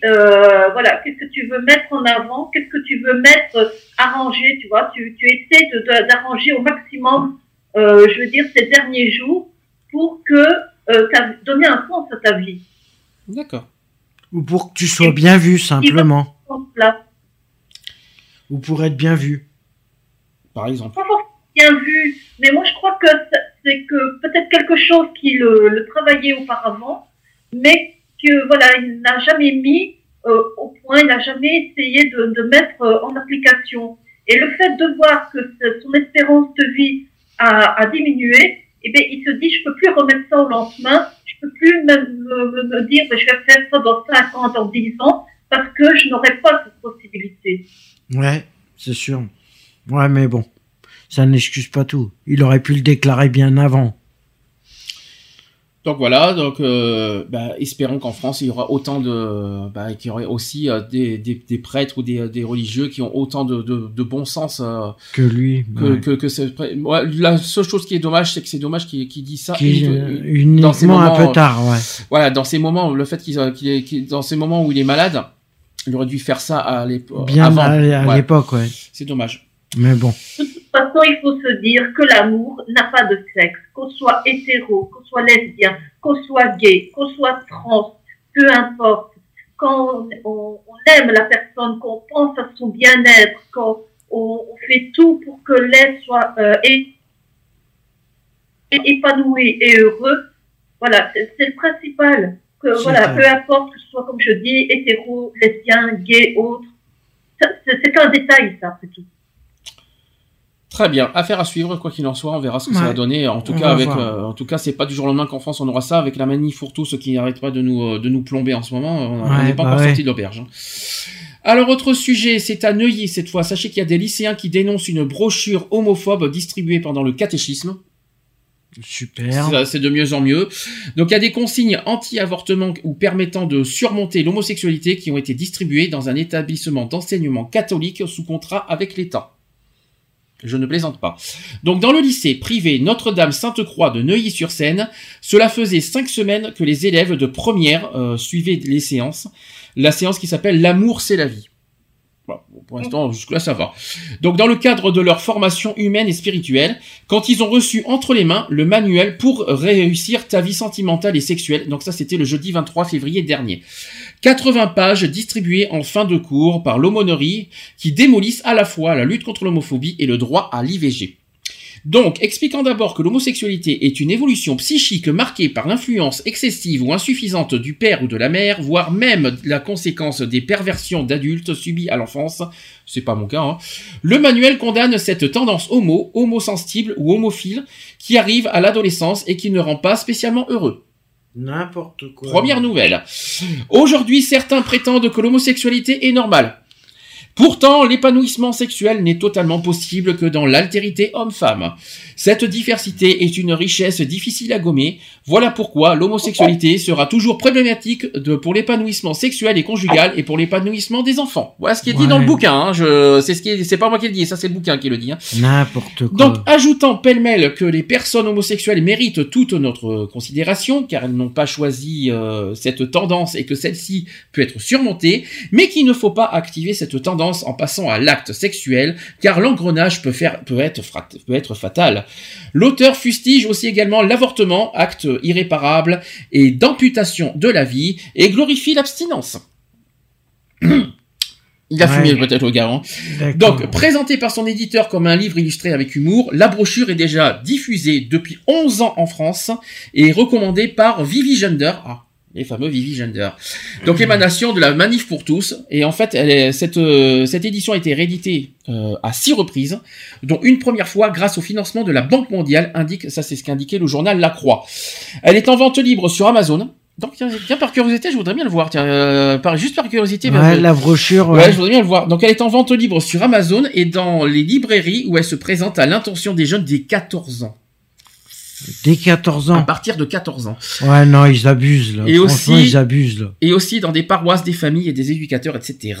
que tu veux mettre en avant, qu'est-ce que tu veux arranger, tu vois, tu essaies d'arranger au maximum, je veux dire, ces derniers jours pour que donner un sens à ta vie. D'accord. Ou pour que tu sois bien vu, simplement. Ou pour être bien vu. Par exemple. Pas forcément bien vu, mais moi je crois que c'est que peut-être quelque chose qui le travaillait auparavant, mais que voilà, il n'a jamais mis au point, il n'a jamais essayé de mettre en application. Et le fait de voir que son espérance de vie a diminué, eh bien, il se dit, je peux plus remettre ça au lendemain, je peux plus me dire, je vais faire ça dans 5 ans, dans 10 ans, parce que je n'aurai pas cette possibilité. Ouais, c'est sûr. Ouais, mais bon, ça n'excuse pas tout. Il aurait pu le déclarer bien avant. Donc voilà, espérons qu'en France il y aura autant qu'il y aurait aussi des prêtres ou des religieux qui ont autant de bon sens que lui. La seule chose qui est dommage, c'est que c'est dommage qu'il dit ça uniquement un peu tard, ouais. Voilà, dans ces moments, le fait qu'il dans ces moments où il est malade, il aurait dû faire ça à l'époque. Bien à l'époque, ouais. C'est dommage. Mais bon. De toute façon, il faut se dire que l'amour n'a pas de sexe, qu'on soit hétéro, qu'on soit lesbien, qu'on soit gay, qu'on soit trans, peu importe. Quand on aime la personne, qu'on pense à son bien-être, quand on fait tout pour que l'être soit épanoui et heureux, voilà, c'est le principal. Que, voilà, peu importe que ce soit, comme je dis, hétéro, lesbien, gay, autre, c'est un détail, ça, c'est tout. Très bien, affaire à suivre, quoi qu'il en soit, on verra ce que ça va donner. En tout cas, c'est pas du jour au lendemain qu'en France on aura ça, avec la manif pour tous qui n'arrête pas de nous plomber en ce moment. On n'est pas encore sorti de l'auberge. Hein. Alors, autre sujet, c'est à Neuilly cette fois. Sachez qu'il y a des lycéens qui dénoncent une brochure homophobe distribuée pendant le catéchisme. Super. C'est de mieux en mieux. Donc, il y a des consignes anti-avortement ou permettant de surmonter l'homosexualité qui ont été distribuées dans un établissement d'enseignement catholique sous contrat avec l'État. Je ne plaisante pas. Donc, dans le lycée privé Notre-Dame-Sainte-Croix de Neuilly-sur-Seine, cela faisait 5 semaines que les élèves de première suivaient les séances. La séance qui s'appelle « L'amour, c'est la vie ». Voilà, pour l'instant, jusque-là, ça va. Donc, dans le cadre de leur formation humaine et spirituelle, quand ils ont reçu entre les mains le manuel pour réussir ta vie sentimentale et sexuelle, donc ça, c'était le jeudi 23 février dernier. 80 pages distribuées en fin de cours par l'aumônerie qui démolissent à la fois la lutte contre l'homophobie et le droit à l'IVG. Donc, expliquant d'abord que l'homosexualité est une évolution psychique marquée par l'influence excessive ou insuffisante du père ou de la mère, voire même la conséquence des perversions d'adultes subies à l'enfance, c'est pas mon cas, hein. Le manuel condamne cette tendance homosensible ou homophile qui arrive à l'adolescence et qui ne rend pas spécialement heureux. N'importe quoi. Première nouvelle. Aujourd'hui, certains prétendent que l'homosexualité est normale. Pourtant, l'épanouissement sexuel n'est totalement possible que dans l'altérité homme-femme. Cette diversité est une richesse difficile à gommer. Voilà pourquoi l'homosexualité sera toujours problématique pour l'épanouissement sexuel et conjugal et pour l'épanouissement des enfants. Voilà ce qui est dit dans le bouquin. Hein. C'est pas moi qui le dis, ça c'est le bouquin qui le dit. Hein. N'importe quoi. Donc, ajoutant pêle-mêle que les personnes homosexuelles méritent toute notre considération, car elles n'ont pas choisi cette tendance et que celle-ci peut être surmontée, mais qu'il ne faut pas activer cette tendance en passant à l'acte sexuel, car l'engrenage peut être fatal. L'auteur fustige aussi également l'avortement, acte irréparable et d'amputation de la vie, et glorifie l'abstinence. Il a fumé peut-être au gars. Hein. Donc, présenté par son éditeur comme un livre illustré avec humour, la brochure est déjà diffusée depuis 11 ans en France et recommandée par Vivi Gender. Les fameux Vivi Gender. Donc, émanation de la Manif pour tous. Et en fait, cette édition a été rééditée à 6 reprises, dont une première fois grâce au financement de la Banque mondiale, ça c'est ce qu'indiquait le journal La Croix. Elle est en vente libre sur Amazon. Donc, tiens, par curiosité, je voudrais bien le voir. Juste par curiosité. La brochure. Ouais, je voudrais bien le voir. Donc, elle est en vente libre sur Amazon et dans les librairies où elle se présente à l'intention des jeunes dès 14 ans. Dès 14 ans. À partir de 14 ans. Ouais, non, ils abusent, là. Franchement, ils abusent, là. Et aussi dans des paroisses, des familles et des éducateurs, etc.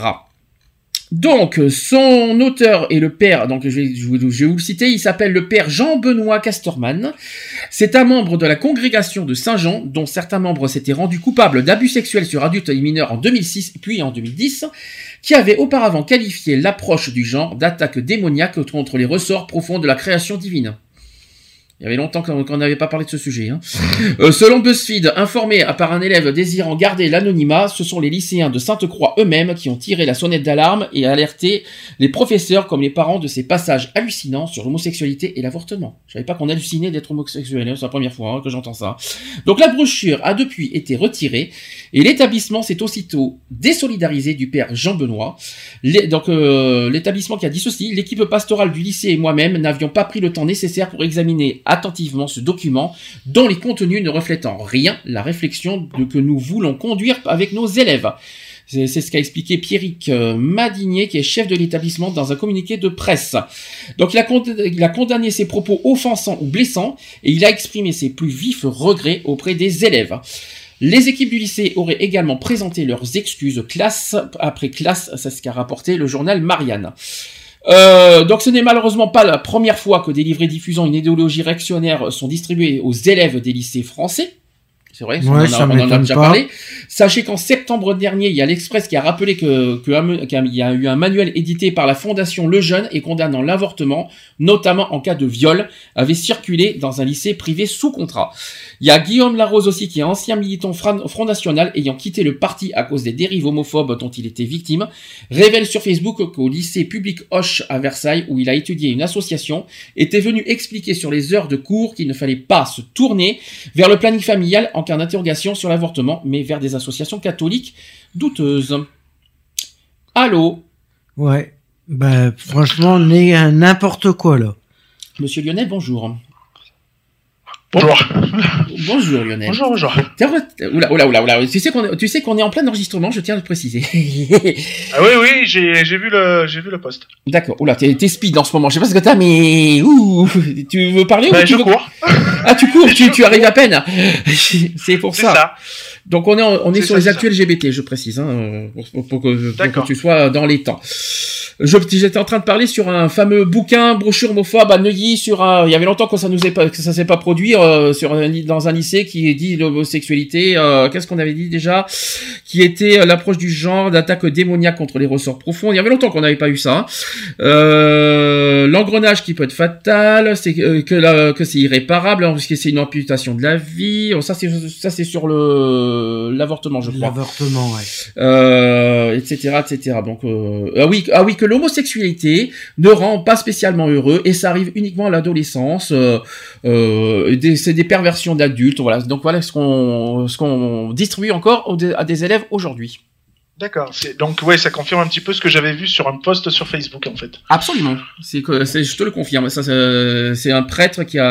Donc, son auteur est le père, donc je vais vous le citer, il s'appelle le père Jean-Benoît Casterman. C'est un membre de la congrégation de Saint-Jean, dont certains membres s'étaient rendus coupables d'abus sexuels sur adultes et mineurs en 2006 puis en 2010, qui avait auparavant qualifié l'approche du genre d'attaque démoniaque contre les ressorts profonds de la création divine. Il y avait longtemps qu'on n'avait pas parlé de ce sujet. Hein. Selon BuzzFeed, informé par un élève désirant garder l'anonymat, ce sont les lycéens de Sainte-Croix eux-mêmes qui ont tiré la sonnette d'alarme et alerté les professeurs comme les parents de ces passages hallucinants sur l'homosexualité et l'avortement. Je savais pas qu'on hallucinait d'être homosexuel, hein, c'est la première fois que j'entends ça. Donc la brochure a depuis été retirée et l'établissement s'est aussitôt désolidarisé du père Jean-Benoît. L'établissement qui a dit ceci: l'équipe pastorale du lycée et moi-même n'avions pas pris le temps nécessaire pour examiner attentivement ce document dont les contenus ne reflètent en rien la réflexion que nous voulons conduire avec nos élèves. C'est ce qu'a expliqué Pierrick Madinier, qui est chef de l'établissement, dans un communiqué de presse. Donc il a condamné ses propos offensants ou blessants et il a exprimé ses plus vifs regrets auprès des élèves. Les équipes du lycée auraient également présenté leurs excuses classe après classe, c'est ce qu'a rapporté le journal Marianne. Donc ce n'est malheureusement pas la première fois que des livrets diffusant une idéologie réactionnaire sont distribués aux élèves des lycées français. C'est vrai, on en a déjà parlé. Sachez qu'en septembre dernier, il y a l'Express qui a rappelé qu'il y a eu un manuel édité par la Fondation Le Jeune et condamnant l'avortement, notamment en cas de viol, avait circulé dans un lycée privé sous contrat. Il y a Guillaume Larose aussi, qui est ancien militant Front National ayant quitté le parti à cause des dérives homophobes dont il était victime, révèle sur Facebook qu'au lycée public Hoche à Versailles, où il a étudié une association, était venu expliquer sur les heures de cours qu'il ne fallait pas se tourner vers le planning familial en cas d'interrogation sur l'avortement, mais vers des associations catholiques douteuses. Allô? Ouais. Bah, franchement, on est à n'importe quoi, là. Monsieur Lionel, bonjour. Bonjour. Bonjour Lionel. Bonjour. Oula. Tu sais qu'on est en plein enregistrement, je tiens à le préciser. Ah oui, j'ai vu le post. D'accord. Oula, t'es speed en ce moment. Je sais pas ce que t'as, mais tu veux parler ou tu je cours. Ah, tu cours, tu arrives à peine. C'est pour ça. C'est ça. Donc on est sur les actus LGBT, je précise, hein, pour que tu sois dans les temps. J'étais en train de parler sur un fameux bouquin brochure homophobe à Neuilly il y avait longtemps que ça s'est pas produit dans un lycée qui dit l'homosexualité. Qu'est-ce qu'on avait dit déjà? Qui était l'approche du genre, d'attaque démoniaque contre les ressorts profonds. Il y avait longtemps qu'on n'avait pas eu ça. L'engrenage qui peut être fatal, c'est que c'est irréparable, parce que c'est une amputation de la vie. Ça c'est sur l'avortement, je crois. L'avortement, ouais. Etc. Donc ah oui, que l'homosexualité ne rend pas spécialement heureux, et ça arrive uniquement à l'adolescence. C'est des perversions d'adultes. Voilà. Donc voilà ce qu'on distribue encore à des élèves aujourd'hui. D'accord. Donc ouais, ça confirme un petit peu ce que j'avais vu sur un post sur Facebook en fait. Absolument. Je te le confirme. Ça, c'est un prêtre qui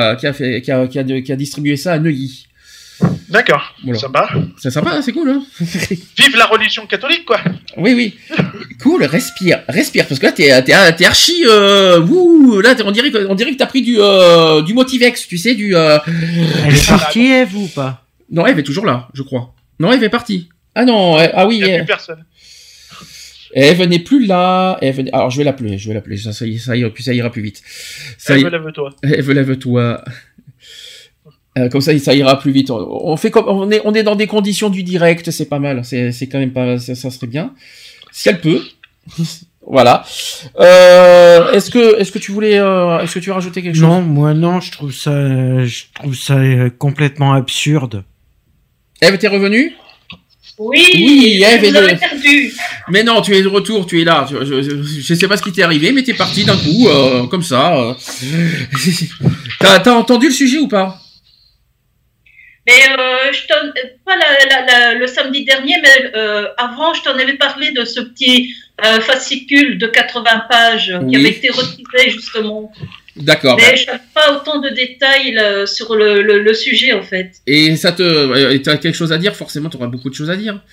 a distribué ça à Neuilly. D'accord, voilà. Sympa. C'est sympa, c'est cool, hein. Vive la religion catholique, quoi. Oui. Cool, respire, parce que là t'es archi, là on dirait que t'as pris du Motivex, tu sais, Elle est partie, Eve, ou pas? Non, Eve est toujours là, je crois. Non, Eve est partie. Ah non, oui. Il n'y a plus personne. Eve n'est plus là. Alors je vais l'appeler. Ça ira plus vite. Eve, lève-toi. Eve, lève-toi. Comme ça ira plus vite. On fait comme on est dans des conditions du direct, c'est pas mal. C'est quand même pas, ça serait bien si elle peut. Voilà. Est-ce que tu voulais, est-ce que tu veux rajouter quelque chose? Non, moi non. Je trouve ça complètement absurde. Eve, t'es revenue? Oui, Eve, vous avez perdu. Mais non, tu es de retour, tu es là. Je sais pas ce qui t'est arrivé, mais t'es parti d'un coup, comme ça. T'as entendu le sujet ou pas? Mais pas le samedi dernier, mais avant, je t'en avais parlé de ce petit fascicule de 80 pages qui avait été retiré justement. D'accord. Mais je n'avais pas autant de détails sur le sujet en fait. Et t'as quelque chose à dire? Forcément, t'auras beaucoup de choses à dire.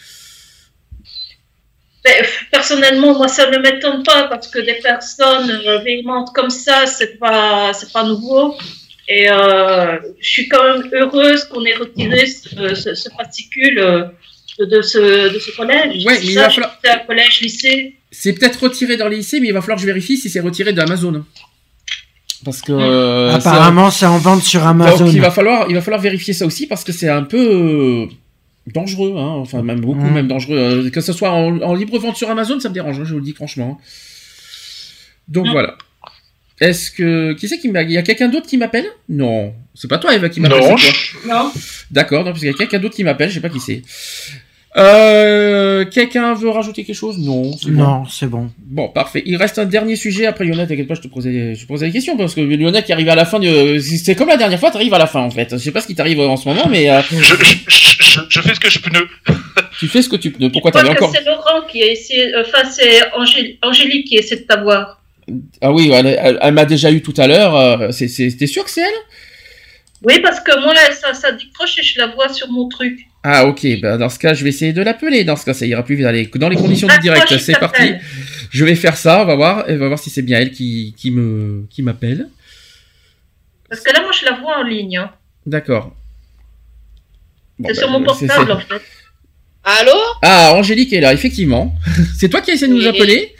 Mais, personnellement, moi, ça ne m'étonne pas parce que des personnes véhémentes comme ça, c'est pas nouveau. Et je suis quand même heureuse qu'on ait retiré ce fascicule de ce collège. Ouais, mais il va falloir... C'est un collège, lycée. C'est peut-être retiré dans les lycées, mais il va falloir que je vérifie si c'est retiré d'Amazon. Parce que apparemment, c'est en vente sur Amazon. Donc il va falloir vérifier ça aussi parce que c'est un peu dangereux, hein. Enfin même beaucoup même dangereux. Que ce soit en libre vente sur Amazon, ça me dérange, hein, je vous le dis franchement. Donc voilà. Est-ce que il y a quelqu'un d'autre qui m'appelle? Non, c'est pas toi Eva qui m'appelle. Non. D'accord, non, parce qu'il y a quelqu'un d'autre qui m'appelle, je sais pas qui c'est. Quelqu'un veut rajouter quelque chose? Non, c'est bon. Non, c'est bon. Bon, parfait. Il reste un dernier sujet. Après, Lionel, t'inquiète pas, je te posais des questions parce que Lionel qui arrive à la fin c'est comme la dernière fois, t'arrives à la fin en fait. Je sais pas ce qui t'arrive en ce moment, mais je fais ce que je peux. Tu fais ce que tu peux. Pourquoi t'avais encore? C'est Laurent qui a essayé. Enfin, c'est Angélique qui essaie de t'avoir. Ah oui, elle m'a déjà eu tout à l'heure. T'es sûr que c'est elle? Oui, parce que moi, ça décroche et je la vois sur mon truc. Ah ok, ben dans ce cas, je vais essayer de l'appeler. Dans ce cas, ça ira plus vite. Allez, dans les conditions du direct, c'est parti. Je vais faire ça. On va voir si c'est bien elle qui m'appelle. Parce que là, moi, je la vois en ligne. Hein. D'accord. Bon, c'est sur mon portable, en fait. Allô? Ah, Angélique est là, effectivement. C'est toi qui as essayé de nous appeler?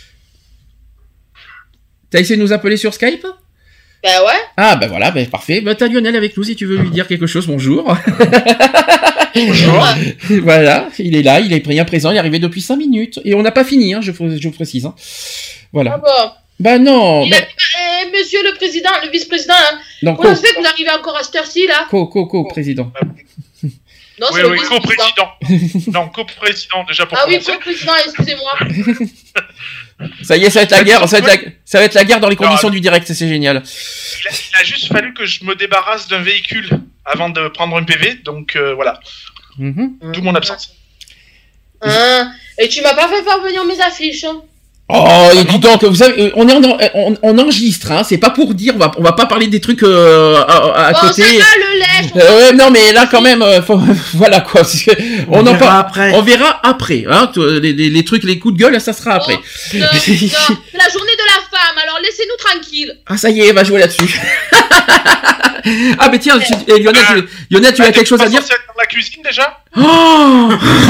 T'as essayé de nous appeler sur Skype? Ben ouais. Ah ben voilà, ben parfait. Ben t'as Lionel avec nous si tu veux lui dire quelque chose. Bonjour. Bonjour. Voilà, il est là, il est bien présent, il est arrivé depuis 5 minutes. Et on n'a pas fini, hein, je vous précise. Hein. Voilà. Ah bon. Ben non. Monsieur le président, le vice-président, hein. Non, comment ça se fait que vous arrivez encore à cette heure-ci là? Président. Non, oui, co-président. Non, co-président déjà pour commencer. Ah oui, co-président, excusez-moi. Ça y est, ça va être la guerre. Ça va être la guerre dans les conditions du direct. C'est génial. Il a juste fallu que je me débarrasse d'un véhicule avant de prendre un PV, donc voilà. D'où mon absence. Et tu m'as pas fait parvenir mes affiches. Hein. Oh, et dis donc, vous savez, on enregistre, hein, c'est pas pour dire, on va pas parler des trucs à côté. Ça va, le lait. Non, mais là quand même, voilà quoi. On verra après, hein, les trucs, les coups de gueule, ça sera après. Non, c'est la journée de la femme, alors laissez-nous tranquilles. Ah ça y est, va jouer là-dessus. Ah mais tiens, Lionel, tu as quelque chose à dire? Dans la cuisine déjà? Oh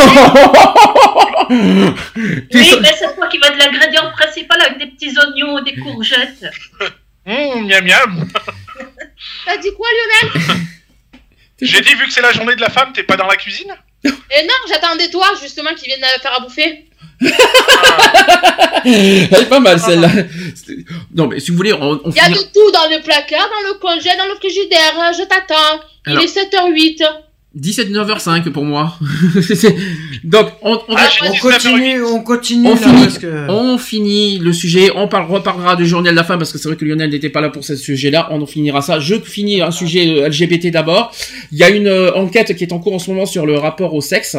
oui, mais c'est toi qui vas de l'ingrédient principal avec des petits oignons et des courgettes. Miam miam. T'as dit quoi, Lionel? J'ai dit, vu que c'est la journée de la femme, t'es pas dans la cuisine? Et non, j'attendais toi, justement, qui vienne faire à bouffer. Elle est pas mal celle-là. Non mais si vous voulez, il y a de tout dans le placard, dans le congé, dans le frigidaire. Je t'attends. Il est 7h08. 17h05 pour moi. Donc on continue. On finit le sujet. On reparlera du journal de la femme parce que c'est vrai que Lionel n'était pas là pour ce sujet-là. On en finira ça. Je finis un sujet LGBT d'abord. Il y a une enquête qui est en cours en ce moment sur le rapport au sexe.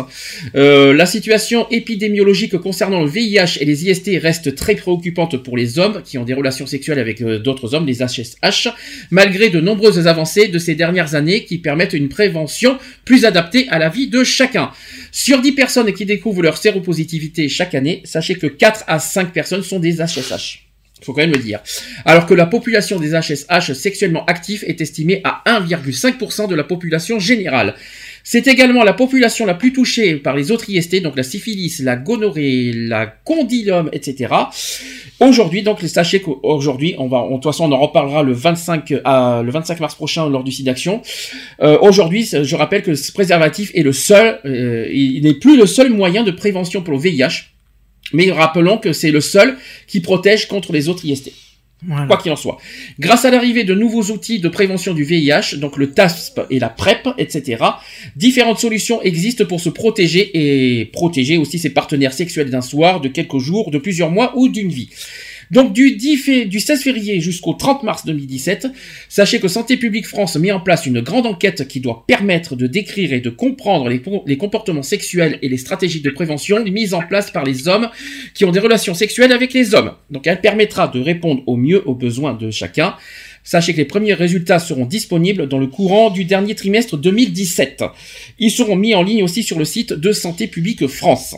La situation épidémiologique concernant le VIH et les IST reste très préoccupante pour les hommes qui ont des relations sexuelles avec d'autres hommes, les HSH, malgré de nombreuses avancées de ces dernières années qui permettent une prévention plus adapté à la vie de chacun. Sur 10 personnes qui découvrent leur séropositivité chaque année, sachez que 4 à 5 personnes sont des HSH. Il faut quand même le dire. Alors que la population des HSH sexuellement actifs est estimée à 1,5% de la population générale. C'est également la population la plus touchée par les autres IST, donc la syphilis, la gonorrhée, la condylome, etc. Aujourd'hui, donc, sachez qu'aujourd'hui, de toute façon, on en reparlera le 25 mars prochain lors du SIDAction. Aujourd'hui, je rappelle que ce préservatif est le seul, il n'est plus le seul moyen de prévention pour le VIH, mais rappelons que c'est le seul qui protège contre les autres IST. Voilà. Quoi qu'il en soit. Grâce à l'arrivée de nouveaux outils de prévention du VIH, donc le TASP et la PrEP, etc., différentes solutions existent pour se protéger et protéger aussi ses partenaires sexuels d'un soir, de quelques jours, de plusieurs mois ou d'une vie. Donc du 16 février jusqu'au 30 mars 2017, sachez que Santé publique France met en place une grande enquête qui doit permettre de décrire et de comprendre les comportements sexuels et les stratégies de prévention mises en place par les hommes qui ont des relations sexuelles avec les hommes. Donc elle permettra de répondre au mieux aux besoins de chacun. Sachez que les premiers résultats seront disponibles dans le courant du dernier trimestre 2017. Ils seront mis en ligne aussi sur le site de Santé publique France.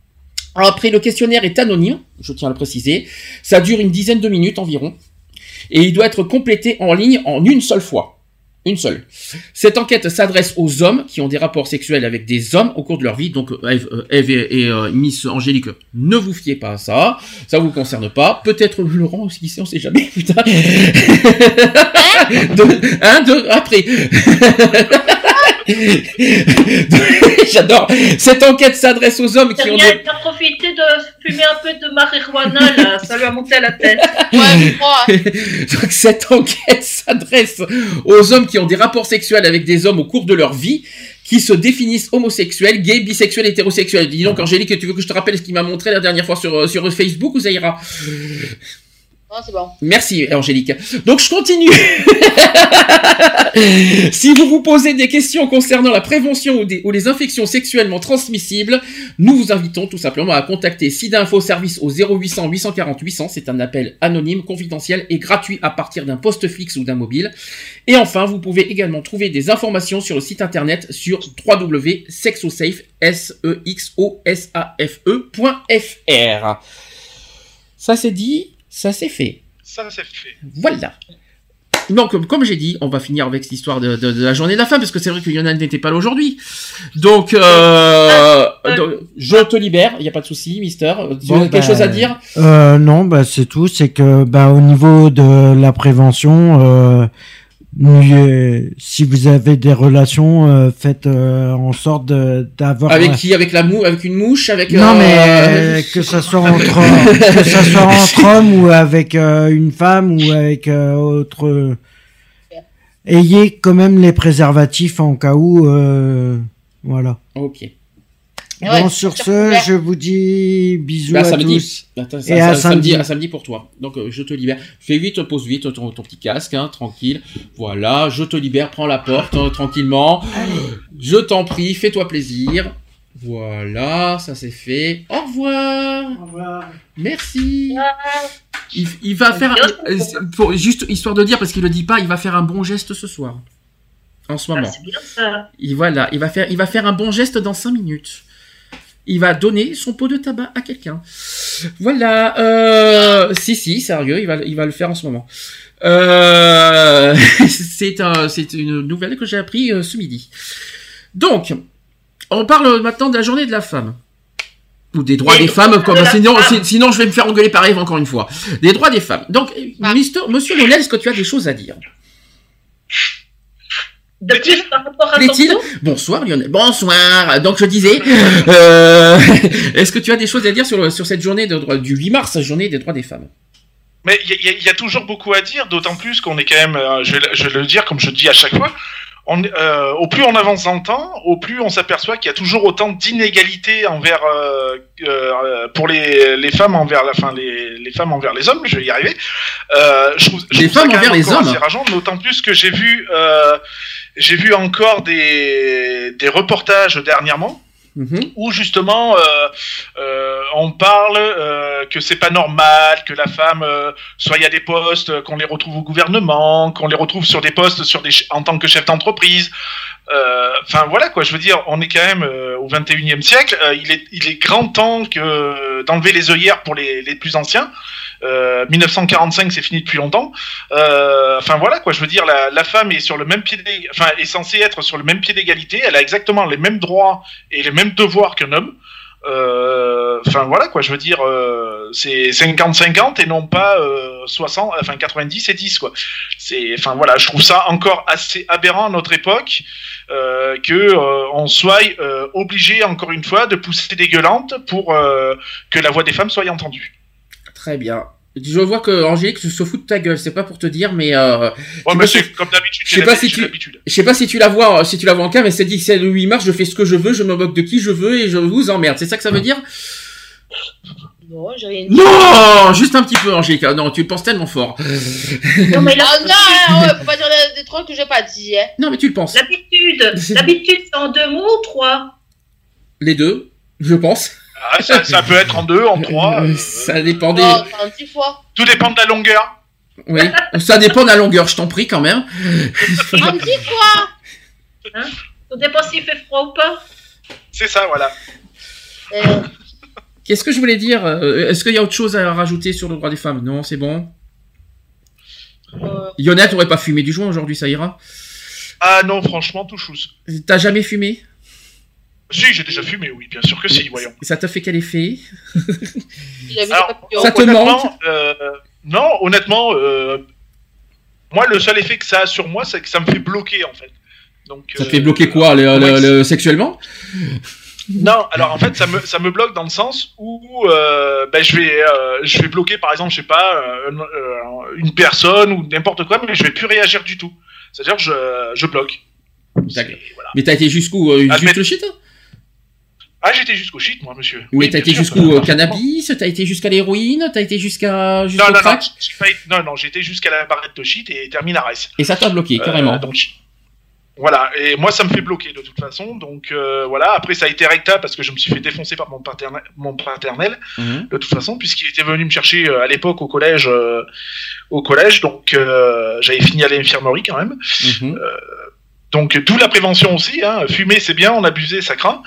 Après, le questionnaire est anonyme, je tiens à le préciser. Ça dure une dizaine de minutes environ. Et il doit être complété en ligne en une seule fois. Une seule. Cette enquête s'adresse aux hommes qui ont des rapports sexuels avec des hommes au cours de leur vie. Donc, Eve et Miss Angélique, ne vous fiez pas à ça. Ça vous concerne pas. Peut-être Laurent aussi, on sait jamais. Putain. Après. J'adore. Cette enquête s'adresse aux hommes qui ont des... T'as profité de fumer un peu de marijuana là, ça lui a monté à la tête. Donc cette enquête s'adresse aux hommes qui ont des rapports sexuels avec des hommes au cours de leur vie, qui se définissent homosexuels, gays, bisexuels, hétérosexuels. Dis donc Angélique, tu veux que je te rappelle ce qu'il m'a montré la dernière fois sur Facebook ou ça ira? Non, c'est bon. Merci Angélique. Donc je continue. Si vous vous posez des questions concernant la prévention ou les infections sexuellement transmissibles, nous vous invitons tout simplement à contacter SIDA Info Service au 0800 840 800. C'est un appel anonyme, confidentiel et gratuit à partir d'un poste fixe ou d'un mobile. Et enfin, vous pouvez également trouver des informations sur le site internet sur www.sexosafe.fr. Ça c'est dit. Ça c'est fait. Ça c'est fait. Voilà. Donc, comme j'ai dit, on va finir avec cette histoire de la journée de la femme, parce que c'est vrai que Lionel n'était pas là aujourd'hui. Donc, je te libère, il n'y a pas de souci, Mister. Tu as quelque chose à dire? Non, c'est tout. C'est que, au niveau de la prévention, si vous avez des relations, faites en sorte d'avoir. Avec qui? Avec avec une mouche? Avec non, mais que ça soit entre hommes ou avec une femme ou avec autre. Ayez quand même les préservatifs en cas où. Voilà. Ok. Bon, sur ce, je vous dis bisous à tous. Et à samedi pour toi. Donc, je te libère. Fais vite, pose vite ton petit casque, tranquille. Voilà, je te libère, prends la porte tranquillement. Allez. Je t'en prie, fais-toi plaisir. Voilà, ça c'est fait. Au revoir. Au revoir. Merci. Il va faire, juste histoire de dire, parce qu'il le dit pas, il va faire un bon geste ce soir. En ce moment. C'est bien ça. Il va faire un bon geste dans 5 minutes. Il va donner son pot de tabac à quelqu'un. Voilà. Si, sérieux, il va le faire en ce moment. C'est une nouvelle que j'ai appris ce midi. Donc, on parle maintenant de la journée de la femme. Ou des droits des femmes, sinon je vais me faire engueuler par Eve encore une fois. Des droits des femmes. Donc, monsieur Lionel, est-ce que tu as des choses à dire? De plus par rapport à Plaît-il? ton Bonsoir Lionel. Bonsoir. Donc je disais, est-ce que tu as des choses à dire sur cette journée du 8 mars, journée des droits des femmes? Mais il y a toujours beaucoup à dire, d'autant plus qu'on est quand même, je vais le dire comme je dis à chaque fois, au plus on avance dans le temps, au plus on s'aperçoit qu'il y a toujours autant d'inégalités envers pour les femmes envers les femmes envers les hommes. Je vais y arriver. Je trouve femmes ça envers les hommes. assez rageant, d'autant plus que j'ai vu encore des reportages dernièrement. Où justement on parle que c'est pas normal que la femme soit à des postes, qu'on les retrouve au gouvernement, qu'on les retrouve sur des postes en tant que chef d'entreprise. Enfin voilà quoi, je veux dire, on est quand même au 21e siècle. Il est grand temps d'enlever les œillères pour les plus anciens. 1945 c'est fini depuis longtemps. Enfin voilà quoi, je veux dire, la femme est sur le même pied est censée être sur le même pied d'égalité. Elle a exactement les mêmes droits et les mêmes devoirs qu'un homme. Enfin voilà quoi, je veux dire, c'est 50-50 et non pas 90 et 10 quoi. Enfin voilà, je trouve ça encore assez aberrant à notre époque que on soit obligé encore une fois de pousser des gueulantes pour que la voix des femmes soit entendue. Très bien. Je vois que Angélique se fout de ta gueule, c'est pas pour te dire, mais mais c'est comme d'habitude. Je sais pas si tu la vois en cas, mais c'est dit que c'est le 8 mars, je fais ce que je veux, je me moque de qui je veux et je vous emmerde. C'est ça que ça veut dire? Non, j'ai rien dit. Non, juste un petit peu, Angélique. Non, tu le penses tellement fort. Non, mais faut pas dire des trucs que j'ai pas dit, hein. Non, mais tu le penses. L'habitude, c'est en 2 mots ou 3? Les deux, je pense. Ah, ça peut être en 2, en 3. Ça dépend des... un petit fois. Tout dépend de la longueur. Oui, ça dépend de la longueur, je t'en prie quand même. Un petit fois. Hein? Tout dépend s'il fait froid ou pas. C'est ça, voilà. Qu'est-ce que je voulais dire? Est-ce qu'il y a autre chose à rajouter sur le droit des femmes? Non, c'est bon. Lionel, t'aurais pas fumé du joint aujourd'hui, ça ira? Ah non, franchement, tout chousse. T'as jamais fumé? Si, j'ai déjà fumé, oui, bien sûr que si, voyons. Ça t'a fait quel effet? Alors, ça te manque? Non, honnêtement, moi, le seul effet que ça a sur moi, c'est que ça me fait bloquer, en fait. Donc, ça te fait bloquer quoi, sexuellement? Non, alors en fait, ça me bloque dans le sens où je vais bloquer, par exemple, je sais pas, une personne ou n'importe quoi, mais je vais plus réagir du tout. C'est-à-dire que je bloque. D'accord. Voilà. Mais t'as été jusqu'où? Juste le shit? Ah, j'étais jusqu'au shit, moi, monsieur. Oui, t'as été jusqu'au cannabis, t'as été jusqu'à l'héroïne, t'as été jusqu'au crack? Non, j'étais jusqu'à la barrette de shit et termine à Reims. Et ça t'a bloqué, carrément. Donc, voilà, et moi ça me fait bloquer de toute façon, donc voilà. Après ça a été recta parce que je me suis fait défoncer par mon paternel, de toute façon, puisqu'il était venu me chercher à l'époque au collège, donc j'avais fini à l'infirmerie quand même. Donc d'où la prévention aussi, hein. Fumer c'est bien, en abuser ça craint.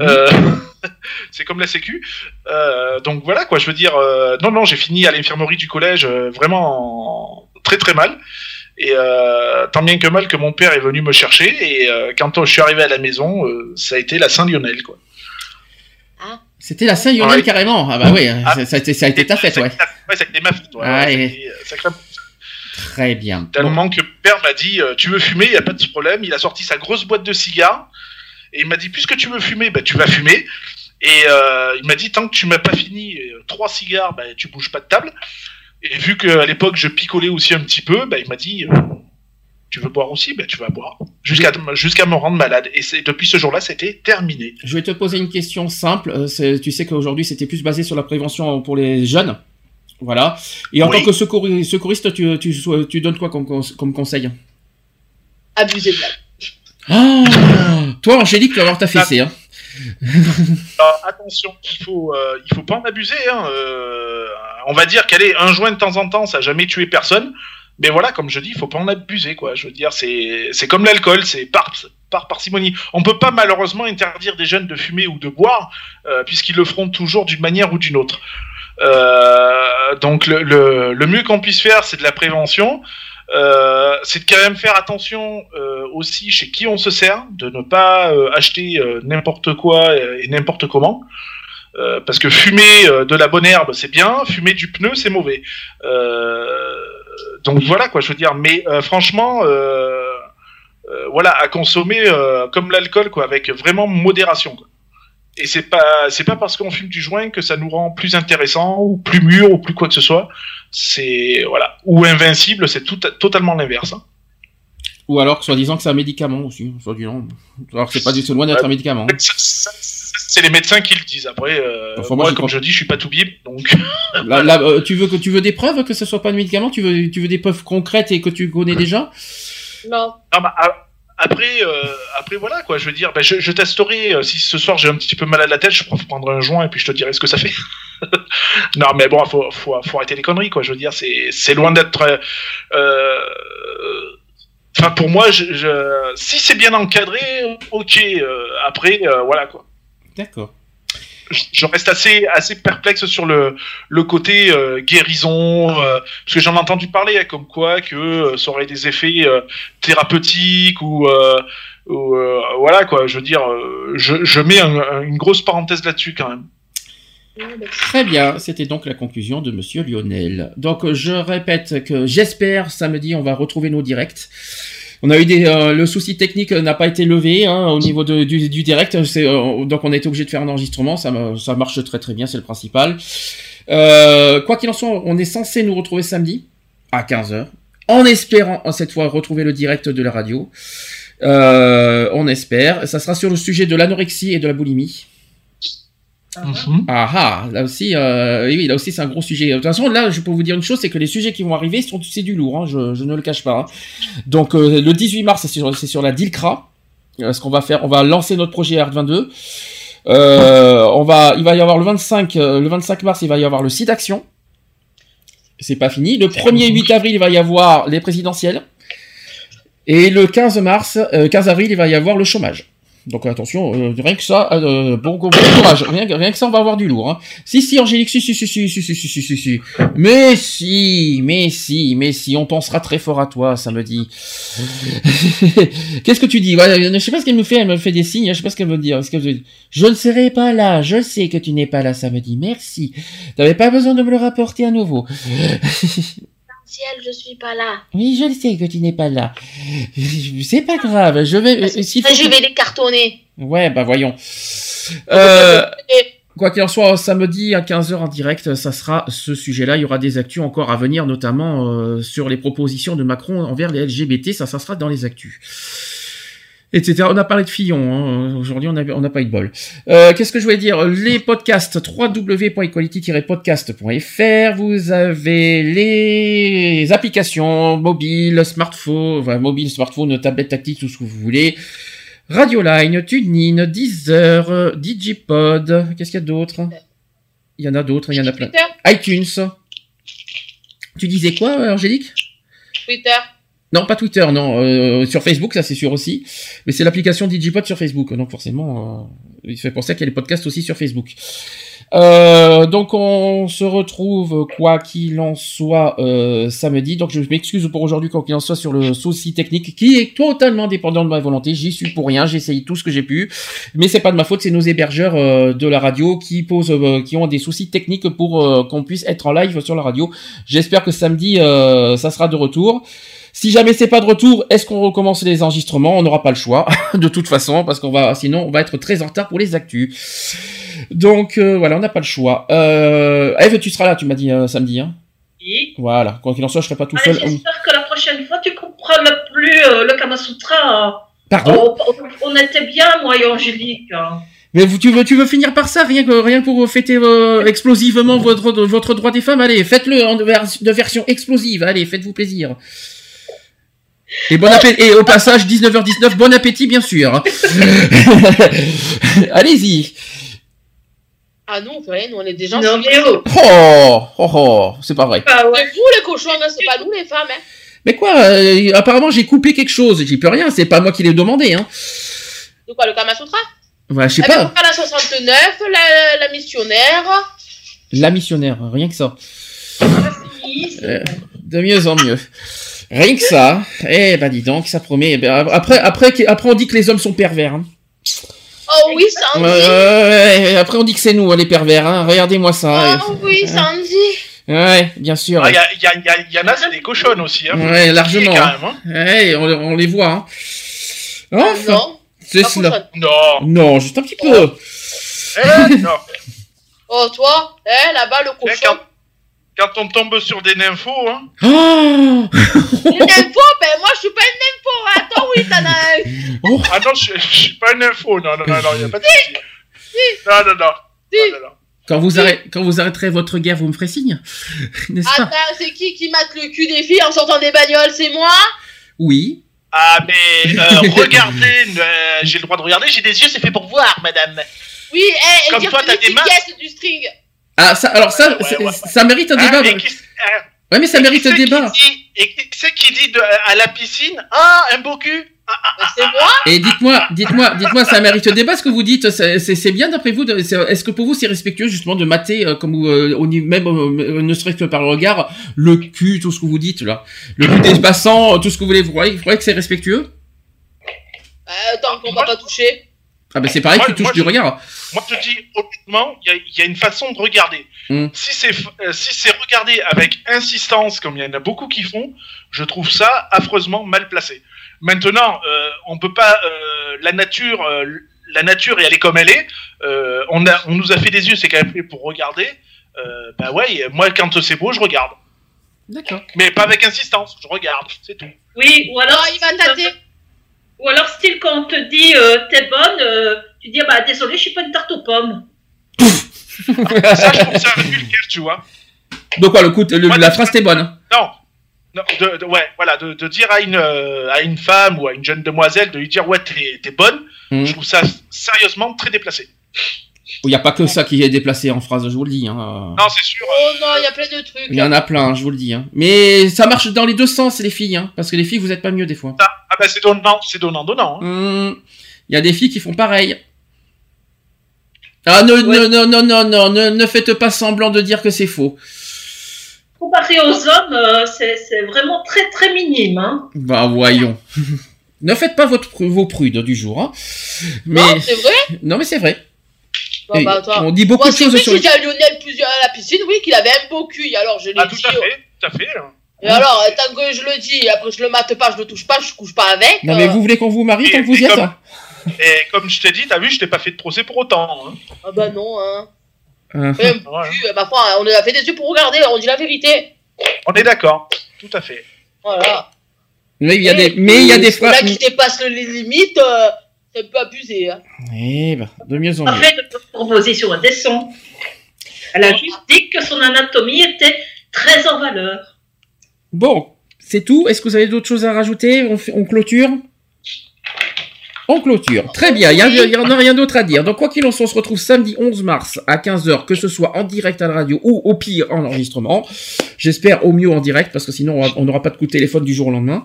C'est comme la sécu. Donc voilà quoi, je veux dire, non, j'ai fini à l'infirmerie du collège vraiment très très mal. Et tant bien que mal que mon père est venu me chercher, et quand je suis arrivé à la maison, ça a été la Saint-Lionel, quoi. Ah. C'était la Saint-Lionel, ça a été ta fête, ouais. Ouais, ça a été ma fête, ouais. Très bien. Tellement que père m'a dit, tu veux fumer, il n'y a pas de problème. Il a sorti sa grosse boîte de cigares, et il m'a dit, puisque tu veux fumer, bah, tu vas fumer. Et il m'a dit, tant que tu m'as pas fini 3 cigares, bah, tu bouges pas de table. Et vu qu'à l'époque je picolais aussi un petit peu, bah, il m'a dit tu veux boire aussi, bah, tu vas boire jusqu'à me rendre malade. Et depuis ce jour-là, c'était terminé. Je vais te poser une question simple. Tu sais qu'aujourd'hui c'était plus basé sur la prévention pour les jeunes, voilà. Et en tant que secouriste, tu donnes quoi comme conseil? Abuser de l'âge. Ah, toi, Angélique, tu vas avoir ta fessée, hein. Alors, attention, il faut pas en abuser. Hein. On va dire qu'aller un joint de temps en temps, ça n'a jamais tué personne. Mais voilà, comme je dis, il faut pas en abuser, quoi. Je veux dire, c'est comme l'alcool, c'est par parcimonie. On peut pas malheureusement interdire des jeunes de fumer ou de boire, puisqu'ils le feront toujours d'une manière ou d'une autre. Donc le mieux qu'on puisse faire, c'est de la prévention. C'est de quand même faire attention aussi chez qui on se sert, de ne pas acheter n'importe quoi et n'importe comment. Parce que fumer de la bonne herbe, c'est bien, fumer du pneu, c'est mauvais. Donc voilà, quoi, je veux dire. Mais franchement, voilà, à consommer comme l'alcool, quoi, avec vraiment modération, quoi. Et c'est pas parce qu'on fume du joint que ça nous rend plus intéressant ou plus mûr ou plus quoi que ce soit. C'est voilà, ou invincible, c'est totalement l'inverse. Hein. Ou alors, soi-disant que c'est un médicament aussi, soi-disant. Alors que c'est pas du tout loin d'être un médicament. C'est les médecins qui le disent. Après, enfin, moi, comme je dis, je suis pas tout bible, donc. Là, tu veux des preuves que ce soit pas un médicament? Tu veux des preuves concrètes et que tu connais déjà? Non. Ah bah, après, voilà, quoi. Je veux dire, je testerai. Si ce soir j'ai un petit peu mal à la tête, je prendrai un joint et puis je te dirai ce que ça fait. Non, mais bon, faut arrêter les conneries, quoi. Je veux dire, c'est loin d'être. Enfin, pour moi, si c'est bien encadré, ok. Après, voilà, quoi. D'accord. Je reste assez perplexe sur le côté guérison, parce que j'en ai entendu parler, comme quoi que ça aurait des effets thérapeutiques ou voilà, quoi. Je veux dire, je mets une grosse parenthèse là-dessus quand même. Très bien, c'était donc la conclusion de Monsieur Lionel. Donc je répète que j'espère samedi on va retrouver nos directs. On a eu le souci technique n'a pas été levé hein, au niveau du direct, donc on a été obligé de faire un enregistrement, ça marche très très bien, c'est le principal. Quoi qu'il en soit, on est censé nous retrouver samedi à 15h, en espérant cette fois retrouver le direct de la radio. On espère, ça sera sur le sujet de l'anorexie et de la boulimie. Là aussi, oui, là aussi c'est un gros sujet. De toute façon, là, je peux vous dire une chose, c'est que les sujets qui vont arriver, c'est du lourd, hein, je ne le cache pas. Hein. Donc, le 18 mars, c'est sur la DILCRA. Ce qu'on va faire, on va lancer notre projet ART22. Il va y avoir le 25 mars, il va y avoir le site d'action. C'est pas fini. Le 1er 8 avril, il va y avoir les présidentielles. Et le 15 avril, il va y avoir le chômage. Donc attention, rien que ça, bon courage, rien que ça, on va avoir du lourd. Hein. Si, Angélique, si. Mais si, on pensera très fort à toi, samedi. Qu'est-ce que tu dis? Ouais, je sais pas ce qu'elle me fait, des signes, je sais pas ce qu'elle veut dire. Je ne serai pas là, je sais que tu n'es pas là samedi, merci. T'avais pas besoin de me le rapporter à nouveau. Je suis pas là. Oui, je le sais que tu n'es pas là. C'est pas grave, je vais les cartonner. Ouais, bah voyons. Quoi qu'il en soit, samedi à 15h en direct, ça sera ce sujet-là. Il y aura des actus encore à venir, notamment sur les propositions de Macron envers les LGBT. Ça sera dans les actus. Etc. On a parlé de Fillon, hein. Aujourd'hui on n'a pas eu de bol. Qu'est-ce que je voulais dire? Les podcasts, www.equality-podcast.fr. Vous avez les applications mobiles, smartphone, tablette tactile, tout ce que vous voulez. Radioline, TuneIn, Deezer, Digipod. Qu'est-ce qu'il y a d'autre? Il y en a d'autres, il y en a plein. iTunes. Tu disais quoi, Angélique? Twitter. Non, pas Twitter, non. Sur Facebook, ça c'est sûr aussi. Mais c'est l'application Digipod sur Facebook. Donc forcément, il fait penser qu'il y a les podcasts aussi sur Facebook. Donc on se retrouve, quoi qu'il en soit, samedi. Donc je m'excuse pour aujourd'hui, quoi qu'il en soit, sur le souci technique qui est totalement dépendant de ma volonté. J'y suis pour rien. J'ai essayé tout ce que j'ai pu. Mais c'est pas de ma faute, c'est nos hébergeurs de la radio qui ont des soucis techniques pour qu'on puisse être en live sur la radio. J'espère que samedi, ça sera de retour. Si jamais c'est pas de retour, est-ce qu'on recommence les enregistrements? On n'aura pas le choix, de toute façon, parce sinon on va être très en retard pour les actus. Donc voilà, on n'a pas le choix. Eve, tu seras là, tu m'as dit samedi, hein? Oui. Voilà, quoi qu'il en soit, je serai pas tout seul. J'espère que la prochaine fois tu comprends plus le Kama Sutra. Pardon? On était bien, moi et Angélique. Hein. Mais tu veux finir par ça, rien que pour fêter explosivement votre droit des femmes? Allez, faites-le de version explosive. Allez, faites-vous plaisir. Et bon appétit. Et au passage, 19h19, bon appétit, bien sûr. Allez-y. Ah non, on fait rien, nous on est des gens. Non, mais C'est pas vrai. Ah ouais. C'est vous les cochons, hein, c'est pas nous les femmes. Hein. Mais quoi, apparemment j'ai coupé quelque chose, j'y peux rien, c'est pas moi qui l'ai demandé, hein. De quoi, le Kama Sutra? Ouais, je sais Eh pas. ben, pour la 69, la missionnaire. La missionnaire, rien que ça. De mieux en mieux. Rien que ça. Eh ben dis donc, ça promet. Eh ben, après on dit que les hommes sont pervers. Hein. Oh oui, Sandy. Après on dit que c'est nous les pervers. Hein. Regardez-moi ça. Oh oui, Sandy. Ouais, bien sûr. Il y en a, c'est des cochonnes aussi. Hein. Ouais, largement. Quand même, hein. Ouais, on les voit. Hein. Enfin, non. C'est cela. Non. Non, juste un petit peu. Non. Oh, toi, là-bas, le cochon. Quand on tombe sur des nymphos, hein. Oh Une info, ben moi je suis pas une info, hein. Attends, oui, t'en as un. Oh. Ah non, je suis pas une info, non, y a pas de souci. Non. Quand vous arrêterez votre guerre, vous me ferez signe, n'est-ce pas? Attends, c'est qui mate le cul des filles en sortant des bagnoles? C'est moi? Oui. Ah mais regardez, j'ai le droit de regarder, j'ai des yeux, c'est fait pour voir, madame. Oui, comme toi, t'as des mains. Du string. Ah ça, alors ça, ça mérite un débat. Ouais, mais ça mérite un débat. Et qui c'est qui dit à la piscine, un beau cul? C'est moi. Et dites-moi, ça mérite débat ce que vous dites. C'est bien d'après vous. Est-ce que pour vous c'est respectueux justement de mater comme même ne serait-ce que par le regard le cul, tout ce que vous dites là, le cul des passants, tout ce que vous voulez. Vous croyez que c'est respectueux? Tant qu'on va pas toucher. Ah ben c'est pareil, tu touches du regard. Moi je te dis honnêtement, il y a une façon de regarder. Si c'est regardé avec insistance, comme il y en a beaucoup qui font, je trouve ça affreusement mal placé. Maintenant, on peut pas la nature et elle est comme elle est. On nous a fait des yeux, c'est quand même fait pour regarder. Bah ouais, moi quand c'est beau, je regarde. D'accord. Mais pas avec insistance, je regarde, c'est tout. Oui, ou alors il va tâter. Ou alors style quand on te dit t'es bonne, tu dis bah désolé, je suis pas une tarte aux pommes. Ça je trouve ça vulgaire, tu vois. Donc quoi, la phrase t'es bonne. Non, de dire à une femme ou à une jeune demoiselle de lui dire ouais t'es bonne, je trouve ça sérieusement très déplacé. Il n'y a pas que ça qui est déplacé en phrase, je vous le dis. Hein. Non, c'est sûr. Oh non, il y a plein de trucs. Il y en a plein, je vous le dis. Hein. Mais ça marche dans les deux sens, les filles. Hein, parce que les filles, vous êtes pas mieux des fois. Ah bah c'est donnant. Hein. Il y a des filles qui font pareil. Ah non, ne faites pas semblant de dire que c'est faux. Comparé aux hommes, c'est vraiment très très minime. Hein. Bah voyons. Ne faites pas vos prudes du jour. Hein. Mais... Non, c'est vrai. Non, mais c'est vrai. Bah, on dit beaucoup de choses sur le... J'ai dit à Lionel à la piscine, oui, qu'il avait un beau cul. Alors je l'ai dit. Tout à fait. Hein. Et alors, tant que je le dis, après je le mate pas, je le touche pas, je couche pas avec. Non, mais vous voulez qu'on vous marie tant que vous y êtes? Et comme je t'ai dit, t'as vu, je t'ai pas fait de procès pour autant. Hein. Ah bah non, hein. Un cul, ma foi, on a fait des yeux pour regarder, on dit la vérité. On est d'accord, tout à fait. Voilà. Mais il y a des fois. Là qui dépasse les limites, c'est un peu abusé. Hein. Eh ben, de mieux en mieux. En fait, notre proposition est décente. Elle a juste dit que son anatomie était très en valeur. Bon, c'est tout. Est-ce que vous avez d'autres choses à rajouter? On clôture? On clôture. Très bien, il y en a rien d'autre à dire. Donc quoi qu'il en soit, on se retrouve samedi 11 mars à 15h, que ce soit en direct à la radio ou au pire en enregistrement. J'espère au mieux en direct, parce que sinon on n'aura pas de coup de téléphone du jour au lendemain.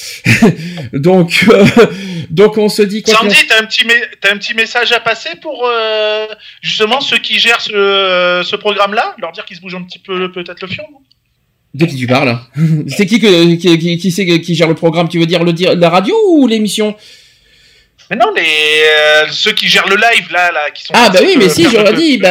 donc on se dit... Sandy, t'as un petit message à passer pour justement ceux qui gèrent ce programme-là? Leur dire qu'ils se bougent un petit peu peut-être le fion? De qui tu parles? C'est qui gère le programme? Tu veux dire la radio ou l'émission? Mais non, ceux qui gèrent le live là qui sont. Ah bah oui, mais si, j'aurais dit,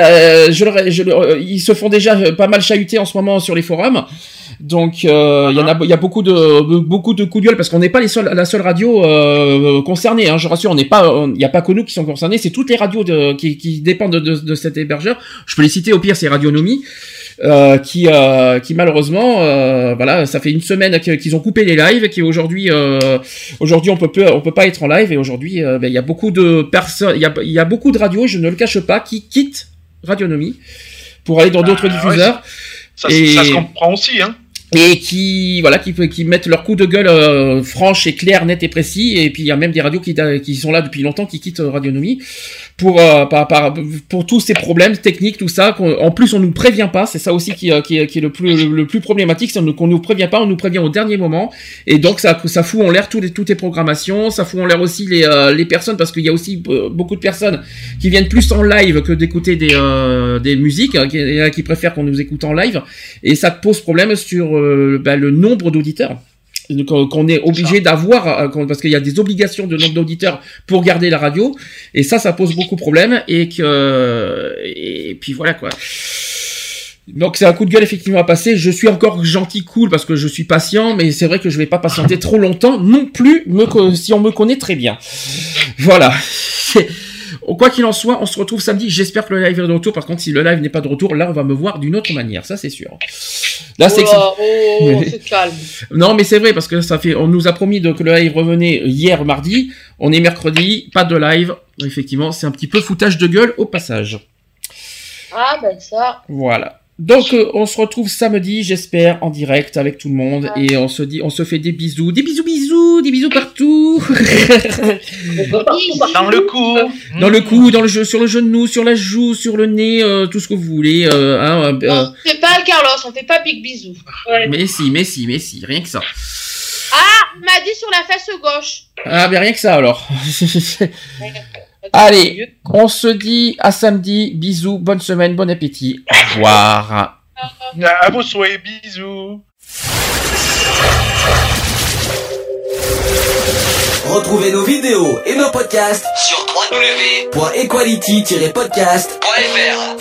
ils se font déjà pas mal chahuter en ce moment sur les forums. Donc il y a beaucoup de coups de gueule parce qu'on n'est pas la seule radio concernée. Hein, je rassure, il n'y a pas que nous qui sont concernés. C'est toutes les radios qui dépendent de cet hébergeur. Je peux les citer au pire, c'est Radionomie. Qui malheureusement voilà, ça fait une semaine qu'ils ont coupé les lives, qui aujourd'hui on peut pas être en live, et aujourd'hui il y a beaucoup de personnes, il y a beaucoup de radios, je ne le cache pas, qui quittent Radionomie pour aller dans d'autres diffuseurs. Ça se comprend aussi, hein. et qui mettent leur coup de gueule franche et clair, net et précis. Et puis il y a même des radios qui sont là depuis longtemps, qui quittent Radionomie pour tous ces problèmes techniques, tout ça. En plus, on nous prévient pas. C'est ça aussi qui est le plus problématique, c'est qu'on nous prévient pas. On nous prévient au dernier moment, et donc ça fout en l'air toutes les programmations. Ça fout en l'air aussi les personnes, parce qu'il y a aussi beaucoup de personnes qui viennent plus en live que d'écouter des musiques, qui préfèrent qu'on nous écoute en live, et ça pose problème sur le nombre d'auditeurs qu'on est obligé d'avoir, parce qu'il y a des obligations de nombre d'auditeurs pour garder la radio, et ça pose beaucoup de problèmes, et puis voilà quoi. Donc c'est un coup de gueule effectivement à passer. Je suis encore gentil, cool, parce que je suis patient, mais c'est vrai que je vais pas patienter trop longtemps non plus, si on me connaît très bien. Voilà. Quoi qu'il en soit, on se retrouve samedi. J'espère que le live est de retour. Par contre, si le live n'est pas de retour, là, on va me voir d'une autre manière. Ça, c'est sûr. Là, c'est calme. Non, mais c'est vrai, parce que on nous a promis que le live revenait hier, mardi. On est mercredi, pas de live. Effectivement, c'est un petit peu foutage de gueule au passage. Ah, ben ça. Voilà. Donc, on se retrouve samedi, j'espère, en direct avec tout le monde, et on se fait des bisous partout. Dans le cou. Dans le cou, sur le genou, sur la joue, sur le nez, tout ce que vous voulez. On fait pas le Carlos, on fait pas big bisous. Ouais. Mais si, rien que ça. Ah, on m'a dit sur la fesse gauche. Ah, mais rien que ça alors. Allez, on se dit à samedi. Bisous, bonne semaine, bon appétit. Au revoir. À vos souhaits, bisous. Retrouvez nos vidéos et nos podcasts sur www.equality-podcast.fr.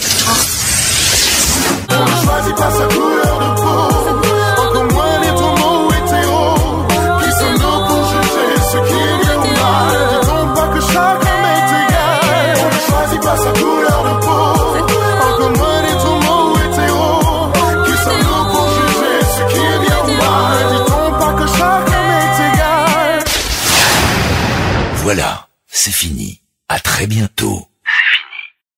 Choisis pas sa couleur de peau, encore moins les tourments hétéros, qui sommes-nous pour juger ce qui est bien ou mal? Dis-donc pas que chaque homme est égal. On ne choisit pas sa couleur de peau, encore moins les tourments hétéros, qui sommes-nous pour juger ce qui est bien ou mal? Dis-donc pas que chaque homme est égal. Voilà, c'est fini. À très bientôt.